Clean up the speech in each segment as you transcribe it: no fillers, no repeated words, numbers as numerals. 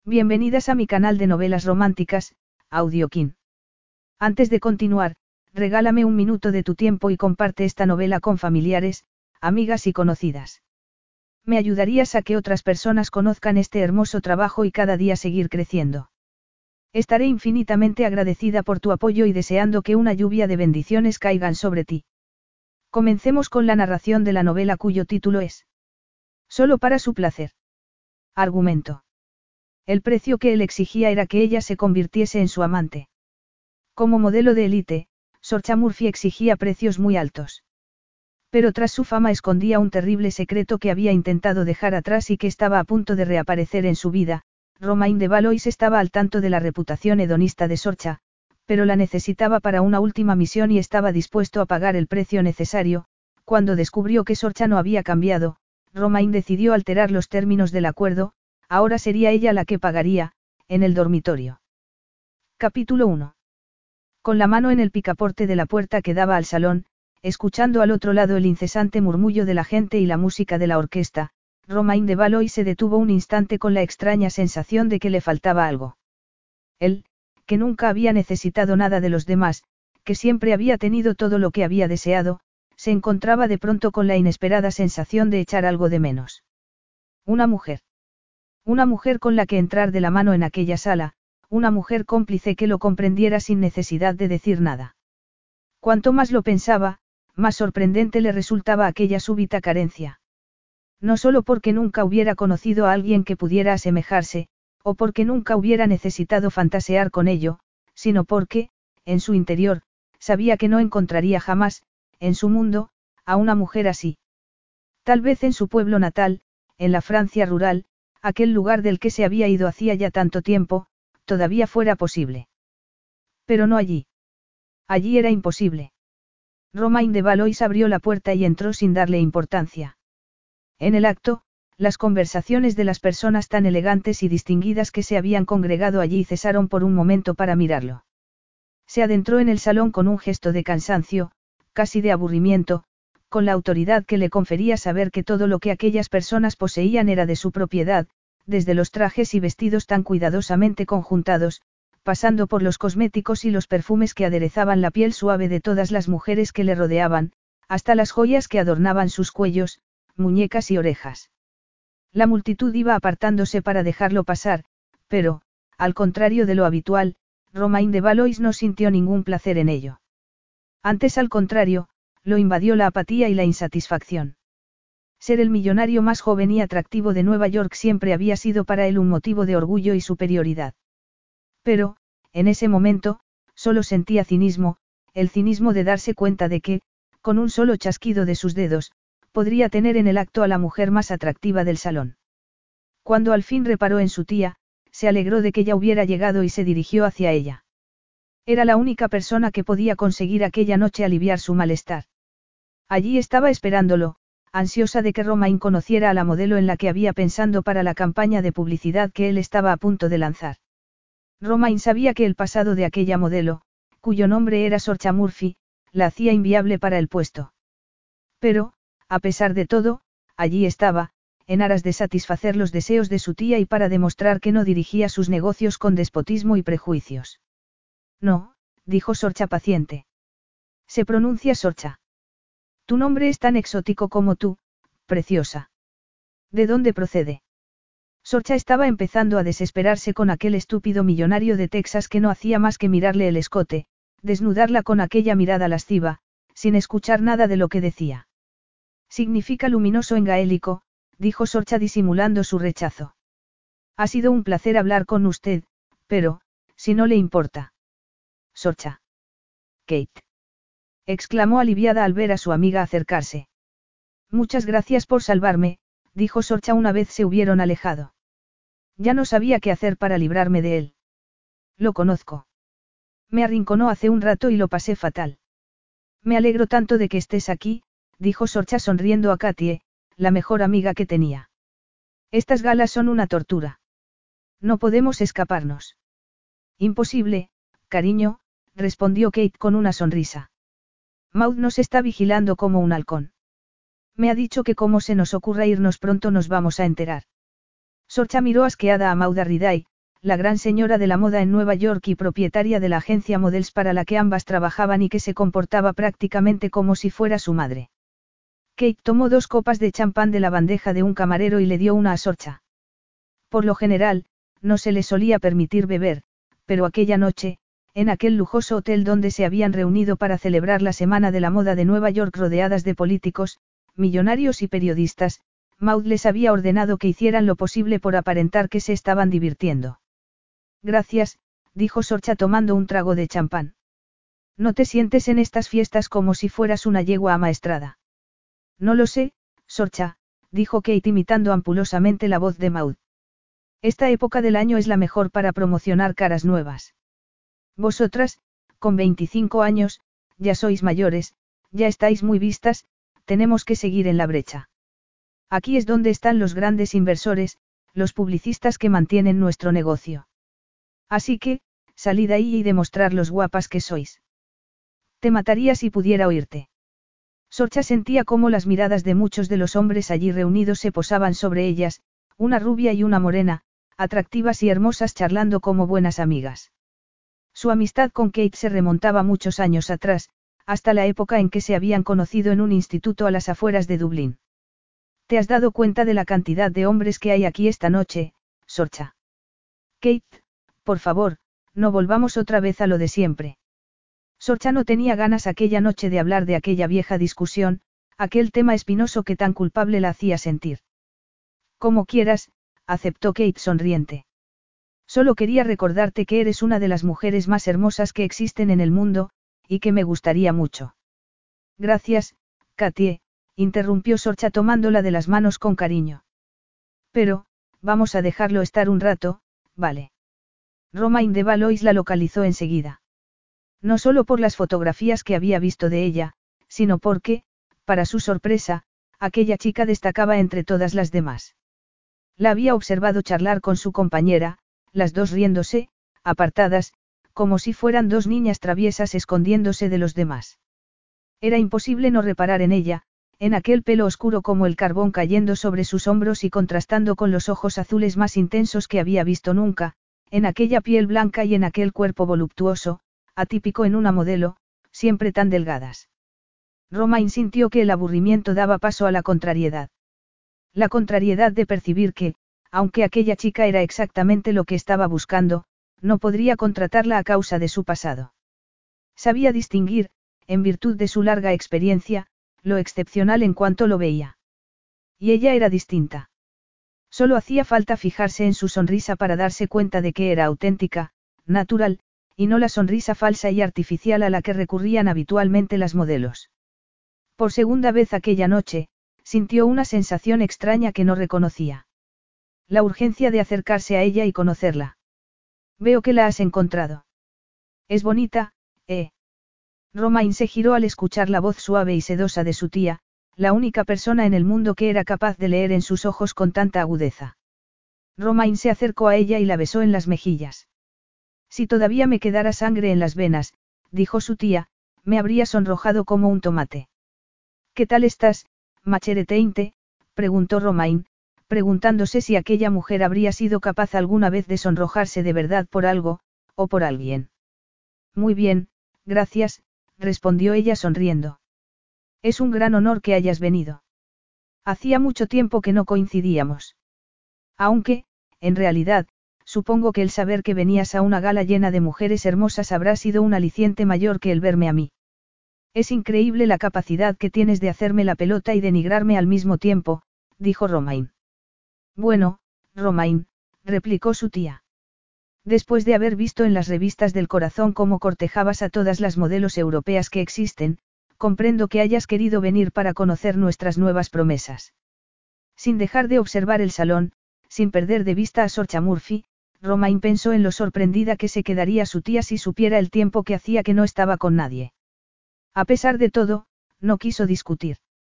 Bienvenidas a mi canal de novelas románticas, Audiokin. Antes de continuar, regálame un minuto de tu tiempo y comparte esta novela con familiares, amigas y conocidas. Me ayudarías a que otras personas conozcan este hermoso trabajo y cada día seguir creciendo. Estaré infinitamente agradecida por tu apoyo y deseando que una lluvia de bendiciones caigan sobre ti. Comencemos con la narración de la novela cuyo título es Solo para su placer. Argumento. El precio que él exigía era que ella se convirtiese en su amante. Como modelo de élite, Sorcha Murphy exigía precios muy altos. Pero tras su fama escondía un terrible secreto que había intentado dejar atrás y que estaba a punto de reaparecer en su vida. Romain de Valois estaba al tanto de la reputación hedonista de Sorcha, pero la necesitaba para una última misión y estaba dispuesto a pagar el precio necesario. Cuando descubrió que Sorcha no había cambiado, Romain decidió alterar los términos del acuerdo. Ahora sería ella la que pagaría, en el dormitorio. Capítulo 1. Con la mano en el picaporte de la puerta que daba al salón, escuchando al otro lado el incesante murmullo de la gente y la música de la orquesta, Romain de Valois se detuvo un instante con la extraña sensación de que le faltaba algo. Él, que nunca había necesitado nada de los demás, que siempre había tenido todo lo que había deseado, se encontraba de pronto con la inesperada sensación de echar algo de menos. Una mujer. Una mujer con la que entrar de la mano en aquella sala, una mujer cómplice que lo comprendiera sin necesidad de decir nada. Cuanto más lo pensaba, más sorprendente le resultaba aquella súbita carencia. No solo porque nunca hubiera conocido a alguien que pudiera asemejarse, o porque nunca hubiera necesitado fantasear con ello, sino porque, en su interior, sabía que no encontraría jamás, en su mundo, a una mujer así. Tal vez en su pueblo natal, en la Francia rural, aquel lugar del que se había ido hacía ya tanto tiempo, todavía fuera posible. Pero no allí. Allí era imposible. Romain de Valois abrió la puerta y entró sin darle importancia. En el acto, las conversaciones de las personas tan elegantes y distinguidas que se habían congregado allí cesaron por un momento para mirarlo. Se adentró en el salón con un gesto de cansancio, casi de aburrimiento, con la autoridad que le confería saber que todo lo que aquellas personas poseían era de su propiedad, desde los trajes y vestidos tan cuidadosamente conjuntados, pasando por los cosméticos y los perfumes que aderezaban la piel suave de todas las mujeres que le rodeaban, hasta las joyas que adornaban sus cuellos, muñecas y orejas. La multitud iba apartándose para dejarlo pasar, pero, al contrario de lo habitual, Romain de Valois no sintió ningún placer en ello. Antes al contrario, lo invadió la apatía y la insatisfacción. Ser el millonario más joven y atractivo de Nueva York siempre había sido para él un motivo de orgullo y superioridad. Pero, en ese momento, solo sentía cinismo, el cinismo de darse cuenta de que, con un solo chasquido de sus dedos, podría tener en el acto a la mujer más atractiva del salón. Cuando al fin reparó en su tía, se alegró de que ya hubiera llegado y se dirigió hacia ella. Era la única persona que podía conseguir aquella noche aliviar su malestar. Allí estaba esperándolo, ansiosa de que Romain conociera a la modelo en la que había pensado para la campaña de publicidad que él estaba a punto de lanzar. Romain sabía que el pasado de aquella modelo, cuyo nombre era Sorcha Murphy, la hacía inviable para el puesto. Pero, a pesar de todo, allí estaba, en aras de satisfacer los deseos de su tía y para demostrar que no dirigía sus negocios con despotismo y prejuicios. No, dijo Sorcha paciente. Se pronuncia Sorcha. Tu nombre es tan exótico como tú, preciosa. ¿De dónde procede? Sorcha estaba empezando a desesperarse con aquel estúpido millonario de Texas que no hacía más que mirarle el escote, desnudarla con aquella mirada lasciva, sin escuchar nada de lo que decía. Significa luminoso en gaélico, dijo Sorcha disimulando su rechazo. Ha sido un placer hablar con usted, pero, si no le importa. Sorcha. Kate. Exclamó aliviada al ver a su amiga acercarse. Muchas gracias por salvarme, dijo Sorcha una vez se hubieron alejado. Ya no sabía qué hacer para librarme de él. Lo conozco. Me arrinconó hace un rato y lo pasé fatal. Me alegro tanto de que estés aquí, dijo Sorcha sonriendo a Katie, la mejor amiga que tenía. Estas galas son una tortura. No podemos escaparnos. Imposible, cariño, respondió Kate con una sonrisa. Maud nos está vigilando como un halcón. Me ha dicho que como se nos ocurra irnos pronto nos vamos a enterar. Sorcha miró asqueada a Maud Arriday, la gran señora de la moda en Nueva York y propietaria de la agencia Models para la que ambas trabajaban y que se comportaba prácticamente como si fuera su madre. Kate tomó 2 copas de champán de la bandeja de un camarero y le dio una a Sorcha. Por lo general, no se le solía permitir beber, pero aquella noche, en aquel lujoso hotel donde se habían reunido para celebrar la Semana de la Moda de Nueva York rodeadas de políticos, millonarios y periodistas, Maud les había ordenado que hicieran lo posible por aparentar que se estaban divirtiendo. Gracias, dijo Sorcha tomando un trago de champán. No te sientes en estas fiestas como si fueras una yegua amaestrada. No lo sé, Sorcha, dijo Kate imitando ampulosamente la voz de Maud. Esta época del año es la mejor para promocionar caras nuevas. Vosotras, con 25 años, ya sois mayores, ya estáis muy vistas, tenemos que seguir en la brecha. Aquí es donde están los grandes inversores, los publicistas que mantienen nuestro negocio. Así que, salid ahí y demostrad los guapas que sois. Te mataría si pudiera oírte. Sorcha sentía cómo las miradas de muchos de los hombres allí reunidos se posaban sobre ellas, una rubia y una morena, atractivas y hermosas charlando como buenas amigas. Su amistad con Kate se remontaba muchos años atrás, hasta la época en que se habían conocido en un instituto a las afueras de Dublín. ¿Te has dado cuenta de la cantidad de hombres que hay aquí esta noche, Sorcha? Kate, por favor, no volvamos otra vez a lo de siempre. Sorcha no tenía ganas aquella noche de hablar de aquella vieja discusión, aquel tema espinoso que tan culpable la hacía sentir. Como quieras, aceptó Kate sonriente. Solo quería recordarte que eres una de las mujeres más hermosas que existen en el mundo, y que me gustaría mucho. Gracias, Katie, interrumpió Sorcha tomándola de las manos con cariño. Pero, vamos a dejarlo estar un rato, ¿vale? Romain de Valois la localizó enseguida. No solo por las fotografías que había visto de ella, sino porque, para su sorpresa, aquella chica destacaba entre todas las demás. La había observado charlar con su compañera, las dos riéndose, apartadas, como si fueran 2 niñas traviesas escondiéndose de los demás. Era imposible no reparar en ella, en aquel pelo oscuro como el carbón cayendo sobre sus hombros y contrastando con los ojos azules más intensos que había visto nunca, en aquella piel blanca y en aquel cuerpo voluptuoso, atípico en una modelo, siempre tan delgadas. Romain sintió que el aburrimiento daba paso a la contrariedad. La contrariedad de percibir que, aunque aquella chica era exactamente lo que estaba buscando, no podría contratarla a causa de su pasado. Sabía distinguir, en virtud de su larga experiencia, lo excepcional en cuanto lo veía. Y ella era distinta. Solo hacía falta fijarse en su sonrisa para darse cuenta de que era auténtica, natural, y no la sonrisa falsa y artificial a la que recurrían habitualmente las modelos. Por segunda vez aquella noche, sintió una sensación extraña que no reconocía. La urgencia de acercarse a ella y conocerla. Veo que la has encontrado. Es bonita, ¿eh? Romain se giró al escuchar la voz suave y sedosa de su tía, la única persona en el mundo que era capaz de leer en sus ojos con tanta agudeza. Romain se acercó a ella y la besó en las mejillas. Si todavía me quedara sangre en las venas, dijo su tía, me habría sonrojado como un tomate. ¿Qué tal estás, Machereteinte?, preguntó Romain, preguntándose si aquella mujer habría sido capaz alguna vez de sonrojarse de verdad por algo, o por alguien. Muy bien, gracias, respondió ella sonriendo. Es un gran honor que hayas venido. Hacía mucho tiempo que no coincidíamos. Aunque, en realidad, supongo que el saber que venías a una gala llena de mujeres hermosas habrá sido un aliciente mayor que el verme a mí. Es increíble la capacidad que tienes de hacerme la pelota y denigrarme al mismo tiempo, dijo Romain. Bueno, Romain, replicó su tía. Después de haber visto en las revistas del corazón cómo cortejabas a todas las modelos europeas que existen, comprendo que hayas querido venir para conocer nuestras nuevas promesas. Sin dejar de observar el salón, sin perder de vista a Sorcha Murphy, Romain pensó en lo sorprendida que se quedaría su tía si supiera el tiempo que hacía que no estaba con nadie. A pesar de todo, no quiso discutir.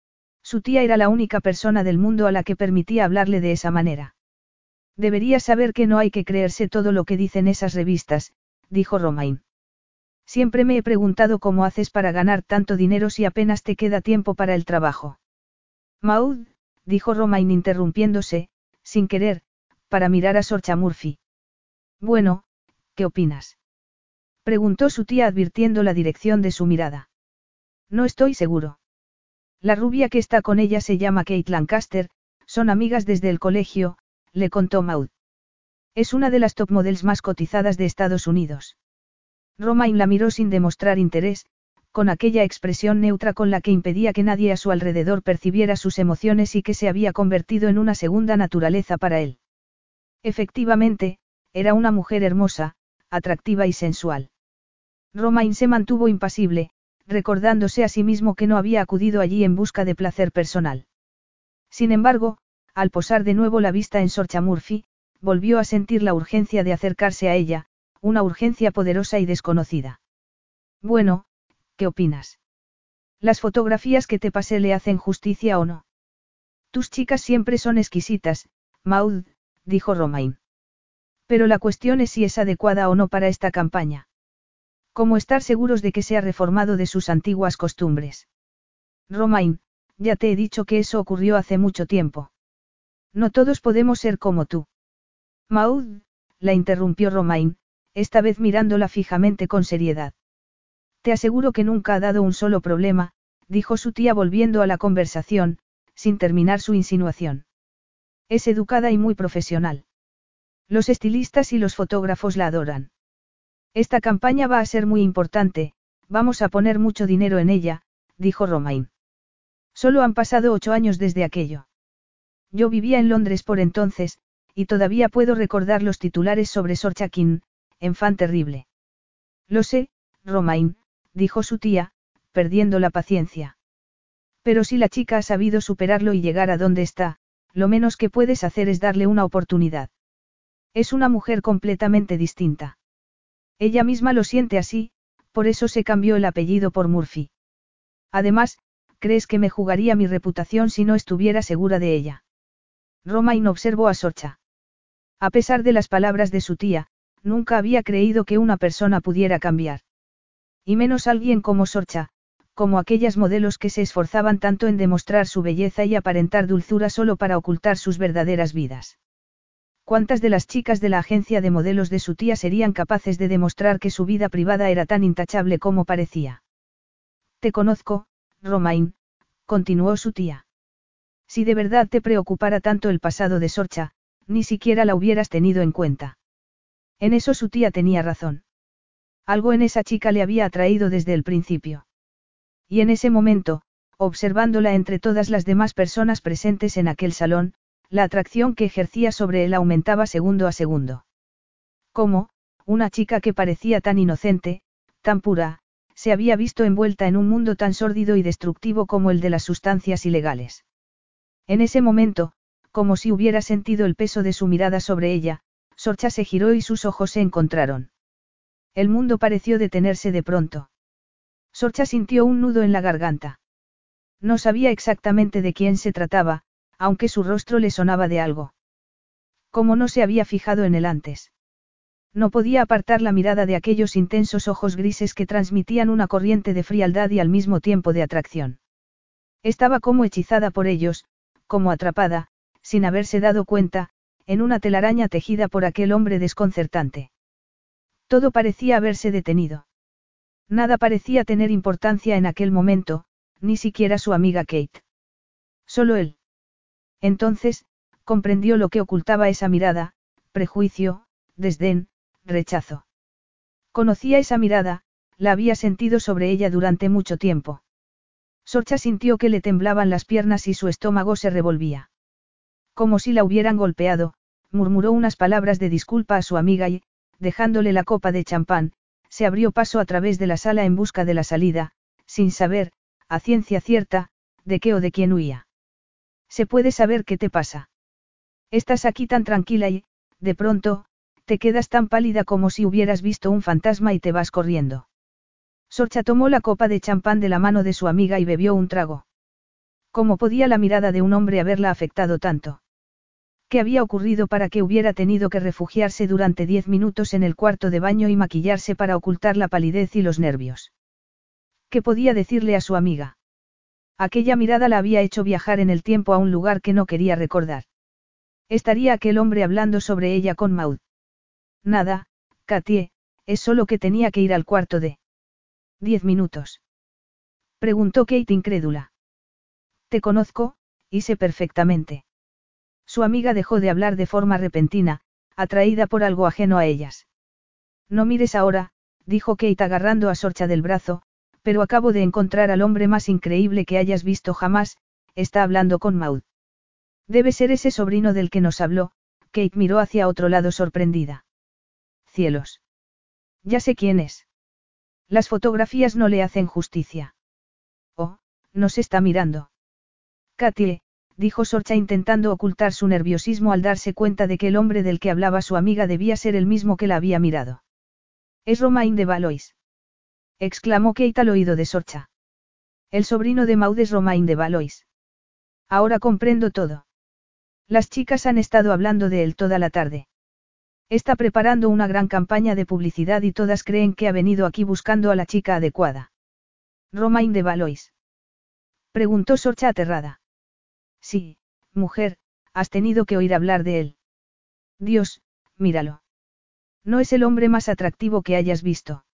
Su tía era la única persona del mundo a la que permitía hablarle de esa manera. Deberías saber que no hay que creerse todo lo que dicen esas revistas, dijo Romain. Siempre me he preguntado cómo haces para ganar tanto dinero si apenas te queda tiempo para el trabajo. Maud, dijo Romain interrumpiéndose, sin querer, para mirar a Sorcha Murphy. Bueno, ¿qué opinas? Preguntó su tía advirtiendo la dirección de su mirada. No estoy seguro. La rubia que está con ella se llama Kate Lancaster, son amigas desde el colegio, le contó Maud. Es una de las top models más cotizadas de Estados Unidos. Romain la miró sin demostrar interés, con aquella expresión neutra con la que impedía que nadie a su alrededor percibiera sus emociones y que se había convertido en una segunda naturaleza para él. Efectivamente, era una mujer hermosa, atractiva y sensual. Romain se mantuvo impasible, recordándose a sí mismo que no había acudido allí en busca de placer personal. Sin embargo, al posar de nuevo la vista en Sorcha Murphy, volvió a sentir la urgencia de acercarse a ella, una urgencia poderosa y desconocida. Bueno, ¿qué opinas? ¿Las fotografías que te pasé le hacen justicia o no? Tus chicas siempre son exquisitas, Maud, dijo Romain. Pero la cuestión es si es adecuada o no para esta campaña. ¿Cómo estar seguros de que se ha reformado de sus antiguas costumbres? Romain, ya te he dicho que eso ocurrió hace mucho tiempo. No todos podemos ser como tú. Maud, la interrumpió Romain, esta vez mirándola fijamente con seriedad. Te aseguro que nunca ha dado un solo problema, dijo su tía volviendo a la conversación, sin terminar su insinuación. Es educada y muy profesional. Los estilistas y los fotógrafos la adoran. Esta campaña va a ser muy importante, vamos a poner mucho dinero en ella, dijo Romain. Solo han pasado 8 años desde aquello. Yo vivía en Londres por entonces, y todavía puedo recordar los titulares sobre Sorcha King, enfant terrible. Lo sé, Romain, dijo su tía, perdiendo la paciencia. Pero si la chica ha sabido superarlo y llegar a donde está, lo menos que puedes hacer es darle una oportunidad. Es una mujer completamente distinta. Ella misma lo siente así, por eso se cambió el apellido por Murphy. Además, ¿crees que me jugaría mi reputación si no estuviera segura de ella? Romain observó a Sorcha. A pesar de las palabras de su tía, nunca había creído que una persona pudiera cambiar. Y menos alguien como Sorcha, como aquellas modelos que se esforzaban tanto en demostrar su belleza y aparentar dulzura solo para ocultar sus verdaderas vidas. ¿Cuántas de las chicas de la agencia de modelos de su tía serían capaces de demostrar que su vida privada era tan intachable como parecía? Te conozco, Romain, continuó su tía. Si de verdad te preocupara tanto el pasado de Sorcha, ni siquiera la hubieras tenido en cuenta. En eso su tía tenía razón. Algo en esa chica le había atraído desde el principio. Y en ese momento, observándola entre todas las demás personas presentes en aquel salón, la atracción que ejercía sobre él aumentaba segundo a segundo. Como, una chica que parecía tan inocente, tan pura, se había visto envuelta en un mundo tan sórdido y destructivo como el de las sustancias ilegales. En ese momento, como si hubiera sentido el peso de su mirada sobre ella, Sorcha se giró y sus ojos se encontraron. El mundo pareció detenerse de pronto. Sorcha sintió un nudo en la garganta. No sabía exactamente de quién se trataba, aunque su rostro le sonaba de algo. Como no se había fijado en él antes. No podía apartar la mirada de aquellos intensos ojos grises que transmitían una corriente de frialdad y al mismo tiempo de atracción. Estaba como hechizada por ellos, como atrapada, sin haberse dado cuenta, en una telaraña tejida por aquel hombre desconcertante. Todo parecía haberse detenido. Nada parecía tener importancia en aquel momento, ni siquiera su amiga Kate. Solo él. Entonces, comprendió lo que ocultaba esa mirada, prejuicio, desdén, rechazo. Conocía esa mirada, la había sentido sobre ella durante mucho tiempo. Sorcha sintió que le temblaban las piernas y su estómago se revolvía. Como si la hubieran golpeado, murmuró unas palabras de disculpa a su amiga y, dejándole la copa de champán, se abrió paso a través de la sala en busca de la salida, sin saber, a ciencia cierta, de qué o de quién huía. ¿Se puede saber qué te pasa? Estás aquí tan tranquila y, de pronto, te quedas tan pálida como si hubieras visto un fantasma y te vas corriendo. Sorcha tomó la copa de champán de la mano de su amiga y bebió un trago. ¿Cómo podía la mirada de un hombre haberla afectado tanto? ¿Qué había ocurrido para que hubiera tenido que refugiarse durante 10 minutos en el cuarto de baño y maquillarse para ocultar la palidez y los nervios? ¿Qué podía decirle a su amiga? Aquella mirada la había hecho viajar en el tiempo a un lugar que no quería recordar. ¿Estaría aquel hombre hablando sobre ella con Maud? Nada, Katie, es solo que tenía que ir al cuarto de 10 minutos. Preguntó Kate incrédula. Te conozco, y sé perfectamente. Su amiga dejó de hablar de forma repentina, atraída por algo ajeno a ellas. No mires ahora, dijo Kate agarrando a Sorcha del brazo, pero acabo de encontrar al hombre más increíble que hayas visto jamás, está hablando con Maud. Debe ser ese sobrino del que nos habló, Kate miró hacia otro lado sorprendida. Cielos. Ya sé quién es. Las fotografías no le hacen justicia. Oh, nos está mirando. Katie, dijo Sorcha intentando ocultar su nerviosismo al darse cuenta de que el hombre del que hablaba su amiga debía ser el mismo que la había mirado. Es Romain de Valois. Exclamó Kate al oído de Sorcha. El sobrino de Maud es Romain de Valois. Ahora comprendo todo. Las chicas han estado hablando de él toda la tarde. Está preparando una gran campaña de publicidad y todas creen que ha venido aquí buscando a la chica adecuada. ¿Romain de Valois? Preguntó Sorcha aterrada. Sí, mujer, has tenido que oír hablar de él. Dios, míralo. No es el hombre más atractivo que hayas visto.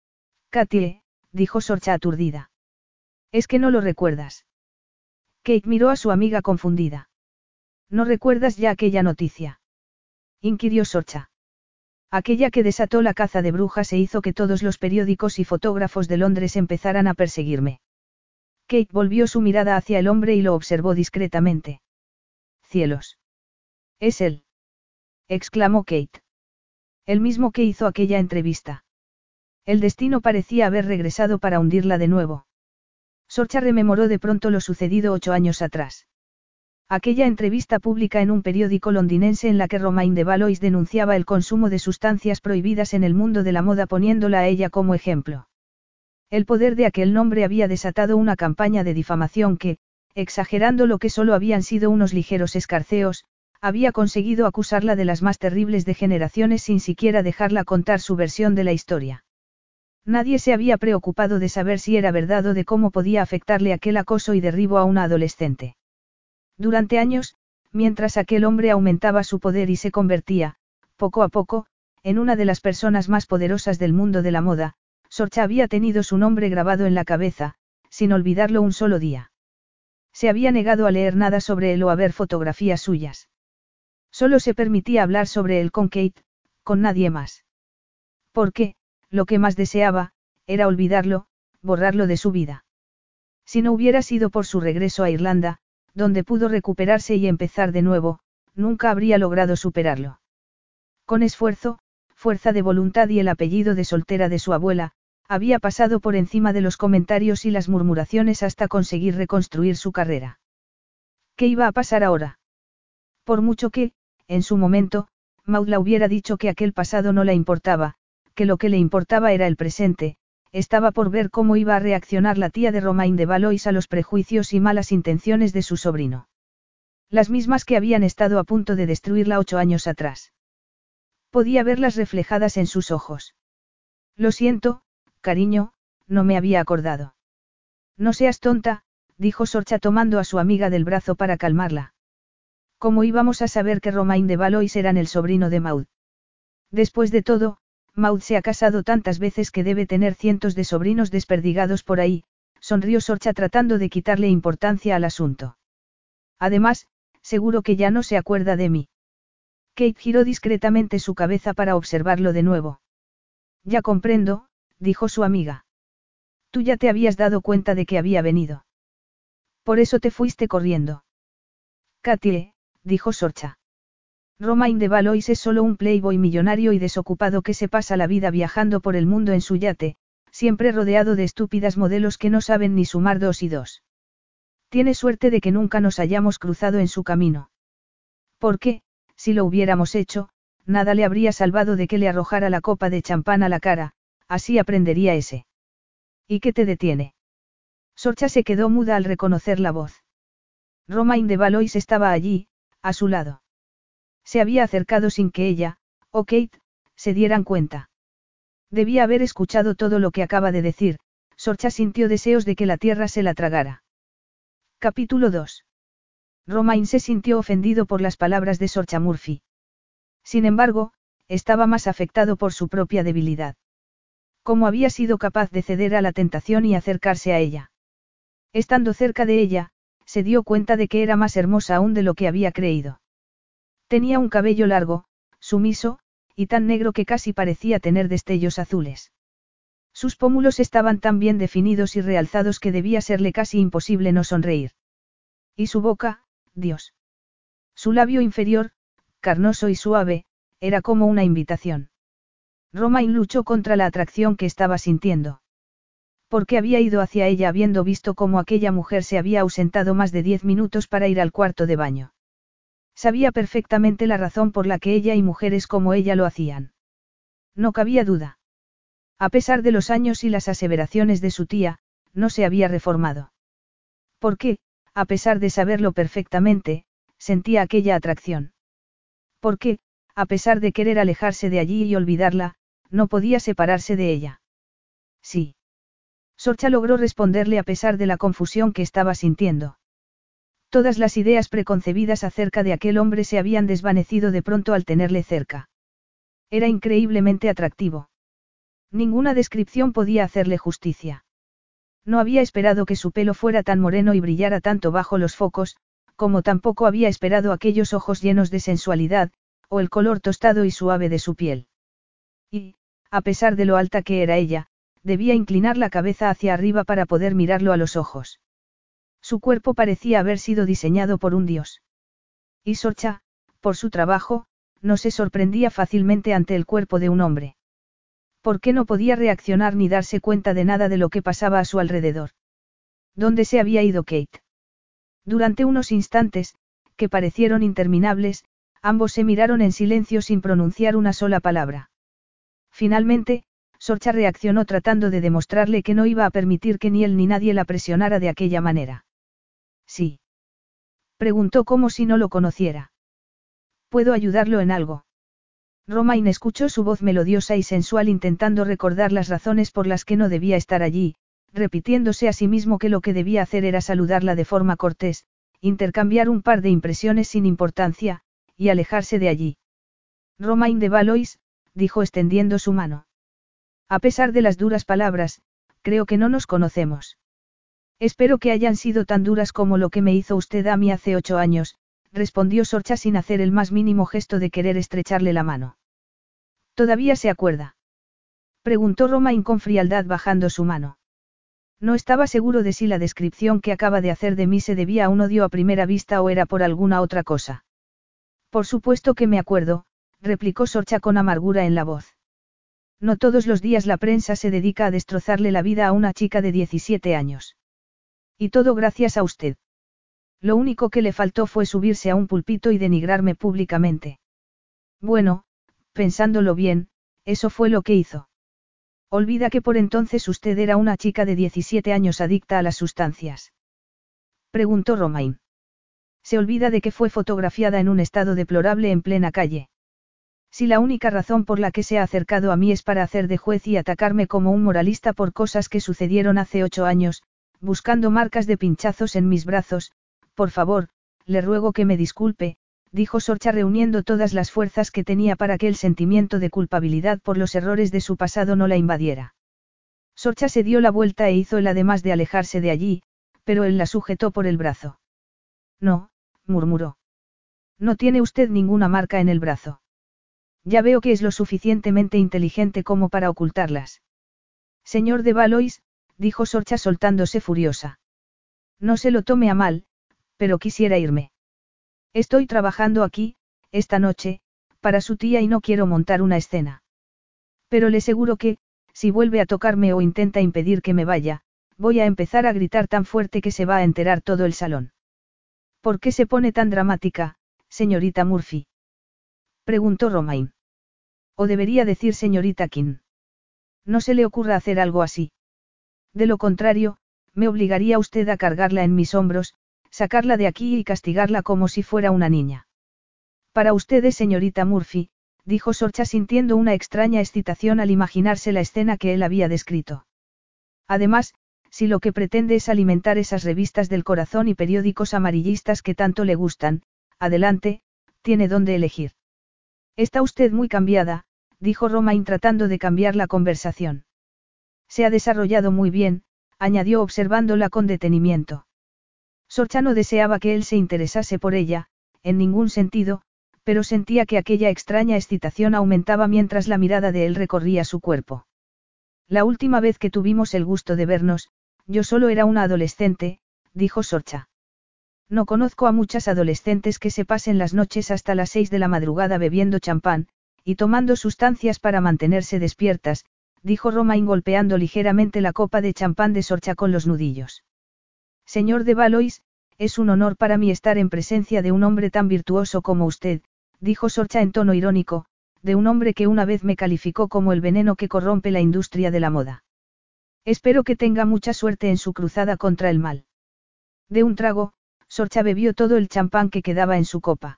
Katie, dijo Sorcha aturdida. ¿Es que no lo recuerdas? Kate miró a su amiga confundida. ¿No recuerdas ya aquella noticia? Inquirió Sorcha. Aquella que desató la caza de brujas e hizo que todos los periódicos y fotógrafos de Londres empezaran a perseguirme. Kate volvió su mirada hacia el hombre y lo observó discretamente. Cielos. Es él. Exclamó Kate. El mismo que hizo aquella entrevista. El destino parecía haber regresado para hundirla de nuevo. Sorcha rememoró de pronto lo sucedido 8 años atrás. Aquella entrevista pública en un periódico londinense en la que Romain de Valois denunciaba el consumo de sustancias prohibidas en el mundo de la moda poniéndola a ella como ejemplo. El poder de aquel nombre había desatado una campaña de difamación que, exagerando lo que solo habían sido unos ligeros escarceos, había conseguido acusarla de las más terribles degeneraciones sin siquiera dejarla contar su versión de la historia. Nadie se había preocupado de saber si era verdad o de cómo podía afectarle aquel acoso y derribo a una adolescente. Durante años, mientras aquel hombre aumentaba su poder y se convertía, poco a poco, en una de las personas más poderosas del mundo de la moda, Sorcha había tenido su nombre grabado en la cabeza, sin olvidarlo un solo día. Se había negado a leer nada sobre él o a ver fotografías suyas. Solo se permitía hablar sobre él con Kate, con nadie más. Porque, lo que más deseaba, era olvidarlo, borrarlo de su vida. Si no hubiera sido por su regreso a Irlanda, donde pudo recuperarse y empezar de nuevo, nunca habría logrado superarlo. Con esfuerzo, fuerza de voluntad y el apellido de soltera de su abuela, había pasado por encima de los comentarios y las murmuraciones hasta conseguir reconstruir su carrera. ¿Qué iba a pasar ahora? Por mucho que, en su momento, Maud la hubiera dicho que aquel pasado no la importaba, que lo que le importaba era el presente, estaba por ver cómo iba a reaccionar la tía de Romain de Valois a los prejuicios y malas intenciones de su sobrino. Las mismas que habían estado a punto de destruirla 8 años atrás. Podía verlas reflejadas en sus ojos. Lo siento, cariño, no me había acordado. No seas tonta, dijo Sorcha tomando a su amiga del brazo para calmarla. ¿Cómo íbamos a saber que Romain de Valois era el sobrino de Maud? Después de todo, Maud se ha casado tantas veces que debe tener cientos de sobrinos desperdigados por ahí, sonrió Sorcha tratando de quitarle importancia al asunto. Además, seguro que ya no se acuerda de mí. Kate giró discretamente su cabeza para observarlo de nuevo. Ya comprendo, dijo su amiga. Tú ya te habías dado cuenta de que había venido. Por eso te fuiste corriendo. Katie, dijo Sorcha. Romain de Valois es solo un playboy millonario y desocupado que se pasa la vida viajando por el mundo en su yate, siempre rodeado de estúpidas modelos que no saben ni sumar 2 y 2. Tiene suerte de que nunca nos hayamos cruzado en su camino. Porque, si lo hubiéramos hecho, nada le habría salvado de que le arrojara la copa de champán a la cara, así aprendería ese. ¿Y qué te detiene? Sorcha se quedó muda al reconocer la voz. Romain de Valois estaba allí, a su lado. Se había acercado sin que ella, o Kate, se dieran cuenta. Debía haber escuchado todo lo que acaba de decir, Sorcha sintió deseos de que la tierra se la tragara. Capítulo 2. Romain se sintió ofendido por las palabras de Sorcha Murphy. Sin embargo, estaba más afectado por su propia debilidad. ¿Cómo había sido capaz de ceder a la tentación y acercarse a ella? Estando cerca de ella, se dio cuenta de que era más hermosa aún de lo que había creído. Tenía un cabello largo, sumiso, y tan negro que casi parecía tener destellos azules. Sus pómulos estaban tan bien definidos y realzados que debía serle casi imposible no sonreír. Y su boca, Dios. Su labio inferior, carnoso y suave, era como una invitación. Romain luchó contra la atracción que estaba sintiendo. ¿Por qué había ido hacia ella habiendo visto cómo aquella mujer se había ausentado más de 10 minutos para ir al cuarto de baño? Sabía perfectamente la razón por la que ella y mujeres como ella lo hacían. No cabía duda. A pesar de los años y las aseveraciones de su tía, no se había reformado. ¿Por qué, a pesar de saberlo perfectamente, sentía aquella atracción? ¿Por qué, a pesar de querer alejarse de allí y olvidarla, no podía separarse de ella? Sí. Sorcha logró responderle a pesar de la confusión que estaba sintiendo. Todas las ideas preconcebidas acerca de aquel hombre se habían desvanecido de pronto al tenerle cerca. Era increíblemente atractivo. Ninguna descripción podía hacerle justicia. No había esperado que su pelo fuera tan moreno y brillara tanto bajo los focos, como tampoco había esperado aquellos ojos llenos de sensualidad, o el color tostado y suave de su piel. Y, a pesar de lo alta que era ella, debía inclinar la cabeza hacia arriba para poder mirarlo a los ojos. Su cuerpo parecía haber sido diseñado por un dios. Y Sorcha, por su trabajo, no se sorprendía fácilmente ante el cuerpo de un hombre. ¿Por qué no podía reaccionar ni darse cuenta de nada de lo que pasaba a su alrededor? ¿Dónde se había ido Kate? Durante unos instantes, que parecieron interminables, ambos se miraron en silencio sin pronunciar una sola palabra. Finalmente, Sorcha reaccionó tratando de demostrarle que no iba a permitir que ni él ni nadie la presionara de aquella manera. Sí. Preguntó como si no lo conociera. ¿Puedo ayudarlo en algo? Romain escuchó su voz melodiosa y sensual intentando recordar las razones por las que no debía estar allí, repitiéndose a sí mismo que lo que debía hacer era saludarla de forma cortés, intercambiar un par de impresiones sin importancia, y alejarse de allí. Romain de Valois, dijo extendiendo su mano. A pesar de las duras palabras, creo que no nos conocemos. Espero que hayan sido tan duras como lo que me hizo usted a mí hace 8 años, respondió Sorcha sin hacer el más mínimo gesto de querer estrecharle la mano. ¿Todavía se acuerda? Preguntó Romain con frialdad bajando su mano. No estaba seguro de si la descripción que acaba de hacer de mí se debía a un odio a primera vista o era por alguna otra cosa. Por supuesto que me acuerdo, replicó Sorcha con amargura en la voz. No todos los días la prensa se dedica a destrozarle la vida a una chica de 17 años. Y todo gracias a usted. Lo único que le faltó fue subirse a un púlpito y denigrarme públicamente. Bueno, pensándolo bien, eso fue lo que hizo. Olvida que por entonces usted era una chica de 17 años adicta a las sustancias. Preguntó Romain. Se olvida de que fue fotografiada en un estado deplorable en plena calle. Si la única razón por la que se ha acercado a mí es para hacer de juez y atacarme como un moralista por cosas que sucedieron hace 8 años, buscando marcas de pinchazos en mis brazos, por favor, le ruego que me disculpe, dijo Sorcha reuniendo todas las fuerzas que tenía para que el sentimiento de culpabilidad por los errores de su pasado no la invadiera. Sorcha se dio la vuelta e hizo el además de alejarse de allí, pero él la sujetó por el brazo. No, murmuró. No tiene usted ninguna marca en el brazo. Ya veo que es lo suficientemente inteligente como para ocultarlas. Señor de Valois, dijo Sorcha soltándose furiosa. No se lo tome a mal, pero quisiera irme. Estoy trabajando aquí, esta noche, para su tía y no quiero montar una escena. Pero le aseguro que, si vuelve a tocarme o intenta impedir que me vaya, voy a empezar a gritar tan fuerte que se va a enterar todo el salón. ¿Por qué se pone tan dramática, señorita Murphy? Preguntó Romain. O debería decir señorita King. No se le ocurra hacer algo así. De lo contrario, me obligaría usted a cargarla en mis hombros, sacarla de aquí y castigarla como si fuera una niña. Para ustedes, señorita Murphy, dijo Sorcha sintiendo una extraña excitación al imaginarse la escena que él había descrito. Además, si lo que pretende es alimentar esas revistas del corazón y periódicos amarillistas que tanto le gustan, adelante, tiene dónde elegir. Está usted muy cambiada, dijo Romain tratando de cambiar la conversación. Se ha desarrollado muy bien, añadió observándola con detenimiento. Sorcha no deseaba que él se interesase por ella, en ningún sentido, pero sentía que aquella extraña excitación aumentaba mientras la mirada de él recorría su cuerpo. La última vez que tuvimos el gusto de vernos, yo solo era una adolescente, dijo Sorcha. No conozco a muchas adolescentes que se pasen las noches hasta las 6 de la madrugada bebiendo champán, y tomando sustancias para mantenerse despiertas, dijo Romain golpeando ligeramente la copa de champán de Sorcha con los nudillos. Señor de Valois, es un honor para mí estar en presencia de un hombre tan virtuoso como usted, dijo Sorcha en tono irónico, de un hombre que una vez me calificó como el veneno que corrompe la industria de la moda. Espero que tenga mucha suerte en su cruzada contra el mal. De un trago, Sorcha bebió todo el champán que quedaba en su copa.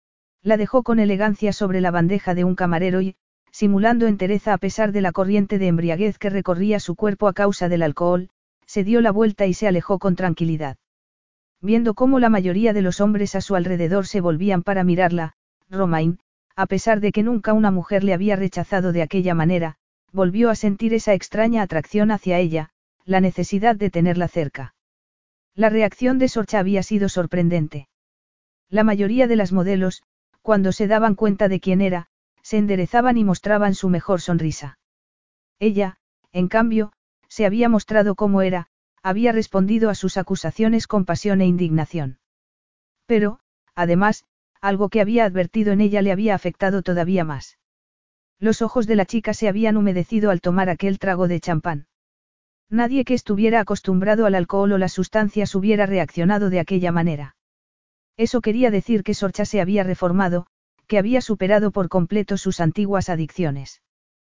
La dejó con elegancia sobre la bandeja de un camarero y, simulando entereza a pesar de la corriente de embriaguez que recorría su cuerpo a causa del alcohol, se dio la vuelta y se alejó con tranquilidad. Viendo cómo la mayoría de los hombres a su alrededor se volvían para mirarla, Romain, a pesar de que nunca una mujer le había rechazado de aquella manera, volvió a sentir esa extraña atracción hacia ella, la necesidad de tenerla cerca. La reacción de Sorcha había sido sorprendente. La mayoría de las modelos, cuando se daban cuenta de quién era, se enderezaban y mostraban su mejor sonrisa. Ella, en cambio, se había mostrado como era, había respondido a sus acusaciones con pasión e indignación. Pero, además, algo que había advertido en ella le había afectado todavía más. Los ojos de la chica se habían humedecido al tomar aquel trago de champán. Nadie que estuviera acostumbrado al alcohol o las sustancias hubiera reaccionado de aquella manera. Eso quería decir que Sorcha se había reformado, que había superado por completo sus antiguas adicciones.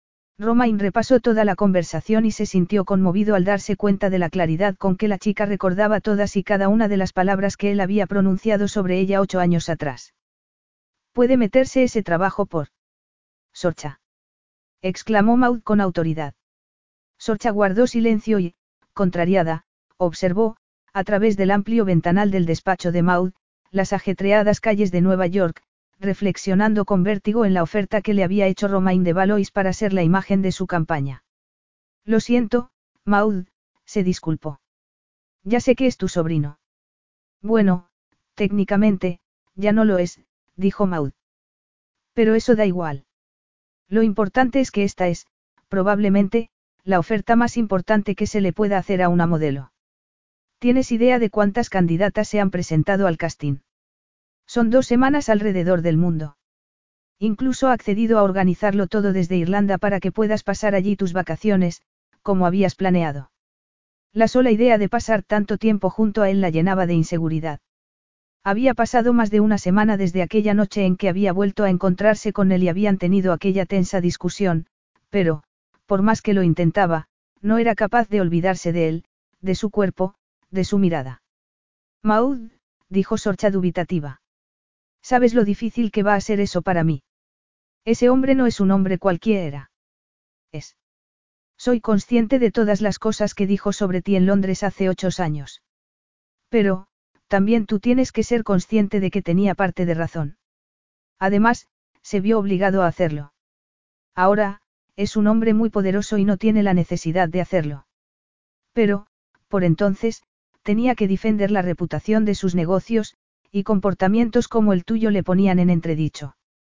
Romain repasó toda la conversación y se sintió conmovido al darse cuenta de la claridad con que la chica recordaba todas y cada una de las palabras que él había pronunciado sobre ella 8 años atrás. ¿Puede meterse ese trabajo por Sorcha?, exclamó Maud con autoridad. Sorcha guardó silencio y, contrariada, observó, a través del amplio ventanal del despacho de Maud, las ajetreadas calles de Nueva York, reflexionando con vértigo en la oferta que le había hecho Romain de Valois para ser la imagen de su campaña. Lo siento, Maud, se disculpó. Ya sé que es tu sobrino. Bueno, técnicamente, ya no lo es, dijo Maud. Pero eso da igual. Lo importante es que esta es, probablemente, la oferta más importante que se le pueda hacer a una modelo. ¿Tienes idea de cuántas candidatas se han presentado al casting? Son 2 semanas alrededor del mundo. Incluso ha accedido a organizarlo todo desde Irlanda para que puedas pasar allí tus vacaciones, como habías planeado. La sola idea de pasar tanto tiempo junto a él la llenaba de inseguridad. Había pasado más de una semana desde aquella noche en que había vuelto a encontrarse con él y habían tenido aquella tensa discusión, pero, por más que lo intentaba, no era capaz de olvidarse de él, de su cuerpo, de su mirada. Maud, dijo Sorcha dubitativa. ¿Sabes lo difícil que va a ser eso para mí? Ese hombre no es un hombre cualquiera. Es. Soy consciente de todas las cosas que dijo sobre ti en Londres hace 8 años. Pero, también tú tienes que ser consciente de que tenía parte de razón. Además, se vio obligado a hacerlo. Ahora, es un hombre muy poderoso y no tiene la necesidad de hacerlo. Pero, por entonces, tenía que defender la reputación de sus negocios, y comportamientos como el tuyo le ponían en entredicho.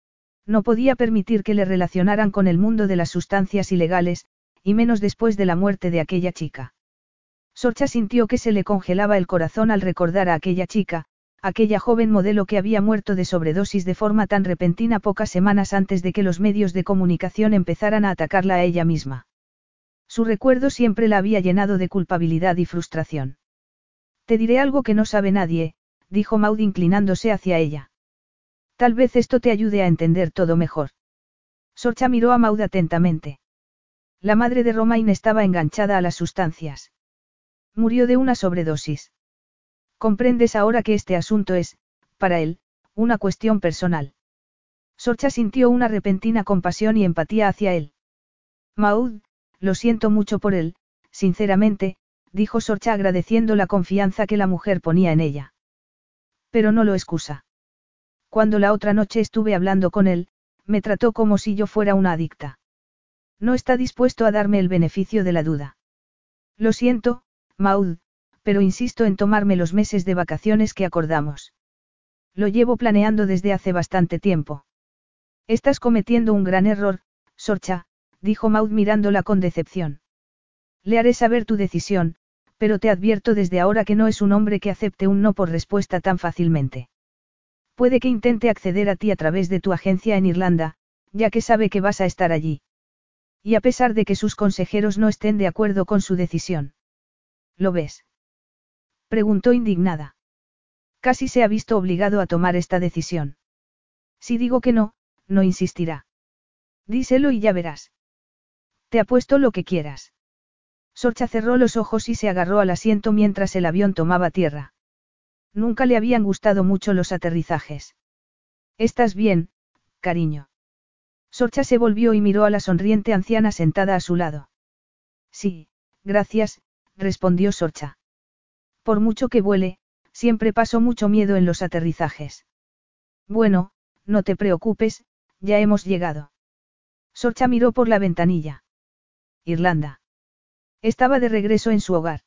No podía permitir que le relacionaran con el mundo de las sustancias ilegales, y menos después de la muerte de aquella chica. Sorcha sintió que se le congelaba el corazón al recordar a aquella chica, aquella joven modelo que había muerto de sobredosis de forma tan repentina pocas semanas antes de que los medios de comunicación empezaran a atacarla a ella misma. Su recuerdo siempre la había llenado de culpabilidad y frustración. Te diré algo que no sabe nadie, dijo Maud inclinándose hacia ella. Tal vez esto te ayude a entender todo mejor. Sorcha miró a Maud atentamente. La madre de Romain estaba enganchada a las sustancias. Murió de una sobredosis. Comprendes ahora que este asunto es, para él, una cuestión personal. Sorcha sintió una repentina compasión y empatía hacia él. Maud, lo siento mucho por él, sinceramente, dijo Sorcha agradeciendo la confianza que la mujer ponía en ella. Pero no lo excusa. Cuando la otra noche estuve hablando con él, me trató como si yo fuera una adicta. No está dispuesto a darme el beneficio de la duda. Lo siento, Maud, pero insisto en tomarme los meses de vacaciones que acordamos. Lo llevo planeando desde hace bastante tiempo. Estás cometiendo un gran error, Sorcha, dijo Maud mirándola con decepción. Le haré saber tu decisión, pero te advierto desde ahora que no es un hombre que acepte un no por respuesta tan fácilmente. Puede que intente acceder a ti a través de tu agencia en Irlanda, ya que sabe que vas a estar allí. Y a pesar de que sus consejeros no estén de acuerdo con su decisión. ¿Lo ves? Preguntó indignada. Casi se ha visto obligado a tomar esta decisión. Si digo que no, no insistirá. Díselo y ya verás. Te apuesto lo que quieras. Sorcha cerró los ojos y se agarró al asiento mientras el avión tomaba tierra. Nunca le habían gustado mucho los aterrizajes. ¿Estás bien, cariño? Sorcha se volvió y miró a la sonriente anciana sentada a su lado. Sí, gracias, respondió Sorcha. Por mucho que vuele, siempre paso mucho miedo en los aterrizajes. Bueno, no te preocupes, ya hemos llegado. Sorcha miró por la ventanilla. Irlanda. Estaba de regreso en su hogar.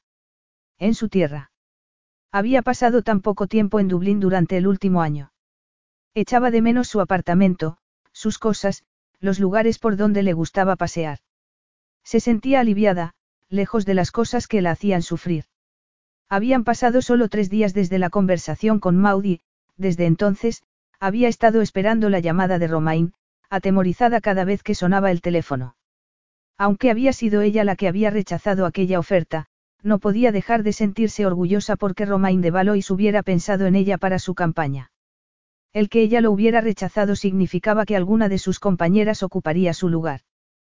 En su tierra. Había pasado tan poco tiempo en Dublín durante el último año. Echaba de menos su apartamento, sus cosas, los lugares por donde le gustaba pasear. Se sentía aliviada, lejos de las cosas que la hacían sufrir. Habían pasado solo 3 días desde la conversación con Maud y, desde entonces, había estado esperando la llamada de Romain, atemorizada cada vez que sonaba el teléfono. Aunque había sido ella la que había rechazado aquella oferta, no podía dejar de sentirse orgullosa porque Romain de Valois hubiera pensado en ella para su campaña. El que ella lo hubiera rechazado significaba que alguna de sus compañeras ocuparía su lugar.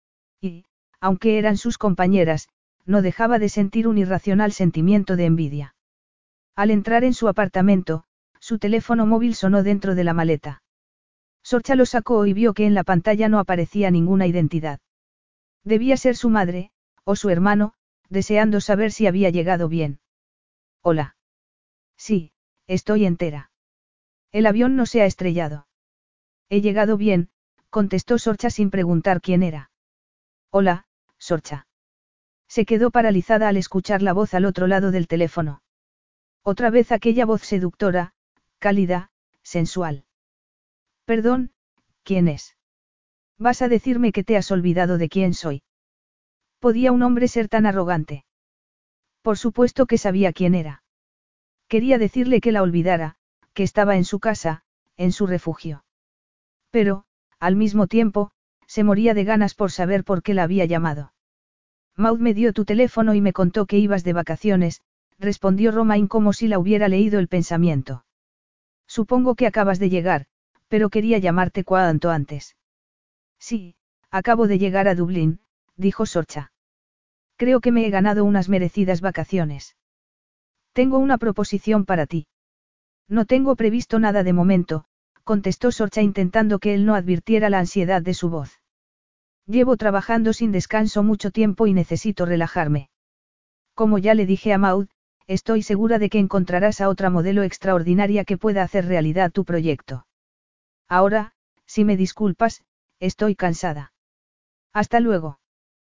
Y, aunque eran sus compañeras, no dejaba de sentir un irracional sentimiento de envidia. Al entrar en su apartamento, su teléfono móvil sonó dentro de la maleta. Sorcha lo sacó y vio que en la pantalla no aparecía ninguna identidad. Debía ser su madre, o su hermano, deseando saber si había llegado bien. Hola. Sí, estoy entera. El avión no se ha estrellado. He llegado bien, contestó Sorcha sin preguntar quién era. Hola, Sorcha. Se quedó paralizada al escuchar la voz al otro lado del teléfono. Otra vez aquella voz seductora, cálida, sensual. Perdón, ¿quién es? ¿Vas a decirme que te has olvidado de quién soy? ¿Podía un hombre ser tan arrogante? Por supuesto que sabía quién era. Quería decirle que la olvidara, que estaba en su casa, en su refugio. Pero, al mismo tiempo, se moría de ganas por saber por qué la había llamado. Maud me dio tu teléfono y me contó que ibas de vacaciones, respondió Romain como si la hubiera leído el pensamiento. Supongo que acabas de llegar, pero quería llamarte cuanto antes. Sí, acabo de llegar a Dublín, dijo Sorcha. Creo que me he ganado unas merecidas vacaciones. Tengo una proposición para ti. No tengo previsto nada de momento, contestó Sorcha intentando que él no advirtiera la ansiedad de su voz. Llevo trabajando sin descanso mucho tiempo y necesito relajarme. Como ya le dije a Maud, estoy segura de que encontrarás a otra modelo extraordinaria que pueda hacer realidad tu proyecto. Ahora, si me disculpas, estoy cansada. Hasta luego.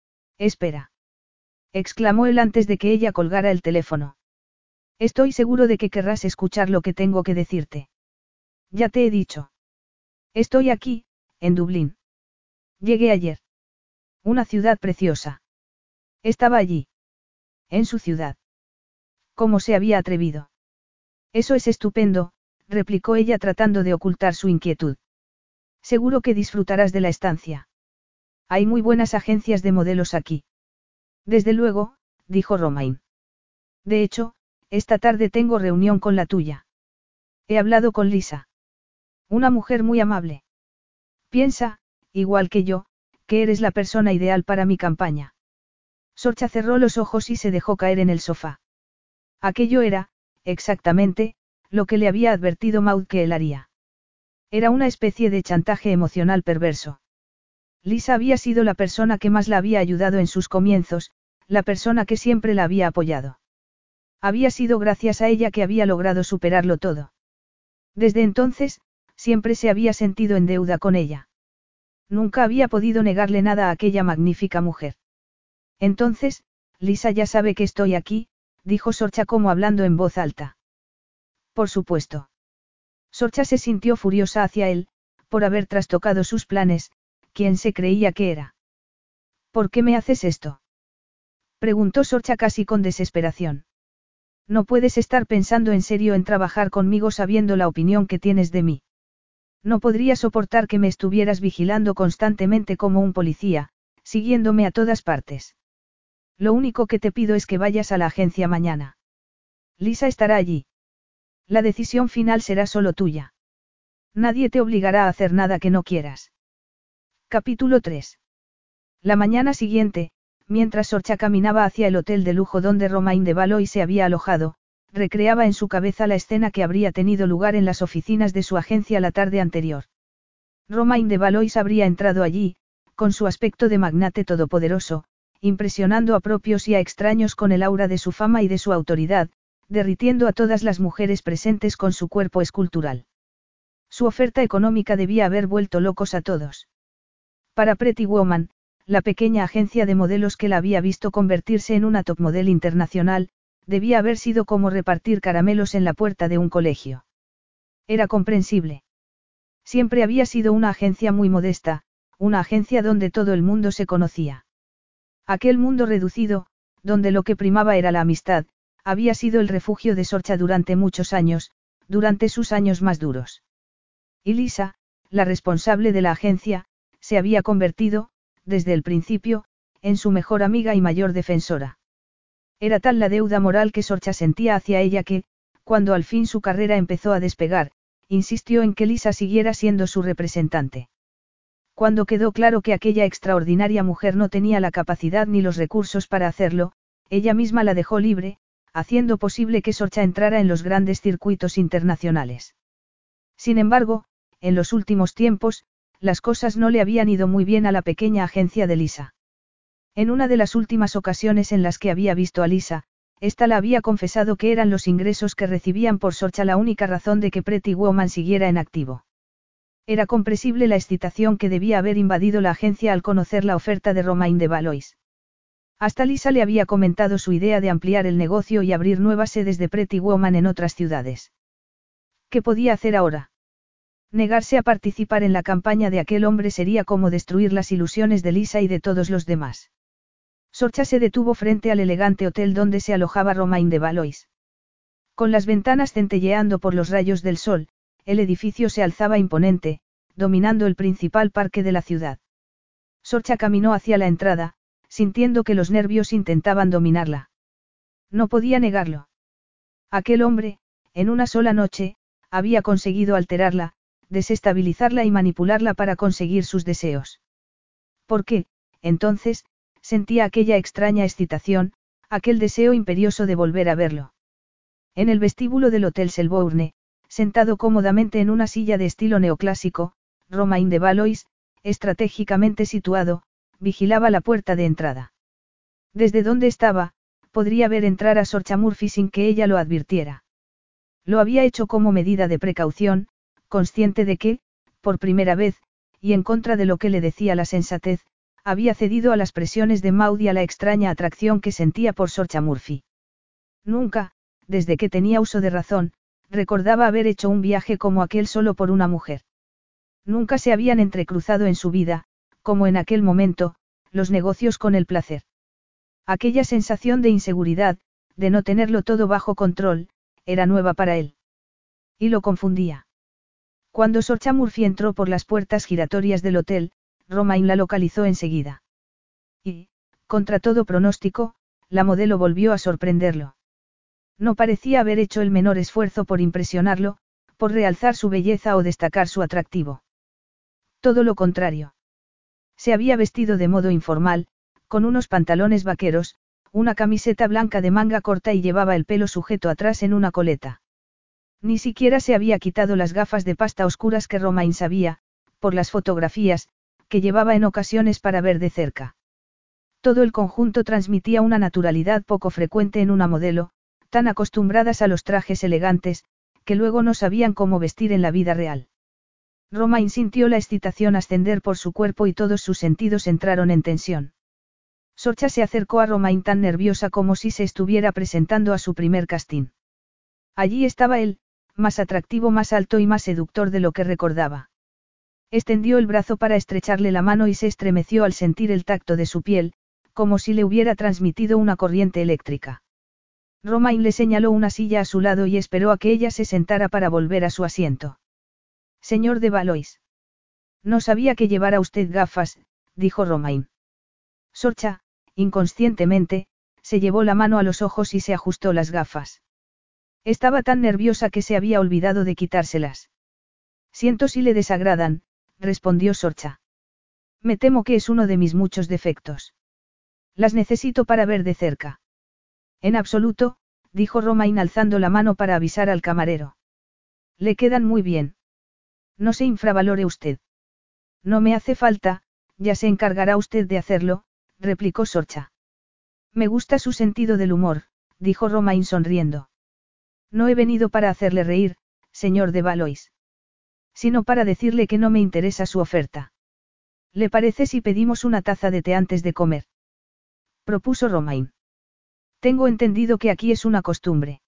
Espera. Exclamó él antes de que ella colgara el teléfono. Estoy seguro de que querrás escuchar lo que tengo que decirte. Ya te he dicho. Estoy aquí, en Dublín. Llegué ayer. Una ciudad preciosa. Estaba allí. En su ciudad. ¿Cómo se había atrevido? Eso es estupendo, replicó ella tratando de ocultar su inquietud. Seguro que disfrutarás de la estancia. Hay muy buenas agencias de modelos aquí. Desde luego, dijo Romain. De hecho, esta tarde tengo reunión con la tuya. He hablado con Lisa. Una mujer muy amable. Piensa, igual que yo, que eres la persona ideal para mi campaña. Sorcha cerró los ojos y se dejó caer en el sofá. Aquello era, exactamente, lo que le había advertido Maud que él haría. Era una especie de chantaje emocional perverso. Lisa había sido la persona que más la había ayudado en sus comienzos, la persona que siempre la había apoyado. Había sido gracias a ella que había logrado superarlo todo. Desde entonces, siempre se había sentido en deuda con ella. Nunca había podido negarle nada a aquella magnífica mujer. Entonces, Lisa ya sabe que estoy aquí, dijo Sorcha como hablando en voz alta. Por supuesto. Sorcha se sintió furiosa hacia él, por haber trastocado sus planes. ¿Quién se creía que era? ¿Por qué me haces esto? Preguntó Sorcha casi con desesperación. No puedes estar pensando en serio en trabajar conmigo sabiendo la opinión que tienes de mí. No podría soportar que me estuvieras vigilando constantemente como un policía, siguiéndome a todas partes. Lo único que te pido es que vayas a la agencia mañana. Lisa estará allí. La decisión final será solo tuya. Nadie te obligará a hacer nada que no quieras. Capítulo 3. La mañana siguiente, mientras Sorcha caminaba hacia el hotel de lujo donde Romain de Valois se había alojado, recreaba en su cabeza la escena que habría tenido lugar en las oficinas de su agencia la tarde anterior. Romain de Valois habría entrado allí, con su aspecto de magnate todopoderoso, impresionando a propios y a extraños con el aura de su fama y de su autoridad, derritiendo a todas las mujeres presentes con su cuerpo escultural. Su oferta económica debía haber vuelto locos a todos. Para Pretty Woman, la pequeña agencia de modelos que la había visto convertirse en una top model internacional, debía haber sido como repartir caramelos en la puerta de un colegio. Era comprensible. Siempre había sido una agencia muy modesta, una agencia donde todo el mundo se conocía. Aquel mundo reducido, donde lo que primaba era la amistad, había sido el refugio de Sorcha durante muchos años, durante sus años más duros. Y Lisa, la responsable de la agencia, se había convertido, desde el principio, en su mejor amiga y mayor defensora. Era tal la deuda moral que Sorcha sentía hacia ella que, cuando al fin su carrera empezó a despegar, insistió en que Lisa siguiera siendo su representante. Cuando quedó claro que aquella extraordinaria mujer no tenía la capacidad ni los recursos para hacerlo, ella misma la dejó libre, haciendo posible que Sorcha entrara en los grandes circuitos internacionales. Sin embargo, en los últimos tiempos, las cosas no le habían ido muy bien a la pequeña agencia de Lisa. En una de las últimas ocasiones en las que había visto a Lisa, ésta la había confesado que eran los ingresos que recibían por Sorcha la única razón de que Pretty Woman siguiera en activo. Era comprensible la excitación que debía haber invadido la agencia al conocer la oferta de Romain de Valois. Hasta Lisa le había comentado su idea de ampliar el negocio y abrir nuevas sedes de Pretty Woman en otras ciudades. ¿Qué podía hacer ahora? Negarse a participar en la campaña de aquel hombre sería como destruir las ilusiones de Lisa y de todos los demás. Sorcha se detuvo frente al elegante hotel donde se alojaba Romain de Valois. Con las ventanas centelleando por los rayos del sol, el edificio se alzaba imponente, dominando el principal parque de la ciudad. Sorcha caminó hacia la entrada, sintiendo que los nervios intentaban dominarla. No podía negarlo. Aquel hombre, en una sola noche, había conseguido alterarla, desestabilizarla y manipularla para conseguir sus deseos. ¿Por qué, entonces, sentía aquella extraña excitación, aquel deseo imperioso de volver a verlo? En el vestíbulo del Hotel Selbourne, sentado cómodamente en una silla de estilo neoclásico, Romain de Valois, estratégicamente situado, vigilaba la puerta de entrada. Desde donde estaba, podría ver entrar a Sorcha Murphy sin que ella lo advirtiera. Lo había hecho como medida de precaución, consciente de que, por primera vez, y en contra de lo que le decía la sensatez, había cedido a las presiones de Maud y a la extraña atracción que sentía por Sorcha Murphy. Nunca, desde que tenía uso de razón, recordaba haber hecho un viaje como aquel solo por una mujer. Nunca se habían entrecruzado en su vida, como en aquel momento, los negocios con el placer. Aquella sensación de inseguridad, de no tenerlo todo bajo control, era nueva para él. Y lo confundía. Cuando Sorcha Murphy entró por las puertas giratorias del hotel, Romain la localizó enseguida. Y, contra todo pronóstico, la modelo volvió a sorprenderlo. No parecía haber hecho el menor esfuerzo por impresionarlo, por realzar su belleza o destacar su atractivo. Todo lo contrario. Se había vestido de modo informal, con unos pantalones vaqueros, una camiseta blanca de manga corta y llevaba el pelo sujeto atrás en una coleta. Ni siquiera se había quitado las gafas de pasta oscuras que Romain sabía, por las fotografías, que llevaba en ocasiones para ver de cerca. Todo el conjunto transmitía una naturalidad poco frecuente en una modelo, tan acostumbradas a los trajes elegantes, que luego no sabían cómo vestir en la vida real. Romain sintió la excitación ascender por su cuerpo y todos sus sentidos entraron en tensión. Sorcha se acercó a Romain tan nerviosa como si se estuviera presentando a su primer casting. Allí estaba él, más atractivo, más alto y más seductor de lo que recordaba. Extendió el brazo para estrecharle la mano y se estremeció al sentir el tacto de su piel, como si le hubiera transmitido una corriente eléctrica. Romain le señaló una silla a su lado y esperó a que ella se sentara para volver a su asiento. Señor de Valois. No sabía que llevara usted gafas, dijo Romain. Sorcha, inconscientemente, se llevó la mano a los ojos y se ajustó las gafas. Estaba tan nerviosa que se había olvidado de quitárselas. Siento si le desagradan, respondió Sorcha. Me temo que es uno de mis muchos defectos. Las necesito para ver de cerca. En absoluto, dijo Romain alzando la mano para avisar al camarero. Le quedan muy bien. No se infravalore usted. No me hace falta, ya se encargará usted de hacerlo, replicó Sorcha. Me gusta su sentido del humor, dijo Romain sonriendo. No he venido para hacerle reír, señor de Valois. Sino para decirle que no me interesa su oferta. ¿Le parece si pedimos una taza de té antes de comer? Propuso Romain. Tengo entendido que aquí es una costumbre.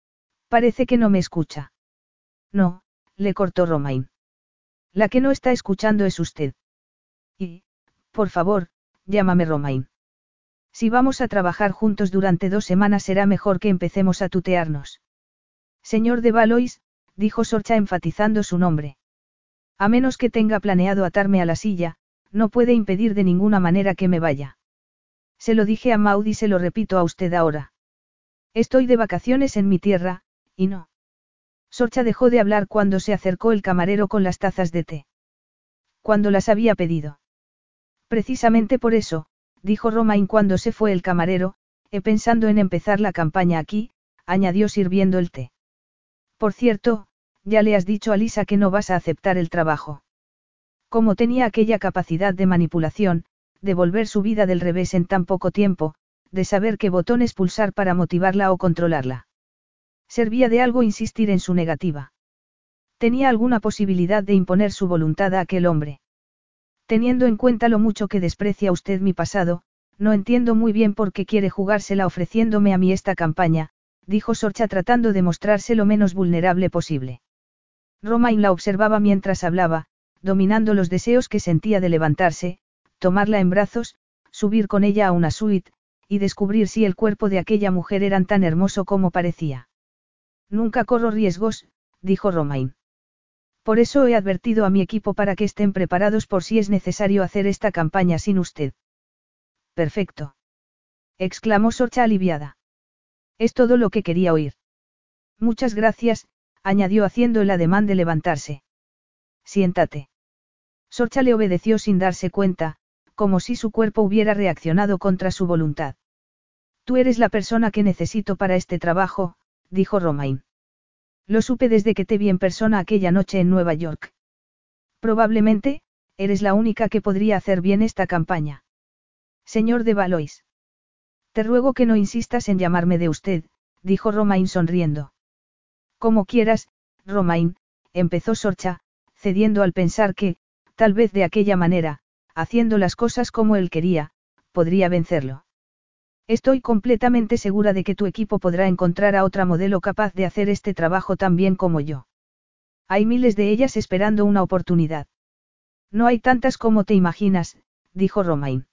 Parece que no me escucha. No, le cortó Romain. La que no está escuchando es usted. Y, por favor, llámame Romain. Si vamos a trabajar juntos durante 2 semanas será mejor que empecemos a tutearnos. Señor de Valois, dijo Sorcha enfatizando su nombre. A menos que tenga planeado atarme a la silla, no puede impedir de ninguna manera que me vaya. Se lo dije a Maud y se lo repito a usted ahora. Estoy de vacaciones en mi tierra, y no. Sorcha dejó de hablar cuando se acercó el camarero con las tazas de té. Cuando las había pedido. Precisamente por eso, dijo Romain cuando se fue el camarero, pensando en empezar la campaña aquí, añadió sirviendo el té. Por cierto, ya le has dicho a Lisa que no vas a aceptar el trabajo. Como tenía aquella capacidad de manipulación, de volver su vida del revés en tan poco tiempo, de saber qué botones pulsar para motivarla o controlarla. Servía de algo insistir en su negativa. ¿Tenía alguna posibilidad de imponer su voluntad a aquel hombre? Teniendo en cuenta lo mucho que desprecia usted mi pasado, no entiendo muy bien por qué quiere jugársela ofreciéndome a mí esta campaña, dijo Sorcha tratando de mostrarse lo menos vulnerable posible. Romain la observaba mientras hablaba, dominando los deseos que sentía de levantarse, tomarla en brazos, subir con ella a una suite, y descubrir si el cuerpo de aquella mujer era tan hermoso como parecía. Nunca corro riesgos, dijo Romain. Por eso he advertido a mi equipo para que estén preparados por si es necesario hacer esta campaña sin usted. Perfecto. Exclamó Sorcha aliviada. Es todo lo que quería oír. Muchas gracias, añadió haciendo el ademán de levantarse. Siéntate. Sorcha le obedeció sin darse cuenta, como si su cuerpo hubiera reaccionado contra su voluntad. Tú eres la persona que necesito para este trabajo, dijo Romain. Lo supe desde que te vi en persona aquella noche en Nueva York. Probablemente, eres la única que podría hacer bien esta campaña. Señor de Valois. Te ruego que no insistas en llamarme de usted, dijo Romain sonriendo. Como quieras, Romain, empezó Sorcha, cediendo al pensar que, tal vez de aquella manera, haciendo las cosas como él quería, podría vencerlo. Estoy completamente segura de que tu equipo podrá encontrar a otra modelo capaz de hacer este trabajo tan bien como yo. Hay miles de ellas esperando una oportunidad. No hay tantas como te imaginas, dijo Romain.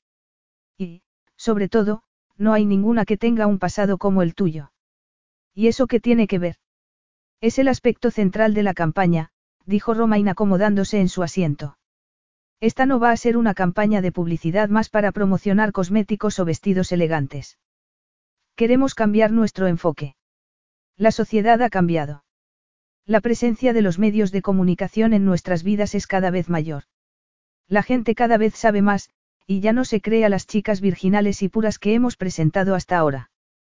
Y, sobre todo, no hay ninguna que tenga un pasado como el tuyo. ¿Y eso qué tiene que ver? Es el aspecto central de la campaña, dijo Romain acomodándose en su asiento. Esta no va a ser una campaña de publicidad más para promocionar cosméticos o vestidos elegantes. Queremos cambiar nuestro enfoque. La sociedad ha cambiado. La presencia de los medios de comunicación en nuestras vidas es cada vez mayor. La gente cada vez sabe más, y ya no se cree a las chicas virginales y puras que hemos presentado hasta ahora.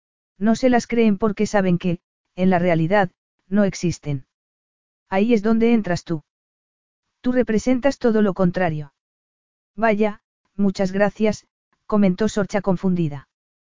No se las creen porque saben que, en la realidad, no existen. Ahí es donde entras tú. Tú representas todo lo contrario. Vaya, muchas gracias, comentó Sorcha confundida.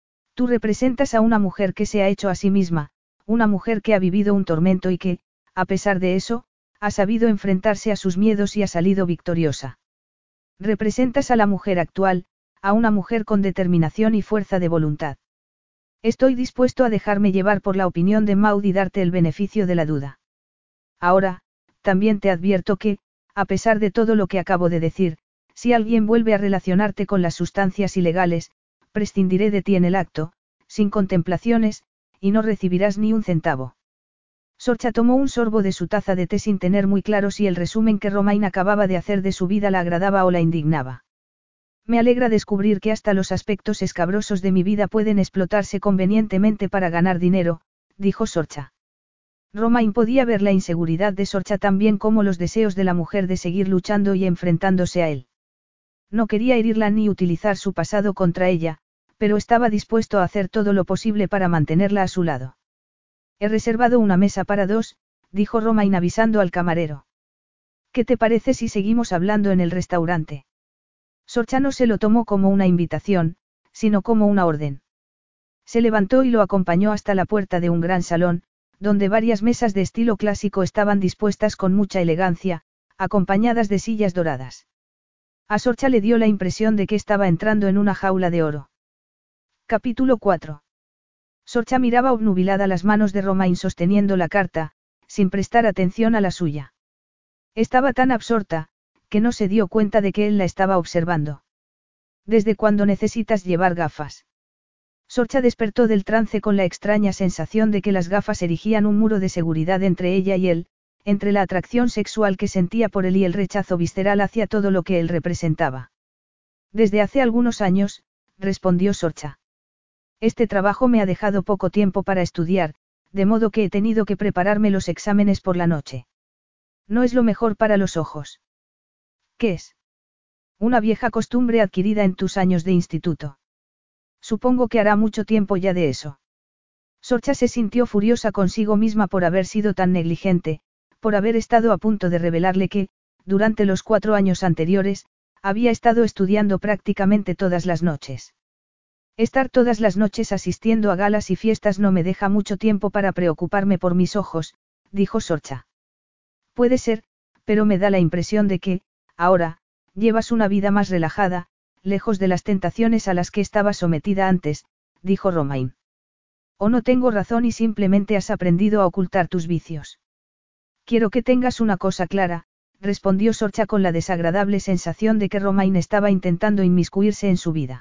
Tú representas a una mujer que se ha hecho a sí misma, una mujer que ha vivido un tormento y que, a pesar de eso, Ha sabido enfrentarse a sus miedos y ha salido victoriosa. Representas a la mujer actual, a una mujer con determinación y fuerza de voluntad. Estoy dispuesto a dejarme llevar por la opinión de Maud y darte el beneficio de la duda. Ahora, también te advierto que, a pesar de todo lo que acabo de decir, si alguien vuelve a relacionarte con las sustancias ilegales, prescindiré de ti en el acto, sin contemplaciones, y no recibirás ni un centavo. Sorcha tomó un sorbo de su taza de té sin tener muy claro si el resumen que Romain acababa de hacer de su vida la agradaba o la indignaba. Me alegra descubrir que hasta los aspectos escabrosos de mi vida pueden explotarse convenientemente para ganar dinero, dijo Sorcha. Romain podía ver la inseguridad de Sorcha tan bien como los deseos de la mujer de seguir luchando y enfrentándose a él. No quería herirla ni utilizar su pasado contra ella, pero estaba dispuesto a hacer todo lo posible para mantenerla a su lado. He reservado una mesa para dos, dijo Romain avisando al camarero. ¿Qué te parece si seguimos hablando en el restaurante? Sorcha no se lo tomó como una invitación, sino como una orden. Se levantó y lo acompañó hasta la puerta de un gran salón, donde varias mesas de estilo clásico estaban dispuestas con mucha elegancia, acompañadas de sillas doradas. A Sorcha le dio la impresión de que estaba entrando en una jaula de oro. Capítulo 4. Sorcha miraba obnubilada las manos de Romain sosteniendo la carta, sin prestar atención a la suya. Estaba tan absorta, que no se dio cuenta de que él la estaba observando. ¿Desde cuándo necesitas llevar gafas? Sorcha despertó del trance con la extraña sensación de que las gafas erigían un muro de seguridad entre ella y él, entre la atracción sexual que sentía por él y el rechazo visceral hacia todo lo que él representaba. Desde hace algunos años, respondió Sorcha. Este trabajo me ha dejado poco tiempo para estudiar, de modo que he tenido que prepararme los exámenes por la noche. No es lo mejor para los ojos. ¿Qué es? Una vieja costumbre adquirida en tus años de instituto. Supongo que hará mucho tiempo ya de eso. Sorcha se sintió furiosa consigo misma por haber sido tan negligente, por haber estado a punto de revelarle que, durante los 4 años anteriores, había estado estudiando prácticamente todas las noches. Estar todas las noches asistiendo a galas y fiestas no me deja mucho tiempo para preocuparme por mis ojos, dijo Sorcha. Puede ser, pero me da la impresión de que, ahora, llevas una vida más relajada, lejos de las tentaciones a las que estaba sometida antes, dijo Romain. O no tengo razón y simplemente has aprendido a ocultar tus vicios. Quiero que tengas una cosa clara, respondió Sorcha con la desagradable sensación de que Romain estaba intentando inmiscuirse en su vida.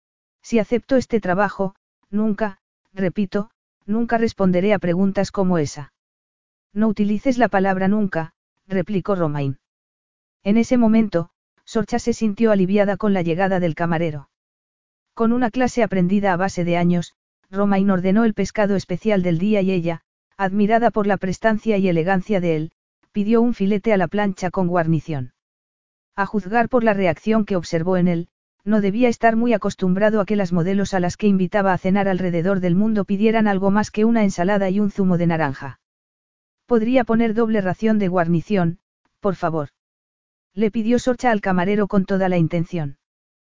Si acepto este trabajo, nunca, repito, nunca responderé a preguntas como esa. No utilices la palabra nunca, replicó Romain. En ese momento, Sorcha se sintió aliviada con la llegada del camarero. Con una clase aprendida a base de años, Romain ordenó el pescado especial del día y ella, admirada por la prestancia y elegancia de él, pidió un filete a la plancha con guarnición. A juzgar por la reacción que observó en él, no debía estar muy acostumbrado a que las modelos a las que invitaba a cenar alrededor del mundo pidieran algo más que una ensalada y un zumo de naranja. ¿Podría poner doble ración de guarnición, por favor? Le pidió Sorcha al camarero con toda la intención.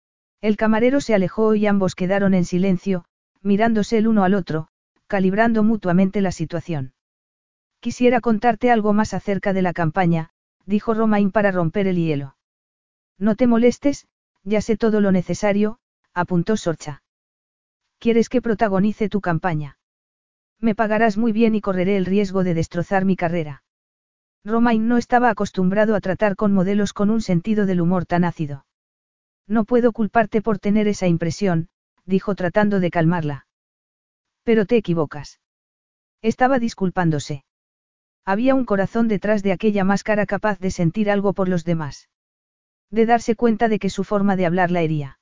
El camarero se alejó y ambos quedaron en silencio, mirándose el uno al otro, calibrando mutuamente la situación. Quisiera contarte algo más acerca de la campaña, dijo Romain para romper el hielo. No te molestes, ya sé todo lo necesario, apuntó Sorcha. ¿Quieres que protagonice tu campaña? Me pagarás muy bien y correré el riesgo de destrozar mi carrera. Romain no estaba acostumbrado a tratar con modelos con un sentido del humor tan ácido. No puedo culparte por tener esa impresión, dijo tratando de calmarla. Pero te equivocas. Estaba disculpándose. Había un corazón detrás de aquella máscara capaz de sentir algo por los demás. De darse cuenta de que su forma de hablar la hería.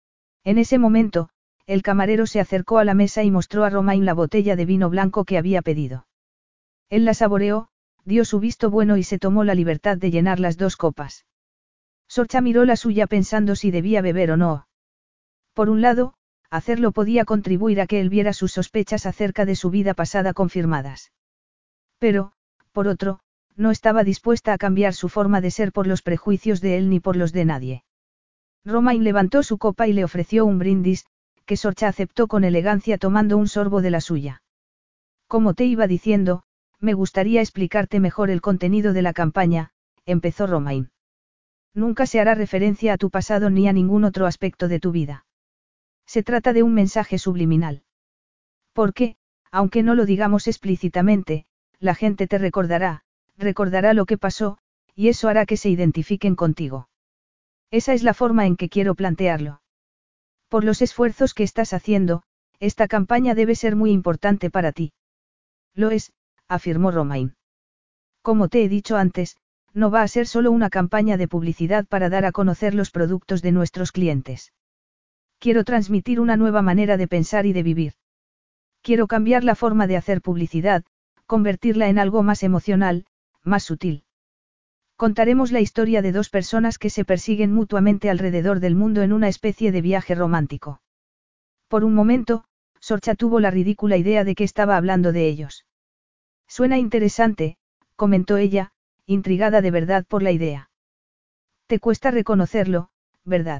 En ese momento, el camarero se acercó a la mesa y mostró a Romain la botella de vino blanco que había pedido. Él la saboreó, dio su visto bueno y se tomó la libertad de llenar las 2 copas. Sorcha miró la suya pensando si debía beber o no. Por un lado, hacerlo podía contribuir a que él viera sus sospechas acerca de su vida pasada confirmadas. Pero, por otro, no estaba dispuesta a cambiar su forma de ser por los prejuicios de él ni por los de nadie. Romain levantó su copa y le ofreció un brindis, que Sorcha aceptó con elegancia tomando un sorbo de la suya. Como te iba diciendo, Me gustaría explicarte mejor el contenido de la campaña, empezó Romain. Nunca se hará referencia a tu pasado ni a ningún otro aspecto de tu vida. Se trata de un mensaje subliminal. Porque, aunque no lo digamos explícitamente, la gente te recordará lo que pasó, y eso hará que se identifiquen contigo. Esa es la forma en que quiero plantearlo. Por los esfuerzos que estás haciendo, esta campaña debe ser muy importante para ti. Lo es, afirmó Romain. Como te he dicho antes, no va a ser solo una campaña de publicidad para dar a conocer los productos de nuestros clientes. Quiero transmitir una nueva manera de pensar y de vivir. Quiero cambiar la forma de hacer publicidad, convertirla en algo más emocional, más sutil. Contaremos la historia de dos personas que se persiguen mutuamente alrededor del mundo en una especie de viaje romántico. Por un momento, Sorcha tuvo la ridícula idea de que estaba hablando de ellos. Suena interesante, comentó ella, intrigada de verdad por la idea. Te cuesta reconocerlo, ¿verdad?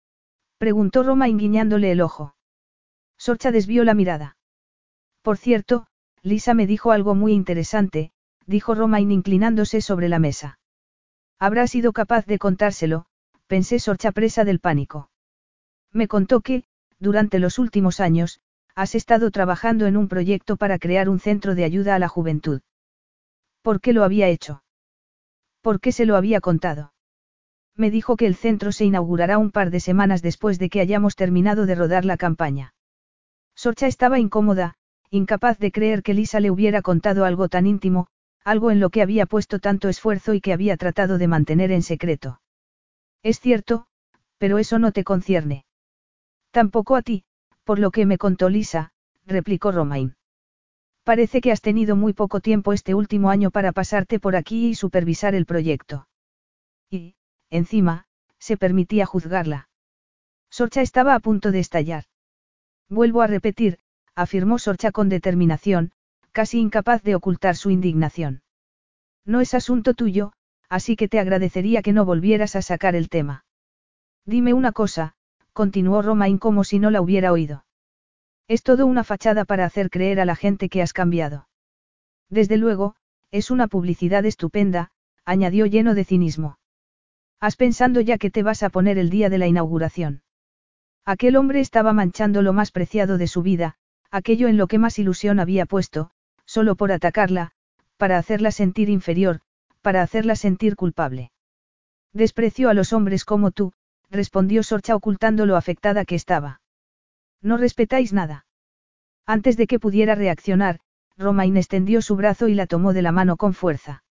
Preguntó Romain guiñándole el ojo. Sorcha desvió la mirada. Por cierto, Lisa me dijo algo muy interesante, dijo Romain inclinándose sobre la mesa. Habrá sido capaz de contárselo, pensé Sorcha presa del pánico. Me contó que, durante los últimos años, has estado trabajando en un proyecto para crear un centro de ayuda a la juventud. ¿Por qué lo había hecho? ¿Por qué se lo había contado? Me dijo que el centro se inaugurará un par de semanas después de que hayamos terminado de rodar la campaña. Sorcha estaba incómoda, incapaz de creer que Lisa le hubiera contado algo tan íntimo, algo en lo que había puesto tanto esfuerzo y que había tratado de mantener en secreto. Es cierto, pero eso no te concierne. Tampoco a ti, por lo que me contó Lisa, replicó Romain. Parece que has tenido muy poco tiempo este último año para pasarte por aquí y supervisar el proyecto. Y, encima, se permitía juzgarla. Sorcha estaba a punto de estallar. Vuelvo a repetir, afirmó Sorcha con determinación, casi incapaz de ocultar su indignación. No es asunto tuyo, así que te agradecería que no volvieras a sacar el tema. Dime una cosa, continuó Romain como si no la hubiera oído. Es todo una fachada para hacer creer a la gente que has cambiado. Desde luego, es una publicidad estupenda, añadió lleno de cinismo. ¿Has pensado ya que te vas a poner el día de la inauguración? Aquel hombre estaba manchando lo más preciado de su vida, aquello en lo que más ilusión había puesto, solo por atacarla, para hacerla sentir inferior, para hacerla sentir culpable. Desprecio a los hombres como tú, respondió Sorcha ocultando lo afectada que estaba. No respetáis nada. Antes de que pudiera reaccionar, Romain extendió su brazo y la tomó de la mano con fuerza.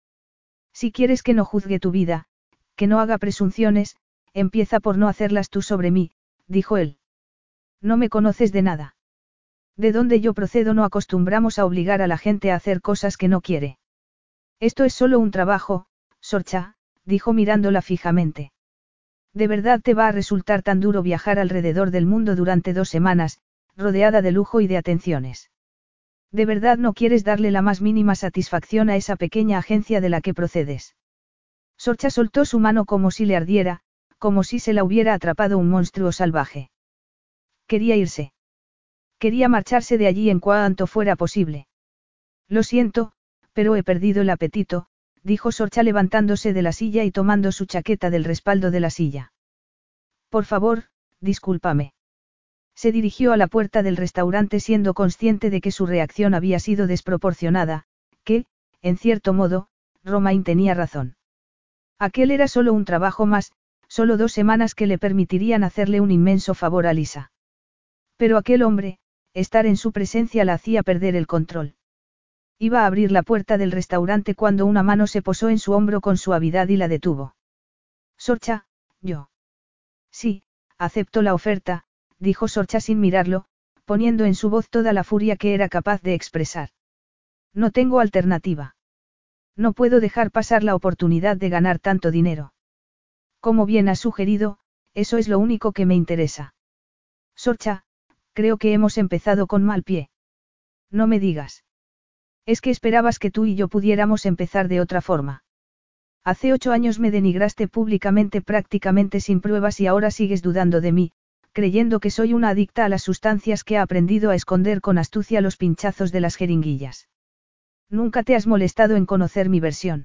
Si quieres que no juzgue tu vida, que no haga presunciones, empieza por no hacerlas tú sobre mí, dijo él. No me conoces de nada. De donde yo procedo no acostumbramos a obligar a la gente a hacer cosas que no quiere. Esto es solo un trabajo, Sorcha, dijo mirándola fijamente. ¿De verdad te va a resultar tan duro viajar alrededor del mundo durante 2 semanas, rodeada de lujo y de atenciones? ¿De verdad no quieres darle la más mínima satisfacción a esa pequeña agencia de la que procedes? Sorcha soltó su mano como si le ardiera, como si se la hubiera atrapado un monstruo salvaje. Quería irse. Quería marcharse de allí en cuanto fuera posible. Lo siento, pero he perdido el apetito, dijo Sorcha levantándose de la silla y tomando su chaqueta del respaldo de la silla. Por favor, discúlpame. Se dirigió a la puerta del restaurante siendo consciente de que su reacción había sido desproporcionada, que, en cierto modo, Romain tenía razón. Aquel era solo un trabajo más, solo 2 semanas que le permitirían hacerle un inmenso favor a Lisa. Pero aquel hombre, estar en su presencia la hacía perder el control. Iba a abrir la puerta del restaurante cuando una mano se posó en su hombro con suavidad y la detuvo. Sorcha, yo. Sí, acepto la oferta, dijo Sorcha sin mirarlo, poniendo en su voz toda la furia que era capaz de expresar. No tengo alternativa. No puedo dejar pasar la oportunidad de ganar tanto dinero. Como bien has sugerido, eso es lo único que me interesa. Sorcha, creo que hemos empezado con mal pie. No me digas. Es que esperabas que tú y yo pudiéramos empezar de otra forma. Hace 8 años me denigraste públicamente prácticamente sin pruebas y ahora sigues dudando de mí, creyendo que soy una adicta a las sustancias que ha aprendido a esconder con astucia los pinchazos de las jeringuillas. Nunca te has molestado en conocer mi versión.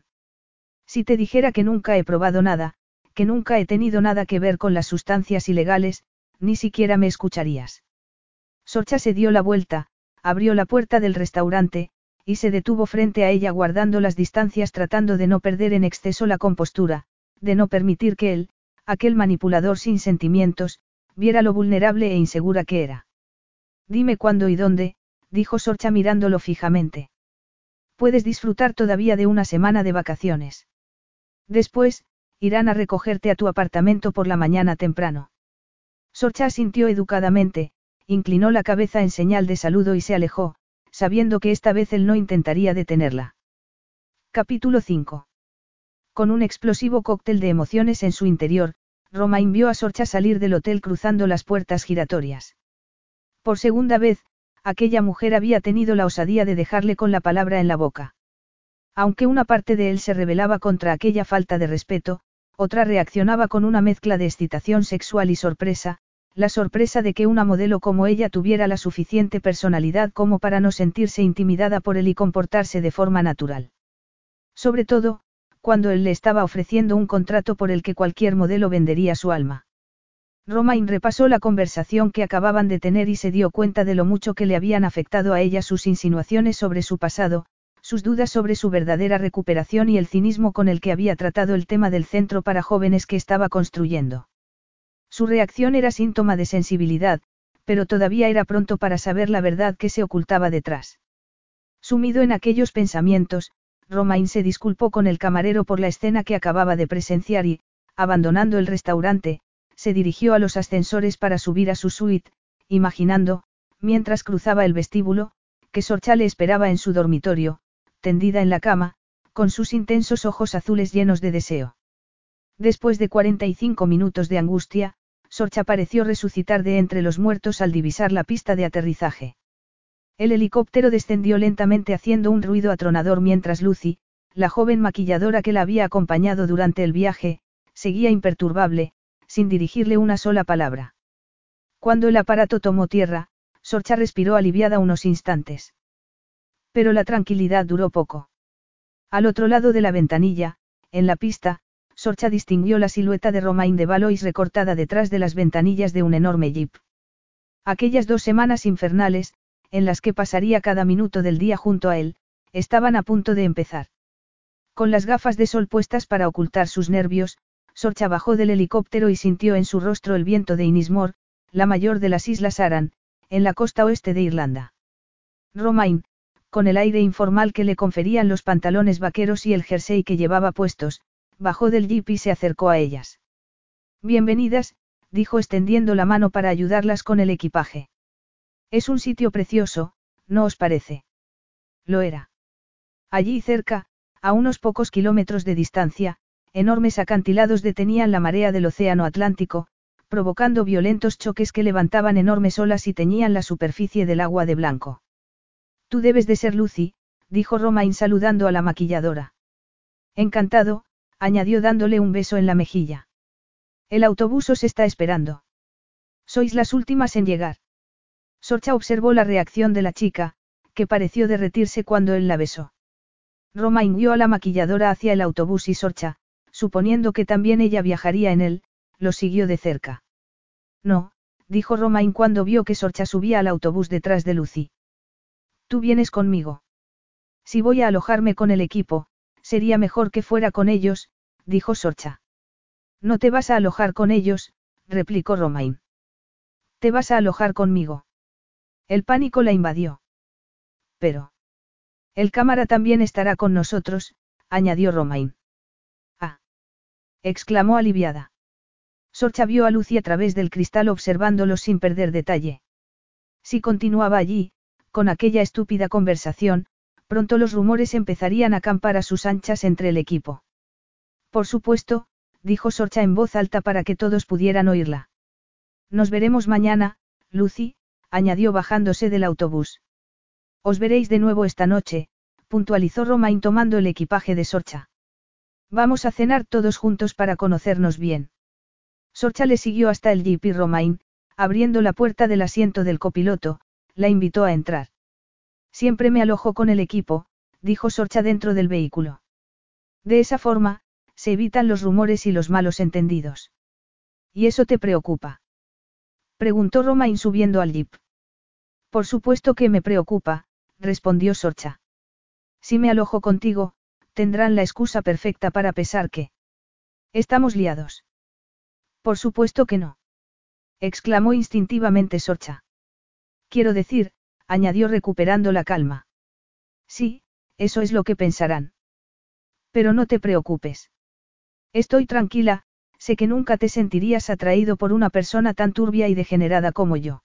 Si te dijera que nunca he probado nada, que nunca he tenido nada que ver con las sustancias ilegales, ni siquiera me escucharías. Sorcha se dio la vuelta, abrió la puerta del restaurante, y se detuvo frente a ella guardando las distancias tratando de no perder en exceso la compostura, de no permitir que él, aquel manipulador sin sentimientos, viera lo vulnerable e insegura que era. Dime cuándo y dónde, dijo Sorcha mirándolo fijamente. Puedes disfrutar todavía de una semana de vacaciones. Después, irán a recogerte a tu apartamento por la mañana temprano. Sorcha asintió educadamente, inclinó la cabeza en señal de saludo y se alejó, sabiendo que esta vez él no intentaría detenerla. Capítulo 5. Con un explosivo cóctel de emociones en su interior, Romain vio a Sorcha salir del hotel cruzando las puertas giratorias. Por segunda vez, aquella mujer había tenido la osadía de dejarle con la palabra en la boca. Aunque una parte de él se rebelaba contra aquella falta de respeto, otra reaccionaba con una mezcla de excitación sexual y sorpresa, la sorpresa de que una modelo como ella tuviera la suficiente personalidad como para no sentirse intimidada por él y comportarse de forma natural. Sobre todo, cuando él le estaba ofreciendo un contrato por el que cualquier modelo vendería su alma. Romain repasó la conversación que acababan de tener y se dio cuenta de lo mucho que le habían afectado a ella sus insinuaciones sobre su pasado, sus dudas sobre su verdadera recuperación y el cinismo con el que había tratado el tema del centro para jóvenes que estaba construyendo. Su reacción era síntoma de sensibilidad, pero todavía era pronto para saber la verdad que se ocultaba detrás. Sumido en aquellos pensamientos, Romain se disculpó con el camarero por la escena que acababa de presenciar y, abandonando el restaurante, se dirigió a los ascensores para subir a su suite, imaginando, mientras cruzaba el vestíbulo, que Sorcha le esperaba en su dormitorio, tendida en la cama, con sus intensos ojos azules llenos de deseo. Después de 45 minutos de angustia, Sorcha pareció resucitar de entre los muertos al divisar la pista de aterrizaje. El helicóptero descendió lentamente haciendo un ruido atronador mientras Lucy, la joven maquilladora que la había acompañado durante el viaje, seguía imperturbable, sin dirigirle una sola palabra. Cuando el aparato tomó tierra, Sorcha respiró aliviada unos instantes. Pero la tranquilidad duró poco. Al otro lado de la ventanilla, en la pista, Sorcha distinguió la silueta de Romain de Valois recortada detrás de las ventanillas de un enorme jeep. Aquellas 2 semanas infernales, en las que pasaría cada minuto del día junto a él, estaban a punto de empezar. Con las gafas de sol puestas para ocultar sus nervios, Sorcha bajó del helicóptero y sintió en su rostro el viento de Inismore, la mayor de las islas Aran, en la costa oeste de Irlanda. Romain, con el aire informal que le conferían los pantalones vaqueros y el jersey que llevaba puestos, bajó del jeep y se acercó a ellas. Bienvenidas, dijo extendiendo la mano para ayudarlas con el equipaje. Es un sitio precioso, ¿no os parece? Lo era. Allí cerca, a unos pocos kilómetros de distancia, enormes acantilados detenían la marea del océano Atlántico, provocando violentos choques que levantaban enormes olas y teñían la superficie del agua de blanco. Tú debes de ser Lucy, dijo Romain saludando a la maquilladora. Encantado, añadió dándole un beso en la mejilla. El autobús os está esperando. Sois las últimas en llegar. Sorcha observó la reacción de la chica, que pareció derretirse cuando él la besó. Romain guió a la maquilladora hacia el autobús y Sorcha, suponiendo que también ella viajaría en él, lo siguió de cerca. No, dijo Romain cuando vio que Sorcha subía al autobús detrás de Lucy. Tú vienes conmigo. Si voy a alojarme con el equipo, sería mejor que fuera con ellos, dijo Sorcha. No te vas a alojar con ellos, replicó Romain. Te vas a alojar conmigo. El pánico la invadió. Pero. El cámara también estará con nosotros, añadió Romain. Ah. Exclamó aliviada. Sorcha vio a Lucy a través del cristal observándolos sin perder detalle. Si continuaba allí, con aquella estúpida conversación, pronto los rumores empezarían a acampar a sus anchas entre el equipo. Por supuesto, dijo Sorcha en voz alta para que todos pudieran oírla. Nos veremos mañana, Lucy, añadió bajándose del autobús. Os veréis de nuevo esta noche, puntualizó Romain tomando el equipaje de Sorcha. Vamos a cenar todos juntos para conocernos bien. Sorcha le siguió hasta el jeep y Romain, abriendo la puerta del asiento del copiloto, la invitó a entrar. Siempre me alojo con el equipo, dijo Sorcha dentro del vehículo. De esa forma, se evitan los rumores y los malos entendidos. ¿Y eso te preocupa? Preguntó Romain subiendo al jeep. Por supuesto que me preocupa, respondió Sorcha. Si me alojo contigo, tendrán la excusa perfecta para pensar que estamos liados. Por supuesto que no. Exclamó instintivamente Sorcha. Quiero decir, añadió recuperando la calma. Sí, eso es lo que pensarán. Pero no te preocupes. Estoy tranquila, sé que nunca te sentirías atraído por una persona tan turbia y degenerada como yo.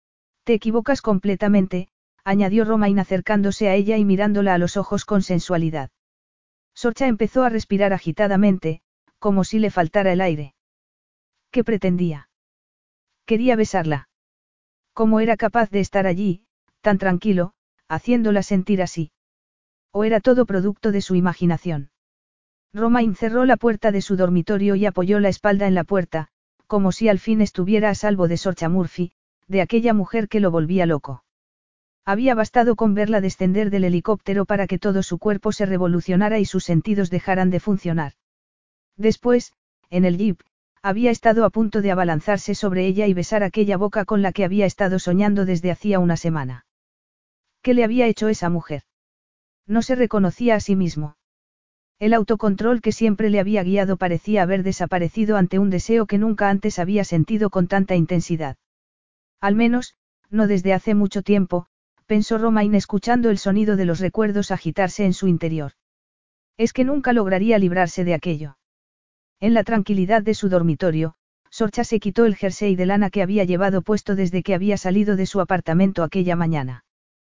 Te equivocas completamente, añadió Romain acercándose a ella y mirándola a los ojos con sensualidad. Sorcha empezó a respirar agitadamente, como si le faltara el aire. ¿Qué pretendía? Quería besarla. ¿Cómo era capaz de estar allí, tan tranquilo, haciéndola sentir así? ¿O era todo producto de su imaginación? Romain cerró la puerta de su dormitorio y apoyó la espalda en la puerta, como si al fin estuviera a salvo de Sorcha Murphy, de aquella mujer que lo volvía loco. Había bastado con verla descender del helicóptero para que todo su cuerpo se revolucionara y sus sentidos dejaran de funcionar. Después, en el jeep, había estado a punto de abalanzarse sobre ella y besar aquella boca con la que había estado soñando desde hacía una semana. ¿Qué le había hecho esa mujer? No se reconocía a sí mismo. El autocontrol que siempre le había guiado parecía haber desaparecido ante un deseo que nunca antes había sentido con tanta intensidad. Al menos, no desde hace mucho tiempo, pensó Romain escuchando el sonido de los recuerdos agitarse en su interior. Es que nunca lograría librarse de aquello. En la tranquilidad de su dormitorio, Sorcha se quitó el jersey de lana que había llevado puesto desde que había salido de su apartamento aquella mañana.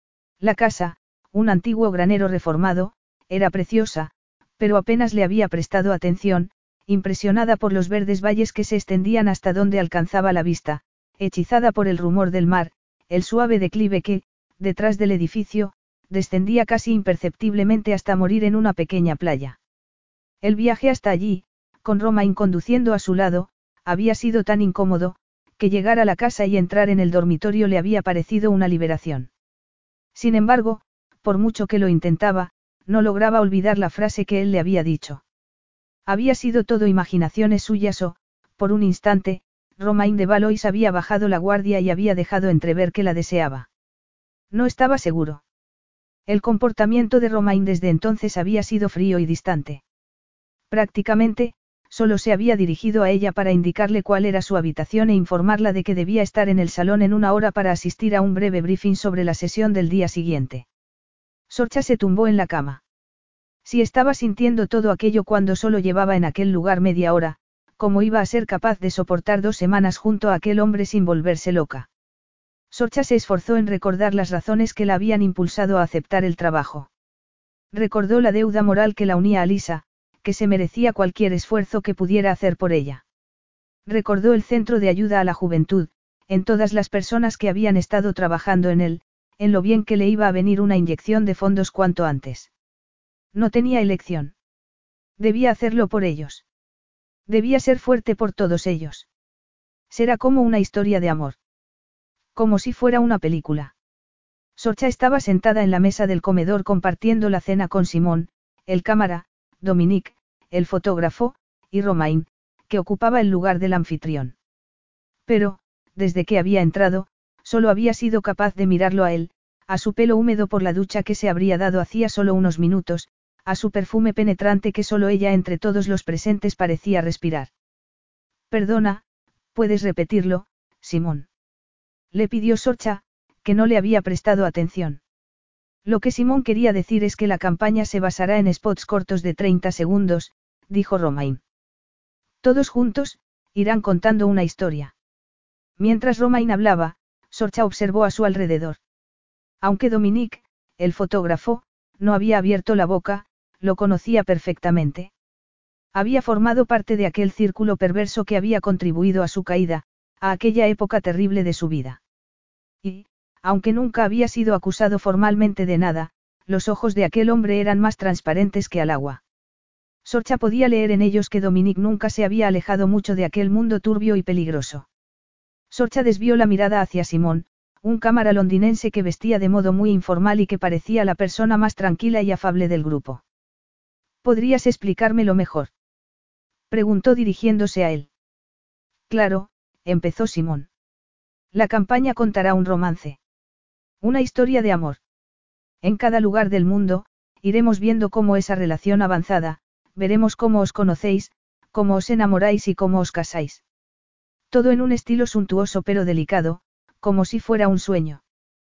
La casa, un antiguo granero reformado, era preciosa, pero apenas le había prestado atención, impresionada por los verdes valles que se extendían hasta donde alcanzaba la vista, hechizada por el rumor del mar, el suave declive que, detrás del edificio, descendía casi imperceptiblemente hasta morir en una pequeña playa. El viaje hasta allí, con Romain conduciendo a su lado, había sido tan incómodo, que llegar a la casa y entrar en el dormitorio le había parecido una liberación. Sin embargo, por mucho que lo intentaba, no lograba olvidar la frase que él le había dicho. Había sido todo imaginaciones suyas o, por un instante, Romain de Valois había bajado la guardia y había dejado entrever que la deseaba. No estaba seguro. El comportamiento de Romain desde entonces había sido frío y distante. Prácticamente, solo se había dirigido a ella para indicarle cuál era su habitación e informarla de que debía estar en el salón en una hora para asistir a un breve briefing sobre la sesión del día siguiente. Sorcha se tumbó en la cama. Si estaba sintiendo todo aquello cuando solo llevaba en aquel lugar media hora, ¿cómo iba a ser capaz de soportar 2 semanas junto a aquel hombre sin volverse loca? Sorcha se esforzó en recordar las razones que la habían impulsado a aceptar el trabajo. Recordó la deuda moral que la unía a Lisa, que se merecía cualquier esfuerzo que pudiera hacer por ella. Recordó el centro de ayuda a la juventud, en todas las personas que habían estado trabajando en él, en lo bien que le iba a venir una inyección de fondos cuanto antes. No tenía elección. Debía hacerlo por ellos. Debía ser fuerte por todos ellos. Será como una historia de amor. Como si fuera una película. Sorcha estaba sentada en la mesa del comedor compartiendo la cena con Simón, el cámara, Dominique, el fotógrafo, y Romain, que ocupaba el lugar del anfitrión. Pero, desde que había entrado, solo había sido capaz de mirarlo a él, a su pelo húmedo por la ducha que se habría dado hacía solo unos minutos, a su perfume penetrante que solo ella entre todos los presentes parecía respirar. Perdona, ¿puedes repetirlo, Simón? Le pidió Sorcha, que no le había prestado atención. Lo que Simón quería decir es que la campaña se basará en spots cortos de 30 segundos, dijo Romain. Todos juntos, irán contando una historia. Mientras Romain hablaba, Sorcha observó a su alrededor. Aunque Dominique, el fotógrafo, no había abierto la boca, lo conocía perfectamente. Había formado parte de aquel círculo perverso que había contribuido a su caída, a aquella época terrible de su vida. Y, aunque nunca había sido acusado formalmente de nada, los ojos de aquel hombre eran más transparentes que al agua. Sorcha podía leer en ellos que Dominique nunca se había alejado mucho de aquel mundo turbio y peligroso. Sorcha desvió la mirada hacia Simón, un cámara londinense que vestía de modo muy informal y que parecía la persona más tranquila y afable del grupo. ¿Podrías explicármelo mejor?, preguntó dirigiéndose a él. Claro, empezó Simón. La campaña contará un romance. Una historia de amor. En cada lugar del mundo, iremos viendo cómo esa relación avanzada, veremos cómo os conocéis, cómo os enamoráis y cómo os casáis. Todo en un estilo suntuoso pero delicado, como si fuera un sueño.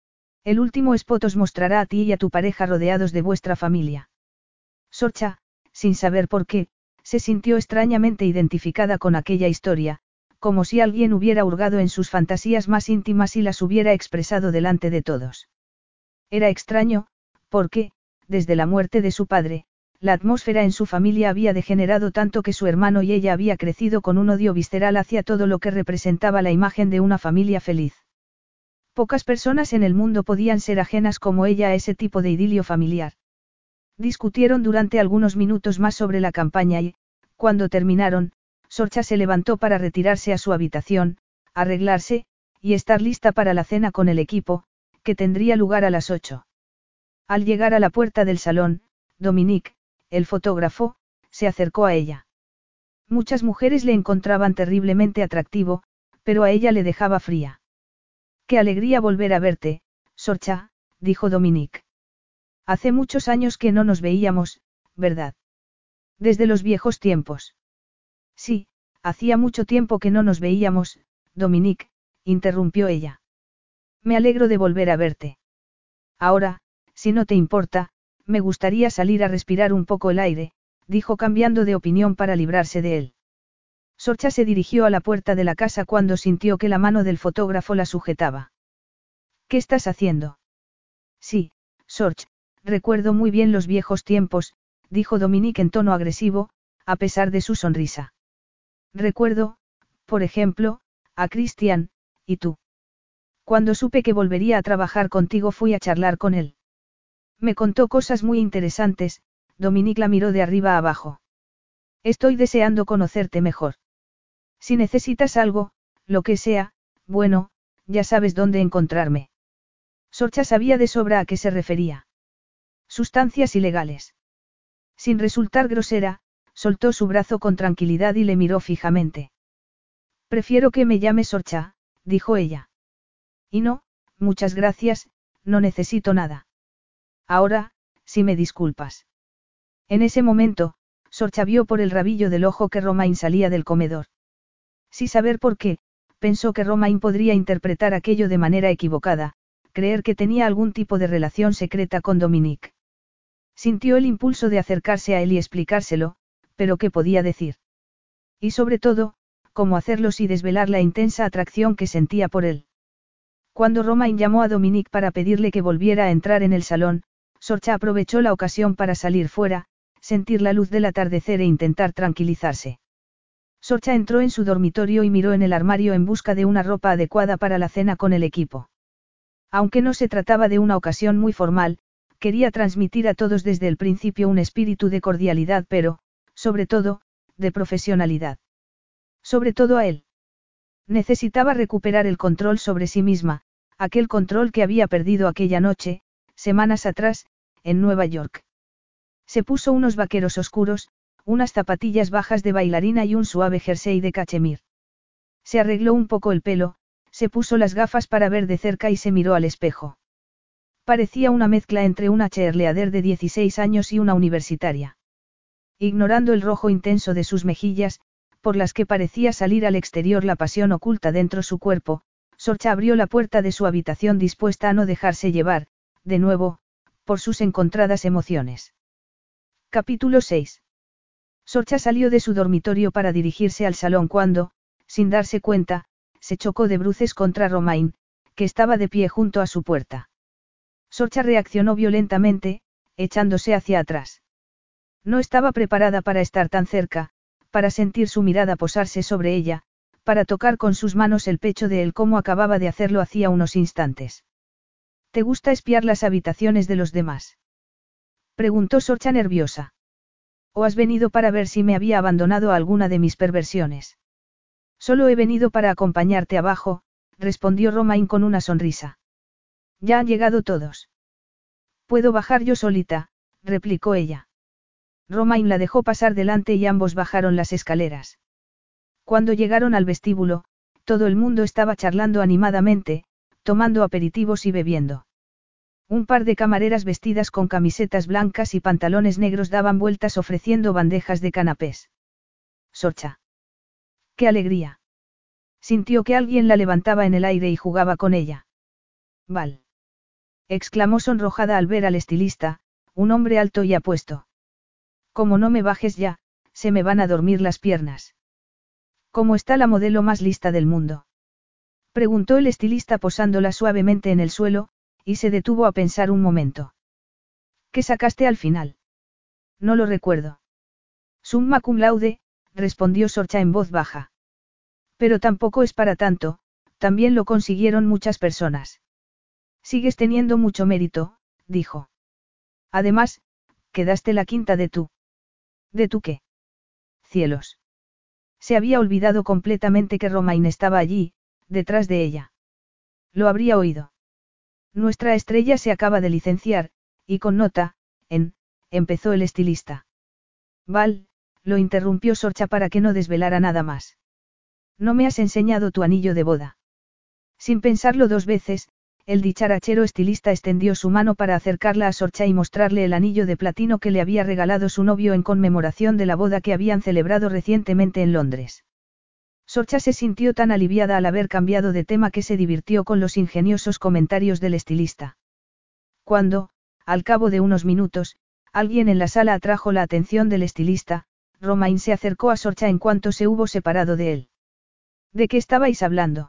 El último spot os mostrará a ti y a tu pareja rodeados de vuestra familia. Sorcha, sin saber por qué, se sintió extrañamente identificada con aquella historia, como si alguien hubiera hurgado en sus fantasías más íntimas y las hubiera expresado delante de todos. Era extraño, porque, desde la muerte de su padre, la atmósfera en su familia había degenerado tanto que su hermano y ella había crecido con un odio visceral hacia todo lo que representaba la imagen de una familia feliz. Pocas personas en el mundo podían ser ajenas como ella a ese tipo de idilio familiar. Discutieron durante algunos minutos más sobre la campaña y, cuando terminaron, Sorcha se levantó para retirarse a su habitación, arreglarse, y estar lista para la cena con el equipo, que tendría lugar a las 8. Al llegar a la puerta del salón, Dominique, el fotógrafo, se acercó a ella. Muchas mujeres le encontraban terriblemente atractivo, pero a ella le dejaba fría. Qué alegría volver a verte, Sorcha, dijo Dominique. Hace muchos años que no nos veíamos, ¿verdad? Desde los viejos tiempos. Sí, hacía mucho tiempo que no nos veíamos, Dominique, interrumpió ella. Me alegro de volver a verte. Ahora, si no te importa, me gustaría salir a respirar un poco el aire, dijo cambiando de opinión para librarse de él. Sorcha se dirigió a la puerta de la casa cuando sintió que la mano del fotógrafo la sujetaba. ¿Qué estás haciendo? Sí, Sorch, recuerdo muy bien los viejos tiempos, dijo Dominique en tono agresivo, a pesar de su sonrisa. Recuerdo, por ejemplo, a Christian, ¿y tú? Cuando supe que volvería a trabajar contigo fui a charlar con él. Me contó cosas muy interesantes, Dominique la miró de arriba a abajo. Estoy deseando conocerte mejor. Si necesitas algo, lo que sea, bueno, ya sabes dónde encontrarme. Sorcha sabía de sobra a qué se refería. Sustancias ilegales. Sin resultar grosera, soltó su brazo con tranquilidad y le miró fijamente. Prefiero que me llames Sorcha, dijo ella. Y no, muchas gracias, no necesito nada. Ahora, si me disculpas. En ese momento, Sorcha vio por el rabillo del ojo que Romain salía del comedor. Sin saber por qué, pensó que Romain podría interpretar aquello de manera equivocada, creer que tenía algún tipo de relación secreta con Dominique. Sintió el impulso de acercarse a él y explicárselo, pero ¿qué podía decir? Y sobre todo, cómo hacerlo sin desvelar la intensa atracción que sentía por él. Cuando Romain llamó a Dominique para pedirle que volviera a entrar en el salón, Sorcha aprovechó la ocasión para salir fuera, sentir la luz del atardecer e intentar tranquilizarse. Sorcha entró en su dormitorio y miró en el armario en busca de una ropa adecuada para la cena con el equipo. Aunque no se trataba de una ocasión muy formal, quería transmitir a todos desde el principio un espíritu de cordialidad pero, sobre todo, de profesionalidad. Sobre todo a él. Necesitaba recuperar el control sobre sí misma, aquel control que había perdido aquella noche, semanas atrás, en Nueva York. Se puso unos vaqueros oscuros, unas zapatillas bajas de bailarina y un suave jersey de cachemir. Se arregló un poco el pelo, se puso las gafas para ver de cerca y se miró al espejo. Parecía una mezcla entre una cheerleader de 16 años y una universitaria. Ignorando el rojo intenso de sus mejillas, por las que parecía salir al exterior la pasión oculta dentro su cuerpo, Sorcha abrió la puerta de su habitación dispuesta a no dejarse llevar, de nuevo, por sus encontradas emociones. Capítulo 6. Sorcha salió de su dormitorio para dirigirse al salón cuando, sin darse cuenta, se chocó de bruces contra Romain, que estaba de pie junto a su puerta. Sorcha reaccionó violentamente, echándose hacia atrás. No estaba preparada para estar tan cerca, para sentir su mirada posarse sobre ella, para tocar con sus manos el pecho de él como acababa de hacerlo hacía unos instantes. ¿Te gusta espiar las habitaciones de los demás?, preguntó Sorcha nerviosa. ¿O has venido para ver si me había abandonado a alguna de mis perversiones? Solo he venido para acompañarte abajo, respondió Romain con una sonrisa. Ya han llegado todos. Puedo bajar yo solita, replicó ella. Romain la dejó pasar delante y ambos bajaron las escaleras. Cuando llegaron al vestíbulo, todo el mundo estaba charlando animadamente, tomando aperitivos y bebiendo. Un par de camareras vestidas con camisetas blancas y pantalones negros daban vueltas ofreciendo bandejas de canapés. Sorcha. ¡Qué alegría! Sintió que alguien la levantaba en el aire y jugaba con ella. Val. Exclamó sonrojada al ver al estilista, un hombre alto y apuesto. Como no me bajes ya, se me van a dormir las piernas. ¿Cómo está la modelo más lista del mundo? Preguntó el estilista posándola suavemente en el suelo, y se detuvo a pensar un momento. ¿Qué sacaste al final? No lo recuerdo. Summa cum laude, respondió Sorcha en voz baja. Pero tampoco es para tanto, también lo consiguieron muchas personas. Sigues teniendo mucho mérito, dijo. Además, quedaste la quinta de tú. ¿De tú qué? Cielos. Se había olvidado completamente que Romain estaba allí, detrás de ella. Lo habría oído. Nuestra estrella se acaba de licenciar, y con nota, empezó el estilista. Val, lo interrumpió Sorcha para que no desvelara nada más. No me has enseñado tu anillo de boda. Sin pensarlo dos veces, el dicharachero estilista extendió su mano para acercarla a Sorcha y mostrarle el anillo de platino que le había regalado su novio en conmemoración de la boda que habían celebrado recientemente en Londres. Sorcha se sintió tan aliviada al haber cambiado de tema que se divirtió con los ingeniosos comentarios del estilista. Cuando, al cabo de unos minutos, alguien en la sala atrajo la atención del estilista, Romain se acercó a Sorcha en cuanto se hubo separado de él. ¿De qué estabais hablando?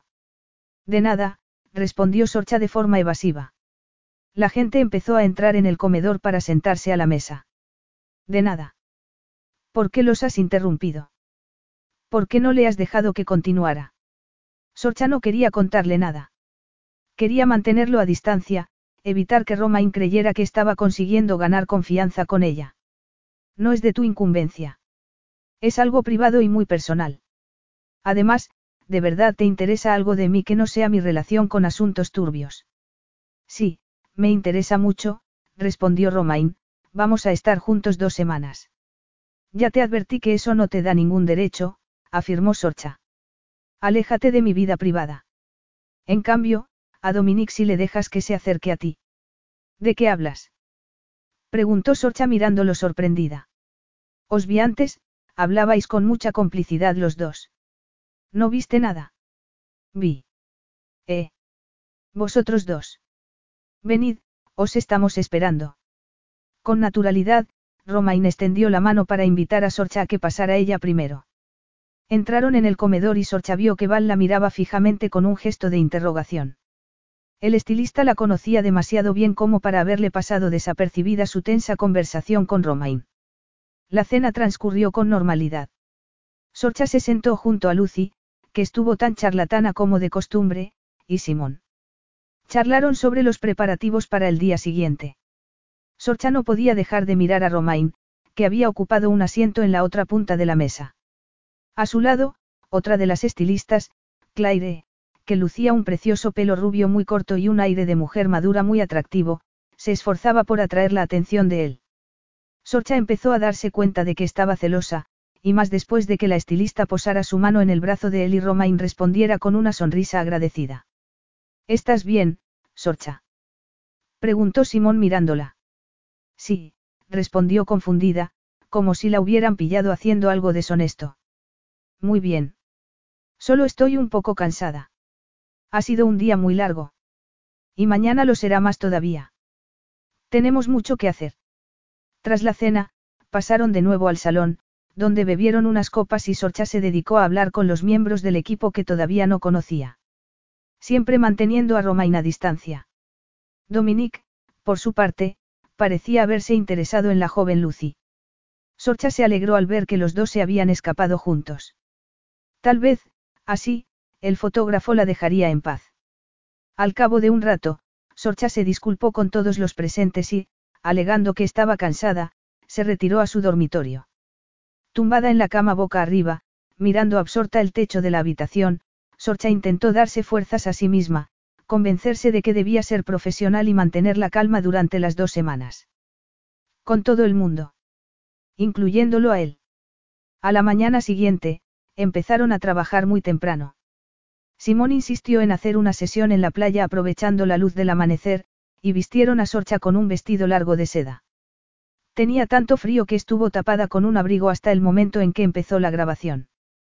De nada, respondió Sorcha de forma evasiva. La gente empezó a entrar en el comedor para sentarse a la mesa. De nada. ¿Por qué los has interrumpido? ¿Por qué no le has dejado que continuara? Sorcha no quería contarle nada. Quería mantenerlo a distancia, evitar que Romain creyera que estaba consiguiendo ganar confianza con ella. No es de tu incumbencia. Es algo privado y muy personal. Además, ¿de verdad te interesa algo de mí que no sea mi relación con asuntos turbios? Sí, me interesa mucho, respondió Romain, vamos a estar juntos 2 semanas. Ya te advertí que eso no te da ningún derecho, afirmó Sorcha. Aléjate de mi vida privada. En cambio, a Dominique sí le dejas que se acerque a ti. ¿De qué hablas? Preguntó Sorcha mirándolo sorprendida. Os vi antes, hablabais con mucha complicidad los dos. ¿No viste nada? Vi. Vosotros dos. Venid, os estamos esperando. Con naturalidad, Romain extendió la mano para invitar a Sorcha a que pasara ella primero. Entraron en el comedor y Sorcha vio que Val la miraba fijamente con un gesto de interrogación. El estilista la conocía demasiado bien como para haberle pasado desapercibida su tensa conversación con Romain. La cena transcurrió con normalidad. Sorcha se sentó junto a Lucy, que estuvo tan charlatana como de costumbre, y Simón. Charlaron sobre los preparativos para el día siguiente. Sorcha no podía dejar de mirar a Romain, que había ocupado un asiento en la otra punta de la mesa. A su lado, otra de las estilistas, Claire, que lucía un precioso pelo rubio muy corto y un aire de mujer madura muy atractivo, se esforzaba por atraer la atención de él. Sorcha empezó a darse cuenta de que estaba celosa, y más después de que la estilista posara su mano en el brazo de él y Romain respondiera con una sonrisa agradecida. ¿Estás bien, Sorcha? Preguntó Simón mirándola. Sí, respondió confundida, como si la hubieran pillado haciendo algo deshonesto. Muy bien. Solo estoy un poco cansada. Ha sido un día muy largo. Y mañana lo será más todavía. Tenemos mucho que hacer. Tras la cena, pasaron de nuevo al salón, donde bebieron unas copas y Sorcha se dedicó a hablar con los miembros del equipo que todavía no conocía. Siempre manteniendo a Romain a distancia. Dominique, por su parte, parecía haberse interesado en la joven Lucy. Sorcha se alegró al ver que los dos se habían escapado juntos. Tal vez, así, el fotógrafo la dejaría en paz. Al cabo de un rato, Sorcha se disculpó con todos los presentes y, alegando que estaba cansada, se retiró a su dormitorio. Tumbada en la cama boca arriba, mirando absorta el techo de la habitación, Sorcha intentó darse fuerzas a sí misma, convencerse de que debía ser profesional y mantener la calma durante las 2 semanas. Con todo el mundo. Incluyéndolo a él. A la mañana siguiente, empezaron a trabajar muy temprano. Simón insistió en hacer una sesión en la playa aprovechando la luz del amanecer, y vistieron a Sorcha con un vestido largo de seda. Tenía tanto frío que estuvo tapada con un abrigo hasta el momento en que empezó la grabación.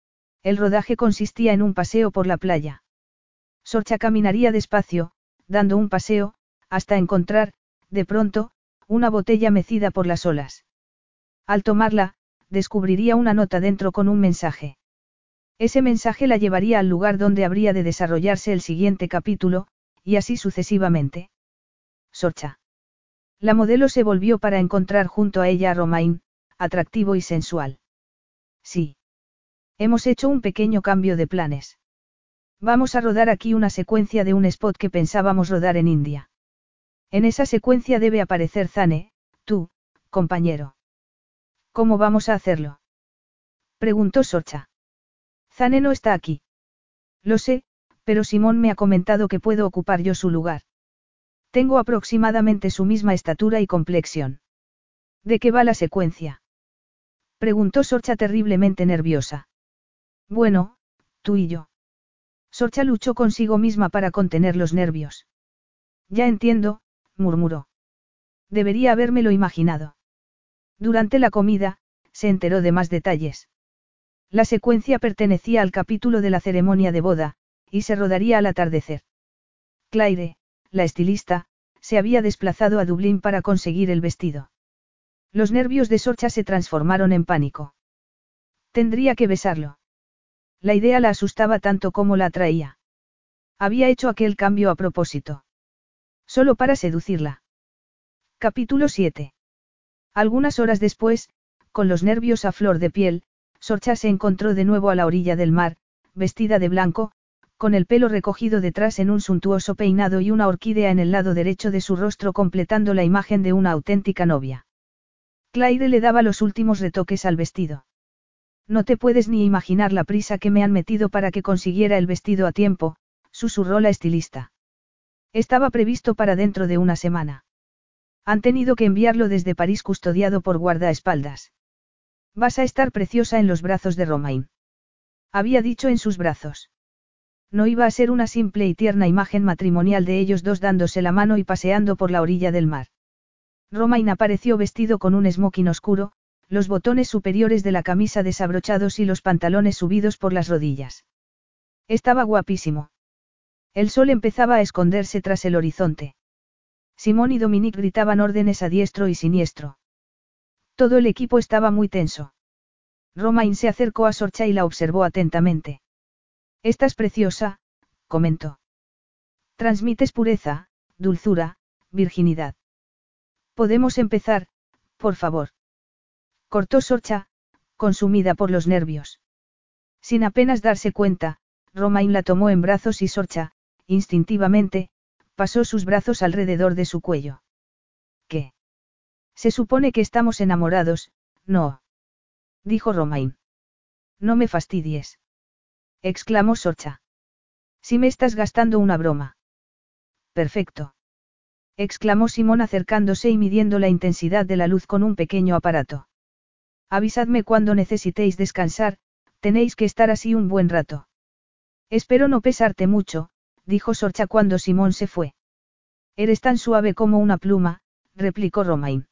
El rodaje consistía en un paseo por la playa. Sorcha caminaría despacio, dando un paseo, hasta encontrar, de pronto, una botella mecida por las olas. Al tomarla, descubriría una nota dentro con un mensaje. Ese mensaje la llevaría al lugar donde habría de desarrollarse el siguiente capítulo, y así sucesivamente. Sorcha. La modelo se volvió para encontrar junto a ella a Romain, atractivo y sensual. Sí. Hemos hecho un pequeño cambio de planes. Vamos a rodar aquí una secuencia de un spot que pensábamos rodar en India. En esa secuencia debe aparecer Zane, tú, compañero. ¿Cómo vamos a hacerlo? Preguntó Sorcha. Zane no está aquí. Lo sé, pero Simón me ha comentado que puedo ocupar yo su lugar. Tengo aproximadamente su misma estatura y complexión. ¿De qué va la secuencia? Preguntó Sorcha terriblemente nerviosa. Bueno, tú y yo. Sorcha luchó consigo misma para contener los nervios. Ya entiendo, murmuró. Debería habérmelo imaginado. Durante la comida, se enteró de más detalles. La secuencia pertenecía al capítulo de la ceremonia de boda, y se rodaría al atardecer. Claire, la estilista, se había desplazado a Dublín para conseguir el vestido. Los nervios de Sorcha se transformaron en pánico. Tendría que besarlo. La idea la asustaba tanto como la atraía. Había hecho aquel cambio a propósito. Solo para seducirla. Capítulo 7. Algunas horas después, con los nervios a flor de piel, Sorcha se encontró de nuevo a la orilla del mar, vestida de blanco, con el pelo recogido detrás en un suntuoso peinado y una orquídea en el lado derecho de su rostro completando la imagen de una auténtica novia. Claire le daba los últimos retoques al vestido. No te puedes ni imaginar la prisa que me han metido para que consiguiera el vestido a tiempo, susurró la estilista. Estaba previsto para dentro de una semana. Han tenido que enviarlo desde París custodiado por guardaespaldas. Vas a estar preciosa en los brazos de Romain. Había dicho en sus brazos. No iba a ser una simple y tierna imagen matrimonial de ellos dos dándose la mano y paseando por la orilla del mar. Romain apareció vestido con un smoking oscuro, los botones superiores de la camisa desabrochados y los pantalones subidos por las rodillas. Estaba guapísimo. El sol empezaba a esconderse tras el horizonte. Simón y Dominique gritaban órdenes a diestro y siniestro. Todo el equipo estaba muy tenso. Romain se acercó a Sorcha y la observó atentamente. Estás preciosa, comentó. Transmites pureza, dulzura, virginidad. Podemos empezar, por favor. Cortó Sorcha, consumida por los nervios. Sin apenas darse cuenta, Romain la tomó en brazos y Sorcha, instintivamente, pasó sus brazos alrededor de su cuello. ¿Qué? Se supone que estamos enamorados, ¿no? Dijo Romain. No me fastidies. Exclamó Sorcha. Si me estás gastando una broma. Perfecto. Exclamó Simón acercándose y midiendo la intensidad de la luz con un pequeño aparato. Avisadme cuando necesitéis descansar, tenéis que estar así un buen rato. Espero no pesarte mucho, dijo Sorcha cuando Simón se fue. Eres tan suave como una pluma, replicó Romain.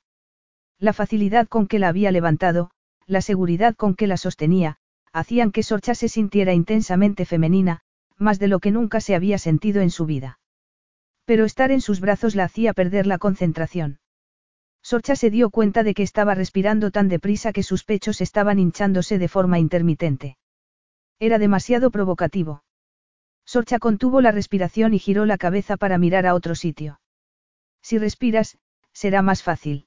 La facilidad con que la había levantado, la seguridad con que la sostenía, hacían que Sorcha se sintiera intensamente femenina, más de lo que nunca se había sentido en su vida. Pero estar en sus brazos la hacía perder la concentración. Sorcha se dio cuenta de que estaba respirando tan deprisa que sus pechos estaban hinchándose de forma intermitente. Era demasiado provocativo. Sorcha contuvo la respiración y giró la cabeza para mirar a otro sitio. Si respiras, será más fácil.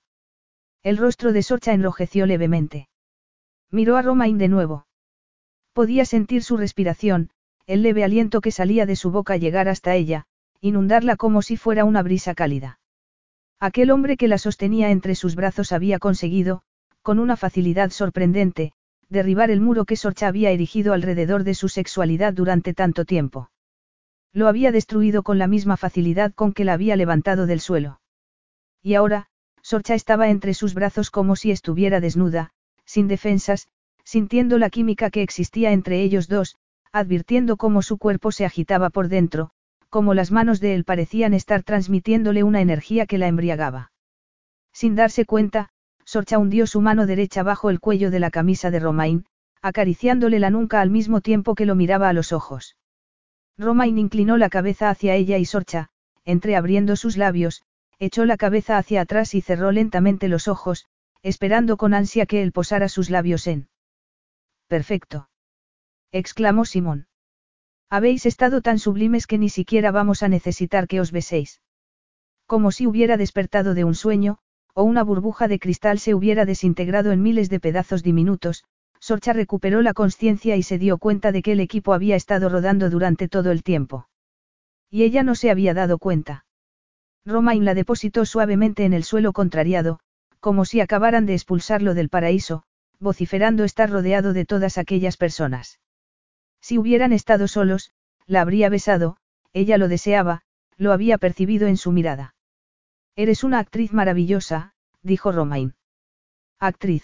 El rostro de Sorcha enrojeció levemente. Miró a Romain de nuevo. Podía sentir su respiración, el leve aliento que salía de su boca llegar hasta ella, inundarla como si fuera una brisa cálida. Aquel hombre que la sostenía entre sus brazos había conseguido, con una facilidad sorprendente, derribar el muro que Sorcha había erigido alrededor de su sexualidad durante tanto tiempo. Lo había destruido con la misma facilidad con que la había levantado del suelo. Y ahora, Sorcha estaba entre sus brazos como si estuviera desnuda, sin defensas, sintiendo la química que existía entre ellos dos, advirtiendo cómo su cuerpo se agitaba por dentro, cómo las manos de él parecían estar transmitiéndole una energía que la embriagaba. Sin darse cuenta, Sorcha hundió su mano derecha bajo el cuello de la camisa de Romain, acariciándole la nuca al mismo tiempo que lo miraba a los ojos. Romain inclinó la cabeza hacia ella y Sorcha, entreabriendo sus labios, echó la cabeza hacia atrás y cerró lentamente los ojos, esperando con ansia que él posara sus labios en. Perfecto. Exclamó Simón. Habéis estado tan sublimes que ni siquiera vamos a necesitar que os beséis. Como si hubiera despertado de un sueño, o una burbuja de cristal se hubiera desintegrado en miles de pedazos diminutos, Sorcha recuperó la conciencia y se dio cuenta de que el equipo había estado rodando durante todo el tiempo. Y ella no se había dado cuenta. Romain la depositó suavemente en el suelo contrariado, como si acabaran de expulsarlo del paraíso, vociferando estar rodeado de todas aquellas personas. Si hubieran estado solos, la habría besado, ella lo deseaba, lo había percibido en su mirada. Eres una actriz maravillosa, dijo Romain. Actriz.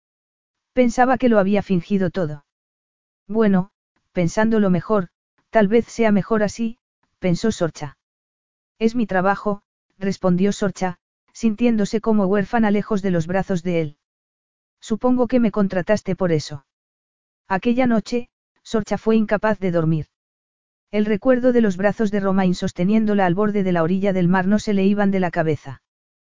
Pensaba que lo había fingido todo. Bueno, pensándolo mejor, tal vez sea mejor así, pensó Sorcha. Es mi trabajo, respondió Sorcha, sintiéndose como huérfana lejos de los brazos de él. Supongo que me contrataste por eso. Aquella noche, Sorcha fue incapaz de dormir. El recuerdo de los brazos de Romain sosteniéndola al borde de la orilla del mar no se le iban de la cabeza.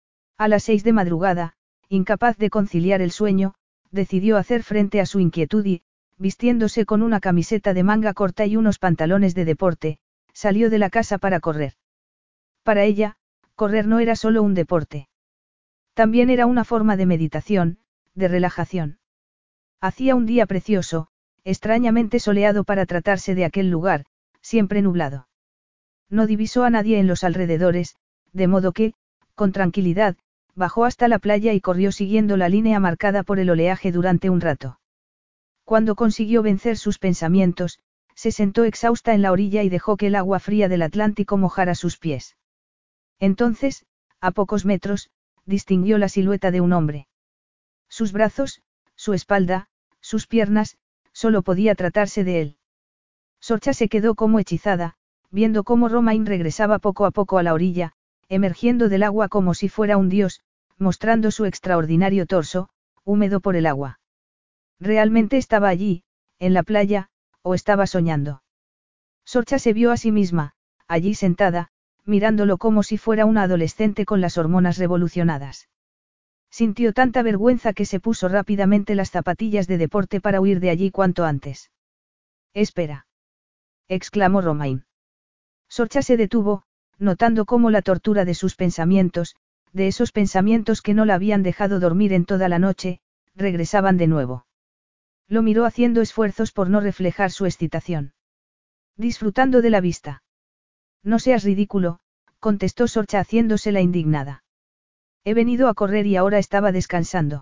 A las 6 de madrugada, incapaz de conciliar el sueño, decidió hacer frente a su inquietud y, vistiéndose con una camiseta de manga corta y unos pantalones de deporte, salió de la casa para correr. Para ella, correr no era solo un deporte. También era una forma de meditación, de relajación. Hacía un día precioso, extrañamente soleado para tratarse de aquel lugar, siempre nublado. No divisó a nadie en los alrededores, de modo que, con tranquilidad, bajó hasta la playa y corrió siguiendo la línea marcada por el oleaje durante un rato. Cuando consiguió vencer sus pensamientos, se sentó exhausta en la orilla y dejó que el agua fría del Atlántico mojara sus pies. Entonces, a pocos metros, distinguió la silueta de un hombre. Sus brazos, su espalda, sus piernas, solo podía tratarse de él. Sorcha se quedó como hechizada, viendo cómo Romain regresaba poco a poco a la orilla, emergiendo del agua como si fuera un dios, mostrando su extraordinario torso, húmedo por el agua. ¿Realmente estaba allí, en la playa, o estaba soñando? Sorcha se vio a sí misma, allí sentada, mirándolo como si fuera una adolescente con las hormonas revolucionadas. Sintió tanta vergüenza que se puso rápidamente las zapatillas de deporte para huir de allí cuanto antes. Espera. Exclamó Romain. Sorcha se detuvo, notando cómo la tortura de sus pensamientos, de esos pensamientos que no la habían dejado dormir en toda la noche, regresaban de nuevo. Lo miró haciendo esfuerzos por no reflejar su excitación. Disfrutando de la vista. No seas ridículo, contestó Sorcha haciéndose la indignada. He venido a correr y ahora estaba descansando.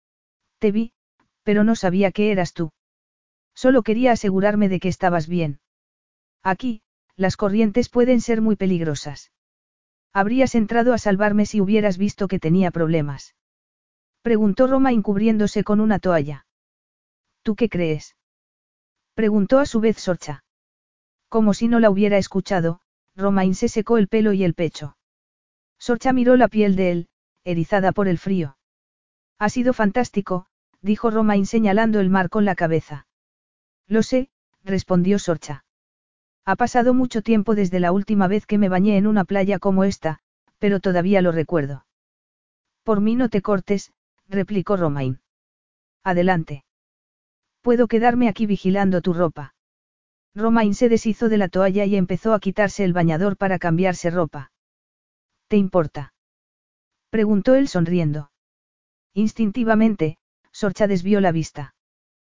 Te vi, pero no sabía que eras tú. Solo quería asegurarme de que estabas bien. Aquí, las corrientes pueden ser muy peligrosas. Habrías entrado a salvarme si hubieras visto que tenía problemas. Preguntó Romain cubriéndose con una toalla. ¿Tú qué crees? Preguntó a su vez Sorcha. Como si no la hubiera escuchado, Romain se secó el pelo y el pecho. Sorcha miró la piel de él, erizada por el frío. Ha sido fantástico, dijo Romain señalando el mar con la cabeza. Lo sé, respondió Sorcha. Ha pasado mucho tiempo desde la última vez que me bañé en una playa como esta, pero todavía lo recuerdo. Por mí no te cortes, replicó Romain. Adelante. Puedo quedarme aquí vigilando tu ropa. Romain se deshizo de la toalla y empezó a quitarse el bañador para cambiarse ropa. ¿Te importa? Preguntó él sonriendo. Instintivamente, Sorcha desvió la vista.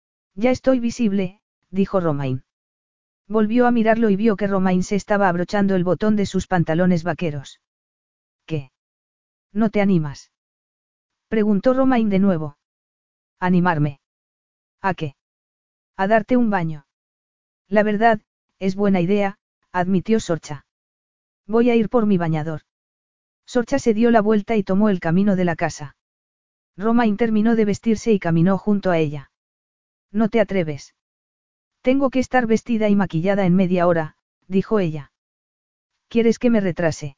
Ya estoy visible, dijo Romain. Volvió a mirarlo y vio que Romain se estaba abrochando el botón de sus pantalones vaqueros. ¿Qué? ¿No te animas? Preguntó Romain de nuevo. ¿Animarme? ¿A qué? A darte un baño. La verdad, es buena idea, admitió Sorcha. Voy a ir por mi bañador. Sorcha se dio la vuelta y tomó el camino de la casa. Romain terminó de vestirse y caminó junto a ella. ¿No te atreves? Tengo que estar vestida y maquillada en media hora, dijo ella. ¿Quieres que me retrase?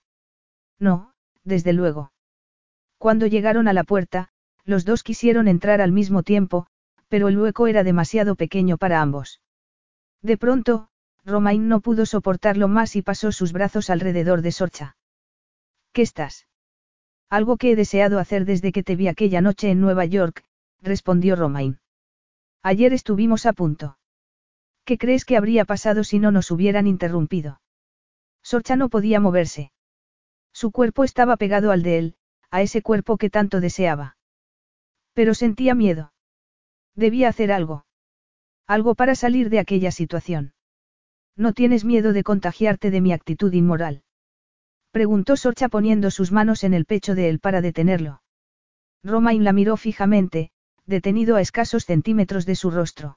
No, desde luego. Cuando llegaron a la puerta, los dos quisieron entrar al mismo tiempo, pero el hueco era demasiado pequeño para ambos. De pronto, Romain no pudo soportarlo más y pasó sus brazos alrededor de Sorcha. ¿Qué estás? Algo que he deseado hacer desde que te vi aquella noche en Nueva York, respondió Romain. Ayer estuvimos a punto. ¿Qué crees que habría pasado si no nos hubieran interrumpido? Sorcha no podía moverse. Su cuerpo estaba pegado al de él, a ese cuerpo que tanto deseaba. Pero sentía miedo. Debía hacer algo. Algo para salir de aquella situación. ¿No tienes miedo de contagiarte de mi actitud inmoral? Preguntó Sorcha poniendo sus manos en el pecho de él para detenerlo. Romain la miró fijamente, detenido a escasos centímetros de su rostro.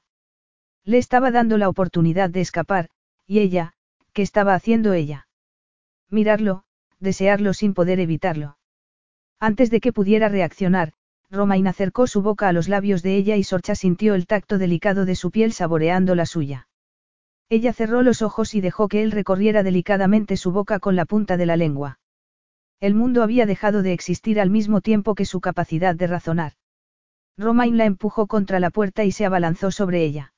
Le estaba dando la oportunidad de escapar, y ella, ¿qué estaba haciendo ella? Mirarlo, desearlo sin poder evitarlo. Antes de que pudiera reaccionar, Romain acercó su boca a los labios de ella y Sorcha sintió el tacto delicado de su piel saboreando la suya. Ella cerró los ojos y dejó que él recorriera delicadamente su boca con la punta de la lengua. El mundo había dejado de existir al mismo tiempo que su capacidad de razonar. Romain la empujó contra la puerta y se abalanzó sobre ella.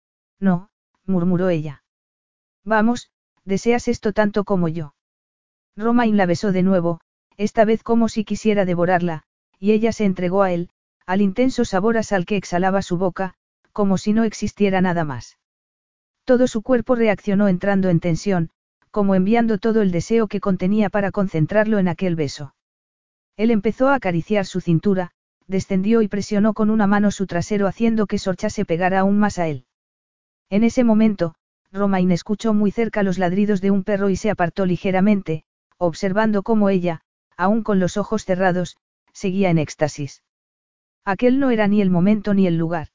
No, murmuró ella. Vamos, deseas esto tanto como yo. Romain la besó de nuevo, esta vez como si quisiera devorarla, y ella se entregó a él, al intenso sabor a sal que exhalaba su boca, como si no existiera nada más. Todo su cuerpo reaccionó entrando en tensión, como enviando todo el deseo que contenía para concentrarlo en aquel beso. Él empezó a acariciar su cintura, descendió y presionó con una mano su trasero haciendo que Sorcha se pegara aún más a él. En ese momento, Romain escuchó muy cerca los ladridos de un perro y se apartó ligeramente, observando cómo ella, aún con los ojos cerrados, seguía en éxtasis. Aquel no era ni el momento ni el lugar.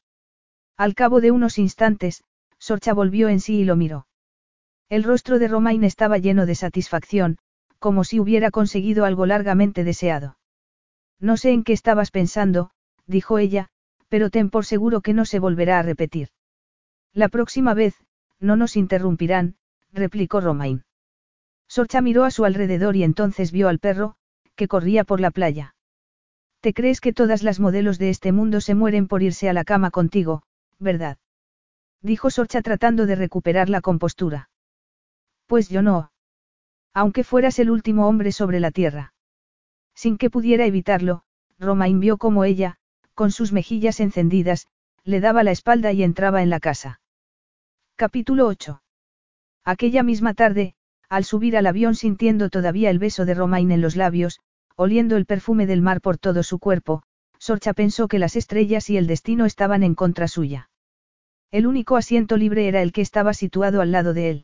Al cabo de unos instantes, Sorcha volvió en sí y lo miró. El rostro de Romain estaba lleno de satisfacción, como si hubiera conseguido algo largamente deseado. No sé en qué estabas pensando, dijo ella, pero ten por seguro que no se volverá a repetir. La próxima vez, no nos interrumpirán, replicó Romain. Sorcha miró a su alrededor y entonces vio al perro, que corría por la playa. ¿Te crees que todas las modelos de este mundo se mueren por irse a la cama contigo, verdad? Dijo Sorcha tratando de recuperar la compostura. Pues yo no. Aunque fueras el último hombre sobre la tierra. Sin que pudiera evitarlo, Romain vio cómo ella, con sus mejillas encendidas, le daba la espalda y entraba en la casa. Capítulo 8. Aquella misma tarde, al subir al avión sintiendo todavía el beso de Romain en los labios, oliendo el perfume del mar por todo su cuerpo, Sorcha pensó que las estrellas y el destino estaban en contra suya. El único asiento libre era el que estaba situado al lado de él.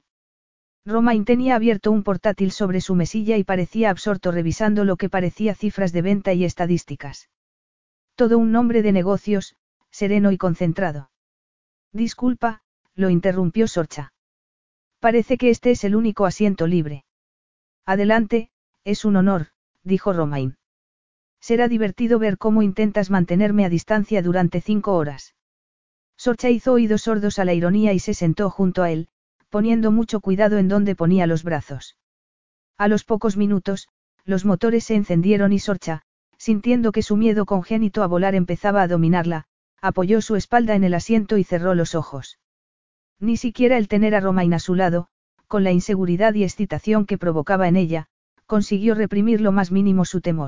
Romain tenía abierto un portátil sobre su mesilla y parecía absorto revisando lo que parecía cifras de venta y estadísticas. Todo un hombre de negocios, sereno y concentrado. Disculpa, lo interrumpió Sorcha. Parece que este es el único asiento libre. Adelante, es un honor, dijo Romain. Será divertido ver cómo intentas mantenerme a distancia durante 5 horas. Sorcha hizo oídos sordos a la ironía y se sentó junto a él, poniendo mucho cuidado en dónde ponía los brazos. A los pocos minutos, los motores se encendieron y Sorcha, sintiendo que su miedo congénito a volar empezaba a dominarla, apoyó su espalda en el asiento y cerró los ojos. Ni siquiera el tener a Romain a su lado, con la inseguridad y excitación que provocaba en ella, consiguió reprimir lo más mínimo su temor.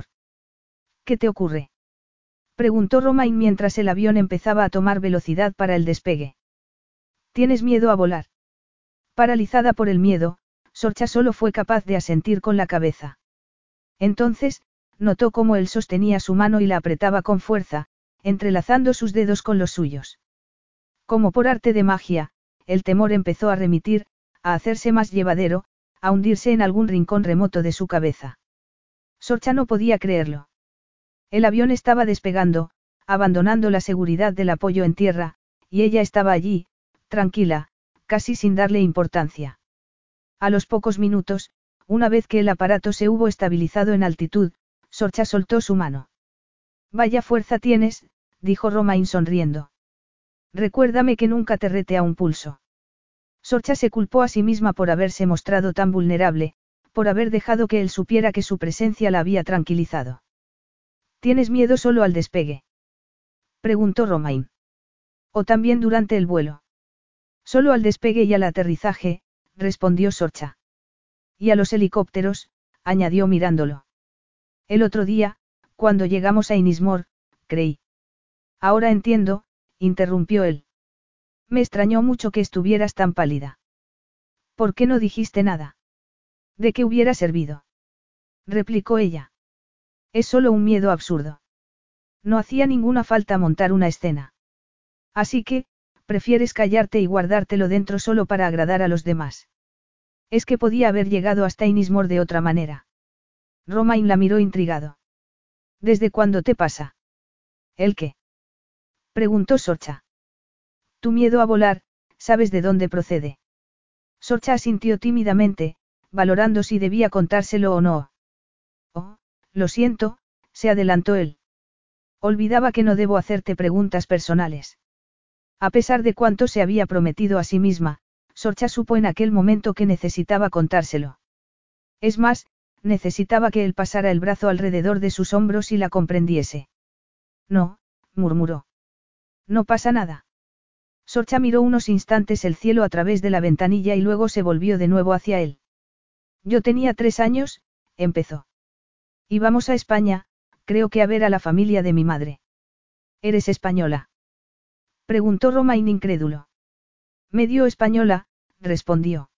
¿Qué te ocurre? Preguntó Romain mientras el avión empezaba a tomar velocidad para el despegue. ¿Tienes miedo a volar? Paralizada por el miedo, Sorcha solo fue capaz de asentir con la cabeza. Entonces, notó cómo él sostenía su mano y la apretaba con fuerza, entrelazando sus dedos con los suyos. Como por arte de magia, el temor empezó a remitir, a hacerse más llevadero, a hundirse en algún rincón remoto de su cabeza. Sorcha no podía creerlo. El avión estaba despegando, abandonando la seguridad del apoyo en tierra, y ella estaba allí, tranquila, casi sin darle importancia. A los pocos minutos, una vez que el aparato se hubo estabilizado en altitud, Sorcha soltó su mano. Vaya fuerza tienes, dijo Romain sonriendo. Recuérdame que nunca te rete a un pulso. Sorcha se culpó a sí misma por haberse mostrado tan vulnerable, por haber dejado que él supiera que su presencia la había tranquilizado. ¿Tienes miedo solo al despegue?, preguntó Romain. ¿O también durante el vuelo? Solo al despegue y al aterrizaje, respondió Sorcha. Y a los helicópteros, añadió mirándolo. El otro día, cuando llegamos a Inismor, creí. Ahora entiendo, interrumpió él. Me extrañó mucho que estuvieras tan pálida. ¿Por qué no dijiste nada? ¿De qué hubiera servido?, replicó ella. Es solo un miedo absurdo. No hacía ninguna falta montar una escena. Así que, prefieres callarte y guardártelo dentro solo para agradar a los demás. Es que podía haber llegado hasta Inismor de otra manera. Romain la miró intrigado. ¿Desde cuándo te pasa? ¿El qué?, preguntó Sorcha. Tu miedo a volar, ¿sabes de dónde procede? Sorcha asintió tímidamente, valorando si debía contárselo o no. Oh, lo siento, se adelantó él. Olvidaba que no debo hacerte preguntas personales. A pesar de cuánto se había prometido a sí misma, Sorcha supo en aquel momento que necesitaba contárselo. Es más, necesitaba que él pasara el brazo alrededor de sus hombros y la comprendiese. No, murmuró. No pasa nada. Sorcha miró unos instantes el cielo a través de la ventanilla y luego se volvió de nuevo hacia él. Yo tenía 3 años, empezó. Íbamos a España, creo que a ver a la familia de mi madre. ¿Eres española?, preguntó Romain incrédulo. Medio española, respondió.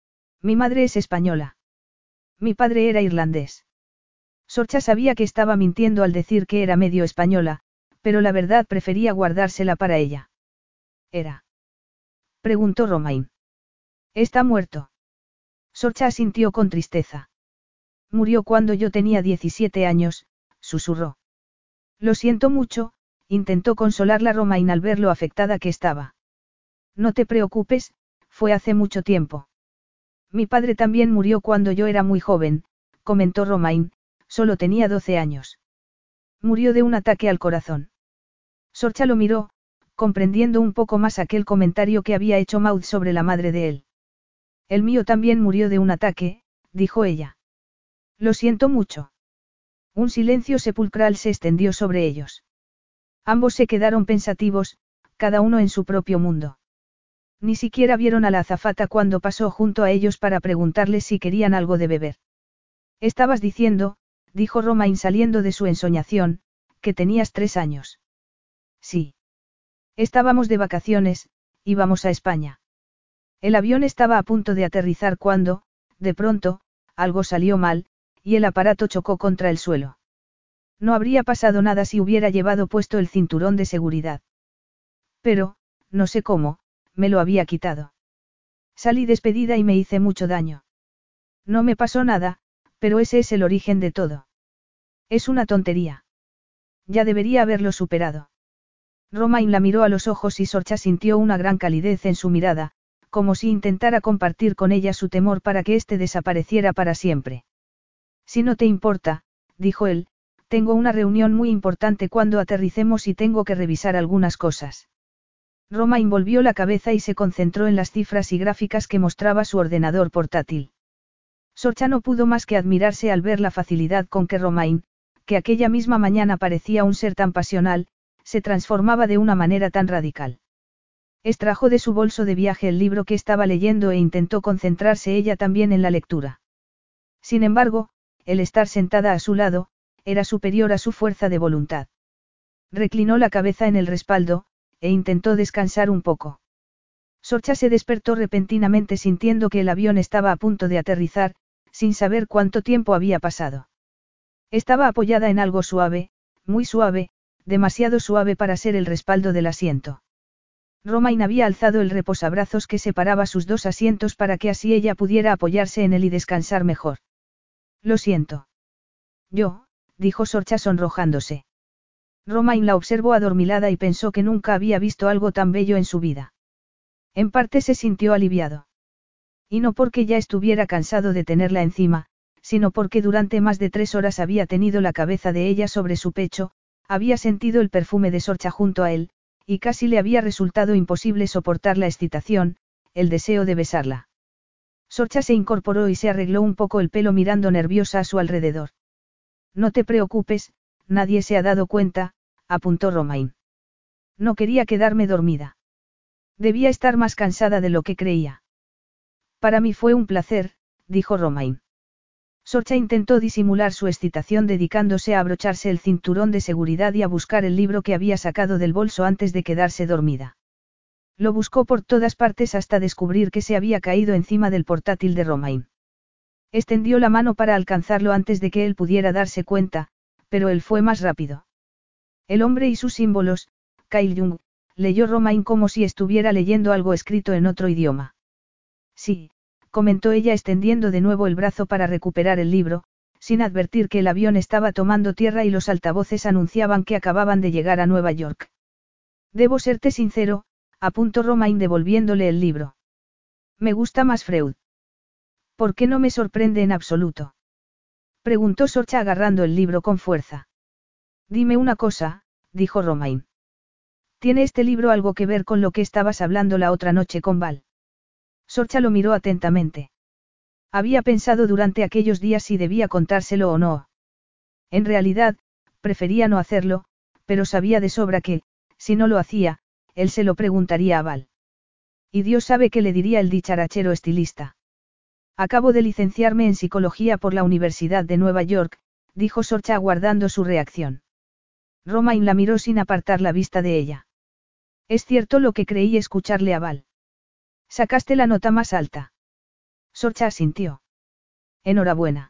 Mi madre es española. Mi padre era irlandés. Sorcha sabía que estaba mintiendo al decir que era medio española, pero la verdad prefería guardársela para ella. ¿Era?, preguntó Romain. ¿Está muerto? Sorcha asintió con tristeza. Murió cuando yo tenía 17 años, susurró. Lo siento mucho, intentó consolarla Romain al ver lo afectada que estaba. No te preocupes, fue hace mucho tiempo. Mi padre también murió cuando yo era muy joven, comentó Romain, solo tenía 12 años. Murió de un ataque al corazón. Sorcha lo miró, comprendiendo un poco más aquel comentario que había hecho Maud sobre la madre de él. El mío también murió de un ataque, dijo ella. Lo siento mucho. Un silencio sepulcral se extendió sobre ellos. Ambos se quedaron pensativos, cada uno en su propio mundo. Ni siquiera vieron a la azafata cuando pasó junto a ellos para preguntarles si querían algo de beber. Estabas diciendo, dijo Romain saliendo de su ensoñación, que tenías 3 años. Sí. Estábamos de vacaciones, íbamos a España. El avión estaba a punto de aterrizar cuando, de pronto, algo salió mal, y el aparato chocó contra el suelo. No habría pasado nada si hubiera llevado puesto el cinturón de seguridad. Pero, no sé cómo, me lo había quitado. Salí despedida y me hice mucho daño. No me pasó nada, pero ese es el origen de todo. Es una tontería. Ya debería haberlo superado. Romain la miró a los ojos y Sorcha sintió una gran calidez en su mirada, como si intentara compartir con ella su temor para que éste desapareciera para siempre. Si no te importa, dijo él, tengo una reunión muy importante cuando aterricemos y tengo que revisar algunas cosas. Romain volvió la cabeza y se concentró en las cifras y gráficas que mostraba su ordenador portátil. Sorcha no pudo más que admirarse al ver la facilidad con que Romain, que aquella misma mañana parecía un ser tan pasional, se transformaba de una manera tan radical. Extrajo de su bolso de viaje el libro que estaba leyendo e intentó concentrarse ella también en la lectura. Sin embargo, el estar sentada a su lado, era superior a su fuerza de voluntad. Reclinó la cabeza en el respaldo, e intentó descansar un poco. Sorcha se despertó repentinamente sintiendo que el avión estaba a punto de aterrizar, sin saber cuánto tiempo había pasado. Estaba apoyada en algo suave, muy suave, demasiado suave para ser el respaldo del asiento. Romain había alzado el reposabrazos que separaba sus 2 asientos para que así ella pudiera apoyarse en él y descansar mejor. Lo siento. Yo, dijo Sorcha sonrojándose. Romain la observó adormilada y pensó que nunca había visto algo tan bello en su vida. En parte se sintió aliviado. Y no porque ya estuviera cansado de tenerla encima, sino porque durante más de 3 horas había tenido la cabeza de ella sobre su pecho, había sentido el perfume de Sorcha junto a él, y casi le había resultado imposible soportar la excitación, el deseo de besarla. Sorcha se incorporó y se arregló un poco el pelo mirando nerviosa a su alrededor. No te preocupes, nadie se ha dado cuenta, apuntó Romain. No quería quedarme dormida. Debía estar más cansada de lo que creía. Para mí fue un placer, dijo Romain. Sorcha intentó disimular su excitación dedicándose a abrocharse el cinturón de seguridad y a buscar el libro que había sacado del bolso antes de quedarse dormida. Lo buscó por todas partes hasta descubrir que se había caído encima del portátil de Romain. Extendió la mano para alcanzarlo antes de que él pudiera darse cuenta, pero él fue más rápido. El hombre y sus símbolos, Kyle Jung, leyó Romain como si estuviera leyendo algo escrito en otro idioma. Sí, comentó ella extendiendo de nuevo el brazo para recuperar el libro, sin advertir que el avión estaba tomando tierra y los altavoces anunciaban que acababan de llegar a Nueva York. Debo serte sincero, apuntó Romain devolviéndole el libro. Me gusta más Freud. ¿Por qué no me sorprende en absoluto? Preguntó Sorcha agarrando el libro con fuerza. Dime una cosa, dijo Romain. ¿Tiene este libro algo que ver con lo que estabas hablando la otra noche con Val? Sorcha lo miró atentamente. Había pensado durante aquellos días si debía contárselo o no. En realidad, prefería no hacerlo, pero sabía de sobra que, si no lo hacía, él se lo preguntaría a Val. Y Dios sabe qué le diría el dicharachero estilista. Acabo de licenciarme en psicología por la Universidad de Nueva York, dijo Sorcha aguardando su reacción. Romain la miró sin apartar la vista de ella. Es cierto lo que creí escucharle a Val. Sacaste la nota más alta. Sorcha asintió. Enhorabuena.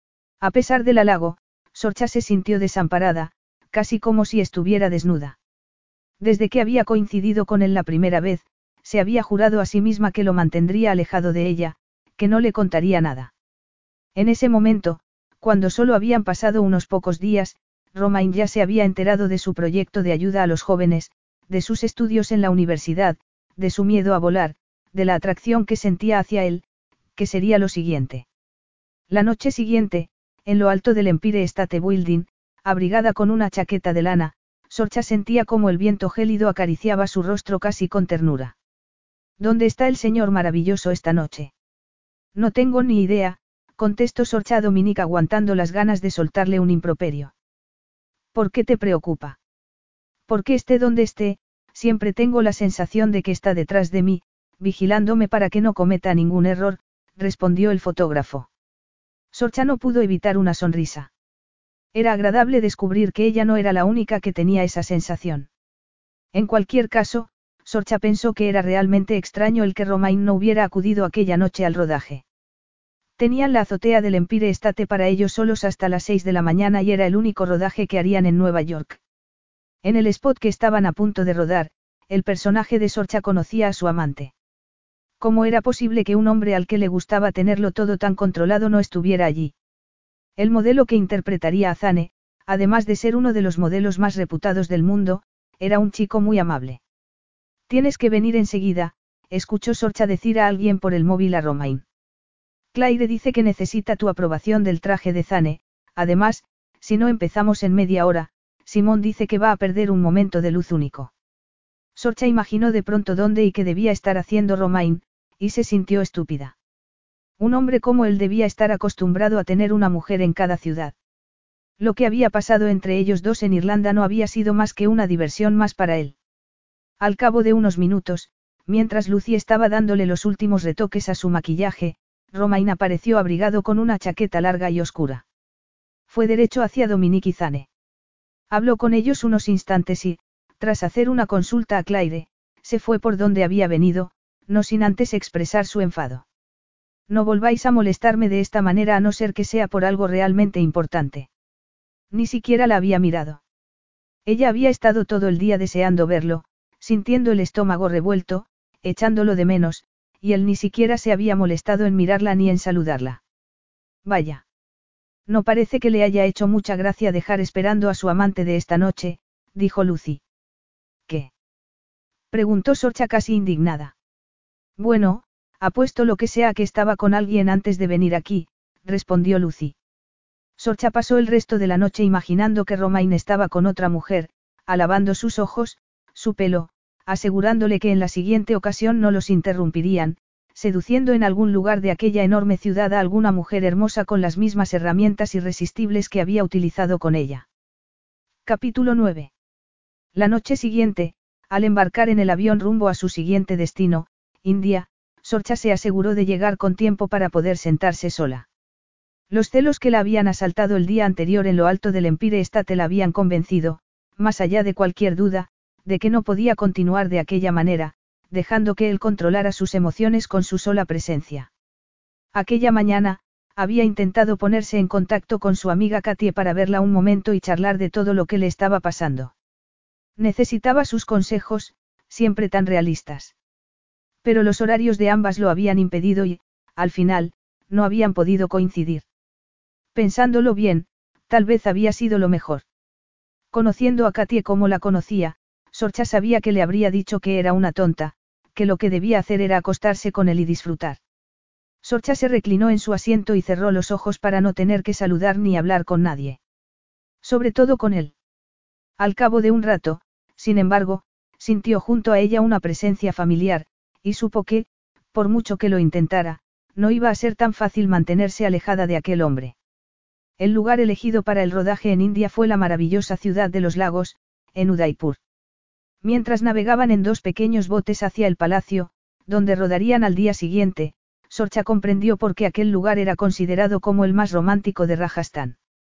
A pesar del halago, Sorcha se sintió desamparada, casi como si estuviera desnuda. Desde que había coincidido con él la primera vez, se había jurado a sí misma que lo mantendría alejado de ella, que no le contaría nada. En ese momento, cuando solo habían pasado unos pocos días, Romain ya se había enterado de su proyecto de ayuda a los jóvenes, de sus estudios en la universidad, de su miedo a volar, de la atracción que sentía hacia él, que sería lo siguiente. La noche siguiente, en lo alto del Empire State Building, abrigada con una chaqueta de lana, Sorcha sentía como el viento gélido acariciaba su rostro casi con ternura. ¿Dónde está el señor maravilloso esta noche? No tengo ni idea, contestó Sorcha a Dominique aguantando las ganas de soltarle un improperio. ¿Por qué te preocupa? Porque esté donde esté, siempre tengo la sensación de que está detrás de mí, vigilándome para que no cometa ningún error, respondió el fotógrafo. Sorcha no pudo evitar una sonrisa. Era agradable descubrir que ella no era la única que tenía esa sensación. En cualquier caso, Sorcha pensó que era realmente extraño el que Romain no hubiera acudido aquella noche al rodaje. Tenían la azotea del Empire State para ellos solos hasta las 6 de la mañana y era el único rodaje que harían en Nueva York. En el spot que estaban a punto de rodar, el personaje de Sorcha conocía a su amante. ¿Cómo era posible que un hombre al que le gustaba tenerlo todo tan controlado no estuviera allí? El modelo que interpretaría a Zane, además de ser uno de los modelos más reputados del mundo, era un chico muy amable. Tienes que venir enseguida, escuchó Sorcha decir a alguien por el móvil a Romain. Claire dice que necesita tu aprobación del traje de Zane, además, si no empezamos en media hora, Simón dice que va a perder un momento de luz único. Sorcha imaginó de pronto dónde y qué debía estar haciendo Romain, y se sintió estúpida. Un hombre como él debía estar acostumbrado a tener una mujer en cada ciudad. Lo que había pasado entre ellos dos en Irlanda no había sido más que una diversión más para él. Al cabo de unos minutos, mientras Lucy estaba dándole los últimos retoques a su maquillaje, Romain apareció abrigado con una chaqueta larga y oscura. Fue derecho hacia Dominique y Zane. Habló con ellos unos instantes y, tras hacer una consulta a Claire, se fue por donde había venido, no sin antes expresar su enfado. No volváis a molestarme de esta manera a no ser que sea por algo realmente importante. Ni siquiera la había mirado. Ella había estado todo el día deseando verlo, sintiendo el estómago revuelto, echándolo de menos, y él ni siquiera se había molestado en mirarla ni en saludarla. Vaya. No parece que le haya hecho mucha gracia dejar esperando a su amante de esta noche, dijo Lucy. ¿Qué? Preguntó Sorcha casi indignada. Bueno, Apuesto lo que sea a que estaba con alguien antes de venir aquí, respondió Lucy. Sorcha pasó el resto de la noche imaginando que Romain estaba con otra mujer, alabando sus ojos, su pelo, asegurándole que en la siguiente ocasión no los interrumpirían, seduciendo en algún lugar de aquella enorme ciudad a alguna mujer hermosa con las mismas herramientas irresistibles que había utilizado con ella. Capítulo 9. La noche siguiente, al embarcar en el avión rumbo a su siguiente destino, India, Sorcha se aseguró de llegar con tiempo para poder sentarse sola. Los celos que la habían asaltado el día anterior en lo alto del Empire State la habían convencido, más allá de cualquier duda, de que no podía continuar de aquella manera, dejando que él controlara sus emociones con su sola presencia. Aquella mañana, había intentado ponerse en contacto con su amiga Katie para verla un momento y charlar de todo lo que le estaba pasando. Necesitaba sus consejos, siempre tan realistas. Pero los horarios de ambas lo habían impedido y, al final, no habían podido coincidir. Pensándolo bien, tal vez había sido lo mejor. Conociendo a Katie como la conocía, Sorcha sabía que le habría dicho que era una tonta, que lo que debía hacer era acostarse con él y disfrutar. Sorcha se reclinó en su asiento y cerró los ojos para no tener que saludar ni hablar con nadie. Sobre todo con él. Al cabo de un rato, sin embargo, sintió junto a ella una presencia familiar, y supo que, por mucho que lo intentara, no iba a ser tan fácil mantenerse alejada de aquel hombre. El lugar elegido para el rodaje en India fue la maravillosa ciudad de los lagos, en Udaipur. Mientras navegaban en dos pequeños botes hacia el palacio, donde rodarían al día siguiente, Sorcha comprendió por qué aquel lugar era considerado como el más romántico de Rajastán.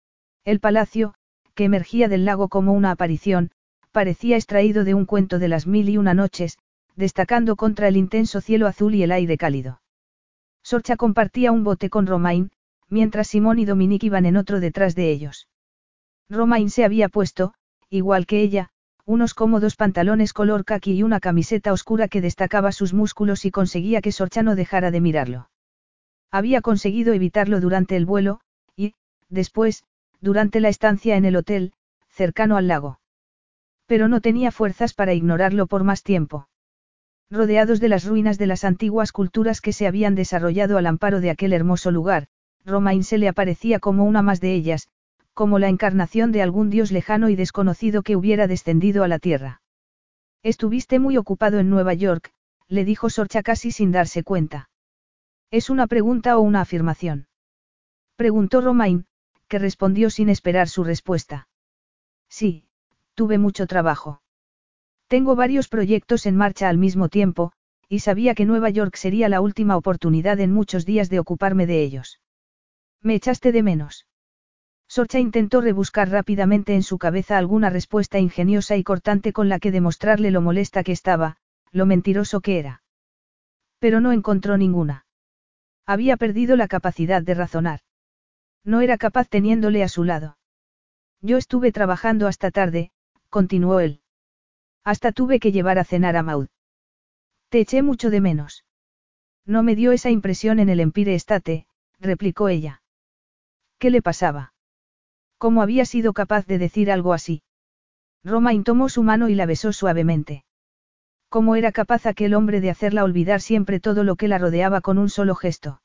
El palacio, que emergía del lago como una aparición, parecía extraído de un cuento de las 1001 noches, destacando contra el intenso cielo azul y el aire cálido. Sorcha compartía un bote con Romain, mientras Simón y Dominique iban en otro detrás de ellos. Romain se había puesto, igual que ella, unos cómodos pantalones color caqui y una camiseta oscura que destacaba sus músculos y conseguía que Sorcha no dejara de mirarlo. Había conseguido evitarlo durante el vuelo, y, después, durante la estancia en el hotel, cercano al lago. Pero no tenía fuerzas para ignorarlo por más tiempo. Rodeados de las ruinas de las antiguas culturas que se habían desarrollado al amparo de aquel hermoso lugar, Romain se le aparecía como una más de ellas, como la encarnación de algún dios lejano y desconocido que hubiera descendido a la tierra. Estuviste muy ocupado en Nueva York, le dijo Sorcha casi sin darse cuenta. ¿Es una pregunta o una afirmación? Preguntó Romain, que respondió sin esperar su respuesta. Sí, tuve mucho trabajo. Tengo varios proyectos en marcha al mismo tiempo, y sabía que Nueva York sería la última oportunidad en muchos días de ocuparme de ellos. ¿Me echaste de menos? Sorcha intentó rebuscar rápidamente en su cabeza alguna respuesta ingeniosa y cortante con la que demostrarle lo molesta que estaba, lo mentiroso que era. Pero no encontró ninguna. Había perdido la capacidad de razonar. No era capaz teniéndole a su lado. Yo estuve trabajando hasta tarde, continuó él. Hasta tuve que llevar a cenar a Maud. Te eché mucho de menos. No me dio esa impresión en el Empire State, replicó ella. ¿Qué le pasaba? ¿Cómo había sido capaz de decir algo así? Romain tomó su mano y la besó suavemente. ¿Cómo era capaz aquel hombre de hacerla olvidar siempre todo lo que la rodeaba con un solo gesto?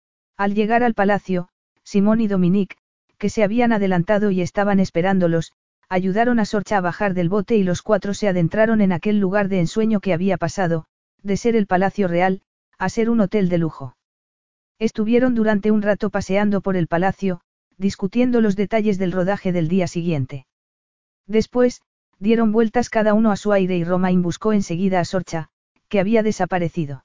Al llegar al palacio, Simón y Dominique, que se habían adelantado y estaban esperándolos, ayudaron a Sorcha a bajar del bote y los cuatro se adentraron en aquel lugar de ensueño que había pasado, de ser el Palacio Real, a ser un hotel de lujo. Estuvieron durante un rato paseando por el palacio, discutiendo los detalles del rodaje del día siguiente. Después, dieron vueltas cada uno a su aire y Romain buscó enseguida a Sorcha, que había desaparecido.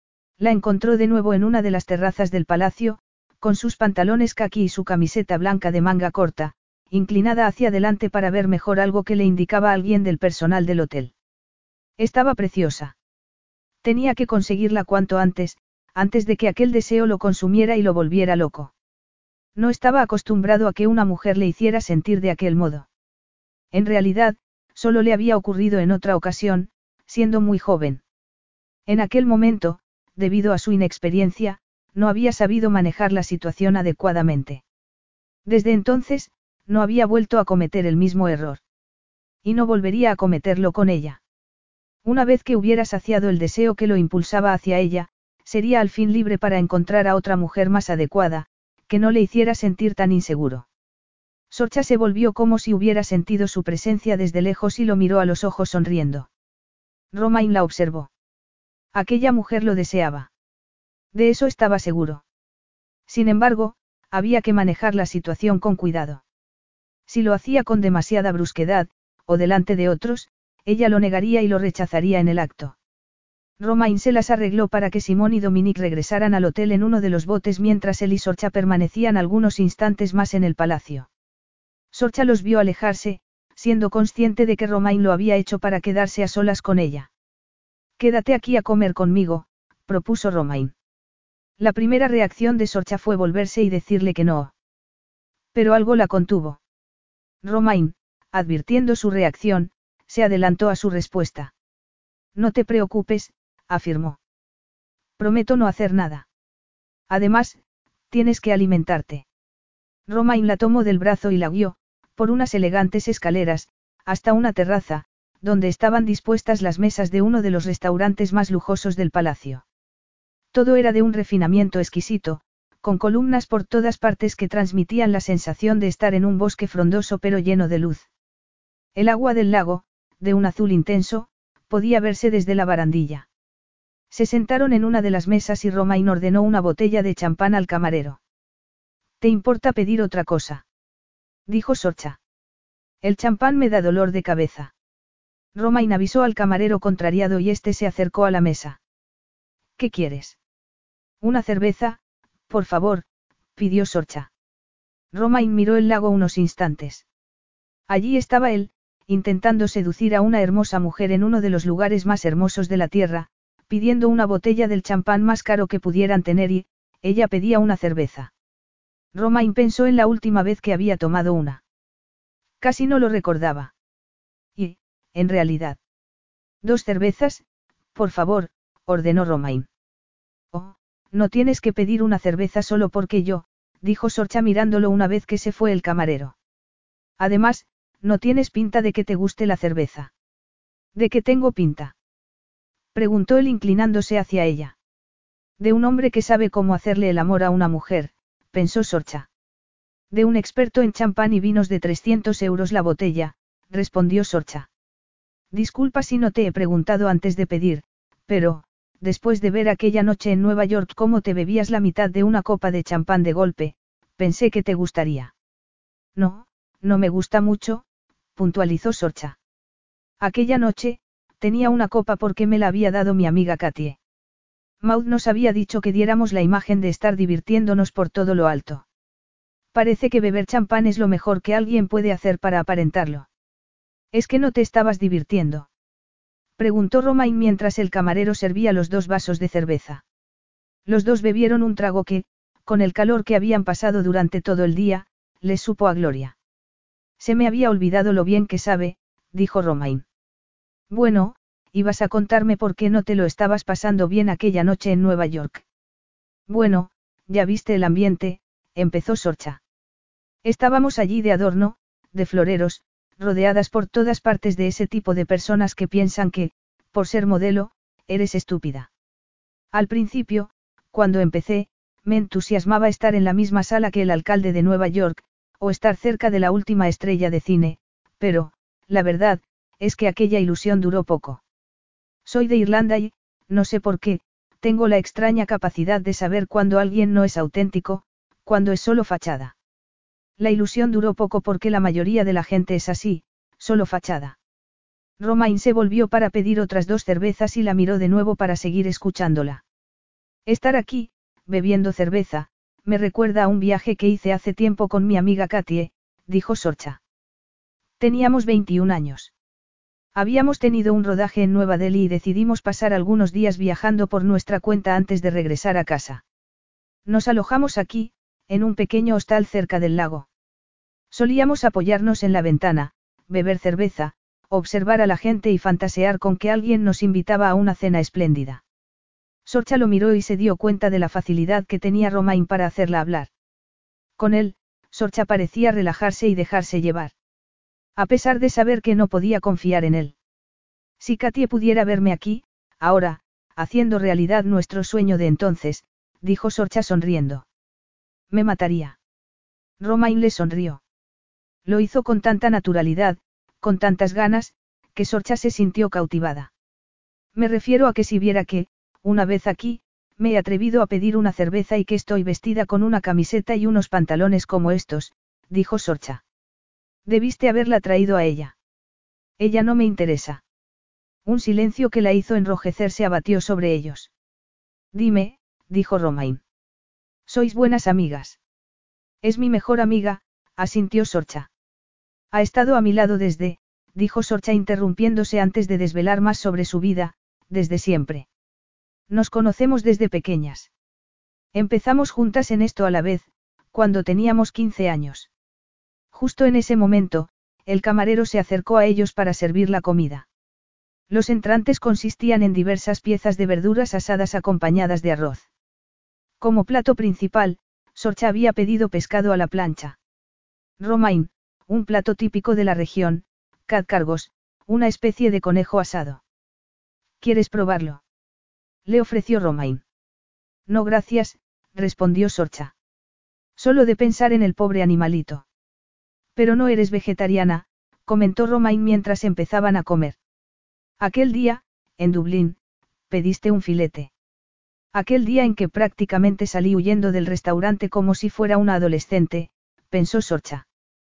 La encontró de nuevo en una de las terrazas del palacio, con sus pantalones caqui y su camiseta blanca de manga corta, inclinada hacia adelante para ver mejor algo que le indicaba a alguien del personal del hotel. Estaba preciosa. Tenía que conseguirla cuanto antes de que aquel deseo lo consumiera y lo volviera loco. No estaba acostumbrado a que una mujer le hiciera sentir de aquel modo. En realidad, solo le había ocurrido en otra ocasión, siendo muy joven. En aquel momento, debido a su inexperiencia, no había sabido manejar la situación adecuadamente. Desde entonces, no había vuelto a cometer el mismo error. Y no volvería a cometerlo con ella. Una vez que hubiera saciado el deseo que lo impulsaba hacia ella, Sería al fin libre para encontrar a otra mujer más adecuada, que no le hiciera sentir tan inseguro. Sorcha se volvió como si hubiera sentido su presencia desde lejos y lo miró a los ojos sonriendo. Romain la observó. Aquella mujer lo deseaba. De eso estaba seguro. Sin embargo, había que manejar la situación con cuidado. Si lo hacía con demasiada brusquedad, o delante de otros, ella lo negaría y lo rechazaría en el acto. Romain se las arregló para que Simón y Dominique regresaran al hotel en uno de los botes mientras él y Sorcha permanecían algunos instantes más en el palacio. Sorcha los vio alejarse, siendo consciente de que Romain lo había hecho para quedarse a solas con ella. Quédate aquí a comer conmigo, propuso Romain. La primera reacción de Sorcha fue volverse y decirle que no. Pero algo la contuvo. Romain, advirtiendo su reacción, se adelantó a su respuesta. No te preocupes, afirmó. Prometo no hacer nada. Además, tienes que alimentarte. Romain la tomó del brazo y la guió, por unas elegantes escaleras, hasta una terraza, donde estaban dispuestas las mesas de uno de los restaurantes más lujosos del palacio. Todo era de un refinamiento exquisito, con columnas por todas partes que transmitían la sensación de estar en un bosque frondoso pero lleno de luz. El agua del lago, de un azul intenso, podía verse desde la barandilla. Se sentaron en una de las mesas y Romain ordenó una botella de champán al camarero. ¿Te importa pedir otra cosa?, dijo Sorcha. El champán me da dolor de cabeza. Romain avisó al camarero contrariado y este se acercó a la mesa. ¿Qué quieres? Una cerveza, por favor, pidió Sorcha. Romain miró el lago unos instantes. Allí estaba él, intentando seducir a una hermosa mujer en uno de los lugares más hermosos de la tierra, pidiendo una botella del champán más caro que pudieran tener y, ella pedía una cerveza. Romain pensó en la última vez que había tomado una. Casi no lo recordaba. Y, en realidad. 2 cervezas, por favor, ordenó Romain. Oh, no tienes que pedir una cerveza solo porque yo, dijo Sorcha mirándolo una vez que se fue el camarero. Además, no tienes pinta de que te guste la cerveza. ¿De qué tengo pinta?, preguntó él inclinándose hacia ella. De un hombre que sabe cómo hacerle el amor a una mujer, pensó Sorcha. De un experto en champán y vinos de 300 euros la botella, respondió Sorcha. Disculpa si no te he preguntado antes de pedir, pero, después de ver aquella noche en Nueva York cómo te bebías la mitad de una copa de champán de golpe, pensé que te gustaría. No, no me gusta mucho, puntualizó Sorcha. Aquella noche, tenía una copa porque me la había dado mi amiga Katie. Maud nos había dicho que diéramos la imagen de estar divirtiéndonos por todo lo alto. Parece que beber champán es lo mejor que alguien puede hacer para aparentarlo. ¿Es que no te estabas divirtiendo?, preguntó Romain mientras el camarero servía los 2 vasos de cerveza. Los dos bebieron un trago que, con el calor que habían pasado durante todo el día, les supo a gloria. Se me había olvidado lo bien que sabe, dijo Romain. Bueno, ibas a contarme por qué no te lo estabas pasando bien aquella noche en Nueva York. Bueno, ya viste el ambiente, empezó Sorcha. Estábamos allí de adorno, de floreros, rodeadas por todas partes de ese tipo de personas que piensan que, por ser modelo, eres estúpida. Al principio, cuando empecé, me entusiasmaba estar en la misma sala que el alcalde de Nueva York, o estar cerca de la última estrella de cine, pero, la verdad, es que aquella ilusión duró poco. Soy de Irlanda y, no sé por qué, tengo la extraña capacidad de saber cuando alguien no es auténtico, cuando es solo fachada. La ilusión duró poco porque la mayoría de la gente es así, solo fachada. Romain se volvió para pedir otras 2 cervezas y la miró de nuevo para seguir escuchándola. Estar aquí, bebiendo cerveza, me recuerda a un viaje que hice hace tiempo con mi amiga Katie, dijo Sorcha. Teníamos 21 años. Habíamos tenido un rodaje en Nueva Delhi y decidimos pasar algunos días viajando por nuestra cuenta antes de regresar a casa. Nos alojamos aquí, en un pequeño hostal cerca del lago. Solíamos apoyarnos en la ventana, beber cerveza, observar a la gente y fantasear con que alguien nos invitaba a una cena espléndida. Sorcha lo miró y se dio cuenta de la facilidad que tenía Romain para hacerla hablar. Con él, Sorcha parecía relajarse y dejarse llevar. A pesar de saber que no podía confiar en él. Si Katie pudiera verme aquí, ahora, haciendo realidad nuestro sueño de entonces, dijo Sorcha sonriendo. Me mataría. Romain le sonrió. Lo hizo con tanta naturalidad, con tantas ganas, que Sorcha se sintió cautivada. Me refiero a que si viera que, una vez aquí, me he atrevido a pedir una cerveza y que estoy vestida con una camiseta y unos pantalones como estos, dijo Sorcha. Debiste haberla traído a ella. Ella no me interesa. Un silencio que la hizo enrojecer se abatió sobre ellos. Dime, dijo Romain. Sois buenas amigas. Es mi mejor amiga, asintió Sorcha. Ha estado a mi lado dijo Sorcha interrumpiéndose antes de desvelar más sobre su vida, desde siempre. Nos conocemos desde pequeñas. Empezamos juntas en esto a la vez, cuando teníamos 15 años. Justo en ese momento, el camarero se acercó a ellos para servir la comida. Los entrantes consistían en diversas piezas de verduras asadas acompañadas de arroz. Como plato principal, Sorcha había pedido pescado a la plancha. Romain, un plato típico de la región, cadcargos, una especie de conejo asado. ¿Quieres probarlo? Le ofreció Romain. No gracias, respondió Sorcha. Solo de pensar en el pobre animalito. Pero no eres vegetariana, comentó Romain mientras empezaban a comer. Aquel día, en Dublín, pediste un filete. Aquel día en que prácticamente salí huyendo del restaurante como si fuera una adolescente, pensó Sorcha.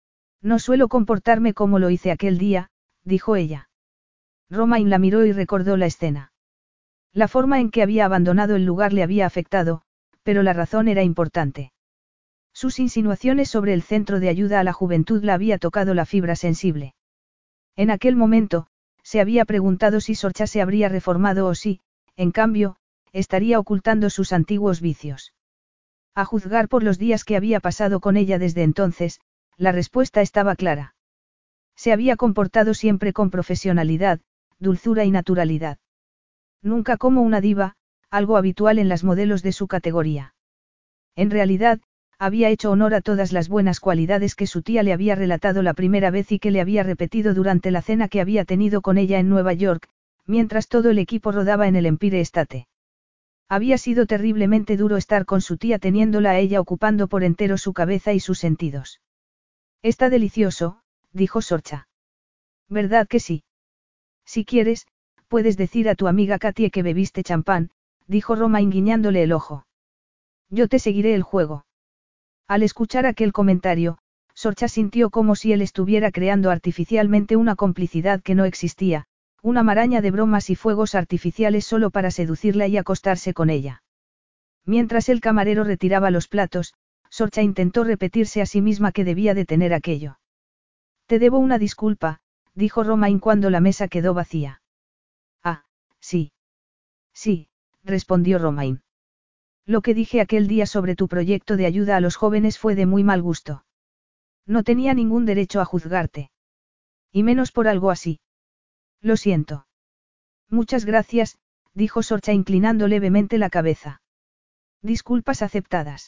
No suelo comportarme como lo hice aquel día, dijo ella. Romain la miró y recordó la escena. La forma en que había abandonado el lugar le había afectado, pero la razón era importante. Sus insinuaciones sobre el centro de ayuda a la juventud la había tocado la fibra sensible. En aquel momento, se había preguntado si Sorcha se habría reformado o si, en cambio, estaría ocultando sus antiguos vicios. A juzgar por los días que había pasado con ella desde entonces, la respuesta estaba clara. Se había comportado siempre con profesionalidad, dulzura y naturalidad. Nunca como una diva, algo habitual en las modelos de su categoría. En realidad, había hecho honor a todas las buenas cualidades que su tía le había relatado la primera vez y que le había repetido durante la cena que había tenido con ella en Nueva York, mientras todo el equipo rodaba en el Empire State. Había sido terriblemente duro estar con su tía teniéndola a ella ocupando por entero su cabeza y sus sentidos. Está delicioso, dijo Sorcha. ¿Verdad que sí? Si quieres, puedes decir a tu amiga Katie que bebiste champán, dijo Romain guiñándole el ojo. Yo te seguiré el juego. Al escuchar aquel comentario, Sorcha sintió como si él estuviera creando artificialmente una complicidad que no existía, una maraña de bromas y fuegos artificiales solo para seducirla y acostarse con ella. Mientras el camarero retiraba los platos, Sorcha intentó repetirse a sí misma que debía detener aquello. Te debo una disculpa, dijo Romain cuando la mesa quedó vacía. Ah, sí. Sí, respondió Romain. Lo que dije aquel día sobre tu proyecto de ayuda a los jóvenes fue de muy mal gusto. No tenía ningún derecho a juzgarte. Y menos por algo así. Lo siento. Muchas gracias, dijo Sorcha inclinando levemente la cabeza. Disculpas aceptadas.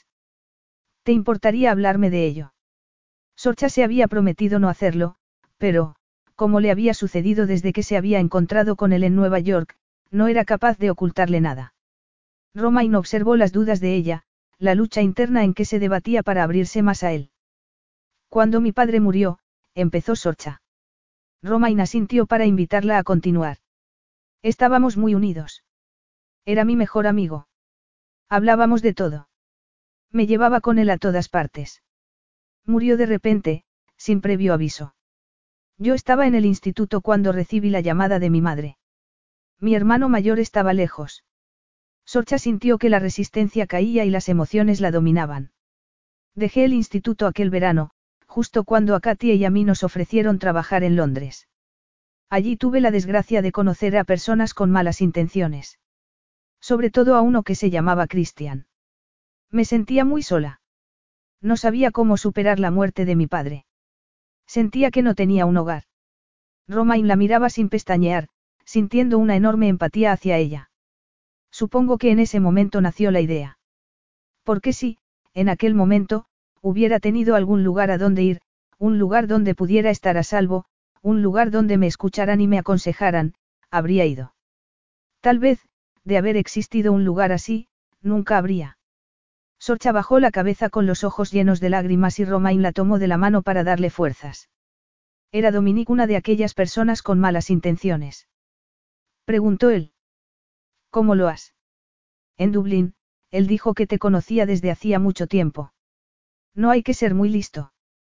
¿Te importaría hablarme de ello? Sorcha se había prometido no hacerlo, pero, como le había sucedido desde que se había encontrado con él en Nueva York, no era capaz de ocultarle nada. Romain observó las dudas de ella, la lucha interna en que se debatía para abrirse más a él. Cuando mi padre murió, empezó Sorcha. Romain asintió para invitarla a continuar. Estábamos muy unidos. Era mi mejor amigo. Hablábamos de todo. Me llevaba con él a todas partes. Murió de repente, sin previo aviso. Yo estaba en el instituto cuando recibí la llamada de mi madre. Mi hermano mayor estaba lejos. Sorcha sintió que la resistencia caía y las emociones la dominaban. Dejé el instituto aquel verano, justo cuando a Katie y a mí nos ofrecieron trabajar en Londres. Allí tuve la desgracia de conocer a personas con malas intenciones. Sobre todo a uno que se llamaba Christian. Me sentía muy sola. No sabía cómo superar la muerte de mi padre. Sentía que no tenía un hogar. Romain la miraba sin pestañear, sintiendo una enorme empatía hacia ella. Supongo que en ese momento nació la idea. Porque sí, en aquel momento, hubiera tenido algún lugar a donde ir, un lugar donde pudiera estar a salvo, un lugar donde me escucharan y me aconsejaran, habría ido. Tal vez, De haber existido un lugar así, nunca habría. Sorcha bajó la cabeza con los ojos llenos de lágrimas y Romain la tomó de la mano para darle fuerzas. ¿Era Dominique una de aquellas personas con malas intenciones? Preguntó él. ¿Cómo lo has? En Dublín, él dijo que te conocía desde hacía mucho tiempo. No hay que ser muy listo.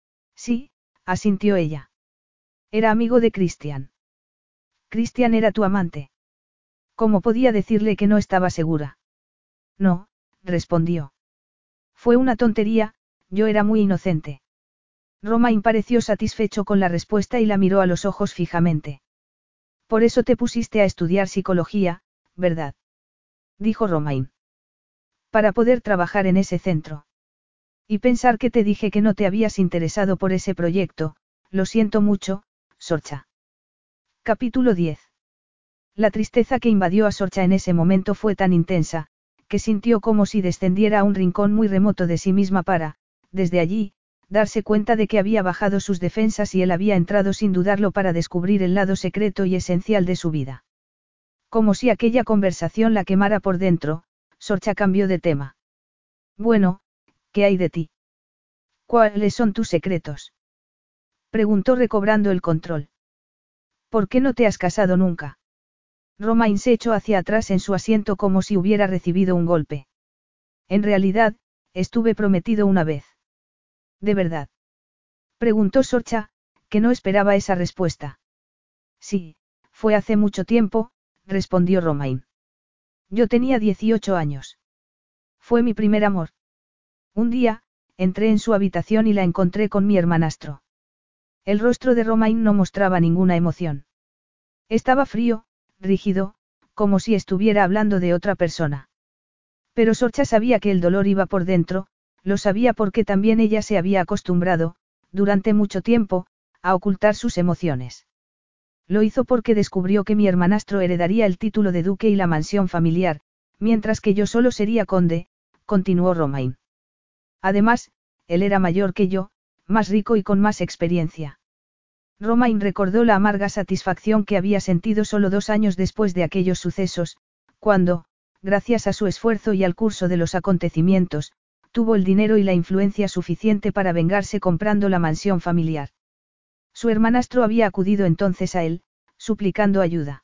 Sí, asintió ella. Era amigo de Christian. Christian era tu amante. ¿Cómo podía decirle que no estaba segura? No, respondió. Fue una tontería, yo era muy inocente. Romain pareció satisfecho con la respuesta y la miró a los ojos fijamente. Por eso te pusiste a estudiar psicología, ¿verdad? Dijo Romain. Para poder trabajar en ese centro. Y pensar que te dije que no te habías interesado por ese proyecto, lo siento mucho, Sorcha. Capítulo 10. La tristeza que invadió a Sorcha en ese momento fue tan intensa, que sintió como si descendiera a un rincón muy remoto de sí misma para, desde allí, darse cuenta de que había bajado sus defensas y él había entrado sin dudarlo para descubrir el lado secreto y esencial de su vida. Como si aquella conversación la quemara por dentro, Sorcha cambió de tema. Bueno, ¿qué hay de ti? ¿Cuáles son tus secretos? Preguntó recobrando el control. ¿Por qué no te has casado nunca? Romain se echó hacia atrás en su asiento como si hubiera recibido un golpe. En realidad, estuve prometido una vez. ¿De verdad? Preguntó Sorcha, que no esperaba esa respuesta. Sí, fue hace mucho tiempo, respondió Romain. Yo tenía 18 años. Fue mi primer amor. Un día, entré en su habitación y la encontré con mi hermanastro. El rostro de Romain no mostraba ninguna emoción. Estaba frío, rígido, como si estuviera hablando de otra persona. Pero Sorcha sabía que el dolor iba por dentro, lo sabía porque también ella se había acostumbrado, durante mucho tiempo, a ocultar sus emociones. Lo hizo porque descubrió que mi hermanastro heredaría el título de duque y la mansión familiar, mientras que yo solo sería conde, continuó Romain. Además, él era mayor que yo, más rico y con más experiencia. Romain recordó la amarga satisfacción que había sentido solo 2 años después de aquellos sucesos, cuando, gracias a su esfuerzo y al curso de los acontecimientos, tuvo el dinero y la influencia suficiente para vengarse comprando la mansión familiar. Su hermanastro había acudido entonces a él, suplicando ayuda.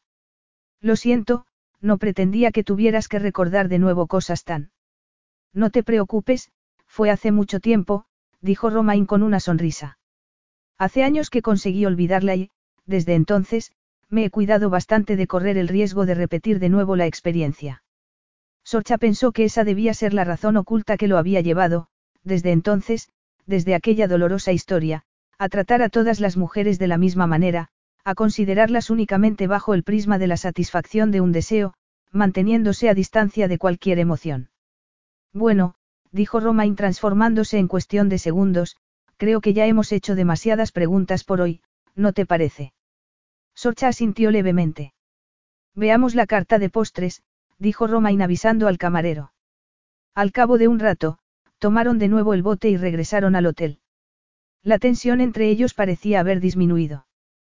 Lo siento, no pretendía que tuvieras que recordar de nuevo cosas tan. No te preocupes, fue hace mucho tiempo, dijo Romain con una sonrisa. Hace años que conseguí olvidarla y, desde entonces, me he cuidado bastante de correr el riesgo de repetir de nuevo la experiencia. Sorcha pensó que esa debía ser la razón oculta que lo había llevado, desde entonces, desde aquella dolorosa historia, a tratar a todas las mujeres de la misma manera, a considerarlas únicamente bajo el prisma de la satisfacción de un deseo, manteniéndose a distancia de cualquier emoción. Bueno, dijo Romain transformándose en cuestión de segundos, creo que ya hemos hecho demasiadas preguntas por hoy, ¿no te parece? Sorcha asintió levemente. Veamos la carta de postres, dijo Romain avisando al camarero. Al cabo de un rato, tomaron de nuevo el bote y regresaron al hotel. La tensión entre ellos parecía haber disminuido.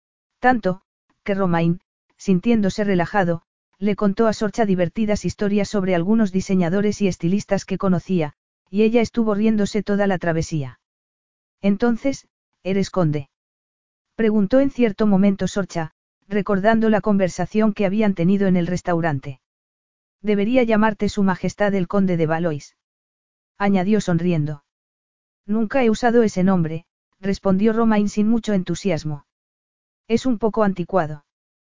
Tanto, que Romain, sintiéndose relajado, le contó a Sorcha divertidas historias sobre algunos diseñadores y estilistas que conocía, y ella estuvo riéndose toda la travesía. Entonces, ¿eres conde? Preguntó en cierto momento Sorcha, recordando la conversación que habían tenido en el restaurante. Debería llamarte Su Majestad el Conde de Valois. Añadió sonriendo. Nunca he usado ese nombre, respondió Romain sin mucho entusiasmo. Es un poco anticuado.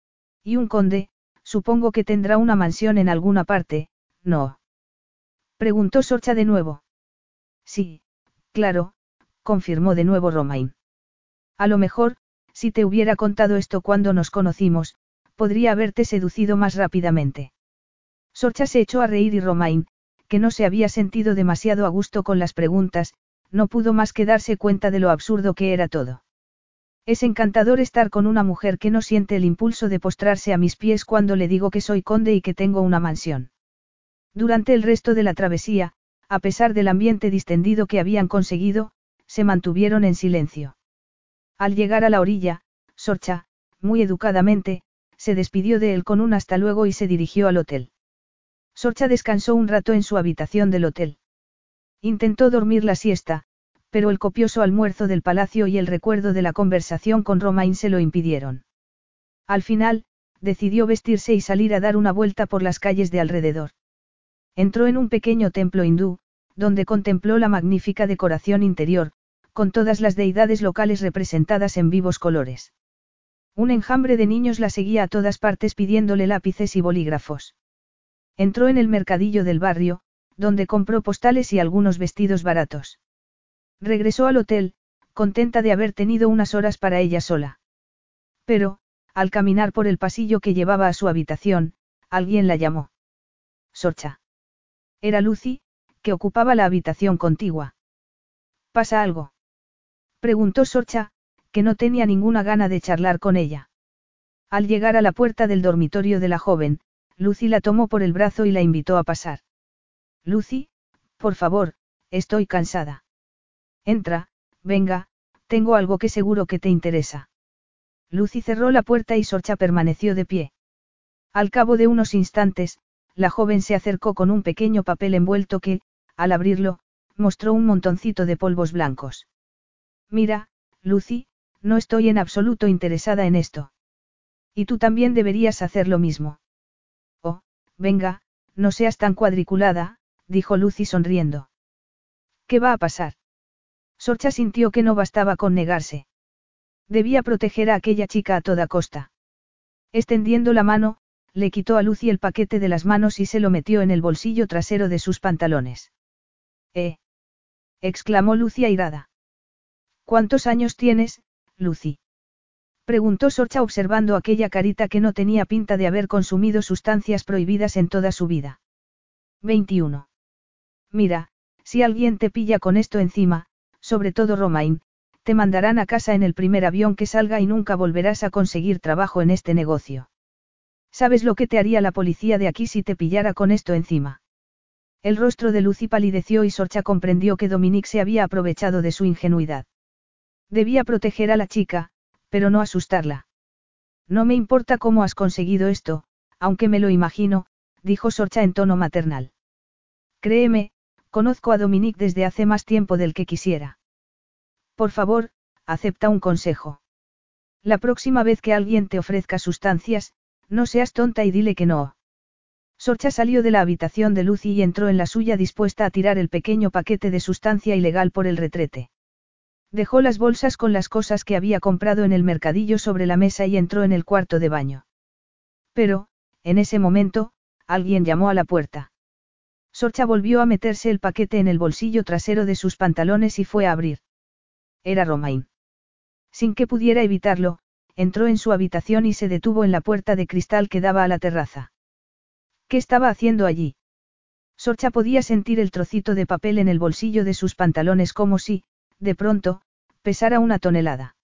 Y un conde, supongo que tendrá una mansión en alguna parte, ¿no? Preguntó Sorcha de nuevo. Sí, claro, confirmó de nuevo Romain. A lo mejor, si te hubiera contado esto cuando nos conocimos, podría haberte seducido más rápidamente. Sorcha se echó a reír y Romain, que no se había sentido demasiado a gusto con las preguntas, no pudo más que darse cuenta de lo absurdo que era todo. Es encantador estar con una mujer que no siente el impulso de postrarse a mis pies cuando le digo que soy conde y que tengo una mansión. Durante el resto de la travesía, a pesar del ambiente distendido que habían conseguido, se mantuvieron en silencio. Al llegar a la orilla, Sorcha, muy educadamente, se despidió de él con un hasta luego y se dirigió al hotel. Sorcha descansó un rato en su habitación del hotel. Intentó dormir la siesta, pero el copioso almuerzo del palacio y el recuerdo de la conversación con Romain se lo impidieron. Al final, decidió vestirse y salir a dar una vuelta por las calles de alrededor. Entró en un pequeño templo hindú, donde contempló la magnífica decoración interior, con todas las deidades locales representadas en vivos colores. Un enjambre de niños la seguía a todas partes pidiéndole lápices y bolígrafos. Entró en el mercadillo del barrio, donde compró postales y algunos vestidos baratos. Regresó al hotel, contenta de haber tenido unas horas para ella sola. Pero, al caminar por el pasillo que llevaba a su habitación, alguien la llamó. Sorcha. Era Lucy, que ocupaba la habitación contigua. ¿Pasa algo? Preguntó Sorcha, que no tenía ninguna gana de charlar con ella. Al llegar a la puerta del dormitorio de la joven, Lucy la tomó por el brazo y la invitó a pasar. Lucy, por favor, estoy cansada. Entra, venga, tengo algo que seguro que te interesa. Lucy cerró la puerta y Sorcha permaneció de pie. Al cabo de unos instantes, la joven se acercó con un pequeño papel envuelto que, al abrirlo, mostró un montoncito de polvos blancos. Mira, Lucy, no estoy en absoluto interesada en esto. Y tú también deberías hacer lo mismo. Oh, venga, no seas tan cuadriculada, dijo Lucy sonriendo. ¿Qué va a pasar? Sorcha sintió que no bastaba con negarse. Debía proteger a aquella chica a toda costa. Extendiendo la mano, le quitó a Lucy el paquete de las manos y se lo metió en el bolsillo trasero de sus pantalones. Exclamó Lucy airada. ¿Cuántos años tienes, Lucy? Preguntó Sorcha observando aquella carita que no tenía pinta de haber consumido sustancias prohibidas en toda su vida. 21. Mira, si alguien te pilla con esto encima, sobre todo Romain, te mandarán a casa en el primer avión que salga y nunca volverás a conseguir trabajo en este negocio. ¿Sabes lo que te haría la policía de aquí si te pillara con esto encima? El rostro de Lucy palideció y Sorcha comprendió que Dominique se había aprovechado de su ingenuidad. Debía proteger a la chica, pero no asustarla. No me importa cómo has conseguido esto, aunque me lo imagino, dijo Sorcha en tono maternal. Créeme, conozco a Dominique desde hace más tiempo del que quisiera. Por favor, acepta un consejo. La próxima vez que alguien te ofrezca sustancias, no seas tonta y dile que no. Sorcha salió de la habitación de Lucy y entró en la suya dispuesta a tirar el pequeño paquete de sustancia ilegal por el retrete. Dejó las bolsas con las cosas que había comprado en el mercadillo sobre la mesa y entró en el cuarto de baño. Pero, en ese momento, alguien llamó a la puerta. Sorcha volvió a meterse el paquete en el bolsillo trasero de sus pantalones y fue a abrir. Era Romain. Sin que pudiera evitarlo, entró en su habitación y se detuvo en la puerta de cristal que daba a la terraza. ¿Qué estaba haciendo allí? Sorcha podía sentir el trocito de papel en el bolsillo de sus pantalones como si, de pronto, pesara una tonelada.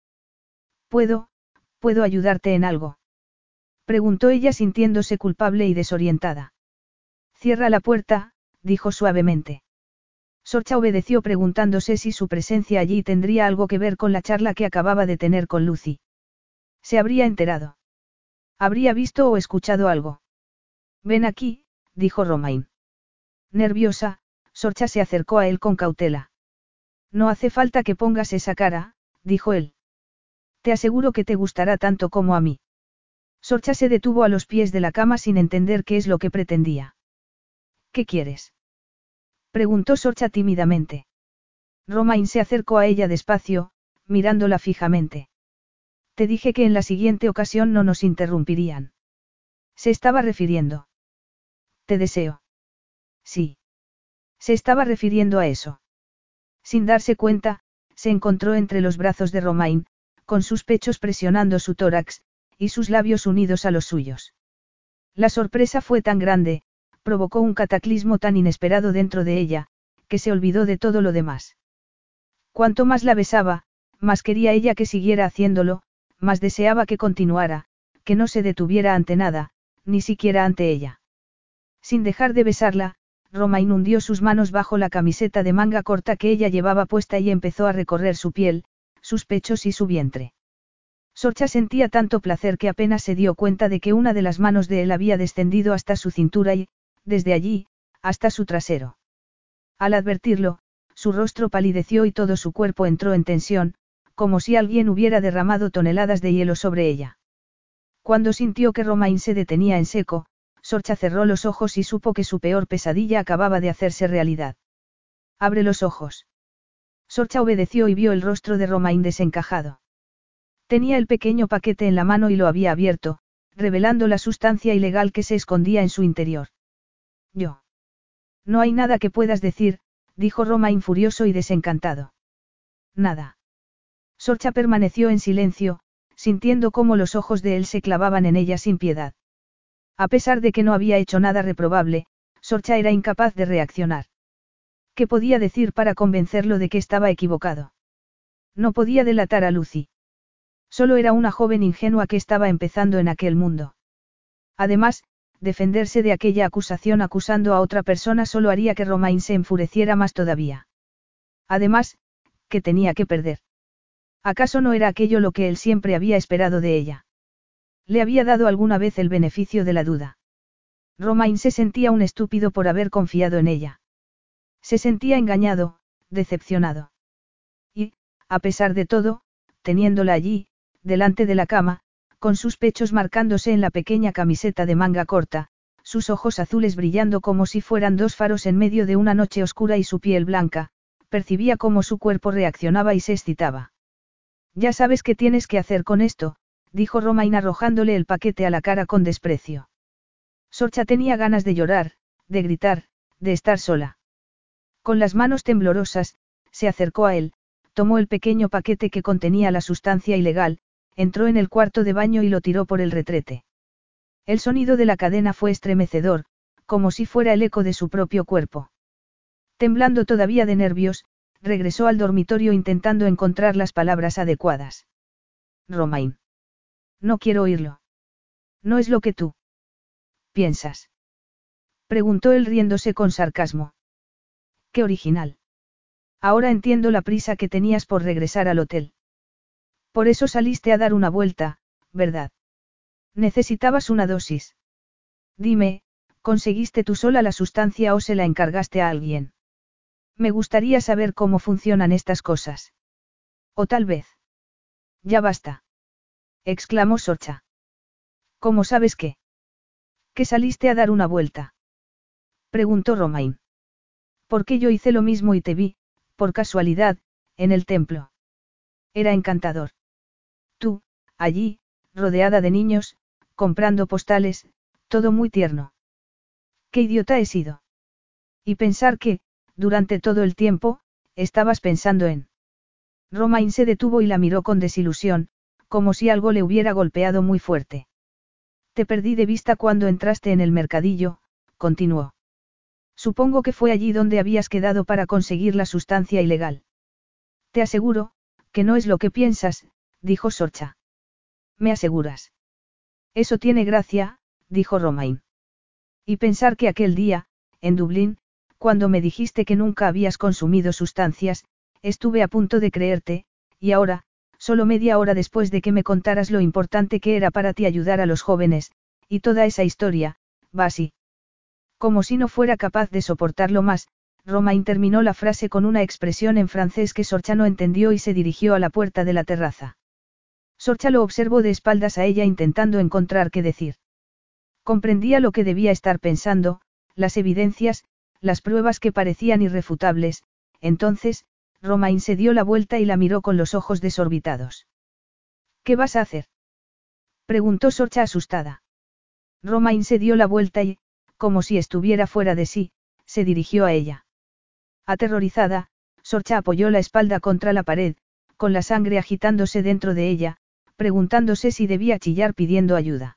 ¿Puedo ayudarte en algo? Preguntó ella sintiéndose culpable y desorientada. Cierra la puerta, dijo suavemente. Sorcha obedeció preguntándose si su presencia allí tendría algo que ver con la charla que acababa de tener con Lucy. ¿Se habría enterado? ¿Habría visto o escuchado algo? Ven aquí, dijo Romain. Nerviosa, Sorcha se acercó a él con cautela. No hace falta que pongas esa cara, dijo él. Te aseguro que te gustará tanto como a mí. Sorcha se detuvo a los pies de la cama sin entender qué es lo que pretendía. ¿Qué quieres? Preguntó Sorcha tímidamente. Romain se acercó a ella despacio, mirándola fijamente. Te dije que en la siguiente ocasión no nos interrumpirían. Se estaba refiriendo. Te deseo. Sí. Se estaba refiriendo a eso. Sin darse cuenta, se encontró entre los brazos de Romain, con sus pechos presionando su tórax, y sus labios unidos a los suyos. La sorpresa fue tan grande, provocó un cataclismo tan inesperado dentro de ella, que se olvidó de todo lo demás. Cuanto más la besaba, más quería ella que siguiera haciéndolo, más deseaba que continuara, que no se detuviera ante nada, ni siquiera ante ella. Sin dejar de besarla, Romain hundió sus manos bajo la camiseta de manga corta que ella llevaba puesta y empezó a recorrer su piel, sus pechos y su vientre. Sorcha sentía tanto placer que apenas se dio cuenta de que una de las manos de él había descendido hasta su cintura y, desde allí, hasta su trasero. Al advertirlo, su rostro palideció y todo su cuerpo entró en tensión, como si alguien hubiera derramado toneladas de hielo sobre ella. Cuando sintió que Romain se detenía en seco, Sorcha cerró los ojos y supo que su peor pesadilla acababa de hacerse realidad. Abre los ojos. Sorcha obedeció y vio el rostro de Romain desencajado. Tenía el pequeño paquete en la mano y lo había abierto, revelando la sustancia ilegal que se escondía en su interior. Yo. No hay nada que puedas decir, dijo Romain furioso y desencantado. Nada. Sorcha permaneció en silencio, sintiendo cómo los ojos de él se clavaban en ella sin piedad. A pesar de que no había hecho nada reprobable, Sorcha era incapaz de reaccionar. ¿Qué podía decir para convencerlo de que estaba equivocado? No podía delatar a Lucy. Solo era una joven ingenua que estaba empezando en aquel mundo. Además, defenderse de aquella acusación acusando a otra persona solo haría que Romain se enfureciera más todavía. Además, ¿qué tenía que perder? ¿Acaso no era aquello lo que él siempre había esperado de ella? Le había dado alguna vez el beneficio de la duda. Romain se sentía un estúpido por haber confiado en ella. Se sentía engañado, decepcionado. Y, a pesar de todo, teniéndola allí, delante de la cama, con sus pechos marcándose en la pequeña camiseta de manga corta, sus ojos azules brillando como si fueran dos faros en medio de una noche oscura y su piel blanca, percibía cómo su cuerpo reaccionaba y se excitaba. Ya sabes qué tienes que hacer con esto, dijo Romain arrojándole el paquete a la cara con desprecio. Sorcha tenía ganas de llorar, de gritar, de estar sola. Con las manos temblorosas, se acercó a él, tomó el pequeño paquete que contenía la sustancia ilegal, entró en el cuarto de baño y lo tiró por el retrete. El sonido de la cadena fue estremecedor, como si fuera el eco de su propio cuerpo. Temblando todavía de nervios, regresó al dormitorio intentando encontrar las palabras adecuadas. Romain. No quiero oírlo. No es lo que tú piensas. Preguntó él riéndose con sarcasmo. Qué original. Ahora entiendo la prisa que tenías por regresar al hotel. Por eso saliste a dar una vuelta, ¿verdad? Necesitabas una dosis. Dime, ¿conseguiste tú sola la sustancia o se la encargaste a alguien? Me gustaría saber cómo funcionan estas cosas. O tal vez. Ya basta. Exclamó Sorcha. ¿Cómo sabes qué? ¿Que saliste a dar una vuelta? Preguntó Romain. Porque yo hice lo mismo y te vi, por casualidad, en el templo. Era encantador. Tú, allí, rodeada de niños, comprando postales, todo muy tierno. Qué idiota he sido. Y pensar que, durante todo el tiempo, estabas pensando en. Romain se detuvo y la miró con desilusión, como si algo le hubiera golpeado muy fuerte. Te perdí de vista cuando entraste en el mercadillo, continuó. Supongo que fue allí donde habías quedado para conseguir la sustancia ilegal. Te aseguro, que no es lo que piensas, dijo Sorcha. ¿Me aseguras? Eso tiene gracia, dijo Romain. Y pensar que aquel día, en Dublín, cuando me dijiste que nunca habías consumido sustancias, estuve a punto de creerte, y ahora, solo media hora después de que me contaras lo importante que era para ti ayudar a los jóvenes, y toda esa historia, va así. Como si no fuera capaz de soportarlo más, Romain terminó la frase con una expresión en francés que Sorcha no entendió y se dirigió a la puerta de la terraza. Sorcha lo observó de espaldas a ella intentando encontrar qué decir. Comprendía lo que debía estar pensando, las evidencias, las pruebas que parecían irrefutables, entonces, Romain se dio la vuelta y la miró con los ojos desorbitados. ¿Qué vas a hacer? Preguntó Sorcha asustada. Romain se dio la vuelta y, como si estuviera fuera de sí, se dirigió a ella. Aterrorizada, Sorcha apoyó la espalda contra la pared, con la sangre agitándose dentro de ella, preguntándose si debía chillar pidiendo ayuda.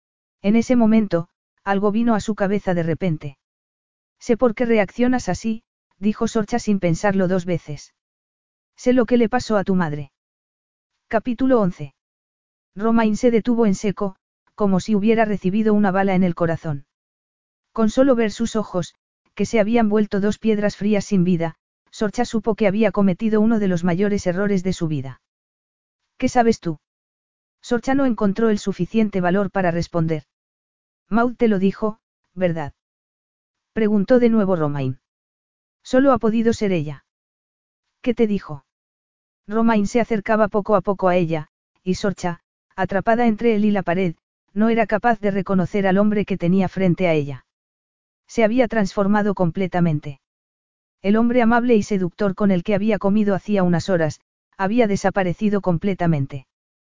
En ese momento, algo vino a su cabeza de repente. Sé por qué reaccionas así, dijo Sorcha sin pensarlo dos veces. Sé lo que le pasó a tu madre. Capítulo 11. Romain se detuvo en seco, como si hubiera recibido una bala en el corazón. Con solo ver sus ojos, que se habían vuelto dos piedras frías sin vida, Sorcha supo que había cometido uno de los mayores errores de su vida. ¿Qué sabes tú? Sorcha no encontró el suficiente valor para responder. Maud te lo dijo, ¿verdad? Preguntó de nuevo Romain. Solo ha podido ser ella. ¿Qué te dijo? Romain se acercaba poco a poco a ella, y Sorcha, atrapada entre él y la pared, no era capaz de reconocer al hombre que tenía frente a ella. Se había transformado completamente. El hombre amable y seductor con el que había comido hacía unas horas, había desaparecido completamente.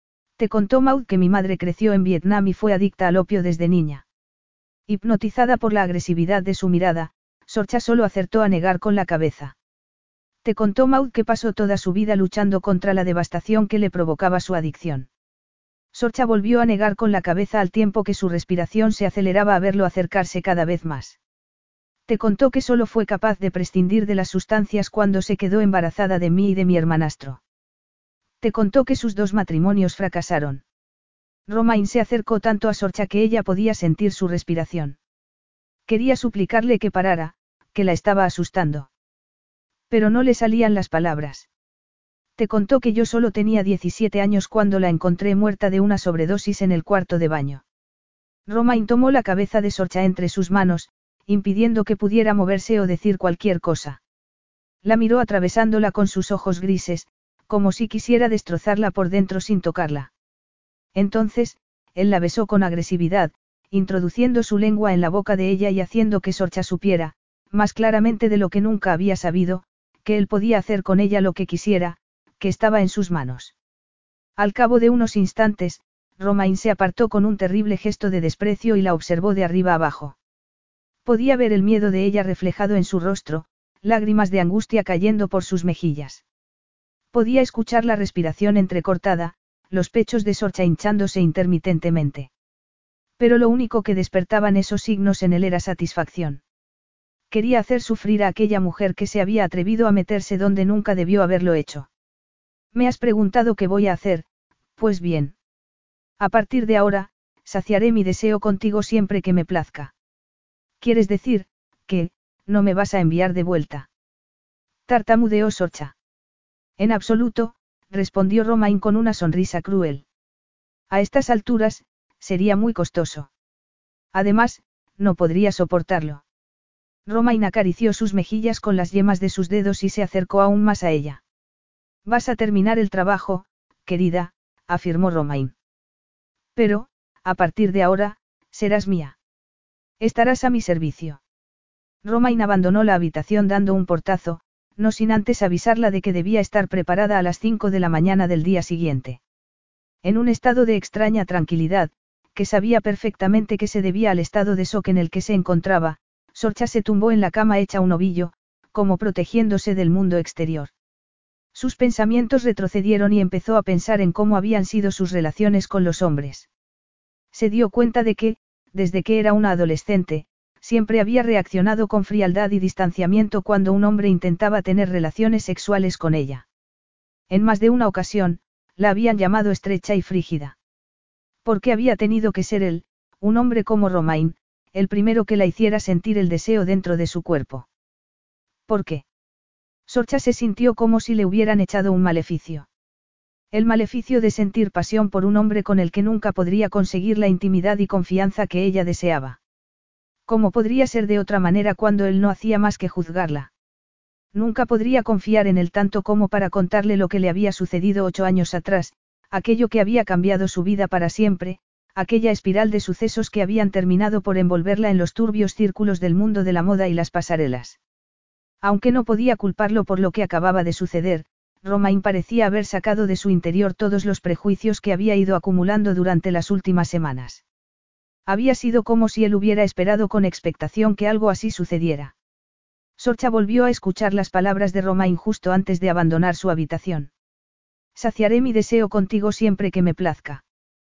Te contó Maud que mi madre creció en Vietnam y fue adicta al opio desde niña. Hipnotizada por la agresividad de su mirada, Sorcha solo acertó a negar con la cabeza. Te contó Maud que pasó toda su vida luchando contra la devastación que le provocaba su adicción. Sorcha volvió a negar con la cabeza al tiempo que su respiración se aceleraba a verlo acercarse cada vez más. Te contó que solo fue capaz de prescindir de las sustancias cuando se quedó embarazada de mí y de mi hermanastro. Te contó que sus 2 matrimonios fracasaron. Romain se acercó tanto a Sorcha que ella podía sentir su respiración. Quería suplicarle que parara, que la estaba asustando. Pero no le salían las palabras. Te contó que yo solo tenía 17 años cuando la encontré muerta de una sobredosis en el cuarto de baño. Romain tomó la cabeza de Sorcha entre sus manos, impidiendo que pudiera moverse o decir cualquier cosa. La miró atravesándola con sus ojos grises, como si quisiera destrozarla por dentro sin tocarla. Entonces, él la besó con agresividad, introduciendo su lengua en la boca de ella y haciendo que Sorcha supiera, más claramente de lo que nunca había sabido, que él podía hacer con ella lo que quisiera, que estaba en sus manos. Al cabo de unos instantes, Romain se apartó con un terrible gesto de desprecio y la observó de arriba abajo. Podía ver el miedo de ella reflejado en su rostro, lágrimas de angustia cayendo por sus mejillas. Podía escuchar la respiración entrecortada, los pechos de Sorcha hinchándose intermitentemente. Pero lo único que despertaban esos signos en él era satisfacción. Quería hacer sufrir a aquella mujer que se había atrevido a meterse donde nunca debió haberlo hecho. Me has preguntado qué voy a hacer, pues bien. A partir de ahora, saciaré mi deseo contigo siempre que me plazca. ¿Quieres decir, que, no me vas a enviar de vuelta? Tartamudeó Sorcha. En absoluto, respondió Romain con una sonrisa cruel. A estas alturas, sería muy costoso. Además, no podría soportarlo. Romain acarició sus mejillas con las yemas de sus dedos y se acercó aún más a ella. Vas a terminar el trabajo, querida, afirmó Romain. Pero, a partir de ahora, serás mía. Estarás a mi servicio. Romain abandonó la habitación dando un portazo, no sin antes avisarla de que debía estar preparada a las 5 de la mañana del día siguiente. En un estado de extraña tranquilidad, que sabía perfectamente que se debía al estado de shock en el que se encontraba, Sorcha se tumbó en la cama hecha un ovillo, como protegiéndose del mundo exterior. Sus pensamientos retrocedieron y empezó a pensar en cómo habían sido sus relaciones con los hombres. Se dio cuenta de que, desde que era una adolescente, siempre había reaccionado con frialdad y distanciamiento cuando un hombre intentaba tener relaciones sexuales con ella. En más de una ocasión, la habían llamado estrecha y frígida. ¿Por qué había tenido que ser él, un hombre como Romain, el primero que la hiciera sentir el deseo dentro de su cuerpo? ¿Por qué? Sorcha se sintió como si le hubieran echado un maleficio. El maleficio de sentir pasión por un hombre con el que nunca podría conseguir la intimidad y confianza que ella deseaba. ¿Cómo podría ser de otra manera cuando él no hacía más que juzgarla? Nunca podría confiar en él tanto como para contarle lo que le había sucedido 8 años atrás, aquello que había cambiado su vida para siempre, aquella espiral de sucesos que habían terminado por envolverla en los turbios círculos del mundo de la moda y las pasarelas. Aunque no podía culparlo por lo que acababa de suceder, Romain parecía haber sacado de su interior todos los prejuicios que había ido acumulando durante las últimas semanas. Había sido como si él hubiera esperado con expectación que algo así sucediera. Sorcha volvió a escuchar las palabras de Romain justo antes de abandonar su habitación. Saciaré mi deseo contigo siempre que me plazca.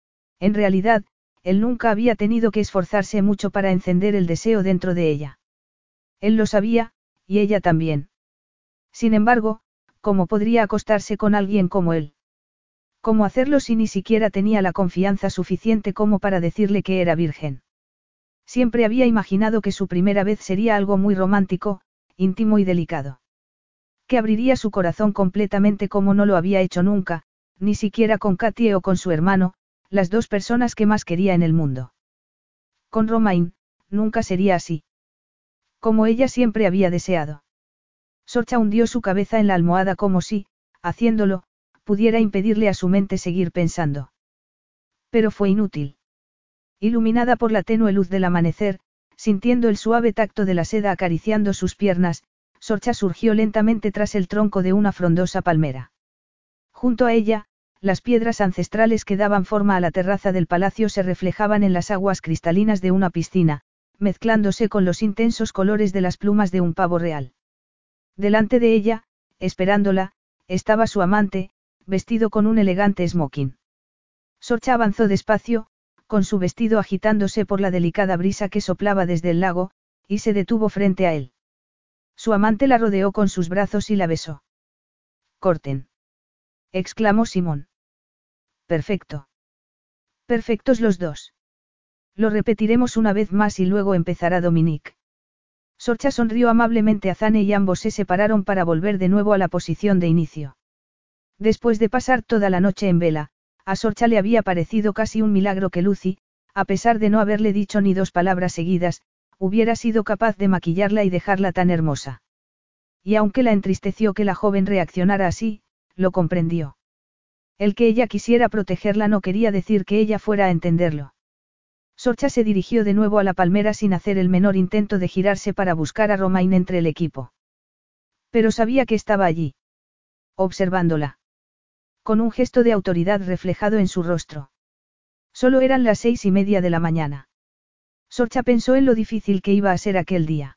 En realidad, él nunca había tenido que esforzarse mucho para encender el deseo dentro de ella. Él lo sabía, y ella también. Sin embargo, ¿cómo podría acostarse con alguien como él? ¿Cómo hacerlo si ni siquiera tenía la confianza suficiente como para decirle que era virgen? Siempre había imaginado que su primera vez sería algo muy romántico, íntimo y delicado. Que abriría su corazón completamente como no lo había hecho nunca, ni siquiera con Katie o con su hermano, las 2 personas que más quería en el mundo. Con Romain, nunca sería así. Como ella siempre había deseado. Sorcha hundió su cabeza en la almohada como si, haciéndolo, pudiera impedirle a su mente seguir pensando. Pero fue inútil. Iluminada por la tenue luz del amanecer, sintiendo el suave tacto de la seda acariciando sus piernas, Sorcha surgió lentamente tras el tronco de una frondosa palmera. Junto a ella, las piedras ancestrales que daban forma a la terraza del palacio se reflejaban en las aguas cristalinas de una piscina, mezclándose con los intensos colores de las plumas de un pavo real. Delante de ella, esperándola, estaba su amante, vestido con un elegante smoking. Sorcha avanzó despacio, con su vestido agitándose por la delicada brisa que soplaba desde el lago, y se detuvo frente a él. Su amante la rodeó con sus brazos y la besó. «Corten», exclamó Simón. «Perfecto. Perfectos los dos. Lo repetiremos una vez más y luego empezará Dominique». Sorcha sonrió amablemente a Zane y ambos se separaron para volver de nuevo a la posición de inicio. Después de pasar toda la noche en vela, a Sorcha le había parecido casi un milagro que Lucy, a pesar de no haberle dicho ni dos palabras seguidas, hubiera sido capaz de maquillarla y dejarla tan hermosa. Y aunque la entristeció que la joven reaccionara así, lo comprendió. El que ella quisiera protegerla no quería decir que ella fuera a entenderlo. Sorcha se dirigió de nuevo a la palmera sin hacer el menor intento de girarse para buscar a Romain entre el equipo. Pero sabía que estaba allí. Observándola. Con un gesto de autoridad reflejado en su rostro. Solo eran las 6:30 de la mañana. Sorcha pensó en lo difícil que iba a ser aquel día.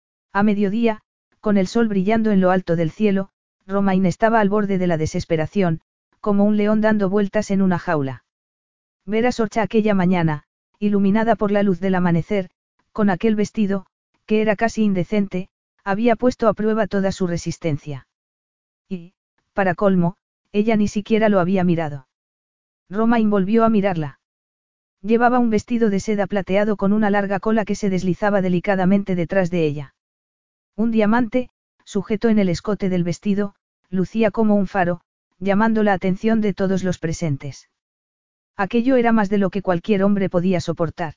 A mediodía, con el sol brillando en lo alto del cielo, Romain estaba al borde de la desesperación, como un león dando vueltas en una jaula. Ver a Sorcha aquella mañana, iluminada por la luz del amanecer, con aquel vestido, que era casi indecente, había puesto a prueba toda su resistencia. Y, para colmo, ella ni siquiera lo había mirado. Romain volvió a mirarla. Llevaba un vestido de seda plateado con una larga cola que se deslizaba delicadamente detrás de ella. Un diamante, sujeto en el escote del vestido, lucía como un faro, llamando la atención de todos los presentes. Aquello era más de lo que cualquier hombre podía soportar.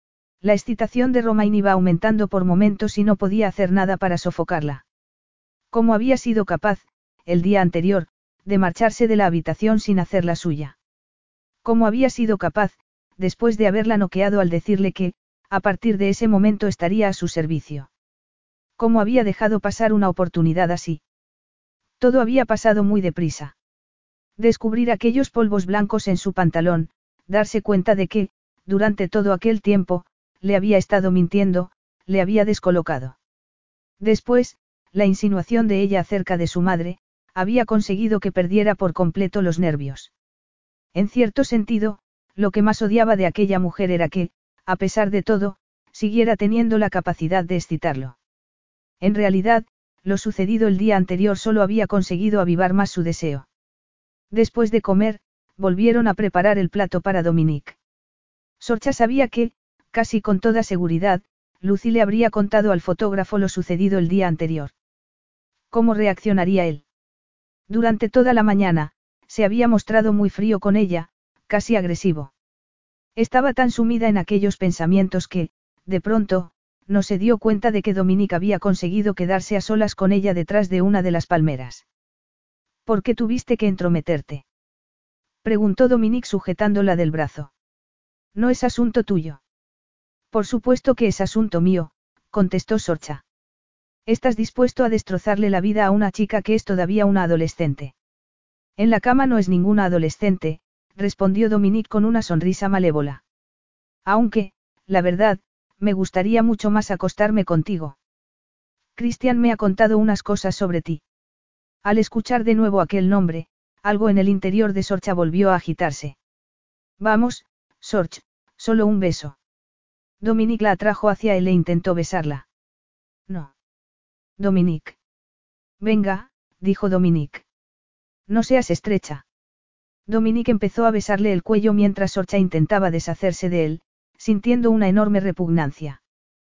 La excitación de Romain iba aumentando por momentos y no podía hacer nada para sofocarla. ¿Cómo había sido capaz, el día anterior, de marcharse de la habitación sin hacer la suya? ¿Cómo había sido capaz, después de haberla noqueado al decirle que, a partir de ese momento estaría a su servicio? ¿Cómo había dejado pasar una oportunidad así? Todo había pasado muy deprisa. Descubrir aquellos polvos blancos en su pantalón, darse cuenta de que, durante todo aquel tiempo, le había estado mintiendo, le había descolocado. Después, la insinuación de ella acerca de su madre, había conseguido que perdiera por completo los nervios. En cierto sentido, lo que más odiaba de aquella mujer era que, a pesar de todo, siguiera teniendo la capacidad de excitarlo. En realidad, lo sucedido el día anterior solo había conseguido avivar más su deseo. Después de comer, volvieron a preparar el plato para Dominique. Sorcha sabía que, casi con toda seguridad, Lucy le habría contado al fotógrafo lo sucedido el día anterior. ¿Cómo reaccionaría él? Durante toda la mañana, se había mostrado muy frío con ella, casi agresivo. Estaba tan sumida en aquellos pensamientos que, de pronto, no se dio cuenta de que Dominique había conseguido quedarse a solas con ella detrás de una de las palmeras. ¿Por qué tuviste que entrometerte?, preguntó Dominique sujetándola del brazo. No es asunto tuyo. Por supuesto que es asunto mío, contestó Sorcha. Estás dispuesto a destrozarle la vida a una chica que es todavía una adolescente. En la cama no es ninguna adolescente, respondió Dominique con una sonrisa malévola. Aunque, la verdad, me gustaría mucho más acostarme contigo. Christian me ha contado unas cosas sobre ti. Al escuchar de nuevo aquel nombre, algo en el interior de Sorcha volvió a agitarse. Vamos, Sorch, solo un beso. Dominique la atrajo hacia él e intentó besarla. No. Dominique. Venga, dijo Dominique. No seas estrecha. Dominique empezó a besarle el cuello mientras Sorcha intentaba deshacerse de él, sintiendo una enorme repugnancia.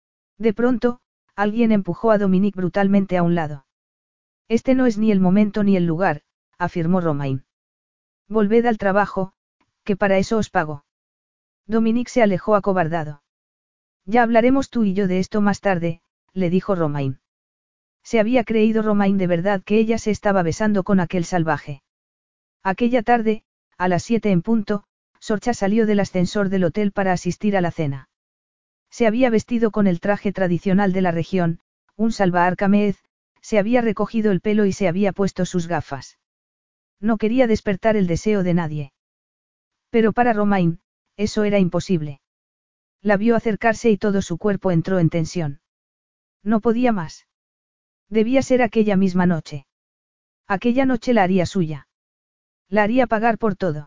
De pronto, alguien empujó a Dominique brutalmente a un lado. Este no es ni el momento ni el lugar, afirmó Romain. Volved al trabajo, que para eso os pago. Dominique se alejó acobardado. Ya hablaremos tú y yo de esto más tarde, le dijo Romain. Se había creído Romain de verdad que ella se estaba besando con aquel salvaje. Aquella tarde, a las 7 en punto, Sorcha salió del ascensor del hotel para asistir a la cena. Se había vestido con el traje tradicional de la región, un salvaar cameez, se había recogido el pelo y se había puesto sus gafas. No quería despertar el deseo de nadie. Pero para Romain, eso era imposible. La vio acercarse y todo su cuerpo entró en tensión. No podía más. Debía ser aquella misma noche. Aquella noche la haría suya. La haría pagar por todo.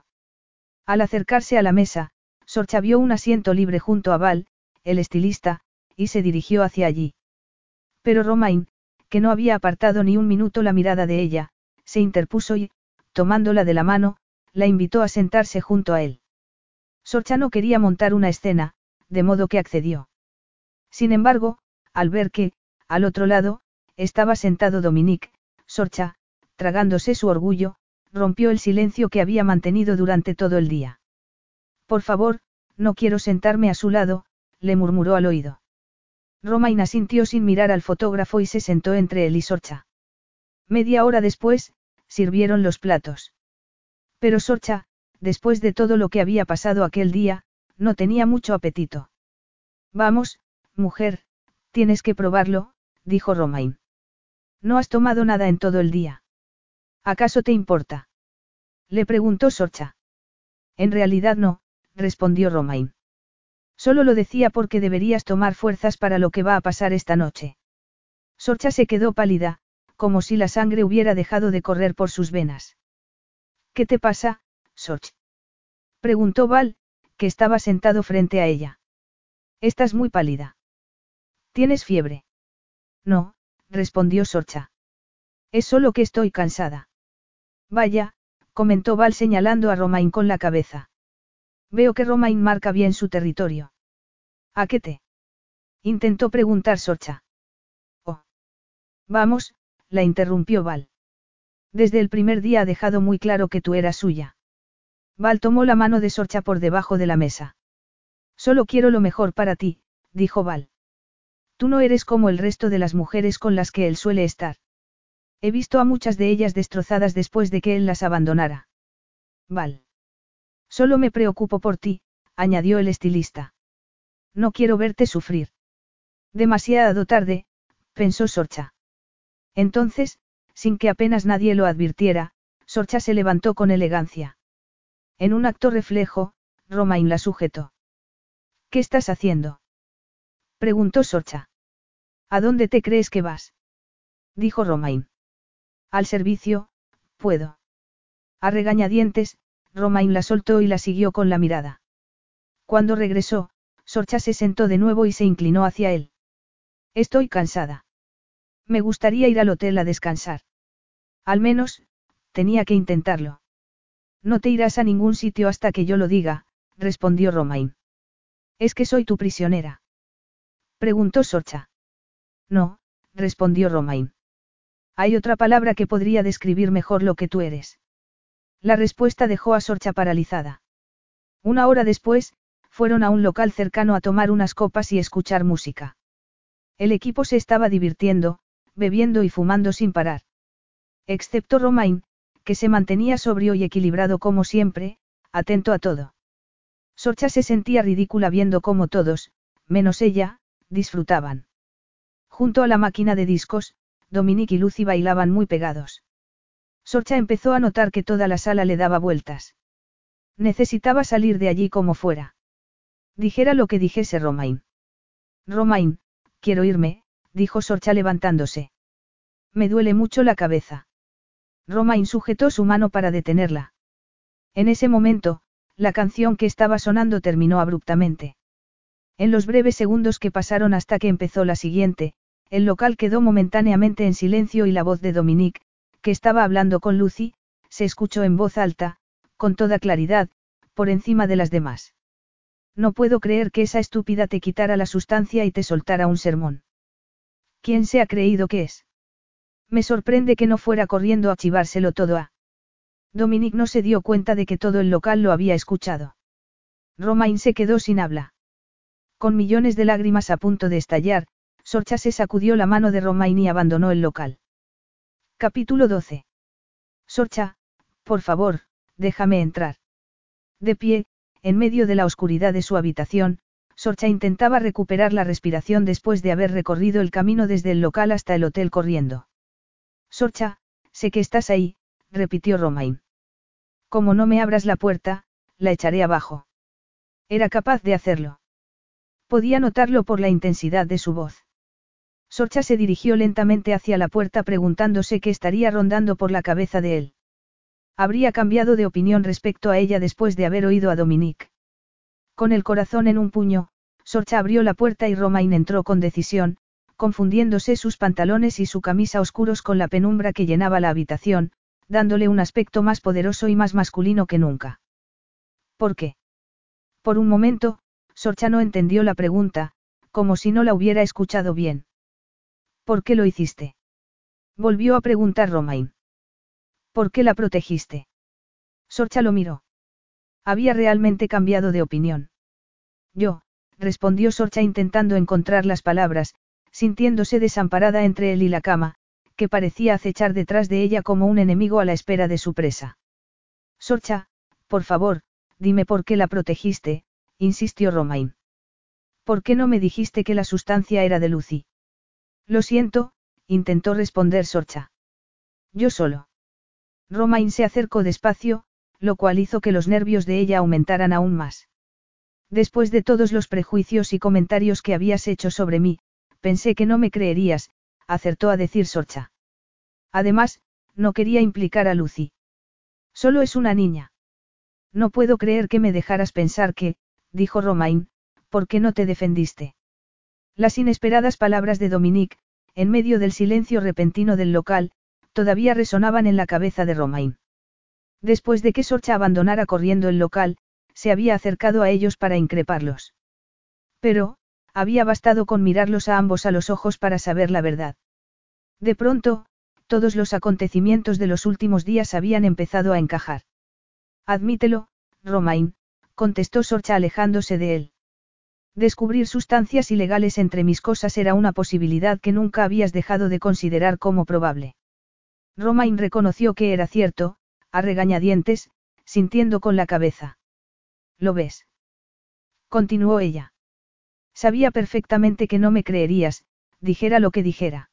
Al acercarse a la mesa, Sorcha vio un asiento libre junto a Val, el estilista, y se dirigió hacia allí. Pero Romain, que no había apartado ni un minuto la mirada de ella, se interpuso y, tomándola de la mano, la invitó a sentarse junto a él. Sorcha no quería montar una escena, de modo que accedió. Sin embargo, al ver que, al otro lado, estaba sentado Dominique, Sorcha, tragándose su orgullo, rompió el silencio que había mantenido durante todo el día. Por favor, no quiero sentarme a su lado, le murmuró al oído. Romain asintió sin mirar al fotógrafo y se sentó entre él y Sorcha. Media hora después, sirvieron los platos. Pero Sorcha, después de todo lo que había pasado aquel día, no tenía mucho apetito. Vamos, mujer, tienes que probarlo, dijo Romain. No has tomado nada en todo el día. ¿Acaso te importa? Le preguntó Sorcha. En realidad no, respondió Romain. Solo lo decía porque deberías tomar fuerzas para lo que va a pasar esta noche. Sorcha se quedó pálida, como si la sangre hubiera dejado de correr por sus venas. ¿Qué te pasa, Sorch? Preguntó Val, que estaba sentado frente a ella. Estás muy pálida. ¿Tienes fiebre? No, respondió Sorcha. Es solo que estoy cansada. Vaya, comentó Val señalando a Romain con la cabeza. Veo que Romain marca bien su territorio. ¿A qué te? Intentó preguntar Sorcha. Oh. Vamos, la interrumpió Val. Desde el primer día ha dejado muy claro que tú eras suya. Val tomó la mano de Sorcha por debajo de la mesa. Solo quiero lo mejor para ti, dijo Val. Tú no eres como el resto de las mujeres con las que él suele estar. He visto a muchas de ellas destrozadas después de que él las abandonara. Val. Solo me preocupo por ti, añadió el estilista. No quiero verte sufrir. Demasiado tarde, pensó Sorcha. Entonces, sin que apenas nadie lo advirtiera, Sorcha se levantó con elegancia. En un acto reflejo, Romain la sujetó. ¿Qué estás haciendo? Preguntó Sorcha. ¿A dónde te crees que vas? Dijo Romain. Al servicio, puedo. A regañadientes, Romain la soltó y la siguió con la mirada. Cuando regresó, Sorcha se sentó de nuevo y se inclinó hacia él. Estoy cansada. Me gustaría ir al hotel a descansar. Al menos, tenía que intentarlo. No te irás a ningún sitio hasta que yo lo diga, respondió Romain. ¿Es que soy tu prisionera? Preguntó Sorcha. No, respondió Romain. Hay otra palabra que podría describir mejor lo que tú eres. La respuesta dejó a Sorcha paralizada. Una hora después, fueron a un local cercano a tomar unas copas y escuchar música. El equipo se estaba divirtiendo, bebiendo y fumando sin parar. Excepto Romain, que se mantenía sobrio y equilibrado como siempre, atento a todo. Sorcha se sentía ridícula viendo cómo todos, menos ella, disfrutaban. Junto a la máquina de discos, Dominique y Lucy bailaban muy pegados. Sorcha empezó a notar que toda la sala le daba vueltas. Necesitaba salir de allí como fuera. Dijera lo que dijese Romain. Romain, quiero irme, dijo Sorcha levantándose. Me duele mucho la cabeza. Romain sujetó su mano para detenerla. En ese momento, la canción que estaba sonando terminó abruptamente. En los breves segundos que pasaron hasta que empezó la siguiente, el local quedó momentáneamente en silencio y la voz de Dominique, que estaba hablando con Lucy, se escuchó en voz alta, con toda claridad, por encima de las demás. No puedo creer que esa estúpida te quitara la sustancia y te soltara un sermón. ¿Quién se ha creído que es? Me sorprende que no fuera corriendo a chivárselo todo a. Dominique no se dio cuenta de que todo el local lo había escuchado. Romain se quedó sin habla. Con millones de lágrimas a punto de estallar, Sorcha se sacudió la mano de Romain y abandonó el local. Capítulo 12. Sorcha, por favor, déjame entrar. De pie, en medio de la oscuridad de su habitación, Sorcha intentaba recuperar la respiración después de haber recorrido el camino desde el local hasta el hotel corriendo. Sorcha, sé que estás ahí, repitió Romain. Como no me abras la puerta, la echaré abajo. Era capaz de hacerlo. Podía notarlo por la intensidad de su voz. Sorcha se dirigió lentamente hacia la puerta preguntándose qué estaría rondando por la cabeza de él. Habría cambiado de opinión respecto a ella después de haber oído a Dominique. Con el corazón en un puño, Sorcha abrió la puerta y Romain entró con decisión, confundiéndose sus pantalones y su camisa oscuros con la penumbra que llenaba la habitación, dándole un aspecto más poderoso y más masculino que nunca. ¿Por qué? Por un momento, Sorcha no entendió la pregunta, como si no la hubiera escuchado bien. ¿Por qué lo hiciste? Volvió a preguntar Romain. ¿Por qué la protegiste? Sorcha lo miró. Había realmente cambiado de opinión. Yo, respondió Sorcha intentando encontrar las palabras, sintiéndose desamparada entre él y la cama, que parecía acechar detrás de ella como un enemigo a la espera de su presa. Sorcha, por favor, dime por qué la protegiste, insistió Romain. ¿Por qué no me dijiste que la sustancia era de Lucy? Lo siento, intentó responder Sorcha. Yo solo. Romain se acercó despacio, lo cual hizo que los nervios de ella aumentaran aún más. Después de todos los prejuicios y comentarios que habías hecho sobre mí, pensé que no me creerías, acertó a decir Sorcha. Además, no quería implicar a Lucy. Solo es una niña. No puedo creer que me dejaras pensar que, dijo Romain, ¿por qué no te defendiste? Las inesperadas palabras de Dominique, en medio del silencio repentino del local, todavía resonaban en la cabeza de Romain. Después de que Sorcha abandonara corriendo el local, se había acercado a ellos para increparlos. Pero, había bastado con mirarlos a ambos a los ojos para saber la verdad. De pronto, todos los acontecimientos de los últimos días habían empezado a encajar. Admítelo, Romain, contestó Sorcha alejándose de él. Descubrir sustancias ilegales entre mis cosas era una posibilidad que nunca habías dejado de considerar como probable. Romain reconoció que era cierto, a regañadientes, sintiendo con la cabeza. ¿Lo ves? Continuó ella. Sabía perfectamente que no me creerías, dijera lo que dijera.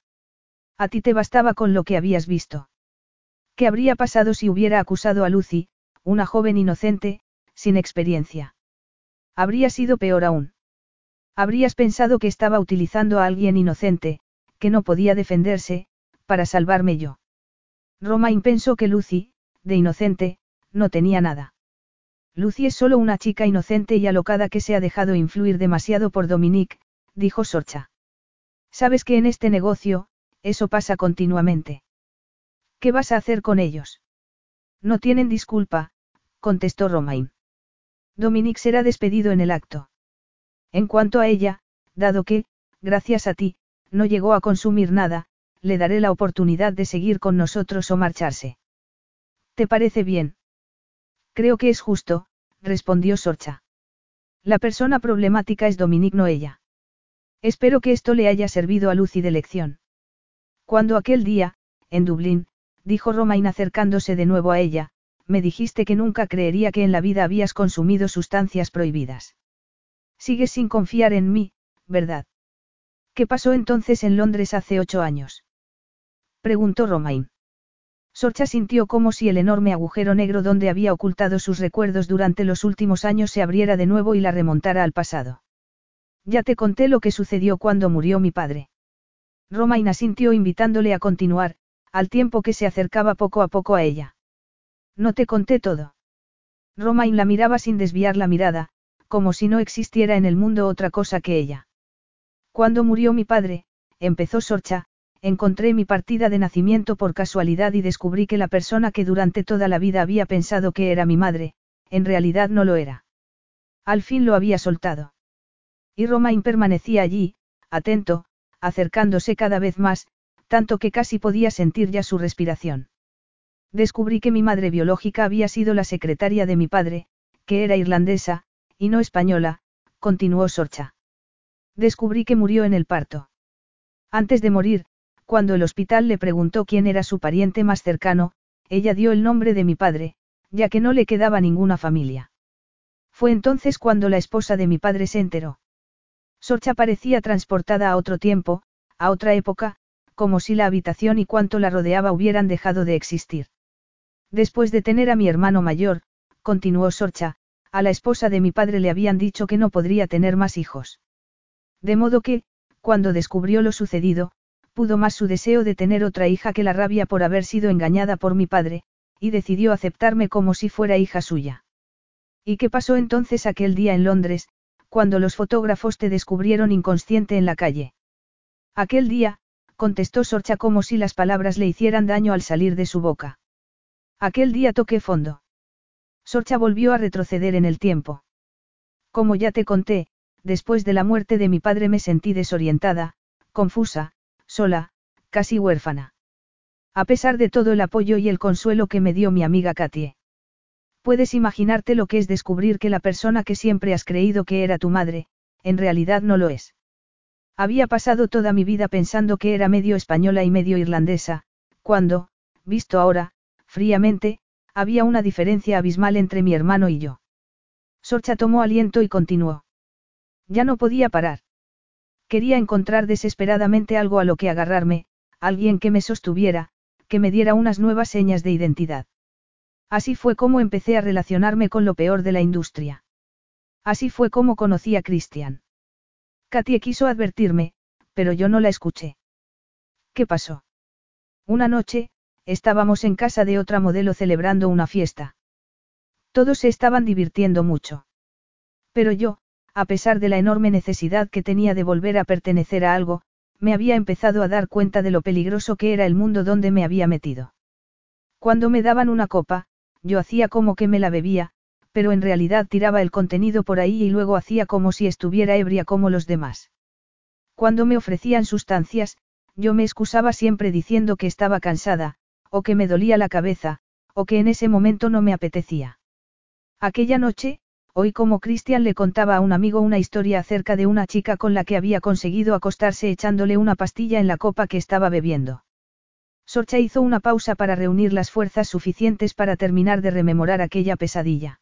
A ti te bastaba con lo que habías visto. ¿Qué habría pasado si hubiera acusado a Lucy, una joven inocente, sin experiencia? Habría sido peor aún. Habrías pensado que estaba utilizando a alguien inocente, que no podía defenderse, para salvarme yo. Romain pensó que Lucy, de inocente, no tenía nada. Lucy es solo una chica inocente y alocada que se ha dejado influir demasiado por Dominique, dijo Sorcha. Sabes que en este negocio, eso pasa continuamente. ¿Qué vas a hacer con ellos? No tienen disculpa, contestó Romain. Dominique será despedido en el acto. En cuanto a ella, dado que, gracias a ti, no llegó a consumir nada, le daré la oportunidad de seguir con nosotros o marcharse. ¿Te parece bien? Creo que es justo, respondió Sorcha. La persona problemática es Dominique, no ella. Espero que esto le haya servido a Lucy de lección. Cuando aquel día, en Dublín, dijo Romain acercándose de nuevo a ella, me dijiste que nunca creería que en la vida habías consumido sustancias prohibidas. Sigues sin confiar en mí, ¿verdad? ¿Qué pasó entonces en Londres hace 8 años? Preguntó Romain. Sorcha sintió como si el enorme agujero negro donde había ocultado sus recuerdos durante los últimos años se abriera de nuevo y la remontara al pasado. Ya te conté lo que sucedió cuando murió mi padre. Romain asintió invitándole a continuar, al tiempo que se acercaba poco a poco a ella. No te conté todo. Romain la miraba sin desviar la mirada, como si no existiera en el mundo otra cosa que ella. Cuando murió mi padre, empezó Sorcha, encontré mi partida de nacimiento por casualidad y descubrí que la persona que durante toda la vida había pensado que era mi madre, en realidad no lo era. Al fin lo había soltado. Y Romain permanecía allí, atento, acercándose cada vez más, tanto que casi podía sentir ya su respiración. Descubrí que mi madre biológica había sido la secretaria de mi padre, que era irlandesa, y no española, continuó Sorcha. Descubrí que murió en el parto. Antes de morir, cuando el hospital le preguntó quién era su pariente más cercano, ella dio el nombre de mi padre, ya que no le quedaba ninguna familia. Fue entonces cuando la esposa de mi padre se enteró. Sorcha parecía transportada a otro tiempo, a otra época, como si la habitación y cuanto la rodeaba hubieran dejado de existir. Después de tener a mi hermano mayor, continuó Sorcha, a la esposa de mi padre le habían dicho que no podría tener más hijos. De modo que, cuando descubrió lo sucedido, pudo más su deseo de tener otra hija que la rabia por haber sido engañada por mi padre, y decidió aceptarme como si fuera hija suya. ¿Y qué pasó entonces aquel día en Londres, cuando los fotógrafos te descubrieron inconsciente en la calle? Aquel día, contestó Sorcha como si las palabras le hicieran daño al salir de su boca. Aquel día toqué fondo. Sorcha volvió a retroceder en el tiempo. Como ya te conté, después de la muerte de mi padre me sentí desorientada, confusa, sola, casi huérfana. A pesar de todo el apoyo y el consuelo que me dio mi amiga Katie. Puedes imaginarte lo que es descubrir que la persona que siempre has creído que era tu madre, en realidad no lo es. Había pasado toda mi vida pensando que era medio española y medio irlandesa, cuando, visto ahora, fríamente, había una diferencia abismal entre mi hermano y yo. Sorcha tomó aliento y continuó. Ya no podía parar. Quería encontrar desesperadamente algo a lo que agarrarme, alguien que me sostuviera, que me diera unas nuevas señas de identidad. Así fue como empecé a relacionarme con lo peor de la industria. Así fue como conocí a Christian. Katie quiso advertirme, pero yo no la escuché. ¿Qué pasó? Una noche, estábamos en casa de otra modelo celebrando una fiesta. Todos se estaban divirtiendo mucho. Pero yo, a pesar de la enorme necesidad que tenía de volver a pertenecer a algo, me había empezado a dar cuenta de lo peligroso que era el mundo donde me había metido. Cuando me daban una copa, yo hacía como que me la bebía, pero en realidad tiraba el contenido por ahí y luego hacía como si estuviera ebria como los demás. Cuando me ofrecían sustancias, yo me excusaba siempre diciendo que estaba cansada, o que me dolía la cabeza, o que en ese momento no me apetecía. Aquella noche, oí como Christian le contaba a un amigo una historia acerca de una chica con la que había conseguido acostarse echándole una pastilla en la copa que estaba bebiendo. Sorcha hizo una pausa para reunir las fuerzas suficientes para terminar de rememorar aquella pesadilla.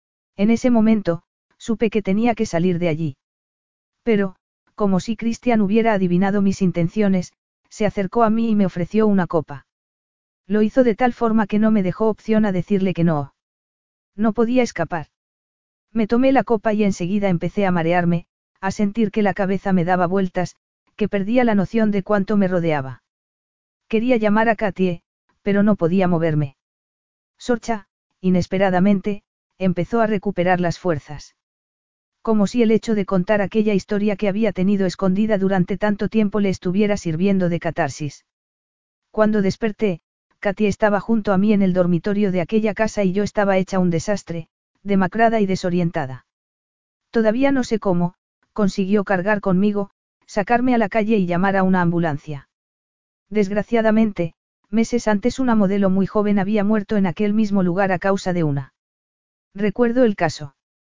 En ese momento, supe que tenía que salir de allí. Pero, como si Christian hubiera adivinado mis intenciones, se acercó a mí y me ofreció una copa. Lo hizo de tal forma que no me dejó opción a decirle que no. No podía escapar. Me tomé la copa y enseguida empecé a marearme, a sentir que la cabeza me daba vueltas, que perdía la noción de cuánto me rodeaba. Quería llamar a Katie, pero no podía moverme. Sorcha, inesperadamente, empezó a recuperar las fuerzas. Como si el hecho de contar aquella historia que había tenido escondida durante tanto tiempo le estuviera sirviendo de catarsis. Cuando desperté, Katie estaba junto a mí en el dormitorio de aquella casa y yo estaba hecha un desastre, demacrada y desorientada. Todavía no sé cómo, consiguió cargar conmigo, sacarme a la calle y llamar a una ambulancia. Desgraciadamente, meses antes una modelo muy joven había muerto en aquel mismo lugar a causa de una. Recuerdo el caso.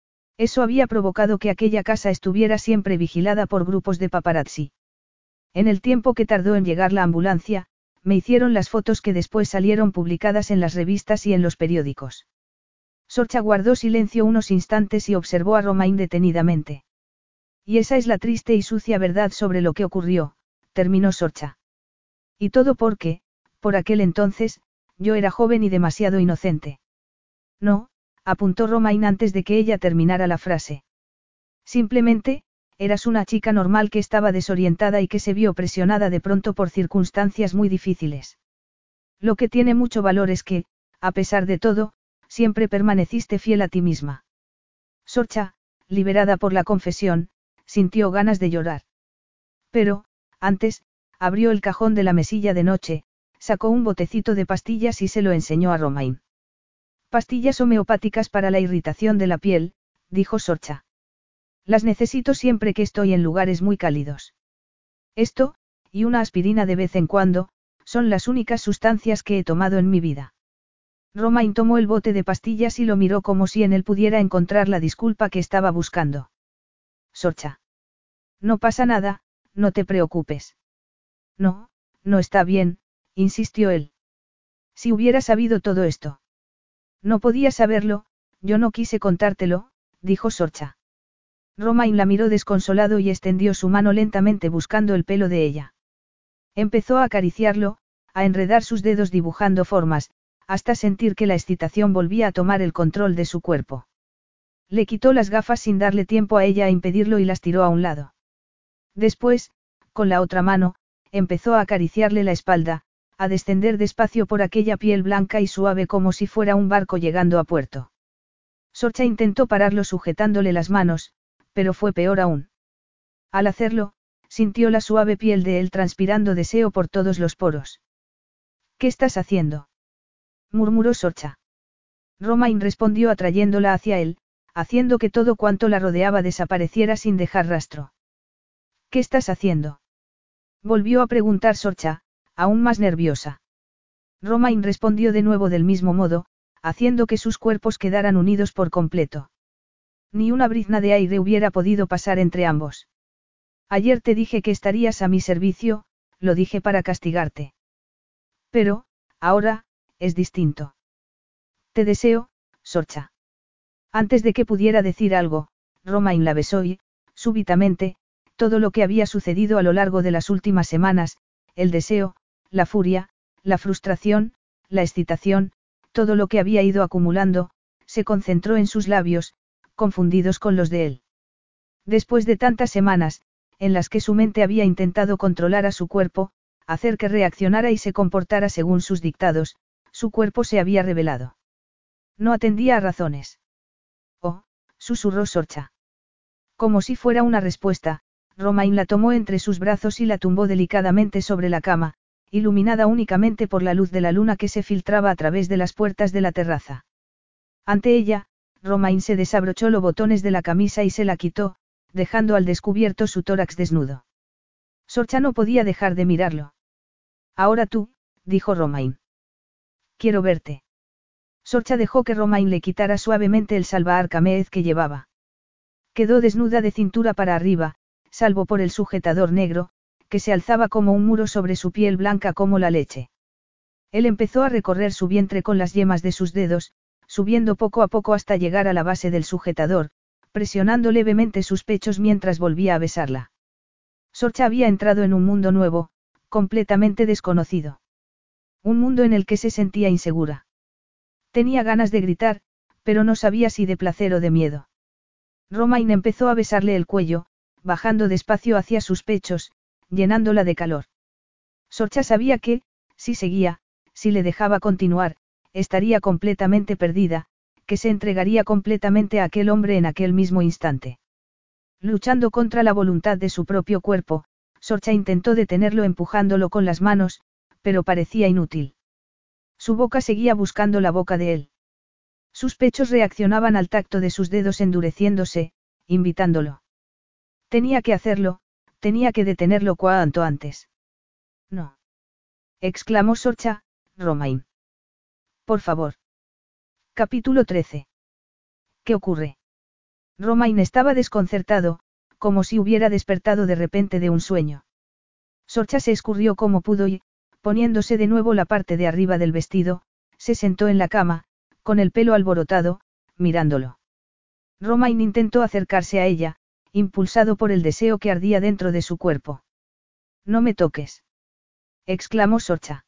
Eso había provocado que aquella casa estuviera siempre vigilada por grupos de paparazzi. En el tiempo que tardó en llegar la ambulancia, me hicieron las fotos que después salieron publicadas en las revistas y en los periódicos. Sorcha guardó silencio unos instantes y observó a Romain detenidamente. Y esa es la triste y sucia verdad sobre lo que ocurrió, terminó Sorcha. Y todo porque, por aquel entonces, yo era joven y demasiado inocente. No, apuntó Romain antes de que ella terminara la frase. Simplemente, eras una chica normal que estaba desorientada y que se vio presionada de pronto por circunstancias muy difíciles. Lo que tiene mucho valor es que, a pesar de todo, siempre permaneciste fiel a ti misma. Sorcha, liberada por la confesión, sintió ganas de llorar. Pero, antes, abrió el cajón de la mesilla de noche, sacó un botecito de pastillas y se lo enseñó a Romain. Pastillas homeopáticas para la irritación de la piel, dijo Sorcha. Las necesito siempre que estoy en lugares muy cálidos. Esto, y una aspirina de vez en cuando, son las únicas sustancias que he tomado en mi vida. Romain tomó el bote de pastillas y lo miró como si en él pudiera encontrar la disculpa que estaba buscando. Sorcha. No pasa nada, no te preocupes. No, no está bien, insistió él. Si hubiera sabido todo esto. No podía saberlo, yo no quise contártelo, dijo Sorcha. Romain la miró desconsolado y extendió su mano lentamente buscando el pelo de ella. Empezó a acariciarlo, a enredar sus dedos dibujando formas, hasta sentir que la excitación volvía a tomar el control de su cuerpo. Le quitó las gafas sin darle tiempo a ella a impedirlo y las tiró a un lado. Después, con la otra mano, empezó a acariciarle la espalda, a descender despacio por aquella piel blanca y suave como si fuera un barco llegando a puerto. Sorcha intentó pararlo sujetándole las manos, pero fue peor aún. Al hacerlo, sintió la suave piel de él transpirando deseo por todos los poros. ¿Qué estás haciendo?, murmuró Sorcha. Romain respondió atrayéndola hacia él, haciendo que todo cuanto la rodeaba desapareciera sin dejar rastro. ¿Qué estás haciendo?, volvió a preguntar Sorcha, aún más nerviosa. Romain respondió de nuevo del mismo modo, haciendo que sus cuerpos quedaran unidos por completo. Ni una brizna de aire hubiera podido pasar entre ambos. Ayer te dije que estarías a mi servicio, lo dije para castigarte. Pero, ahora, es distinto. Te deseo, Sorcha. Antes de que pudiera decir algo, Romain la besó y, súbitamente, todo lo que había sucedido a lo largo de las últimas semanas, el deseo, la furia, la frustración, la excitación, todo lo que había ido acumulando, se concentró en sus labios, confundidos con los de él. Después de tantas semanas, en las que su mente había intentado controlar a su cuerpo, hacer que reaccionara y se comportara según sus dictados, su cuerpo se había rebelado. No atendía a razones. Oh, susurró Sorcha. Como si fuera una respuesta, Romain la tomó entre sus brazos y la tumbó delicadamente sobre la cama, iluminada únicamente por la luz de la luna que se filtraba a través de las puertas de la terraza. Ante ella, Romain se desabrochó los botones de la camisa y se la quitó, dejando al descubierto su tórax desnudo. Sorcha no podía dejar de mirarlo. Ahora tú, dijo Romain. Quiero verte. Sorcha dejó que Romain le quitara suavemente el salvaarcameez que llevaba. Quedó desnuda de cintura para arriba, salvo por el sujetador negro, que se alzaba como un muro sobre su piel blanca como la leche. Él empezó a recorrer su vientre con las yemas de sus dedos, subiendo poco a poco hasta llegar a la base del sujetador, presionando levemente sus pechos mientras volvía a besarla. Sorcha había entrado en un mundo nuevo, completamente desconocido. Un mundo en el que se sentía insegura. Tenía ganas de gritar, pero no sabía si de placer o de miedo. Romain empezó a besarle el cuello, bajando despacio hacia sus pechos, llenándola de calor. Sorcha sabía que, si seguía, si le dejaba continuar, estaría completamente perdida, que se entregaría completamente a aquel hombre en aquel mismo instante. Luchando contra la voluntad de su propio cuerpo, Sorcha intentó detenerlo empujándolo con las manos, pero parecía inútil. Su boca seguía buscando la boca de él. Sus pechos reaccionaban al tacto de sus dedos endureciéndose, invitándolo. Tenía que hacerlo, tenía que detenerlo cuanto antes. No. Exclamó Sorcha, Romain. Por favor. Capítulo 13. ¿Qué ocurre? Romain estaba desconcertado, como si hubiera despertado de repente de un sueño. Sorcha se escurrió como pudo y, poniéndose de nuevo la parte de arriba del vestido, se sentó en la cama, con el pelo alborotado, mirándolo. Romain intentó acercarse a ella, impulsado por el deseo que ardía dentro de su cuerpo. No me toques. Exclamó Sorcha.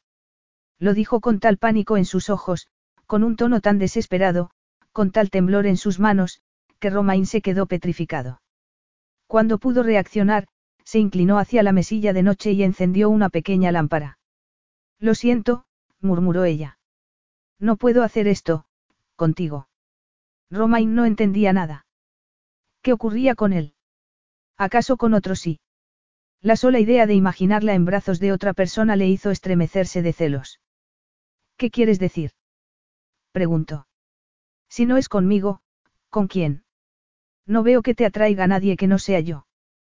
Lo dijo con tal pánico en sus ojos, con un tono tan desesperado, con tal temblor en sus manos, que Romain se quedó petrificado. Cuando pudo reaccionar, se inclinó hacia la mesilla de noche y encendió una pequeña lámpara. Lo siento, murmuró ella. No puedo hacer esto, contigo. Romain no entendía nada. ¿Qué ocurría con él? ¿Acaso con otro sí? La sola idea de imaginarla en brazos de otra persona le hizo estremecerse de celos. ¿Qué quieres decir?, preguntó. Si no es conmigo, ¿con quién? No veo que te atraiga nadie que no sea yo.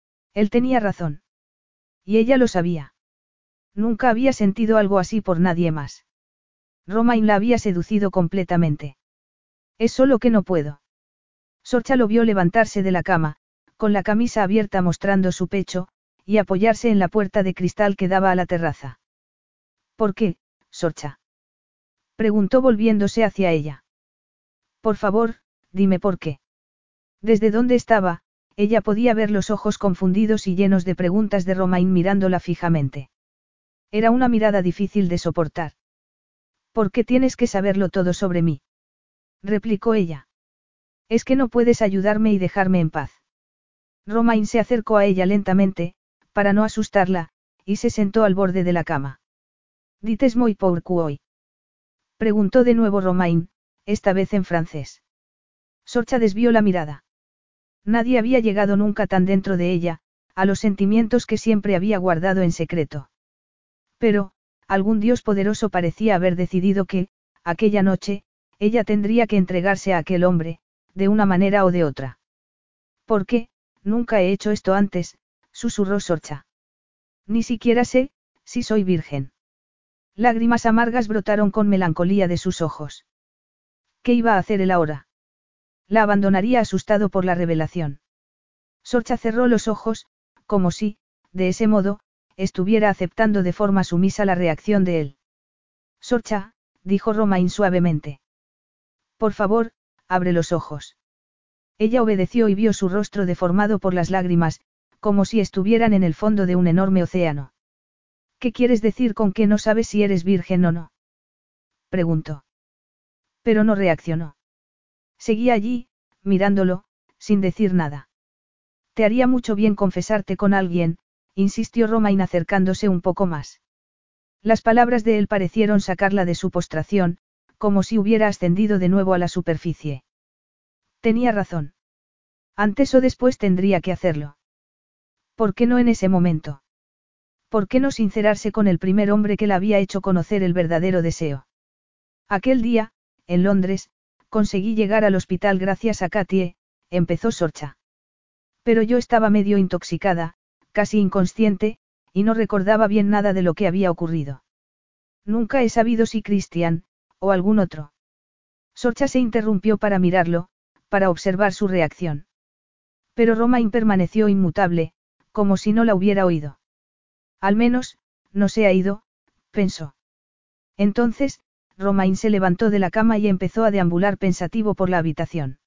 Él tenía razón. Y ella lo sabía. Nunca había sentido algo así por nadie más. Romain la había seducido completamente. Es solo que no puedo. Sorcha lo vio levantarse de la cama, con la camisa abierta mostrando su pecho, y apoyarse en la puerta de cristal que daba a la terraza. ¿Por qué, Sorcha? Preguntó volviéndose hacia ella. Por favor, dime por qué. Desde donde estaba, ella podía ver los ojos confundidos y llenos de preguntas de Romain mirándola fijamente. Era una mirada difícil de soportar. ¿Por qué tienes que saberlo todo sobre mí? Replicó ella. Es que no puedes ayudarme y dejarme en paz. Romain se acercó a ella lentamente, para no asustarla, y se sentó al borde de la cama. ¿Dites moi pourquoi? Preguntó de nuevo Romain, esta vez en francés. Sorcha desvió la mirada. Nadie había llegado nunca tan dentro de ella, a los sentimientos que siempre había guardado en secreto. Pero, algún dios poderoso parecía haber decidido que, aquella noche, ella tendría que entregarse a aquel hombre, de una manera o de otra. ¿Por qué? Nunca he hecho esto antes, susurró Sorcha. Ni siquiera sé, si soy virgen. Lágrimas amargas brotaron con melancolía de sus ojos. ¿Qué iba a hacer él ahora? La abandonaría asustado por la revelación. Sorcha cerró los ojos, como si, de ese modo, estuviera aceptando de forma sumisa la reacción de él. Sorcha, dijo Romain suavemente. Por favor, abre los ojos. Ella obedeció y vio su rostro deformado por las lágrimas, como si estuvieran en el fondo de un enorme océano. ¿Qué quieres decir con que no sabes si eres virgen o no? Preguntó. Pero no reaccionó. Seguía allí, mirándolo, sin decir nada. Te haría mucho bien confesarte con alguien, insistió Romain acercándose un poco más. Las palabras de él parecieron sacarla de su postración, como si hubiera ascendido de nuevo a la superficie. Tenía razón. Antes o después tendría que hacerlo. ¿Por qué no en ese momento? ¿Por qué no sincerarse con el primer hombre que la había hecho conocer el verdadero deseo? Aquel día, en Londres, conseguí llegar al hospital gracias a Katie, empezó Sorcha. Pero yo estaba medio intoxicada, casi inconsciente, y no recordaba bien nada de lo que había ocurrido. Nunca he sabido si Christian, o algún otro. Sorcha se interrumpió para mirarlo, para observar su reacción. Pero Romain permaneció inmutable, como si no la hubiera oído. Al menos, no se ha ido, pensó. Entonces, Romain se levantó de la cama y empezó a deambular pensativo por la habitación.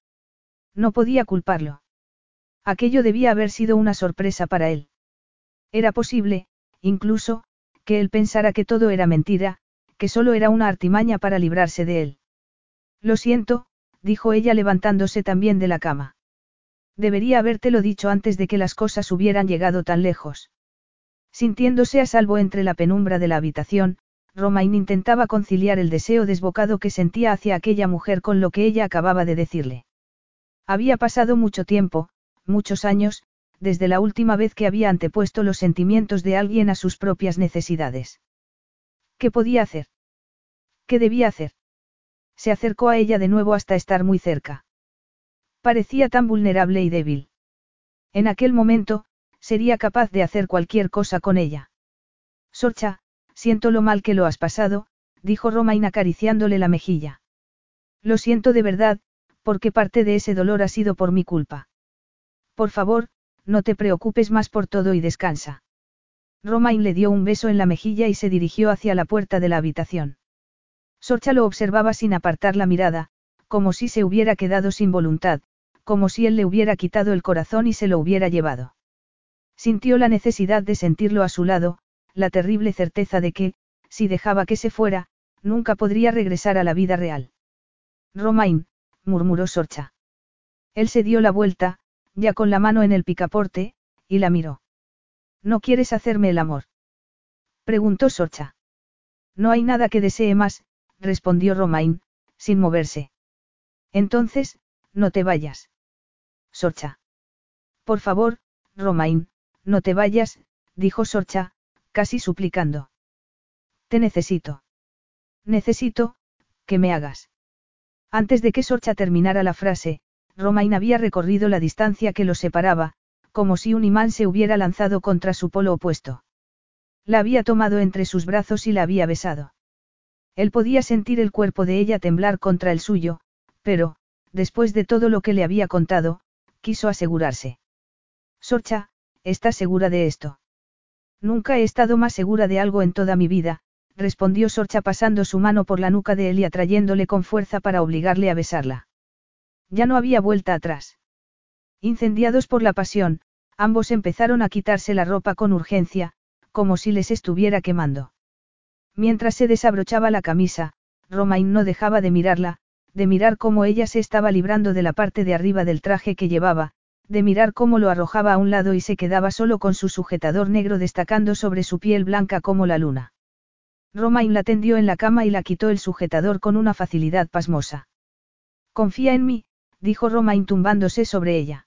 No podía culparlo. Aquello debía haber sido una sorpresa para él. Era posible, incluso, que él pensara que todo era mentira, que solo era una artimaña para librarse de él. Lo siento, dijo ella levantándose también de la cama. Debería habértelo dicho antes de que las cosas hubieran llegado tan lejos. Sintiéndose a salvo entre la penumbra de la habitación, Romain intentaba conciliar el deseo desbocado que sentía hacia aquella mujer con lo que ella acababa de decirle. Había pasado mucho tiempo, muchos años, desde la última vez que había antepuesto los sentimientos de alguien a sus propias necesidades. ¿Qué podía hacer? ¿Qué debía hacer? Se acercó a ella de nuevo hasta estar muy cerca. Parecía tan vulnerable y débil. En aquel momento, sería capaz de hacer cualquier cosa con ella. Sorcha, siento lo mal que lo has pasado, dijo Romain acariciándole la mejilla. Lo siento de verdad, porque parte de ese dolor ha sido por mi culpa. Por favor, no te preocupes más por todo y descansa. Romain le dio un beso en la mejilla y se dirigió hacia la puerta de la habitación. Sorcha lo observaba sin apartar la mirada, como si se hubiera quedado sin voluntad, como si él le hubiera quitado el corazón y se lo hubiera llevado. Sintió la necesidad de sentirlo a su lado, la terrible certeza de que, si dejaba que se fuera, nunca podría regresar a la vida real. Romain, murmuró Sorcha. Él se dio la vuelta, ya con la mano en el picaporte, y la miró. ¿No quieres hacerme el amor? Preguntó Sorcha. No hay nada que desee más, respondió Romain, sin moverse. Entonces, no te vayas. Sorcha. Por favor, Romain, no te vayas, dijo Sorcha, casi suplicando. Te necesito. Necesito, que me hagas. Antes de que Sorcha terminara la frase, Romain había recorrido la distancia que los separaba, como si un imán se hubiera lanzado contra su polo opuesto. La había tomado entre sus brazos y la había besado. Él podía sentir el cuerpo de ella temblar contra el suyo, pero, después de todo lo que le había contado, quiso asegurarse. Sorcha, ¿estás segura de esto? Nunca he estado más segura de algo en toda mi vida, respondió Sorcha pasando su mano por la nuca de él y atrayéndole con fuerza para obligarle a besarla. Ya no había vuelta atrás. Incendiados por la pasión, ambos empezaron a quitarse la ropa con urgencia, como si les estuviera quemando. Mientras se desabrochaba la camisa, Romain no dejaba de mirarla, de mirar cómo ella se estaba librando de la parte de arriba del traje que llevaba, de mirar cómo lo arrojaba a un lado y se quedaba solo con su sujetador negro destacando sobre su piel blanca como la luna. Romain la tendió en la cama y la quitó el sujetador con una facilidad pasmosa. Confía en mí, dijo Romain tumbándose sobre ella.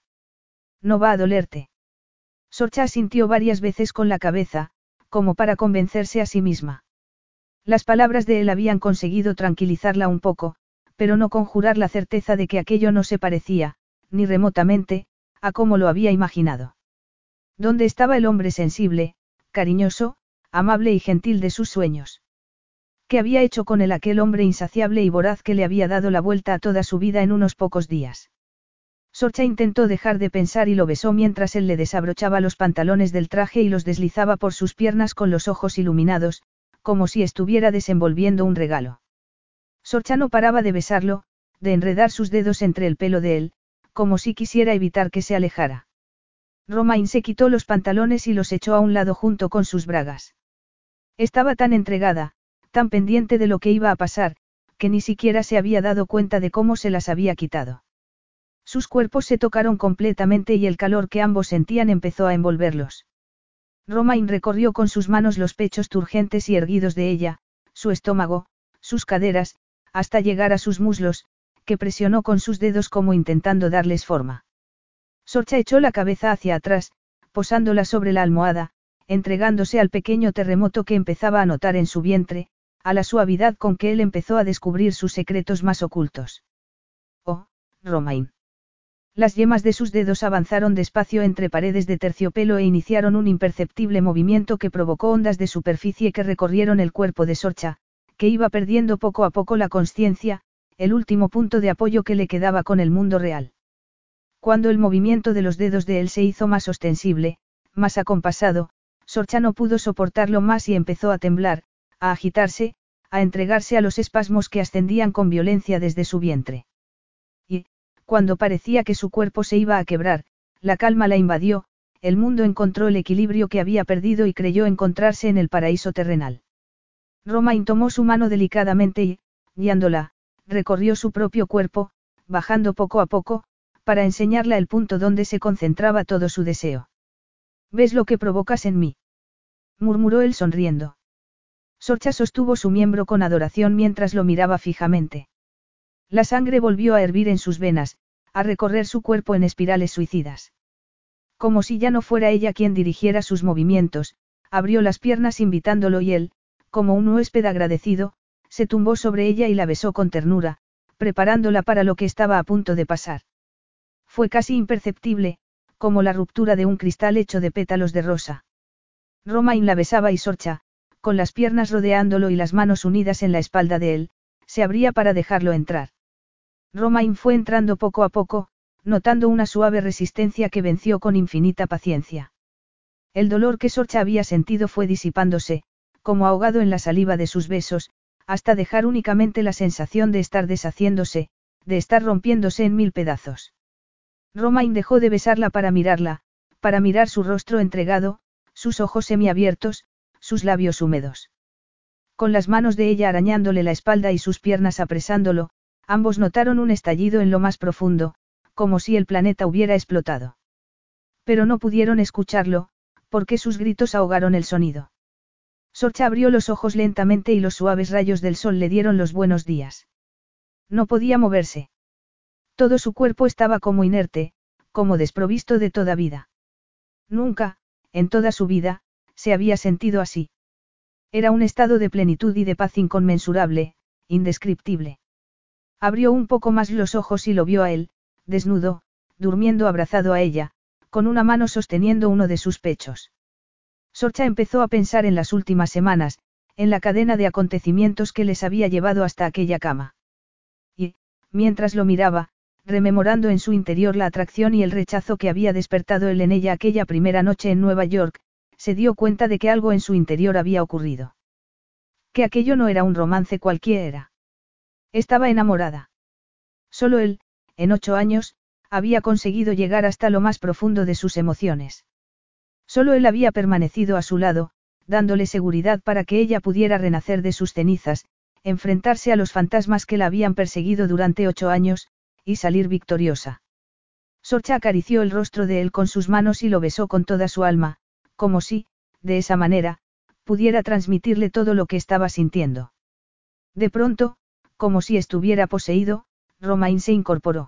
No va a dolerte. Sorcha asintió varias veces con la cabeza, como para convencerse a sí misma. Las palabras de él habían conseguido tranquilizarla un poco, pero no conjurar la certeza de que aquello no se parecía, ni remotamente, a cómo lo había imaginado. ¿Dónde estaba el hombre sensible, cariñoso, amable y gentil de sus sueños? ¿Qué había hecho con él aquel hombre insaciable y voraz que le había dado la vuelta a toda su vida en unos pocos días? Sorcha intentó dejar de pensar y lo besó mientras él le desabrochaba los pantalones del traje y los deslizaba por sus piernas con los ojos iluminados, como si estuviera desenvolviendo un regalo. Sorcha no paraba de besarlo, de enredar sus dedos entre el pelo de él, como si quisiera evitar que se alejara. Romain se quitó los pantalones y los echó a un lado junto con sus bragas. Estaba tan entregada, tan pendiente de lo que iba a pasar, que ni siquiera se había dado cuenta de cómo se las había quitado. Sus cuerpos se tocaron completamente y el calor que ambos sentían empezó a envolverlos. Romain recorrió con sus manos los pechos turgentes y erguidos de ella, su estómago, sus caderas, hasta llegar a sus muslos, que presionó con sus dedos como intentando darles forma. Sorcha echó la cabeza hacia atrás, posándola sobre la almohada, entregándose al pequeño terremoto que empezaba a notar en su vientre, a la suavidad con que él empezó a descubrir sus secretos más ocultos. Oh, Romain. Las yemas de sus dedos avanzaron despacio entre paredes de terciopelo e iniciaron un imperceptible movimiento que provocó ondas de superficie que recorrieron el cuerpo de Sorcha, que iba perdiendo poco a poco la consciencia, el último punto de apoyo que le quedaba con el mundo real. Cuando el movimiento de los dedos de él se hizo más ostensible, más acompasado, Sorcha no pudo soportarlo más y empezó a temblar, a agitarse, a entregarse a los espasmos que ascendían con violencia desde su vientre. Y, cuando parecía que su cuerpo se iba a quebrar, la calma la invadió, el mundo encontró el equilibrio que había perdido y creyó encontrarse en el paraíso terrenal. Romain tomó su mano delicadamente y, guiándola, recorrió su propio cuerpo, bajando poco a poco, para enseñarle el punto donde se concentraba todo su deseo. ¿Ves lo que provocas en mí?, murmuró él sonriendo. Sorcha sostuvo su miembro con adoración mientras lo miraba fijamente. La sangre volvió a hervir en sus venas, a recorrer su cuerpo en espirales suicidas. Como si ya no fuera ella quien dirigiera sus movimientos, abrió las piernas invitándolo y él, como un huésped agradecido, se tumbó sobre ella y la besó con ternura, preparándola para lo que estaba a punto de pasar. Fue casi imperceptible, como la ruptura de un cristal hecho de pétalos de rosa. Romain la besaba y Sorcha, con las piernas rodeándolo y las manos unidas en la espalda de él, se abría para dejarlo entrar. Romain fue entrando poco a poco, notando una suave resistencia que venció con infinita paciencia. El dolor que Sorcha había sentido fue disipándose, como ahogado en la saliva de sus besos, hasta dejar únicamente la sensación de estar deshaciéndose, de estar rompiéndose en mil pedazos. Romain dejó de besarla para mirar su rostro entregado, sus ojos semiabiertos, sus labios húmedos. Con las manos de ella arañándole la espalda y sus piernas apresándolo, ambos notaron un estallido en lo más profundo, como si el planeta hubiera explotado. Pero no pudieron escucharlo, porque sus gritos ahogaron el sonido. Sorcha abrió los ojos lentamente y los suaves rayos del sol le dieron los buenos días. No podía moverse. Todo su cuerpo estaba como inerte, como desprovisto de toda vida. Nunca, en toda su vida, se había sentido así. Era un estado de plenitud y de paz inconmensurable, indescriptible. Abrió un poco más los ojos y lo vio a él, desnudo, durmiendo abrazado a ella, con una mano sosteniendo uno de sus pechos. Sorcha empezó a pensar en las últimas semanas, en la cadena de acontecimientos que les había llevado hasta aquella cama. Y, mientras lo miraba, rememorando en su interior la atracción y el rechazo que había despertado él en ella aquella primera noche en Nueva York, se dio cuenta de que algo en su interior había ocurrido. Que aquello no era un romance cualquiera. Estaba enamorada. Solo él, en 8 años, había conseguido llegar hasta lo más profundo de sus emociones. Solo él había permanecido a su lado, dándole seguridad para que ella pudiera renacer de sus cenizas, enfrentarse a los fantasmas que la habían perseguido durante 8 años, y salir victoriosa. Sorcha acarició el rostro de él con sus manos y lo besó con toda su alma, como si, de esa manera, pudiera transmitirle todo lo que estaba sintiendo. De pronto, como si estuviera poseído, Romain se incorporó.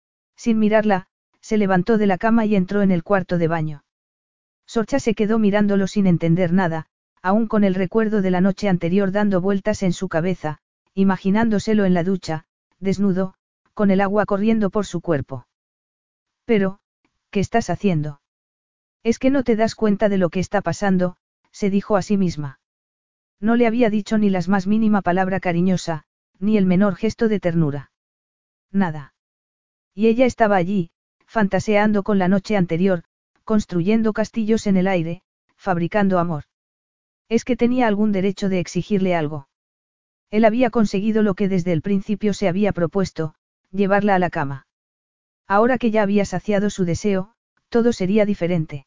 Sin mirarla, se levantó de la cama y entró en el cuarto de baño. Sorcha se quedó mirándolo sin entender nada, aún con el recuerdo de la noche anterior dando vueltas en su cabeza, imaginándoselo en la ducha, desnudo, con el agua corriendo por su cuerpo. Pero, ¿qué estás haciendo? Es que no te das cuenta de lo que está pasando, se dijo a sí misma. No le había dicho ni la más mínima palabra cariñosa, ni el menor gesto de ternura. Nada. Y ella estaba allí, fantaseando con la noche anterior, construyendo castillos en el aire, fabricando amor. Es que tenía algún derecho de exigirle algo. Él había conseguido lo que desde el principio se había propuesto, llevarla a la cama. Ahora que ya había saciado su deseo, todo sería diferente.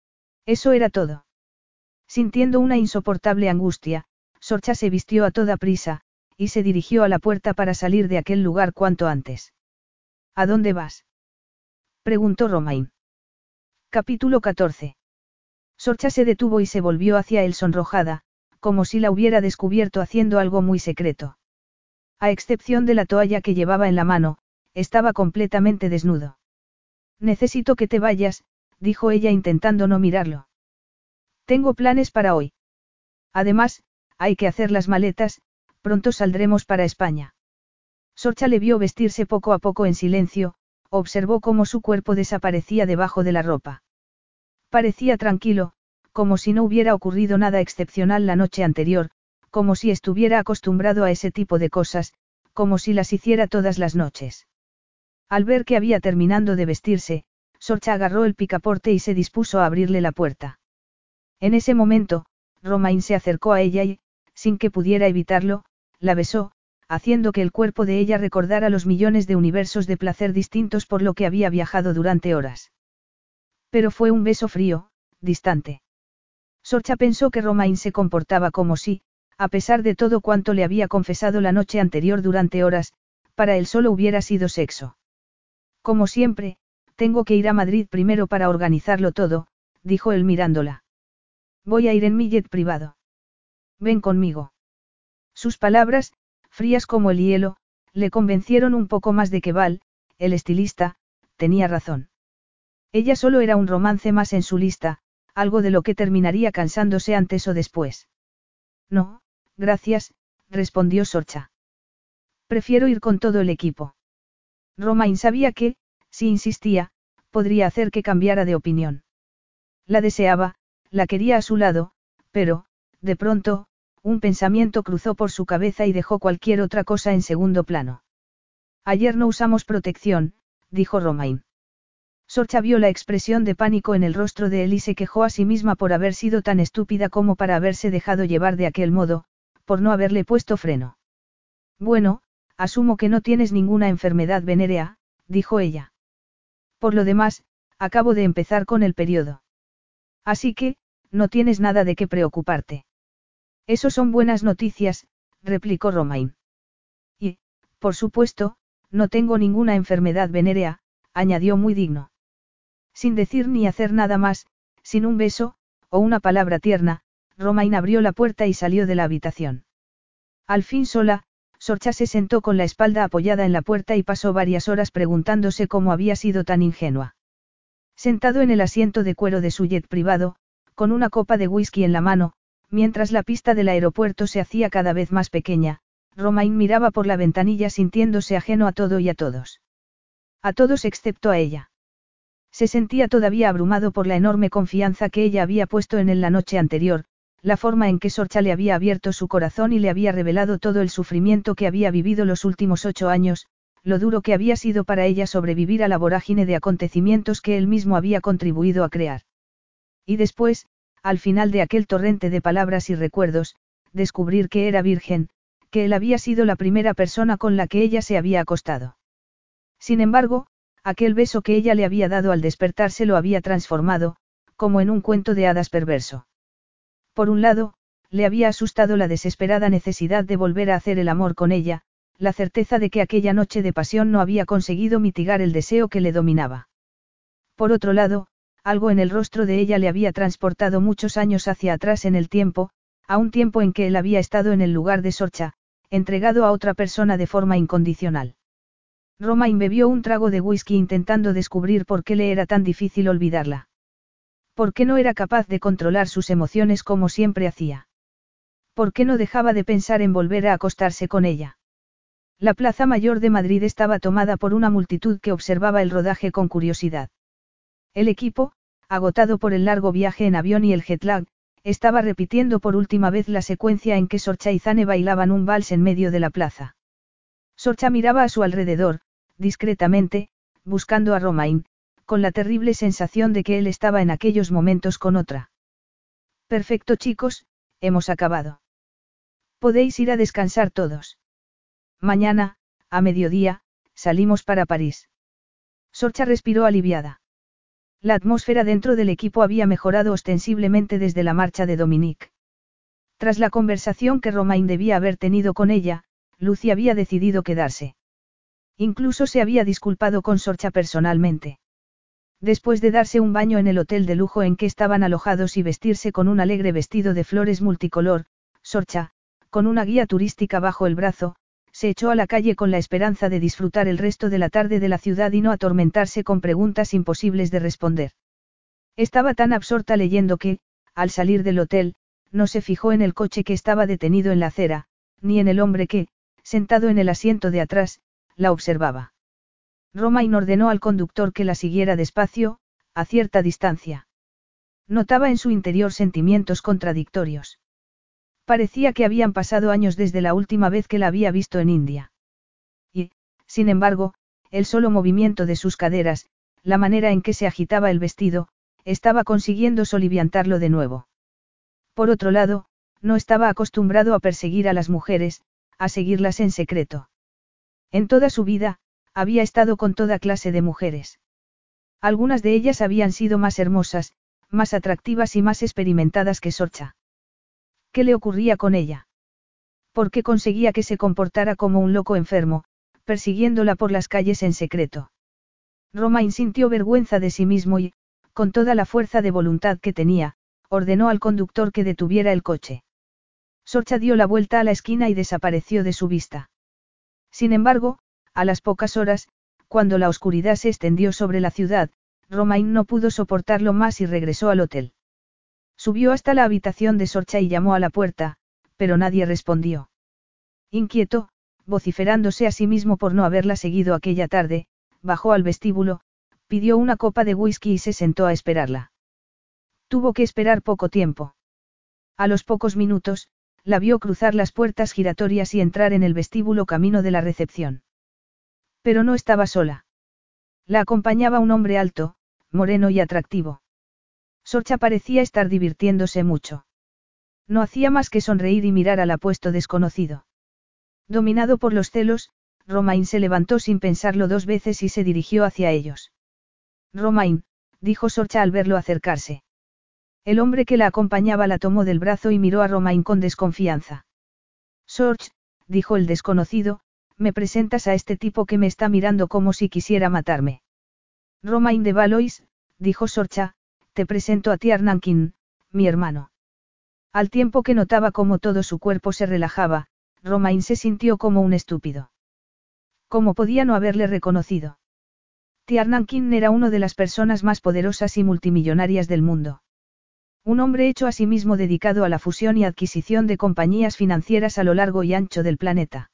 Eso era todo. Sintiendo una insoportable angustia, Sorcha se vistió a toda prisa, y se dirigió a la puerta para salir de aquel lugar cuanto antes. ¿A dónde vas? Preguntó Romain. Capítulo 14. Sorcha se detuvo y se volvió hacia él sonrojada, como si la hubiera descubierto haciendo algo muy secreto. A excepción de la toalla que llevaba en la mano, estaba completamente desnudo. Necesito que te vayas, dijo ella intentando no mirarlo. Tengo planes para hoy. Además, hay que hacer las maletas, pronto saldremos para España. Sorcha le vio vestirse poco a poco en silencio, observó cómo su cuerpo desaparecía debajo de la ropa. Parecía tranquilo, como si no hubiera ocurrido nada excepcional la noche anterior, como si estuviera acostumbrado a ese tipo de cosas, como si las hiciera todas las noches. Al ver que había terminado de vestirse, Sorcha agarró el picaporte y se dispuso a abrirle la puerta. En ese momento, Romain se acercó a ella y, sin que pudiera evitarlo, la besó, haciendo que el cuerpo de ella recordara los millones de universos de placer distintos por lo que había viajado durante horas. Pero fue un beso frío, distante. Sorcha pensó que Romain se comportaba como si, a pesar de todo cuanto le había confesado la noche anterior durante horas, para él solo hubiera sido sexo. Como siempre, tengo que ir a Madrid primero para organizarlo todo, dijo él mirándola. Voy a ir en mi jet privado. Ven conmigo. Sus palabras, frías como el hielo, le convencieron un poco más de que Val, el estilista, tenía razón. Ella solo era un romance más en su lista, algo de lo que terminaría cansándose antes o después. No, gracias, respondió Sorcha. Prefiero ir con todo el equipo. Romain sabía que, si insistía, podría hacer que cambiara de opinión. La deseaba, la quería a su lado, pero, de pronto, un pensamiento cruzó por su cabeza y dejó cualquier otra cosa en segundo plano. Ayer no usamos protección, dijo Romain. Sorcha vio la expresión de pánico en el rostro de él y se quejó a sí misma por haber sido tan estúpida como para haberse dejado llevar de aquel modo, por no haberle puesto freno. Bueno, asumo que no tienes ninguna enfermedad venérea, dijo ella. Por lo demás, acabo de empezar con el periodo. Así que, no tienes nada de qué preocuparte. Eso son buenas noticias, replicó Romain. Y, por supuesto, no tengo ninguna enfermedad venérea, añadió muy digno. Sin decir ni hacer nada más, sin un beso, o una palabra tierna, Romain abrió la puerta y salió de la habitación. Al fin sola, Sorcha se sentó con la espalda apoyada en la puerta y pasó varias horas preguntándose cómo había sido tan ingenua. Sentado en el asiento de cuero de su jet privado, con una copa de whisky en la mano, mientras la pista del aeropuerto se hacía cada vez más pequeña, Romain miraba por la ventanilla sintiéndose ajeno a todo y a todos. A todos excepto a ella. Se sentía todavía abrumado por la enorme confianza que ella había puesto en él la noche anterior, la forma en que Sorcha le había abierto su corazón y le había revelado todo el sufrimiento que había vivido los últimos 8 años, lo duro que había sido para ella sobrevivir a la vorágine de acontecimientos que él mismo había contribuido a crear. Y después, al final de aquel torrente de palabras y recuerdos, descubrir que era virgen, que él había sido la primera persona con la que ella se había acostado. Sin embargo, aquel beso que ella le había dado al despertarse lo había transformado, como en un cuento de hadas perverso. Por un lado, le había asustado la desesperada necesidad de volver a hacer el amor con ella, la certeza de que aquella noche de pasión no había conseguido mitigar el deseo que le dominaba. Por otro lado, algo en el rostro de ella le había transportado muchos años hacia atrás en el tiempo, a un tiempo en que él había estado en el lugar de Sorcha, entregado a otra persona de forma incondicional. Romain bebió un trago de whisky intentando descubrir por qué le era tan difícil olvidarla. ¿Por qué no era capaz de controlar sus emociones como siempre hacía? ¿Por qué no dejaba de pensar en volver a acostarse con ella? La Plaza Mayor de Madrid estaba tomada por una multitud que observaba el rodaje con curiosidad. El equipo, agotado por el largo viaje en avión y el jet lag, estaba repitiendo por última vez la secuencia en que Sorcha y Zane bailaban un vals en medio de la plaza. Sorcha miraba a su alrededor, discretamente, buscando a Romain, con la terrible sensación de que él estaba en aquellos momentos con otra. Perfecto, chicos, hemos acabado. Podéis ir a descansar todos. Mañana, a mediodía, salimos para París. Sorcha respiró aliviada. La atmósfera dentro del equipo había mejorado ostensiblemente desde la marcha de Dominique. Tras la conversación que Romain debía haber tenido con ella, Lucy había decidido quedarse. Incluso se había disculpado con Sorcha personalmente. Después de darse un baño en el hotel de lujo en que estaban alojados y vestirse con un alegre vestido de flores multicolor, Sorcha, con una guía turística bajo el brazo, se echó a la calle con la esperanza de disfrutar el resto de la tarde de la ciudad y no atormentarse con preguntas imposibles de responder. Estaba tan absorta leyendo que, al salir del hotel, no se fijó en el coche que estaba detenido en la acera, ni en el hombre que, sentado en el asiento de atrás, la observaba. Romain ordenó al conductor que la siguiera despacio, a cierta distancia. Notaba en su interior sentimientos contradictorios. Parecía que habían pasado años desde la última vez que la había visto en India. Y, sin embargo, el solo movimiento de sus caderas, la manera en que se agitaba el vestido, estaba consiguiendo soliviantarlo de nuevo. Por otro lado, no estaba acostumbrado a perseguir a las mujeres, a seguirlas en secreto. En toda su vida, había estado con toda clase de mujeres. Algunas de ellas habían sido más hermosas, más atractivas y más experimentadas que Sorcha. ¿Qué le ocurría con ella? ¿Por qué conseguía que se comportara como un loco enfermo, persiguiéndola por las calles en secreto? Romain sintió vergüenza de sí mismo y, con toda la fuerza de voluntad que tenía, ordenó al conductor que detuviera el coche. Sorcha dio la vuelta a la esquina y desapareció de su vista. Sin embargo, a las pocas horas, cuando la oscuridad se extendió sobre la ciudad, Romain no pudo soportarlo más y regresó al hotel. Subió hasta la habitación de Sorcha y llamó a la puerta, pero nadie respondió. Inquieto, vociferándose a sí mismo por no haberla seguido aquella tarde, bajó al vestíbulo, pidió una copa de whisky y se sentó a esperarla. Tuvo que esperar poco tiempo. A los pocos minutos, la vio cruzar las puertas giratorias y entrar en el vestíbulo camino de la recepción. Pero no estaba sola. La acompañaba un hombre alto, moreno y atractivo. Sorcha parecía estar divirtiéndose mucho. No hacía más que sonreír y mirar al apuesto desconocido. Dominado por los celos, Romain se levantó sin pensarlo dos veces y se dirigió hacia ellos. Romain, dijo Sorcha al verlo acercarse. El hombre que la acompañaba la tomó del brazo y miró a Romain con desconfianza. Sorch, dijo el desconocido, me presentas a este tipo que me está mirando como si quisiera matarme. Romain de Valois, dijo Sorcha, te presento a Tiarnankin, mi hermano. Al tiempo que notaba cómo todo su cuerpo se relajaba, Romain se sintió como un estúpido. ¿Cómo podía no haberle reconocido? Tiarnankin era una de las personas más poderosas y multimillonarias del mundo. Un hombre hecho a sí mismo dedicado a la fusión y adquisición de compañías financieras a lo largo y ancho del planeta.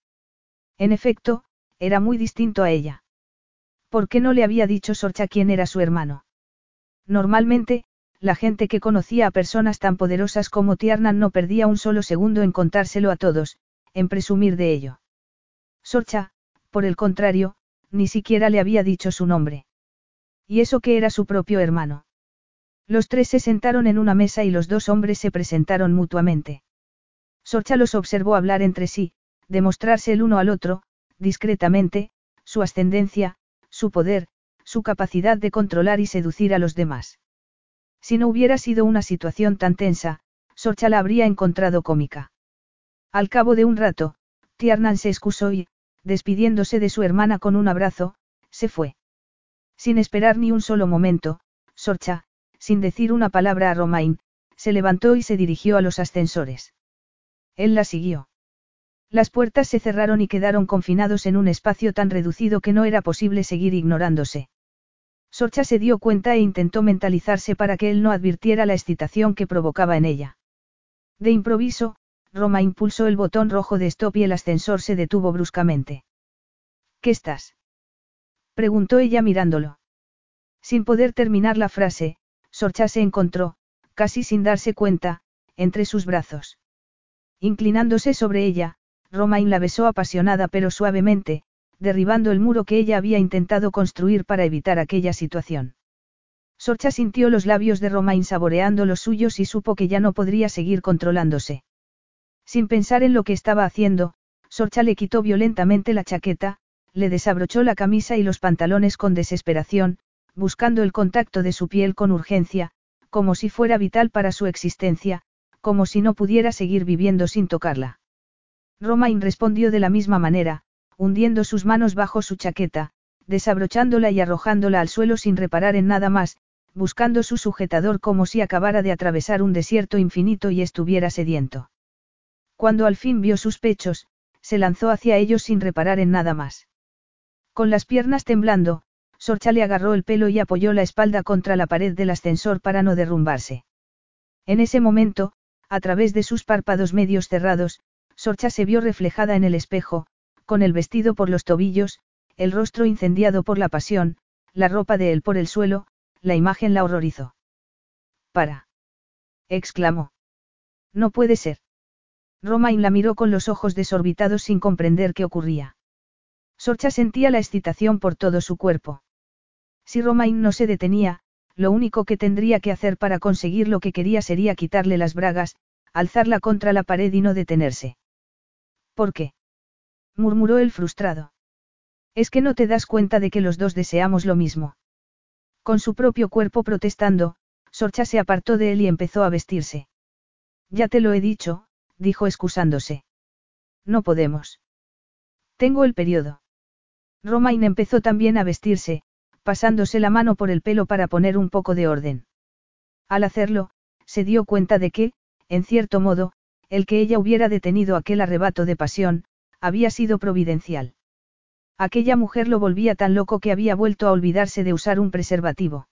En efecto, era muy distinto a ella. ¿Por qué no le había dicho Sorcha quién era su hermano? Normalmente, la gente que conocía a personas tan poderosas como Tiernan no perdía un solo segundo en contárselo a todos, en presumir de ello. Sorcha, por el contrario, ni siquiera le había dicho su nombre. Y eso que era su propio hermano. Los tres se sentaron en una mesa y los dos hombres se presentaron mutuamente. Sorcha los observó hablar entre sí, demostrarse el uno al otro, discretamente, su ascendencia, su poder, su capacidad de controlar y seducir a los demás. Si no hubiera sido una situación tan tensa, Sorcha la habría encontrado cómica. Al cabo de un rato, Tiernan se excusó y, despidiéndose de su hermana con un abrazo, se fue. Sin esperar ni un solo momento, Sorcha, sin decir una palabra a Romain, se levantó y se dirigió a los ascensores. Él la siguió. Las puertas se cerraron y quedaron confinados en un espacio tan reducido que no era posible seguir ignorándose. Sorcha se dio cuenta e intentó mentalizarse para que él no advirtiera la excitación que provocaba en ella. De improviso, Romain pulsó el botón rojo de stop y el ascensor se detuvo bruscamente. ¿Qué estás? Preguntó ella mirándolo. Sin poder terminar la frase, Sorcha se encontró, casi sin darse cuenta, entre sus brazos. Inclinándose sobre ella, Romain la besó apasionada pero suavemente, derribando el muro que ella había intentado construir para evitar aquella situación. Sorcha sintió los labios de Romain saboreando los suyos y supo que ya no podría seguir controlándose. Sin pensar en lo que estaba haciendo, Sorcha le quitó violentamente la chaqueta, le desabrochó la camisa y los pantalones con desesperación, buscando el contacto de su piel con urgencia, como si fuera vital para su existencia, como si no pudiera seguir viviendo sin tocarla. Romain respondió de la misma manera, hundiendo sus manos bajo su chaqueta, desabrochándola y arrojándola al suelo sin reparar en nada más, buscando su sujetador como si acabara de atravesar un desierto infinito y estuviera sediento. Cuando al fin vio sus pechos, se lanzó hacia ellos sin reparar en nada más. Con las piernas temblando, Sorcha le agarró el pelo y apoyó la espalda contra la pared del ascensor para no derrumbarse. En ese momento, a través de sus párpados medios cerrados, Sorcha se vio reflejada en el espejo, con el vestido por los tobillos, el rostro incendiado por la pasión, la ropa de él por el suelo, la imagen la horrorizó. ¡Para! Exclamó. No puede ser. Romain la miró con los ojos desorbitados sin comprender qué ocurría. Sorcha sentía la excitación por todo su cuerpo. Si Romain no se detenía, lo único que tendría que hacer para conseguir lo que quería sería quitarle las bragas, alzarla contra la pared y no detenerse. ¿Por qué? Murmuró él frustrado. Es que no te das cuenta de que los dos deseamos lo mismo. Con su propio cuerpo protestando, Sorcha se apartó de él y empezó a vestirse. Ya te lo he dicho, dijo excusándose. No podemos. Tengo el periodo. Romain empezó también a vestirse, pasándose la mano por el pelo para poner un poco de orden. Al hacerlo, se dio cuenta de que, en cierto modo, el que ella hubiera detenido aquel arrebato de pasión, había sido providencial. Aquella mujer lo volvía tan loco que había vuelto a olvidarse de usar un preservativo.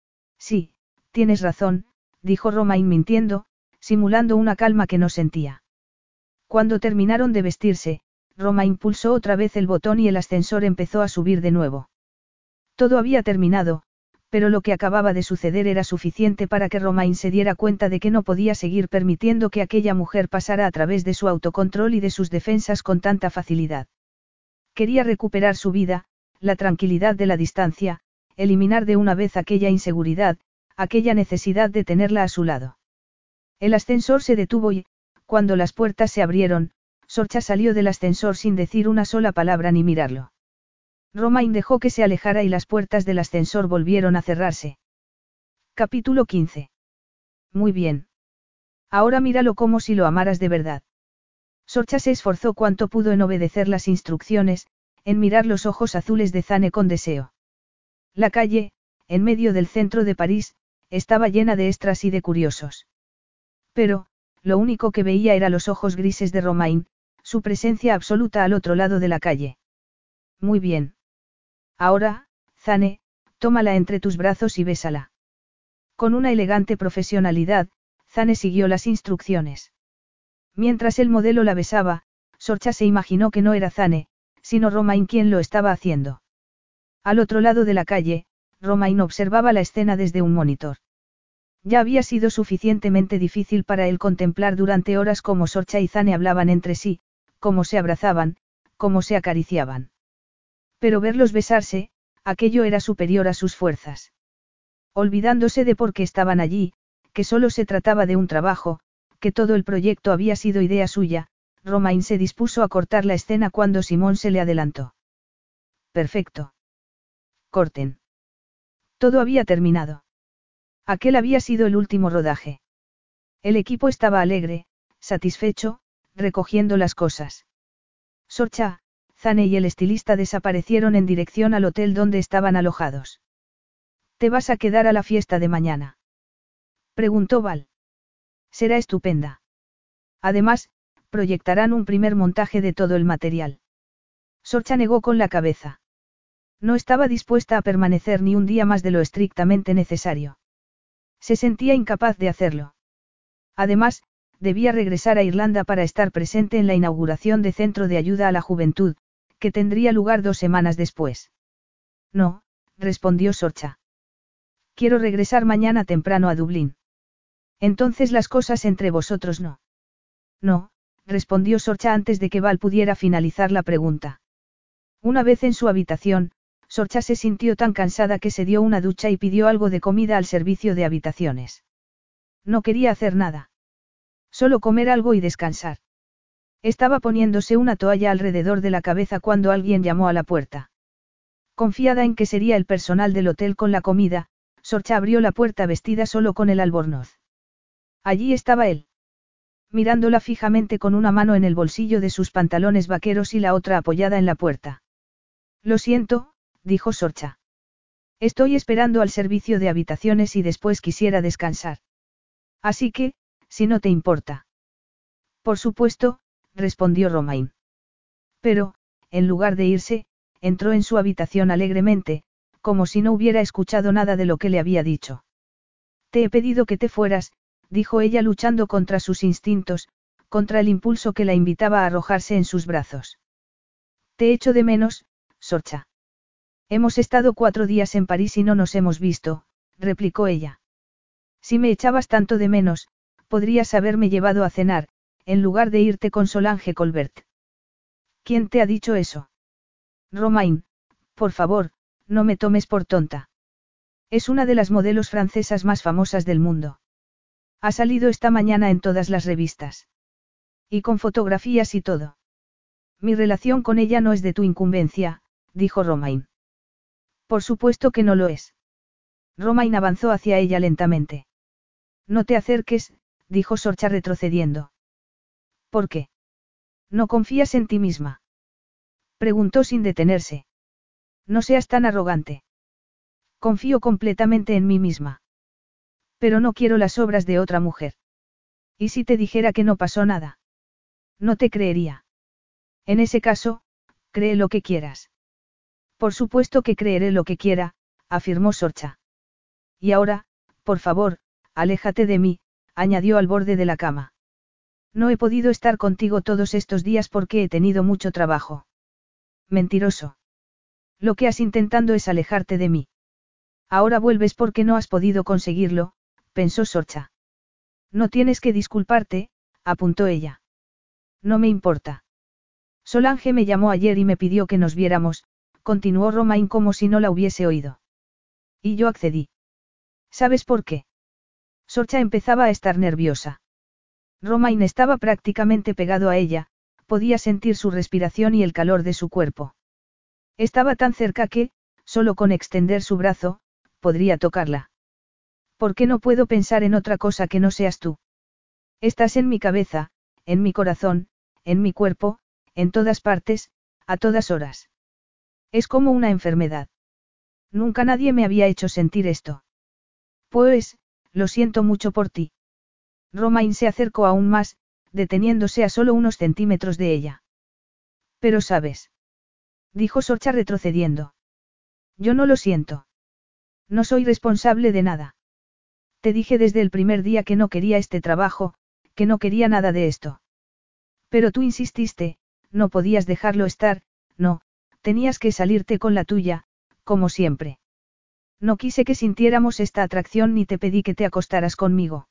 Sí, tienes razón, dijo Romain mintiendo, simulando una calma que no sentía. Cuando terminaron de vestirse, Romain pulsó otra vez el botón y el ascensor empezó a subir de nuevo. Todo había terminado, pero lo que acababa de suceder era suficiente para que Romain se diera cuenta de que no podía seguir permitiendo que aquella mujer pasara a través de su autocontrol y de sus defensas con tanta facilidad. Quería recuperar su vida, la tranquilidad de la distancia, eliminar de una vez aquella inseguridad, aquella necesidad de tenerla a su lado. El ascensor se detuvo y, cuando las puertas se abrieron, Sorcha salió del ascensor sin decir una sola palabra ni mirarlo. Romain dejó que se alejara y las puertas del ascensor volvieron a cerrarse. Capítulo 15. Muy bien. Ahora míralo como si lo amaras de verdad. Sorcha se esforzó cuanto pudo en obedecer las instrucciones, en mirar los ojos azules de Zane con deseo. La calle, en medio del centro de París, estaba llena de extras y de curiosos. Pero, lo único que veía era los ojos grises de Romain, su presencia absoluta al otro lado de la calle. Muy bien. Ahora, Zane, tómala entre tus brazos y bésala. Con una elegante profesionalidad, Zane siguió las instrucciones. Mientras el modelo la besaba, Sorcha se imaginó que no era Zane, sino Romain quien lo estaba haciendo. Al otro lado de la calle, Romain observaba la escena desde un monitor. Ya había sido suficientemente difícil para él contemplar durante horas cómo Sorcha y Zane hablaban entre sí, cómo se abrazaban, cómo se acariciaban. Pero verlos besarse, aquello era superior a sus fuerzas. Olvidándose de por qué estaban allí, que solo se trataba de un trabajo, que todo el proyecto había sido idea suya, Romain se dispuso a cortar la escena cuando Simón se le adelantó. Perfecto. Corten. Todo había terminado. Aquel había sido el último rodaje. El equipo estaba alegre, satisfecho, recogiendo las cosas. Sorcha, Zane y el estilista desaparecieron en dirección al hotel donde estaban alojados. ¿Te vas a quedar a la fiesta de mañana?, preguntó Val. Será estupenda. Además, proyectarán un primer montaje de todo el material. Sorcha negó con la cabeza. No estaba dispuesta a permanecer ni un día más de lo estrictamente necesario. Se sentía incapaz de hacerlo. Además, debía regresar a Irlanda para estar presente en la inauguración de Centro de Ayuda a la Juventud, que tendría lugar 2 semanas después. No, respondió Sorcha. Quiero regresar mañana temprano a Dublín. Entonces las cosas entre vosotros no. No, respondió Sorcha antes de que Val pudiera finalizar la pregunta. Una vez en su habitación, Sorcha se sintió tan cansada que se dio una ducha y pidió algo de comida al servicio de habitaciones. No quería hacer nada. Solo comer algo y descansar. Estaba poniéndose una toalla alrededor de la cabeza cuando alguien llamó a la puerta. Confiada en que sería el personal del hotel con la comida, Sorcha abrió la puerta vestida solo con el albornoz. Allí estaba él. Mirándola fijamente con una mano en el bolsillo de sus pantalones vaqueros y la otra apoyada en la puerta. Lo siento, dijo Sorcha. Estoy esperando al servicio de habitaciones y después quisiera descansar. Así que, si no te importa. Por supuesto, respondió Romain. Pero, en lugar de irse, entró en su habitación alegremente, como si no hubiera escuchado nada de lo que le había dicho. Te he pedido que te fueras, dijo ella luchando contra sus instintos, contra el impulso que la invitaba a arrojarse en sus brazos. Te echo de menos, Sorcha. Hemos estado 4 días en París y no nos hemos visto, replicó ella. Si me echabas tanto de menos, podrías haberme llevado a cenar, en lugar de irte con Solange Colbert. ¿Quién te ha dicho eso? Romain, por favor, no me tomes por tonta. Es una de las modelos francesas más famosas del mundo. Ha salido esta mañana en todas las revistas. Y con fotografías y todo. Mi relación con ella no es de tu incumbencia, dijo Romain. Por supuesto que no lo es. Romain avanzó hacia ella lentamente. No te acerques, dijo Sorcha retrocediendo. ¿Por qué? ¿No confías en ti misma?, preguntó sin detenerse. No seas tan arrogante. Confío completamente en mí misma. Pero no quiero las obras de otra mujer. ¿Y si te dijera que no pasó nada? No te creería. En ese caso, cree lo que quieras. Por supuesto que creeré lo que quiera, afirmó Sorcha. Y ahora, por favor, aléjate de mí, añadió al borde de la cama. No he podido estar contigo todos estos días porque he tenido mucho trabajo. Mentiroso. Lo que has intentado es alejarte de mí. Ahora vuelves porque no has podido conseguirlo, pensó Sorcha. No tienes que disculparte, apuntó ella. No me importa. Solange me llamó ayer y me pidió que nos viéramos, continuó Romain como si no la hubiese oído. Y yo accedí. ¿Sabes por qué? Sorcha empezaba a estar nerviosa. Romain estaba prácticamente pegado a ella, podía sentir su respiración y el calor de su cuerpo. Estaba tan cerca que, solo con extender su brazo, podría tocarla. ¿Por qué no puedo pensar en otra cosa que no seas tú? Estás en mi cabeza, en mi corazón, en mi cuerpo, en todas partes, a todas horas. Es como una enfermedad. Nunca nadie me había hecho sentir esto. Pues, lo siento mucho por ti. Romain se acercó aún más, deteniéndose a solo unos centímetros de ella. Pero sabes, dijo Sorcha retrocediendo. Yo no lo siento. No soy responsable de nada. Te dije desde el primer día que no quería este trabajo, que no quería nada de esto. Pero tú insististe, no podías dejarlo estar, no, tenías que salirte con la tuya, como siempre. No quise que sintiéramos esta atracción ni te pedí que te acostaras conmigo.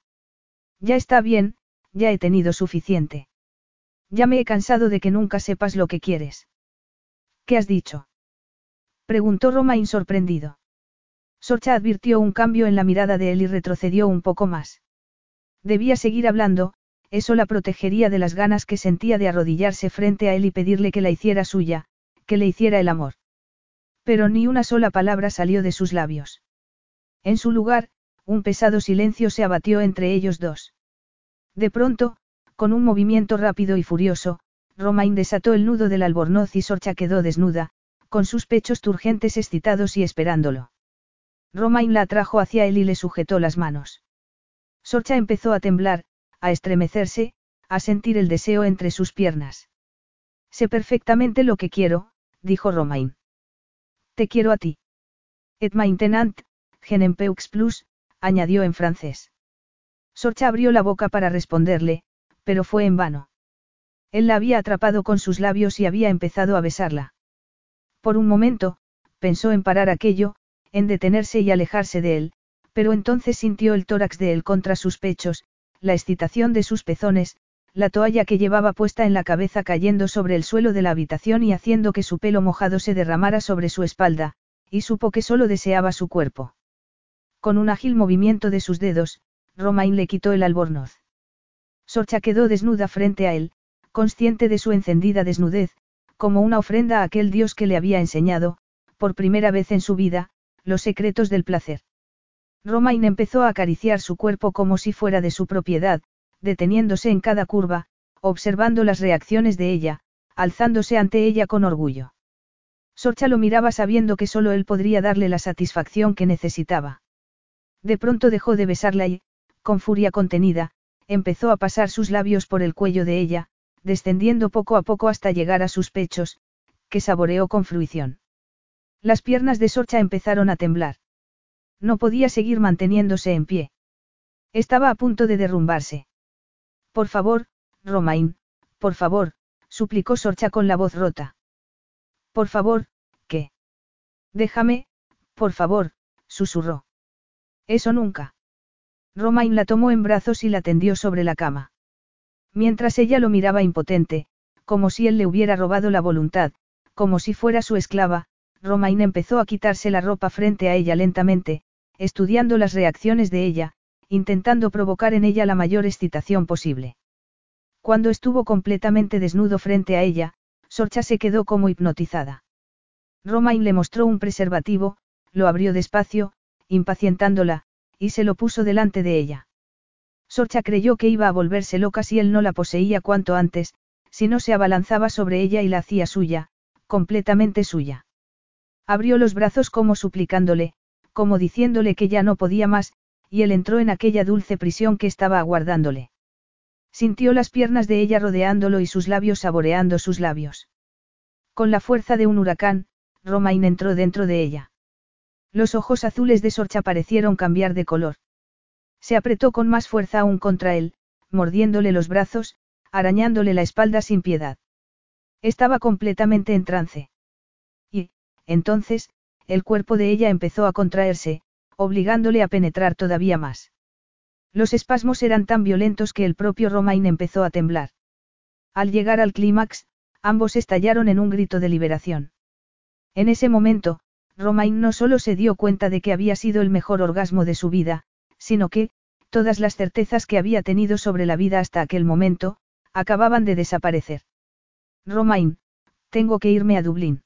Ya está bien, ya he tenido suficiente. Ya me he cansado de que nunca sepas lo que quieres. ¿Qué has dicho?, preguntó Romain sorprendido. Sorcha advirtió un cambio en la mirada de él y retrocedió un poco más. Debía seguir hablando, eso la protegería de las ganas que sentía de arrodillarse frente a él y pedirle que la hiciera suya, que le hiciera el amor. Pero ni una sola palabra salió de sus labios. En su lugar, un pesado silencio se abatió entre ellos dos. De pronto, con un movimiento rápido y furioso, Romain desató el nudo del albornoz y Sorcha quedó desnuda, con sus pechos turgentes excitados y esperándolo. Romain la atrajo hacia él y le sujetó las manos. Sorcha empezó a temblar, a estremecerse, a sentir el deseo entre sus piernas. Sé perfectamente lo que quiero, dijo Romain. Te quiero a ti. Et maintenant, je n'en peux plus, añadió en francés. Sorcha abrió la boca para responderle, pero fue en vano. Él la había atrapado con sus labios y había empezado a besarla. Por un momento, pensó en parar aquello, en detenerse y alejarse de él, pero entonces sintió el tórax de él contra sus pechos, la excitación de sus pezones, la toalla que llevaba puesta en la cabeza cayendo sobre el suelo de la habitación y haciendo que su pelo mojado se derramara sobre su espalda, y supo que solo deseaba su cuerpo. Con un ágil movimiento de sus dedos, Romain le quitó el albornoz. Sorcha quedó desnuda frente a él, consciente de su encendida desnudez, como una ofrenda a aquel dios que le había enseñado, por primera vez en su vida, los secretos del placer. Romain empezó a acariciar su cuerpo como si fuera de su propiedad, deteniéndose en cada curva, observando las reacciones de ella, alzándose ante ella con orgullo. Sorcha lo miraba sabiendo que solo él podría darle la satisfacción que necesitaba. De pronto dejó de besarla y, con furia contenida, empezó a pasar sus labios por el cuello de ella, descendiendo poco a poco hasta llegar a sus pechos, que saboreó con fruición. Las piernas de Sorcha empezaron a temblar. No podía seguir manteniéndose en pie. Estaba a punto de derrumbarse. Por favor, Romain, por favor, suplicó Sorcha con la voz rota. Por favor, ¿qué? Déjame, por favor, susurró. Eso nunca. Romain la tomó en brazos y la tendió sobre la cama. Mientras ella lo miraba impotente, como si él le hubiera robado la voluntad, como si fuera su esclava, Romain empezó a quitarse la ropa frente a ella lentamente, estudiando las reacciones de ella, intentando provocar en ella la mayor excitación posible. Cuando estuvo completamente desnudo frente a ella, Sorcha se quedó como hipnotizada. Romain le mostró un preservativo, lo abrió despacio, impacientándola, y se lo puso delante de ella. Sorcha creyó que iba a volverse loca si él no la poseía cuanto antes, si no se abalanzaba sobre ella y la hacía suya, completamente suya. Abrió los brazos como suplicándole, como diciéndole que ya no podía más, y él entró en aquella dulce prisión que estaba aguardándole. Sintió las piernas de ella rodeándolo y sus labios saboreando sus labios. Con la fuerza de un huracán, Romain entró dentro de ella. Los ojos azules de Sorcha parecieron cambiar de color. Se apretó con más fuerza aún contra él, mordiéndole los brazos, arañándole la espalda sin piedad. Estaba completamente en trance. Y, entonces, el cuerpo de ella empezó a contraerse, obligándole a penetrar todavía más. Los espasmos eran tan violentos que el propio Romain empezó a temblar. Al llegar al clímax, ambos estallaron en un grito de liberación. En ese momento, Romain no solo se dio cuenta de que había sido el mejor orgasmo de su vida, sino que, todas las certezas que había tenido sobre la vida hasta aquel momento, acababan de desaparecer. Romain, tengo que irme a Dublín.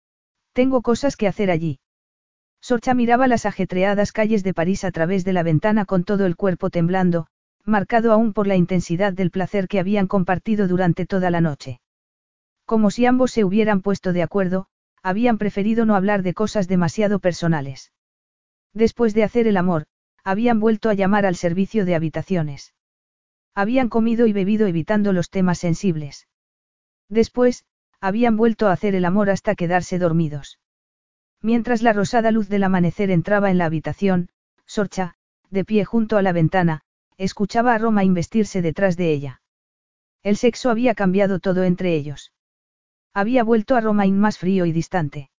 Tengo cosas que hacer allí. Sorcha miraba las ajetreadas calles de París a través de la ventana con todo el cuerpo temblando, marcado aún por la intensidad del placer que habían compartido durante toda la noche. Como si ambos se hubieran puesto de acuerdo, habían preferido no hablar de cosas demasiado personales. Después de hacer el amor, habían vuelto a llamar al servicio de habitaciones. Habían comido y bebido evitando los temas sensibles. Después, habían vuelto a hacer el amor hasta quedarse dormidos. Mientras la rosada luz del amanecer entraba en la habitación, Sorcha, de pie junto a la ventana, escuchaba a Romain vestirse detrás de ella. El sexo había cambiado todo entre ellos. Había vuelto a Romain más frío y distante.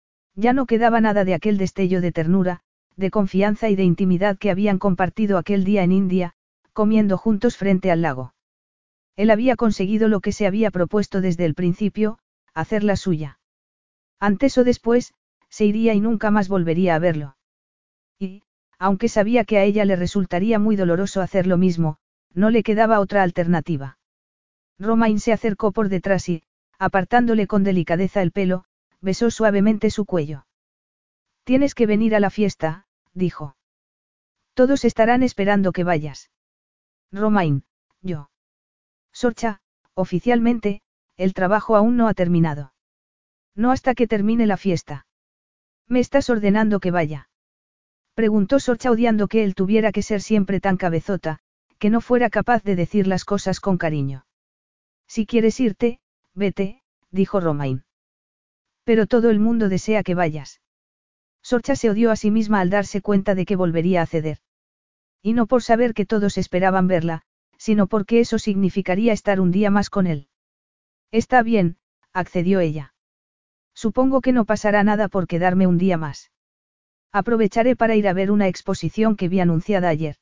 Ya no quedaba nada de aquel destello de ternura, de confianza y de intimidad que habían compartido aquel día en India, comiendo juntos frente al lago. Él había conseguido lo que se había propuesto desde el principio, hacerla suya. Antes o después, se iría y nunca más volvería a verlo. y, aunque sabía que a ella le resultaría muy doloroso hacer lo mismo, no le quedaba otra alternativa. Romain se acercó por detrás y, apartándole con delicadeza el pelo, besó suavemente su cuello. Tienes que venir a la fiesta, dijo. Todos estarán esperando que vayas. Romain, yo. Sorcha, oficialmente, el trabajo aún no ha terminado. No hasta que termine la fiesta. ¿Me estás ordenando que vaya? Preguntó Sorcha odiando que él tuviera que ser siempre tan cabezota, que no fuera capaz de decir las cosas con cariño. Si quieres irte, vete, dijo Romain. Pero todo el mundo desea que vayas. Sorcha se odió a sí misma al darse cuenta de que volvería a ceder. Y no por saber que todos esperaban verla, sino porque eso significaría estar un día más con él. Está bien, accedió ella. Supongo que no pasará nada por quedarme un día más. Aprovecharé para ir a ver una exposición que vi anunciada ayer.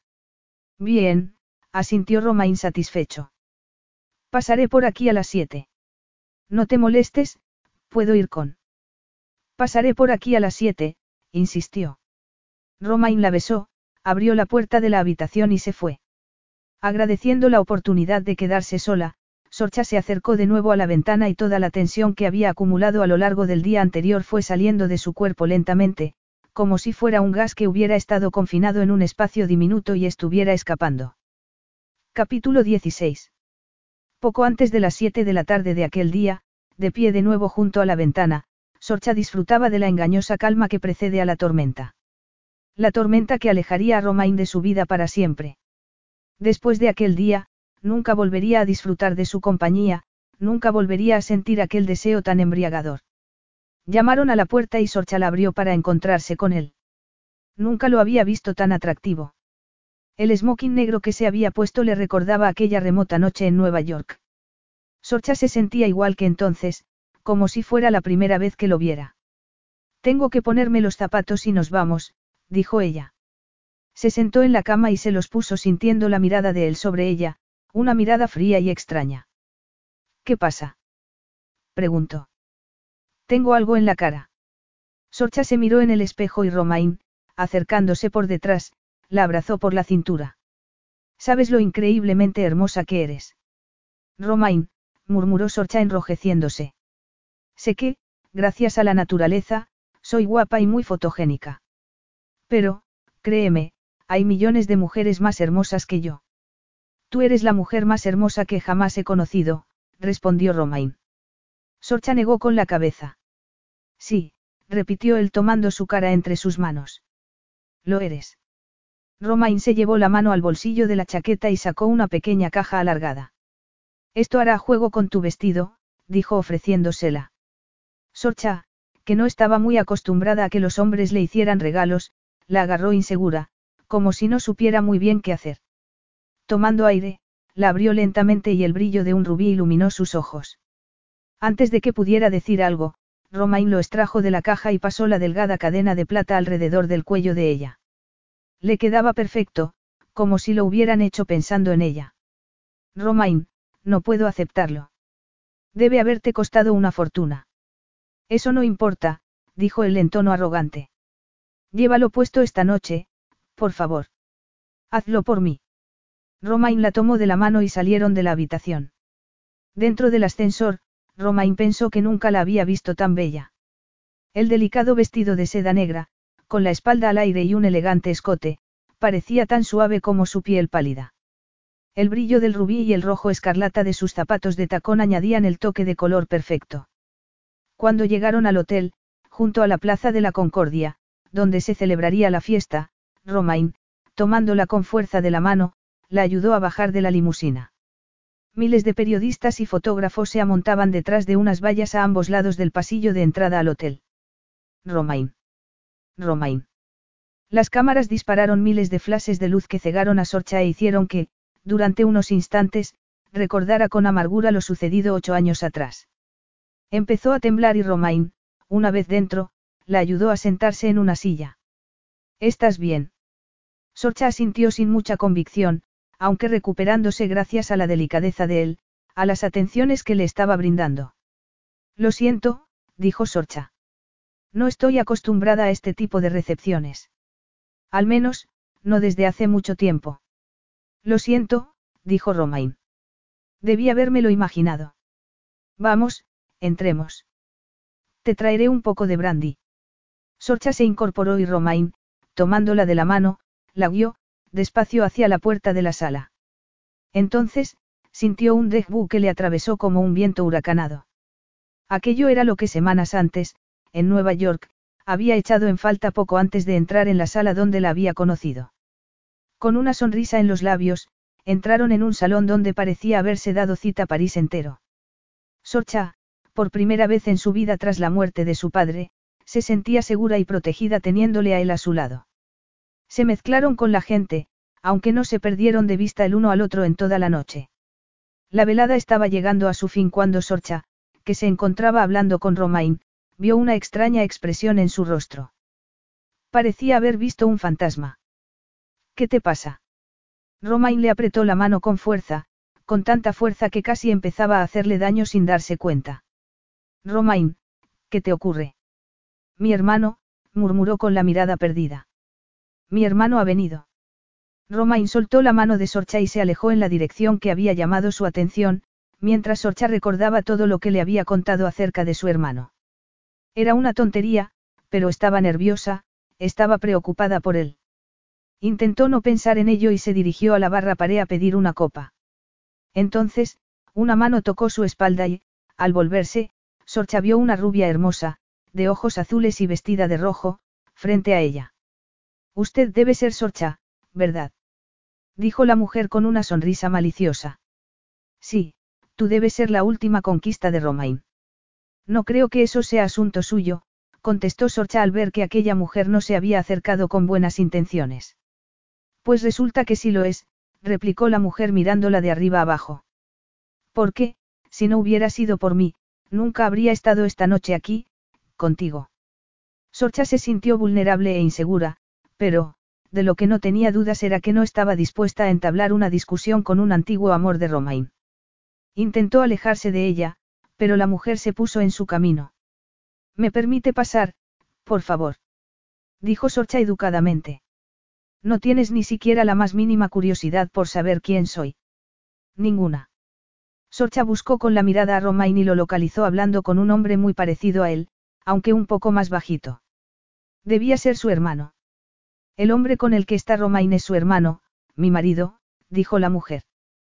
Bien, asintió Romain satisfecho. Pasaré por aquí a las 7. No te molestes, puedo ir con. Pasaré por aquí a las 7, insistió. Romain la besó, abrió la puerta de la habitación y se fue. Agradeciendo la oportunidad de quedarse sola, Sorcha se acercó de nuevo a la ventana y toda la tensión que había acumulado a lo largo del día anterior fue saliendo de su cuerpo lentamente, como si fuera un gas que hubiera estado confinado en un espacio diminuto y estuviera escapando. Capítulo 16. Poco antes de las 7 de la tarde de aquel día, de pie de nuevo junto a la ventana, Sorcha disfrutaba de la engañosa calma que precede a la tormenta. La tormenta que alejaría a Romain de su vida para siempre. Después de aquel día, nunca volvería a disfrutar de su compañía, nunca volvería a sentir aquel deseo tan embriagador. Llamaron a la puerta y Sorcha la abrió para encontrarse con él. Nunca lo había visto tan atractivo. El smoking negro que se había puesto le recordaba aquella remota noche en Nueva York. Sorcha se sentía igual que entonces, como si fuera la primera vez que lo viera. Tengo que ponerme los zapatos y nos vamos, dijo ella. Se sentó en la cama y se los puso sintiendo la mirada de él sobre ella, una mirada fría y extraña. ¿Qué pasa? Preguntó. Tengo algo en la cara. Sorcha se miró en el espejo y Romain, acercándose por detrás, la abrazó por la cintura. ¿Sabes lo increíblemente hermosa que eres? Romain, murmuró Sorcha enrojeciéndose. Sé que, gracias a la naturaleza, soy guapa y muy fotogénica. Pero, créeme, hay millones de mujeres más hermosas que yo. Tú eres la mujer más hermosa que jamás he conocido, respondió Romain. Sorcha negó con la cabeza. Sí, repitió él tomando su cara entre sus manos. Lo eres. Romain se llevó la mano al bolsillo de la chaqueta y sacó una pequeña caja alargada. Esto hará juego con tu vestido, dijo ofreciéndosela. Sorcha, que no estaba muy acostumbrada a que los hombres le hicieran regalos, la agarró insegura, como si no supiera muy bien qué hacer. Tomando aire, la abrió lentamente y el brillo de un rubí iluminó sus ojos. Antes de que pudiera decir algo, Romain lo extrajo de la caja y pasó la delgada cadena de plata alrededor del cuello de ella. Le quedaba perfecto, como si lo hubieran hecho pensando en ella. Romain, no puedo aceptarlo. Debe haberte costado una fortuna. Eso no importa, dijo él en tono arrogante. Llévalo puesto esta noche, por favor. Hazlo por mí. Romain la tomó de la mano y salieron de la habitación. Dentro del ascensor, Romain pensó que nunca la había visto tan bella. El delicado vestido de seda negra, con la espalda al aire y un elegante escote, parecía tan suave como su piel pálida. El brillo del rubí y el rojo escarlata de sus zapatos de tacón añadían el toque de color perfecto. Cuando llegaron al hotel, junto a la Plaza de la Concordia, donde se celebraría la fiesta, Romain, tomándola con fuerza de la mano, la ayudó a bajar de la limusina. Miles de periodistas y fotógrafos se amontaban detrás de unas vallas a ambos lados del pasillo de entrada al hotel. Romain. Romain. Las cámaras dispararon miles de flashes de luz que cegaron a Sorcha e hicieron que, durante unos instantes, recordara con amargura lo sucedido 8 años atrás. Empezó a temblar y Romain, una vez dentro, la ayudó a sentarse en una silla. ¿Estás bien? Sorcha asintió sin mucha convicción, aunque recuperándose gracias a la delicadeza de él, a las atenciones que le estaba brindando. Lo siento, dijo Sorcha. No estoy acostumbrada a este tipo de recepciones. Al menos, no desde hace mucho tiempo. Lo siento, dijo Romain. Debí habérmelo imaginado. Vamos, entremos. Te traeré un poco de brandy. Sorcha se incorporó y Romain, tomándola de la mano, la guió, despacio hacia la puerta de la sala. Entonces, sintió un déjà vu que le atravesó como un viento huracanado. Aquello era lo que semanas antes, en Nueva York, había echado en falta poco antes de entrar en la sala donde la había conocido. Con una sonrisa en los labios, entraron en un salón donde parecía haberse dado cita París entero. Sorcha, por primera vez en su vida tras la muerte de su padre, se sentía segura y protegida teniéndole a él a su lado. Se mezclaron con la gente, aunque no se perdieron de vista el uno al otro en toda la noche. La velada estaba llegando a su fin cuando Sorcha, que se encontraba hablando con Romain, vio una extraña expresión en su rostro. Parecía haber visto un fantasma. ¿Qué te pasa? Romain le apretó la mano con fuerza, con tanta fuerza que casi empezaba a hacerle daño sin darse cuenta. Romain, ¿qué te ocurre? Mi hermano, murmuró con la mirada perdida. Mi hermano ha venido. Romain soltó la mano de Sorcha y se alejó en la dirección que había llamado su atención, mientras Sorcha recordaba todo lo que le había contado acerca de su hermano. Era una tontería, pero estaba nerviosa, estaba preocupada por él. Intentó no pensar en ello y se dirigió a la barra paré a pedir una copa. Entonces, una mano tocó su espalda y, al volverse, Sorcha vio una rubia hermosa, de ojos azules y vestida de rojo, frente a ella. Usted debe ser Sorcha, ¿verdad? Dijo la mujer con una sonrisa maliciosa. Sí, tú debes ser la última conquista de Romain. No creo que eso sea asunto suyo, contestó Sorcha al ver que aquella mujer no se había acercado con buenas intenciones. Pues resulta que sí lo es, replicó la mujer mirándola de arriba abajo. ¿Por qué, si no hubiera sido por mí, nunca habría estado esta noche aquí, contigo? Sorcha se sintió vulnerable e insegura, pero, de lo que no tenía dudas era que no estaba dispuesta a entablar una discusión con un antiguo amor de Romain. Intentó alejarse de ella, pero la mujer se puso en su camino. ¿Me permite pasar, por favor? Dijo Sorcha educadamente. No tienes ni siquiera la más mínima curiosidad por saber quién soy. Ninguna. Sorcha buscó con la mirada a Romain y lo localizó hablando con un hombre muy parecido a él, aunque un poco más bajito. Debía ser su hermano. El hombre con el que está Romain es su hermano, mi marido, dijo la mujer.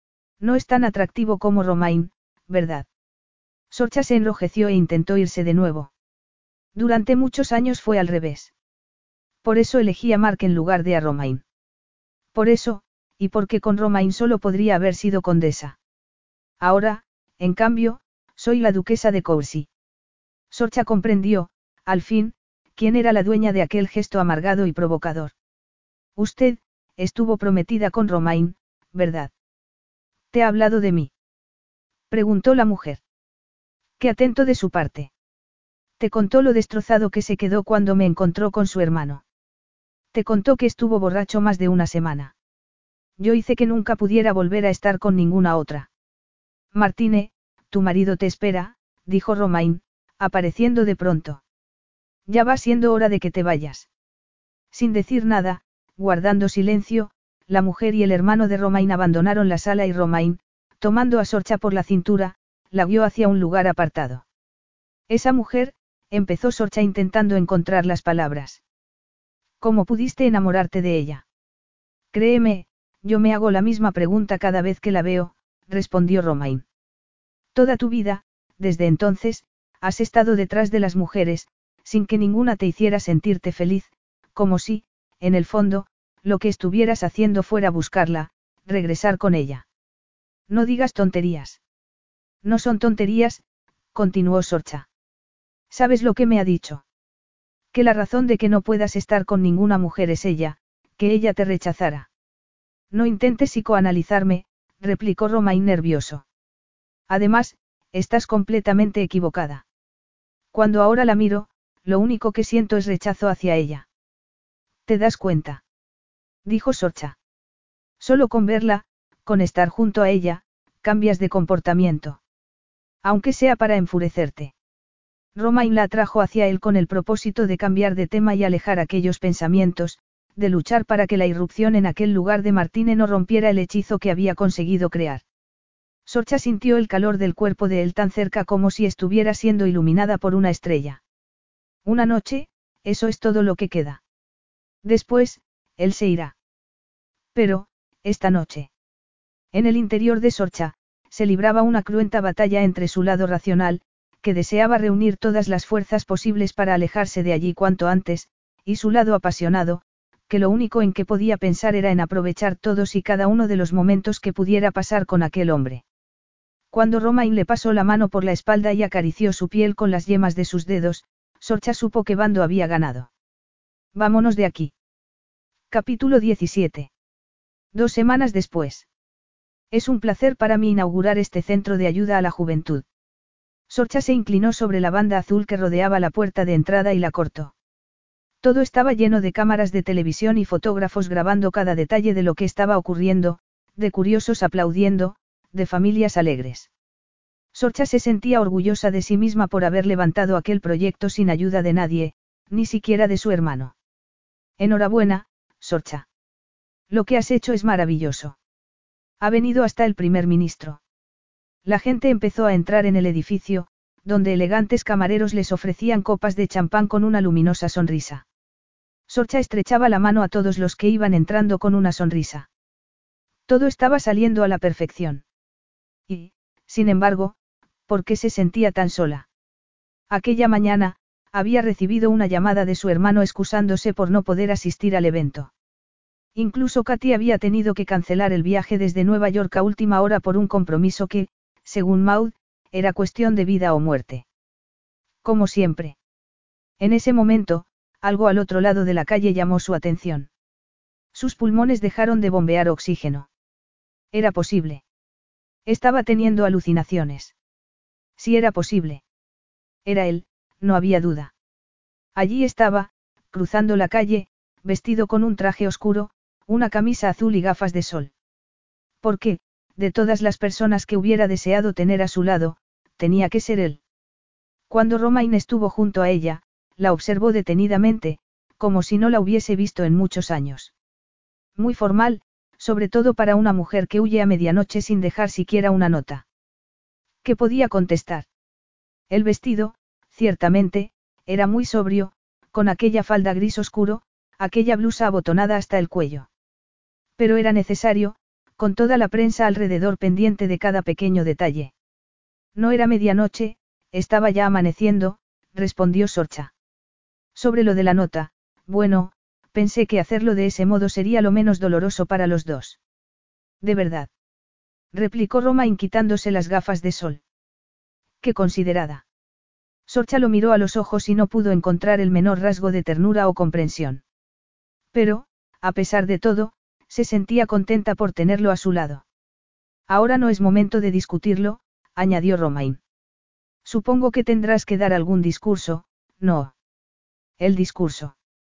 No es tan atractivo como Romain, ¿verdad? Sorcha se enrojeció e intentó irse de nuevo. Durante muchos años fue al revés. Por eso elegí a Mark en lugar de a Romain. Por eso, y porque con Romain solo podría haber sido condesa. Ahora, en cambio, soy la duquesa de Courcy. Sorcha comprendió, al fin, quién era la dueña de aquel gesto amargado y provocador. Usted, estuvo prometida con Romain, ¿verdad? ¿Te ha hablado de mí? Preguntó la mujer. Qué atento de su parte. Te contó lo destrozado que se quedó cuando me encontró con su hermano. Te contó que estuvo borracho más de una semana. Yo hice que nunca pudiera volver a estar con ninguna otra. Martine, tu marido te espera, dijo Romain, apareciendo de pronto. Ya va siendo hora de que te vayas. Sin decir nada, guardando silencio, la mujer y el hermano de Romain abandonaron la sala y Romain, tomando a Sorcha por la cintura, la guió hacia un lugar apartado. Esa mujer, empezó Sorcha intentando encontrar las palabras. ¿Cómo pudiste enamorarte de ella? Créeme, yo me hago la misma pregunta cada vez que la veo, respondió Romain. Toda tu vida, desde entonces, has estado detrás de las mujeres, sin que ninguna te hiciera sentirte feliz, como si, en el fondo, lo que estuvieras haciendo fuera buscarla, regresar con ella. No digas tonterías. No son tonterías, continuó Sorcha. ¿Sabes lo que me ha dicho? Que la razón de que no puedas estar con ninguna mujer es ella, que ella te rechazara. No intentes psicoanalizarme, replicó Romain nervioso. Además, estás completamente equivocada. Cuando ahora la miro, lo único que siento es rechazo hacia ella. ¿Te das cuenta? Dijo Sorcha. Solo con verla, con estar junto a ella, cambias de comportamiento. Aunque sea para enfurecerte. Romain la atrajo hacia él con el propósito de cambiar de tema y alejar aquellos pensamientos, de luchar para que la irrupción en aquel lugar de Martine no rompiera el hechizo que había conseguido crear. Sorcha sintió el calor del cuerpo de él tan cerca como si estuviera siendo iluminada por una estrella. Una noche, eso es todo lo que queda. Después, él se irá. Pero, esta noche. En el interior de Sorcha, se libraba una cruenta batalla entre su lado racional, que deseaba reunir todas las fuerzas posibles para alejarse de allí cuanto antes, y su lado apasionado, que lo único en que podía pensar era en aprovechar todos y cada uno de los momentos que pudiera pasar con aquel hombre. Cuando Romain le pasó la mano por la espalda y acarició su piel con las yemas de sus dedos, Sorcha supo que Bando había ganado. Vámonos de aquí. Capítulo 17. 2 semanas después. Es un placer para mí inaugurar este centro de ayuda a la juventud. Sorcha se inclinó sobre la banda azul que rodeaba la puerta de entrada y la cortó. Todo estaba lleno de cámaras de televisión y fotógrafos grabando cada detalle de lo que estaba ocurriendo, de curiosos aplaudiendo, de familias alegres. Sorcha se sentía orgullosa de sí misma por haber levantado aquel proyecto sin ayuda de nadie, ni siquiera de su hermano. Enhorabuena, Sorcha. Lo que has hecho es maravilloso. Ha venido hasta el primer ministro. La gente empezó a entrar en el edificio, donde elegantes camareros les ofrecían copas de champán con una luminosa sonrisa. Sorcha estrechaba la mano a todos los que iban entrando con una sonrisa. Todo estaba saliendo a la perfección. Y, sin embargo, ¿por qué se sentía tan sola? Aquella mañana, había recibido una llamada de su hermano excusándose por no poder asistir al evento. Incluso Katy había tenido que cancelar el viaje desde Nueva York a última hora por un compromiso que, según Maud, era cuestión de vida o muerte. Como siempre. En ese momento, algo al otro lado de la calle llamó su atención. Sus pulmones dejaron de bombear oxígeno. Era posible. Estaba teniendo alucinaciones. Sí era posible. Era él, no había duda. Allí estaba, cruzando la calle, vestido con un traje oscuro, una camisa azul y gafas de sol. Porque, de todas las personas que hubiera deseado tener a su lado, tenía que ser él. Cuando Romain estuvo junto a ella, la observó detenidamente, como si no la hubiese visto en muchos años. Muy formal, sobre todo para una mujer que huye a medianoche sin dejar siquiera una nota. ¿Qué podía contestar? El vestido, ciertamente, era muy sobrio, con aquella falda gris oscuro, aquella blusa abotonada hasta el cuello. Pero era necesario, con toda la prensa alrededor pendiente de cada pequeño detalle. No era medianoche, estaba ya amaneciendo, respondió Sorcha. Sobre lo de la nota, bueno, pensé que hacerlo de ese modo sería lo menos doloroso para los dos. ¿De verdad? Replicó Romain quitándose las gafas de sol. Qué considerada. Sorcha lo miró a los ojos y no pudo encontrar el menor rasgo de ternura o comprensión. Pero, a pesar de todo, se sentía contenta por tenerlo a su lado. Ahora no es momento de discutirlo, añadió Romain. Supongo que tendrás que dar algún discurso, ¿no? El discurso.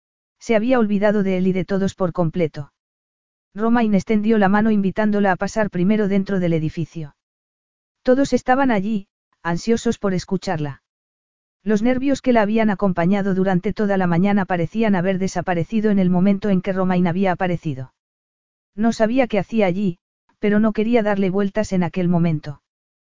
Se había olvidado de él y de todos por completo. Romain extendió la mano invitándola a pasar primero dentro del edificio. Todos estaban allí, ansiosos por escucharla. Los nervios que la habían acompañado durante toda la mañana parecían haber desaparecido en el momento en que Romain había aparecido. No sabía qué hacía allí, pero no quería darle vueltas en aquel momento.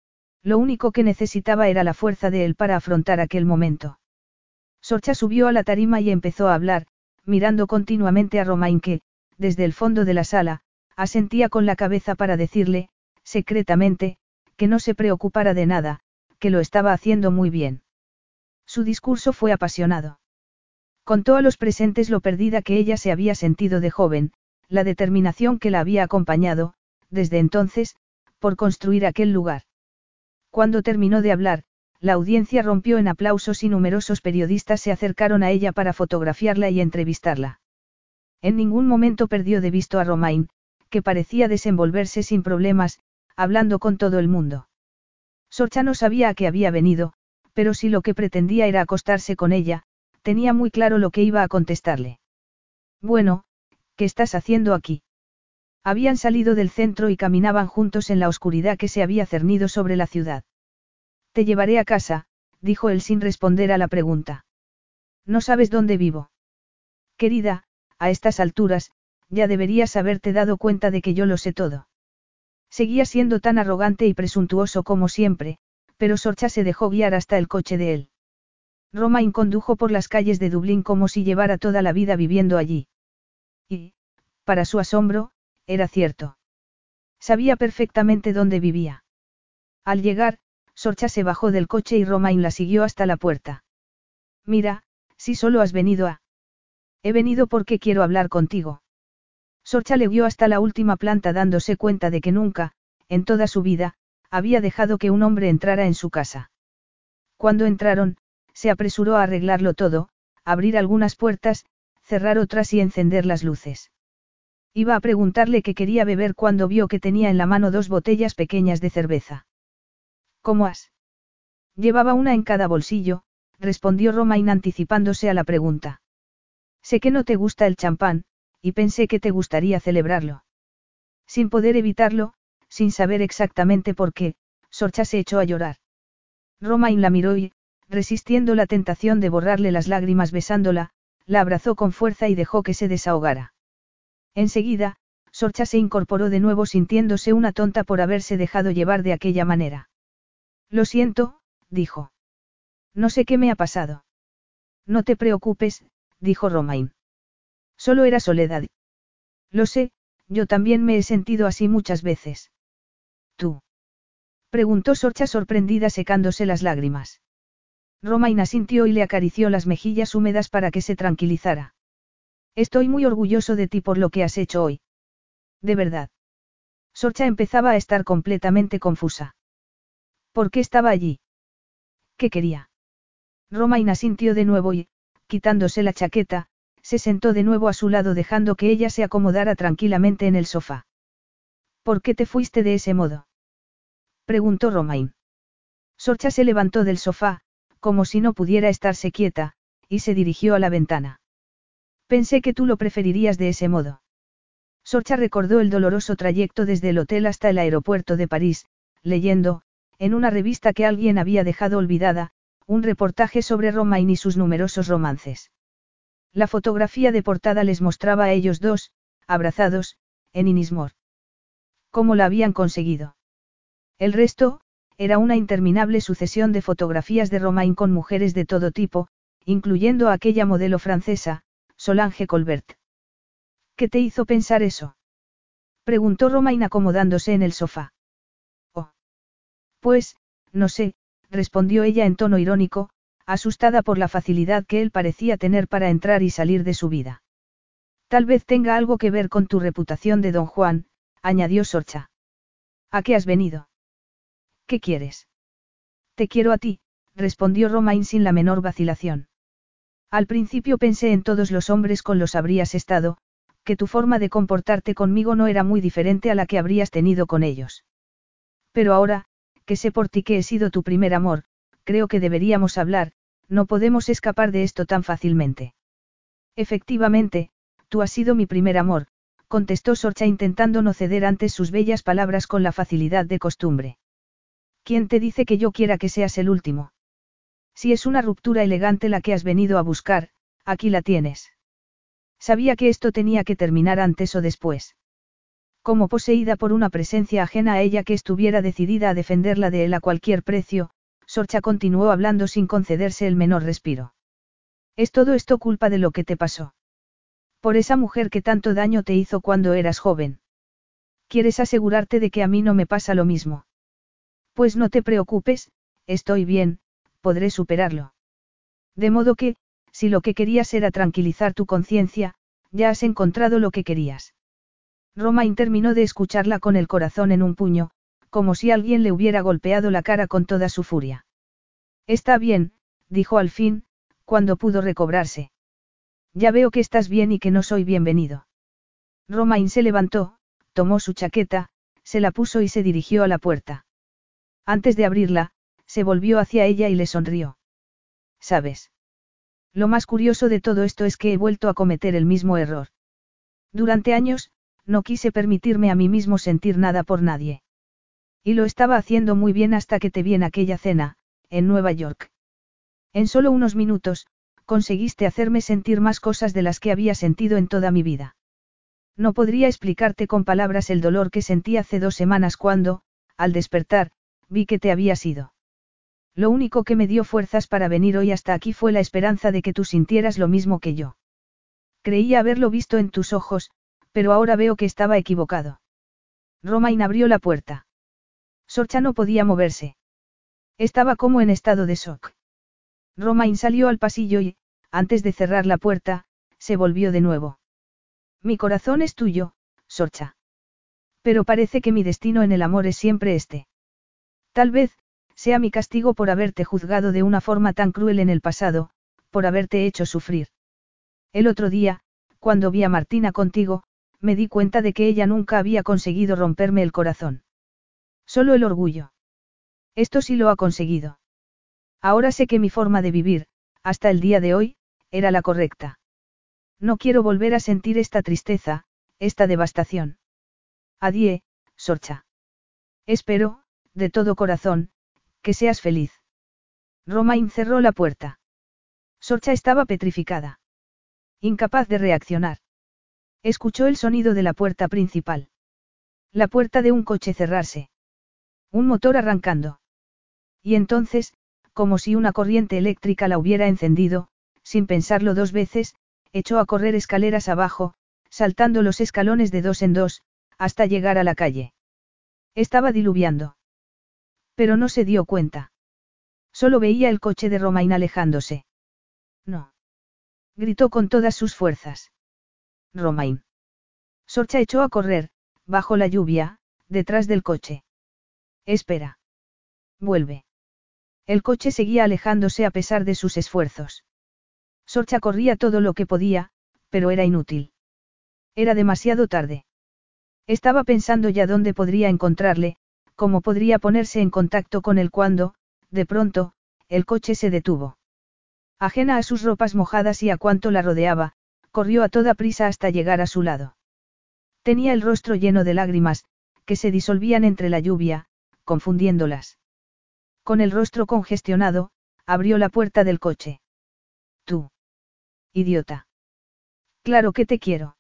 Lo único que necesitaba era la fuerza de él para afrontar aquel momento. Sorcha subió a la tarima y empezó a hablar, mirando continuamente a Romain que, desde el fondo de la sala, asentía con la cabeza para decirle, secretamente, que no se preocupara de nada, que lo estaba haciendo muy bien. Su discurso fue apasionado. Contó a los presentes lo perdida que ella se había sentido de joven, la determinación que la había acompañado, desde entonces, por construir aquel lugar. Cuando terminó de hablar, la audiencia rompió en aplausos y numerosos periodistas se acercaron a ella para fotografiarla y entrevistarla. En ningún momento perdió de vista a Romain, que parecía desenvolverse sin problemas, hablando con todo el mundo. Sorcha no sabía a qué había venido, pero si lo que pretendía era acostarse con ella, tenía muy claro lo que iba a contestarle. Bueno, ¿qué estás haciendo aquí? Habían salido del centro y caminaban juntos en la oscuridad que se había cernido sobre la ciudad. Te llevaré a casa, dijo él sin responder a la pregunta. No sabes dónde vivo. Querida, a estas alturas, ya deberías haberte dado cuenta de que yo lo sé todo. Seguía siendo tan arrogante y presuntuoso como siempre, pero Sorcha se dejó guiar hasta el coche de él. Romain condujo por las calles de Dublín como si llevara toda la vida viviendo allí. Y, para su asombro, era cierto. Sabía perfectamente dónde vivía. Al llegar, Sorcha se bajó del coche y Romain la siguió hasta la puerta. Mira, si solo has venido a... He venido porque quiero hablar contigo. Sorcha le guió hasta la última planta dándose cuenta de que nunca, en toda su vida, había dejado que un hombre entrara en su casa. Cuando entraron, se apresuró a arreglarlo todo, abrir algunas puertas, cerrar otras y encender las luces. Iba a preguntarle qué quería beber cuando vio que tenía en la mano 2 botellas pequeñas de cerveza. ¿Cómo has? Llevaba una en cada bolsillo, respondió Romain anticipándose a la pregunta. Sé que no te gusta el champán, y pensé que te gustaría celebrarlo. Sin poder evitarlo, sin saber exactamente por qué, Sorcha se echó a llorar. Romain la miró y, resistiendo la tentación de borrarle las lágrimas besándola, la abrazó con fuerza y dejó que se desahogara. Enseguida, Sorcha se incorporó de nuevo sintiéndose una tonta por haberse dejado llevar de aquella manera. Lo siento, dijo. No sé qué me ha pasado. No te preocupes, dijo Romain. Solo era soledad. Lo sé, yo también me he sentido así muchas veces. ¿Tú? Preguntó Sorcha sorprendida secándose las lágrimas. Romain asintió y le acarició las mejillas húmedas para que se tranquilizara. Estoy muy orgulloso de ti por lo que has hecho hoy. De verdad. Sorcha empezaba a estar completamente confusa. ¿Por qué estaba allí? ¿Qué quería? Romain asintió de nuevo y, quitándose la chaqueta, se sentó de nuevo a su lado dejando que ella se acomodara tranquilamente en el sofá. ¿Por qué te fuiste de ese modo? Preguntó Romain. Sorcha se levantó del sofá, como si no pudiera estarse quieta, y se dirigió a la ventana. Pensé que tú lo preferirías de ese modo. Sorcha recordó el doloroso trayecto desde el hotel hasta el aeropuerto de París, leyendo, en una revista que alguien había dejado olvidada, un reportaje sobre Romain y sus numerosos romances. La fotografía de portada les mostraba a ellos dos, abrazados, en Innismore. ¿Cómo la habían conseguido? El resto, era una interminable sucesión de fotografías de Romain con mujeres de todo tipo, incluyendo a aquella modelo francesa, Solange Colbert. ¿Qué te hizo pensar eso? Preguntó Romain acomodándose en el sofá. Oh. Pues, no sé, respondió ella en tono irónico, asustada por la facilidad que él parecía tener para entrar y salir de su vida. Tal vez tenga algo que ver con tu reputación de don Juan, añadió Sorcha. ¿A qué has venido? ¿Qué quieres? Te quiero a ti, respondió Romain sin la menor vacilación. Al principio pensé en todos los hombres con los habrías estado, que tu forma de comportarte conmigo no era muy diferente a la que habrías tenido con ellos. Pero ahora, que sé por ti que he sido tu primer amor, creo que deberíamos hablar, no podemos escapar de esto tan fácilmente. Efectivamente, tú has sido mi primer amor, contestó Sorcha intentando no ceder ante sus bellas palabras con la facilidad de costumbre. ¿Quién te dice que yo quiera que seas el último? Si es una ruptura elegante la que has venido a buscar, aquí la tienes. Sabía que esto tenía que terminar antes o después. Como poseída por una presencia ajena a ella que estuviera decidida a defenderla de él a cualquier precio, Sorcha continuó hablando sin concederse el menor respiro. ¿Es todo esto culpa de lo que te pasó? Por esa mujer que tanto daño te hizo cuando eras joven. ¿Quieres asegurarte de que a mí no me pasa lo mismo? Pues no te preocupes, estoy bien, podré superarlo. De modo que, si lo que querías era tranquilizar tu conciencia, ya has encontrado lo que querías. Romain terminó de escucharla con el corazón en un puño, como si alguien le hubiera golpeado la cara con toda su furia. Está bien, dijo al fin, cuando pudo recobrarse. Ya veo que estás bien y que no soy bienvenido. Romain se levantó, tomó su chaqueta, se la puso y se dirigió a la puerta. Antes de abrirla, se volvió hacia ella y le sonrió. ¿Sabes? Lo más curioso de todo esto es que he vuelto a cometer el mismo error. Durante años, no quise permitirme a mí mismo sentir nada por nadie. Y lo estaba haciendo muy bien hasta que te vi en aquella cena, en Nueva York. En solo unos minutos, conseguiste hacerme sentir más cosas de las que había sentido en toda mi vida. No podría explicarte con palabras el dolor que sentí hace 2 semanas cuando, al despertar, vi que te habías ido. Lo único que me dio fuerzas para venir hoy hasta aquí fue la esperanza de que tú sintieras lo mismo que yo. Creía haberlo visto en tus ojos, pero ahora veo que estaba equivocado. Romain abrió la puerta. Sorcha no podía moverse. Estaba como en estado de shock. Romain salió al pasillo y, antes de cerrar la puerta, se volvió de nuevo. Mi corazón es tuyo, Sorcha. Pero parece que mi destino en el amor es siempre este. Tal vez, sea mi castigo por haberte juzgado de una forma tan cruel en el pasado, por haberte hecho sufrir. El otro día, cuando vi a Martina contigo, me di cuenta de que ella nunca había conseguido romperme el corazón. Solo el orgullo. Esto sí lo ha conseguido. Ahora sé que mi forma de vivir, hasta el día de hoy, era la correcta. No quiero volver a sentir esta tristeza, esta devastación. Adiós, Sorcha. Espero, de todo corazón, que seas feliz. Romain cerró la puerta. Sorcha estaba petrificada. Incapaz de reaccionar. Escuchó el sonido de la puerta principal. La puerta de un coche cerrarse. Un motor arrancando. Y entonces, como si una corriente eléctrica la hubiera encendido, sin pensarlo 2 veces, echó a correr escaleras abajo, saltando los escalones de 2 en 2, hasta llegar a la calle. Estaba diluviando. Pero no se dio cuenta. Solo veía el coche de Romain alejándose. No. Gritó con todas sus fuerzas. Romain. Sorcha echó a correr, bajo la lluvia, detrás del coche. Espera. Vuelve. El coche seguía alejándose a pesar de sus esfuerzos. Sorcha corría todo lo que podía, pero era inútil. Era demasiado tarde. Estaba pensando ya dónde podría encontrarle, cómo podría ponerse en contacto con él cuando, de pronto, el coche se detuvo. Ajena a sus ropas mojadas y a cuanto la rodeaba, corrió a toda prisa hasta llegar a su lado. Tenía el rostro lleno de lágrimas, que se disolvían entre la lluvia, confundiéndolas. Con el rostro congestionado, abrió la puerta del coche. Tú. Idiota. Claro que te quiero.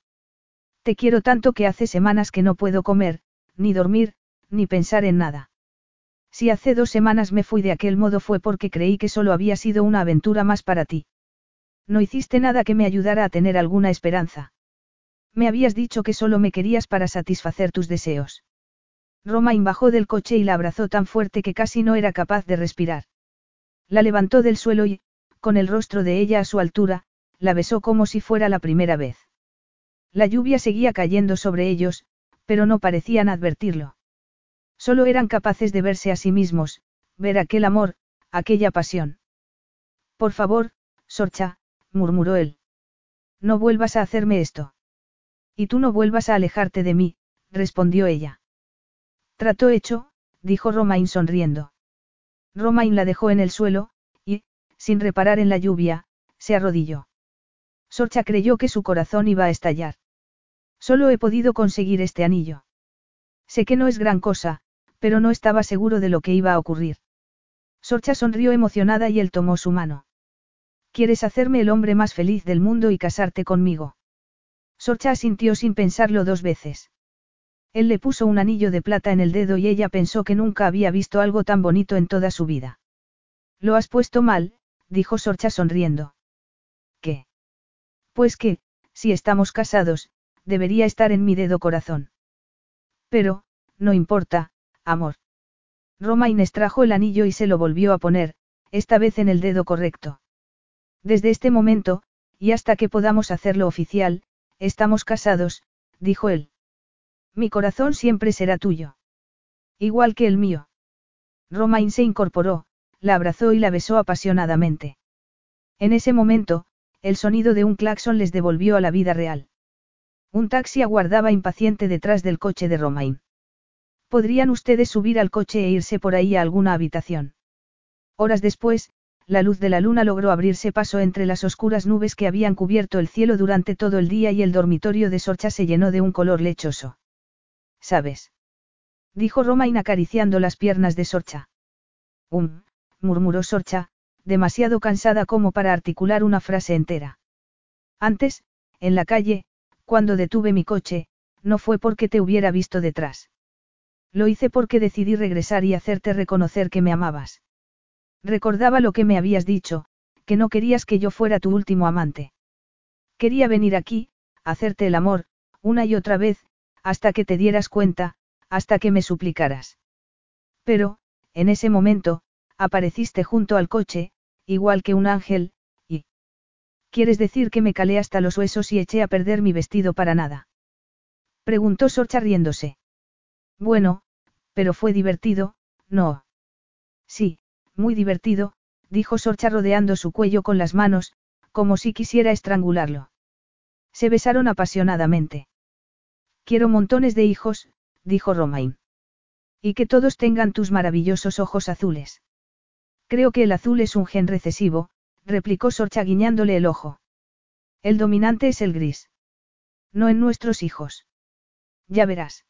Te quiero tanto que hace semanas que no puedo comer, ni dormir, ni pensar en nada. Si hace 2 semanas me fui de aquel modo fue porque creí que solo había sido una aventura más para ti. No hiciste nada que me ayudara a tener alguna esperanza. Me habías dicho que solo me querías para satisfacer tus deseos. Romain bajó del coche y la abrazó tan fuerte que casi no era capaz de respirar. La levantó del suelo y, con el rostro de ella a su altura, la besó como si fuera la primera vez. La lluvia seguía cayendo sobre ellos, pero no parecían advertirlo. Solo eran capaces de verse a sí mismos, ver aquel amor, aquella pasión. Por favor, Sorcha, murmuró él. No vuelvas a hacerme esto. Y tú no vuelvas a alejarte de mí, respondió ella. Trato hecho, dijo Romain sonriendo. Romain la dejó en el suelo, y, sin reparar en la lluvia, se arrodilló. Sorcha creyó que su corazón iba a estallar. Solo he podido conseguir este anillo. Sé que no es gran cosa, pero no estaba seguro de lo que iba a ocurrir. Sorcha sonrió emocionada y él tomó su mano. ¿Quieres hacerme el hombre más feliz del mundo y casarte conmigo? Sorcha asintió sin pensarlo 2 veces. Él le puso un anillo de plata en el dedo y ella pensó que nunca había visto algo tan bonito en toda su vida. Lo has puesto mal, dijo Sorcha sonriendo. ¿Qué? Pues que, si estamos casados, debería estar en mi dedo corazón. Pero, no importa, amor. Romain extrajo el anillo y se lo volvió a poner, esta vez en el dedo correcto. Desde este momento, y hasta que podamos hacerlo oficial, estamos casados, dijo él. Mi corazón siempre será tuyo. Igual que el mío. Romain se incorporó, la abrazó y la besó apasionadamente. En ese momento, el sonido de un claxon les devolvió a la vida real. Un taxi aguardaba impaciente detrás del coche de Romain. ¿Podrían ustedes subir al coche e irse por ahí a alguna habitación? Horas después, la luz de la luna logró abrirse paso entre las oscuras nubes que habían cubierto el cielo durante todo el día y el dormitorio de Sorcha se llenó de un color lechoso. ¿Sabes? Dijo Romain acariciando las piernas de Sorcha. Murmuró Sorcha, demasiado cansada como para articular una frase entera. Antes, en la calle, cuando detuve mi coche, no fue porque te hubiera visto detrás. Lo hice porque decidí regresar y hacerte reconocer que me amabas. Recordaba lo que me habías dicho, que no querías que yo fuera tu último amante. Quería venir aquí, hacerte el amor, una y otra vez, hasta que te dieras cuenta, hasta que me suplicaras. Pero, en ese momento, apareciste junto al coche, igual que un ángel, y... ¿Quieres decir que me calé hasta los huesos y eché a perder mi vestido para nada? Preguntó Sorcha riéndose. Bueno, pero fue divertido, ¿no? Sí, muy divertido, dijo Sorcha rodeando su cuello con las manos, como si quisiera estrangularlo. Se besaron apasionadamente. Quiero montones de hijos, dijo Romain. Y que todos tengan tus maravillosos ojos azules. Creo que el azul es un gen recesivo, replicó Sorcha guiñándole el ojo. El dominante es el gris. No en nuestros hijos. Ya verás.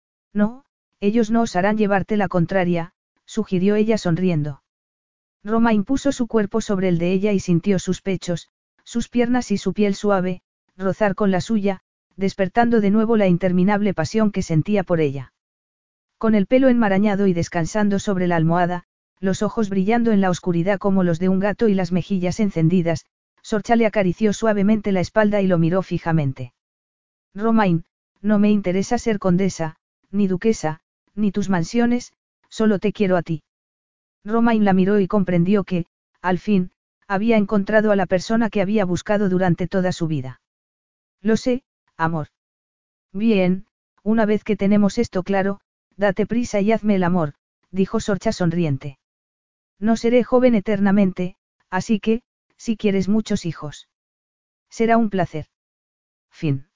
No, ellos no osarán llevarte la contraria, sugirió ella sonriendo. Romain puso su cuerpo sobre el de ella y sintió sus pechos, sus piernas y su piel suave, rozar con la suya, despertando de nuevo la interminable pasión que sentía por ella. Con el pelo enmarañado y descansando sobre la almohada, los ojos brillando en la oscuridad como los de un gato y las mejillas encendidas, Sorcha le acarició suavemente la espalda y lo miró fijamente. Romain, no me interesa ser condesa, ni duquesa, ni tus mansiones, solo te quiero a ti. Romain la miró y comprendió que, al fin, había encontrado a la persona que había buscado durante toda su vida. Lo sé, amor. Bien, una vez que tenemos esto claro, date prisa y hazme el amor, dijo Sorcha sonriente. No seré joven eternamente, así que, si quieres muchos hijos. Será un placer. Fin.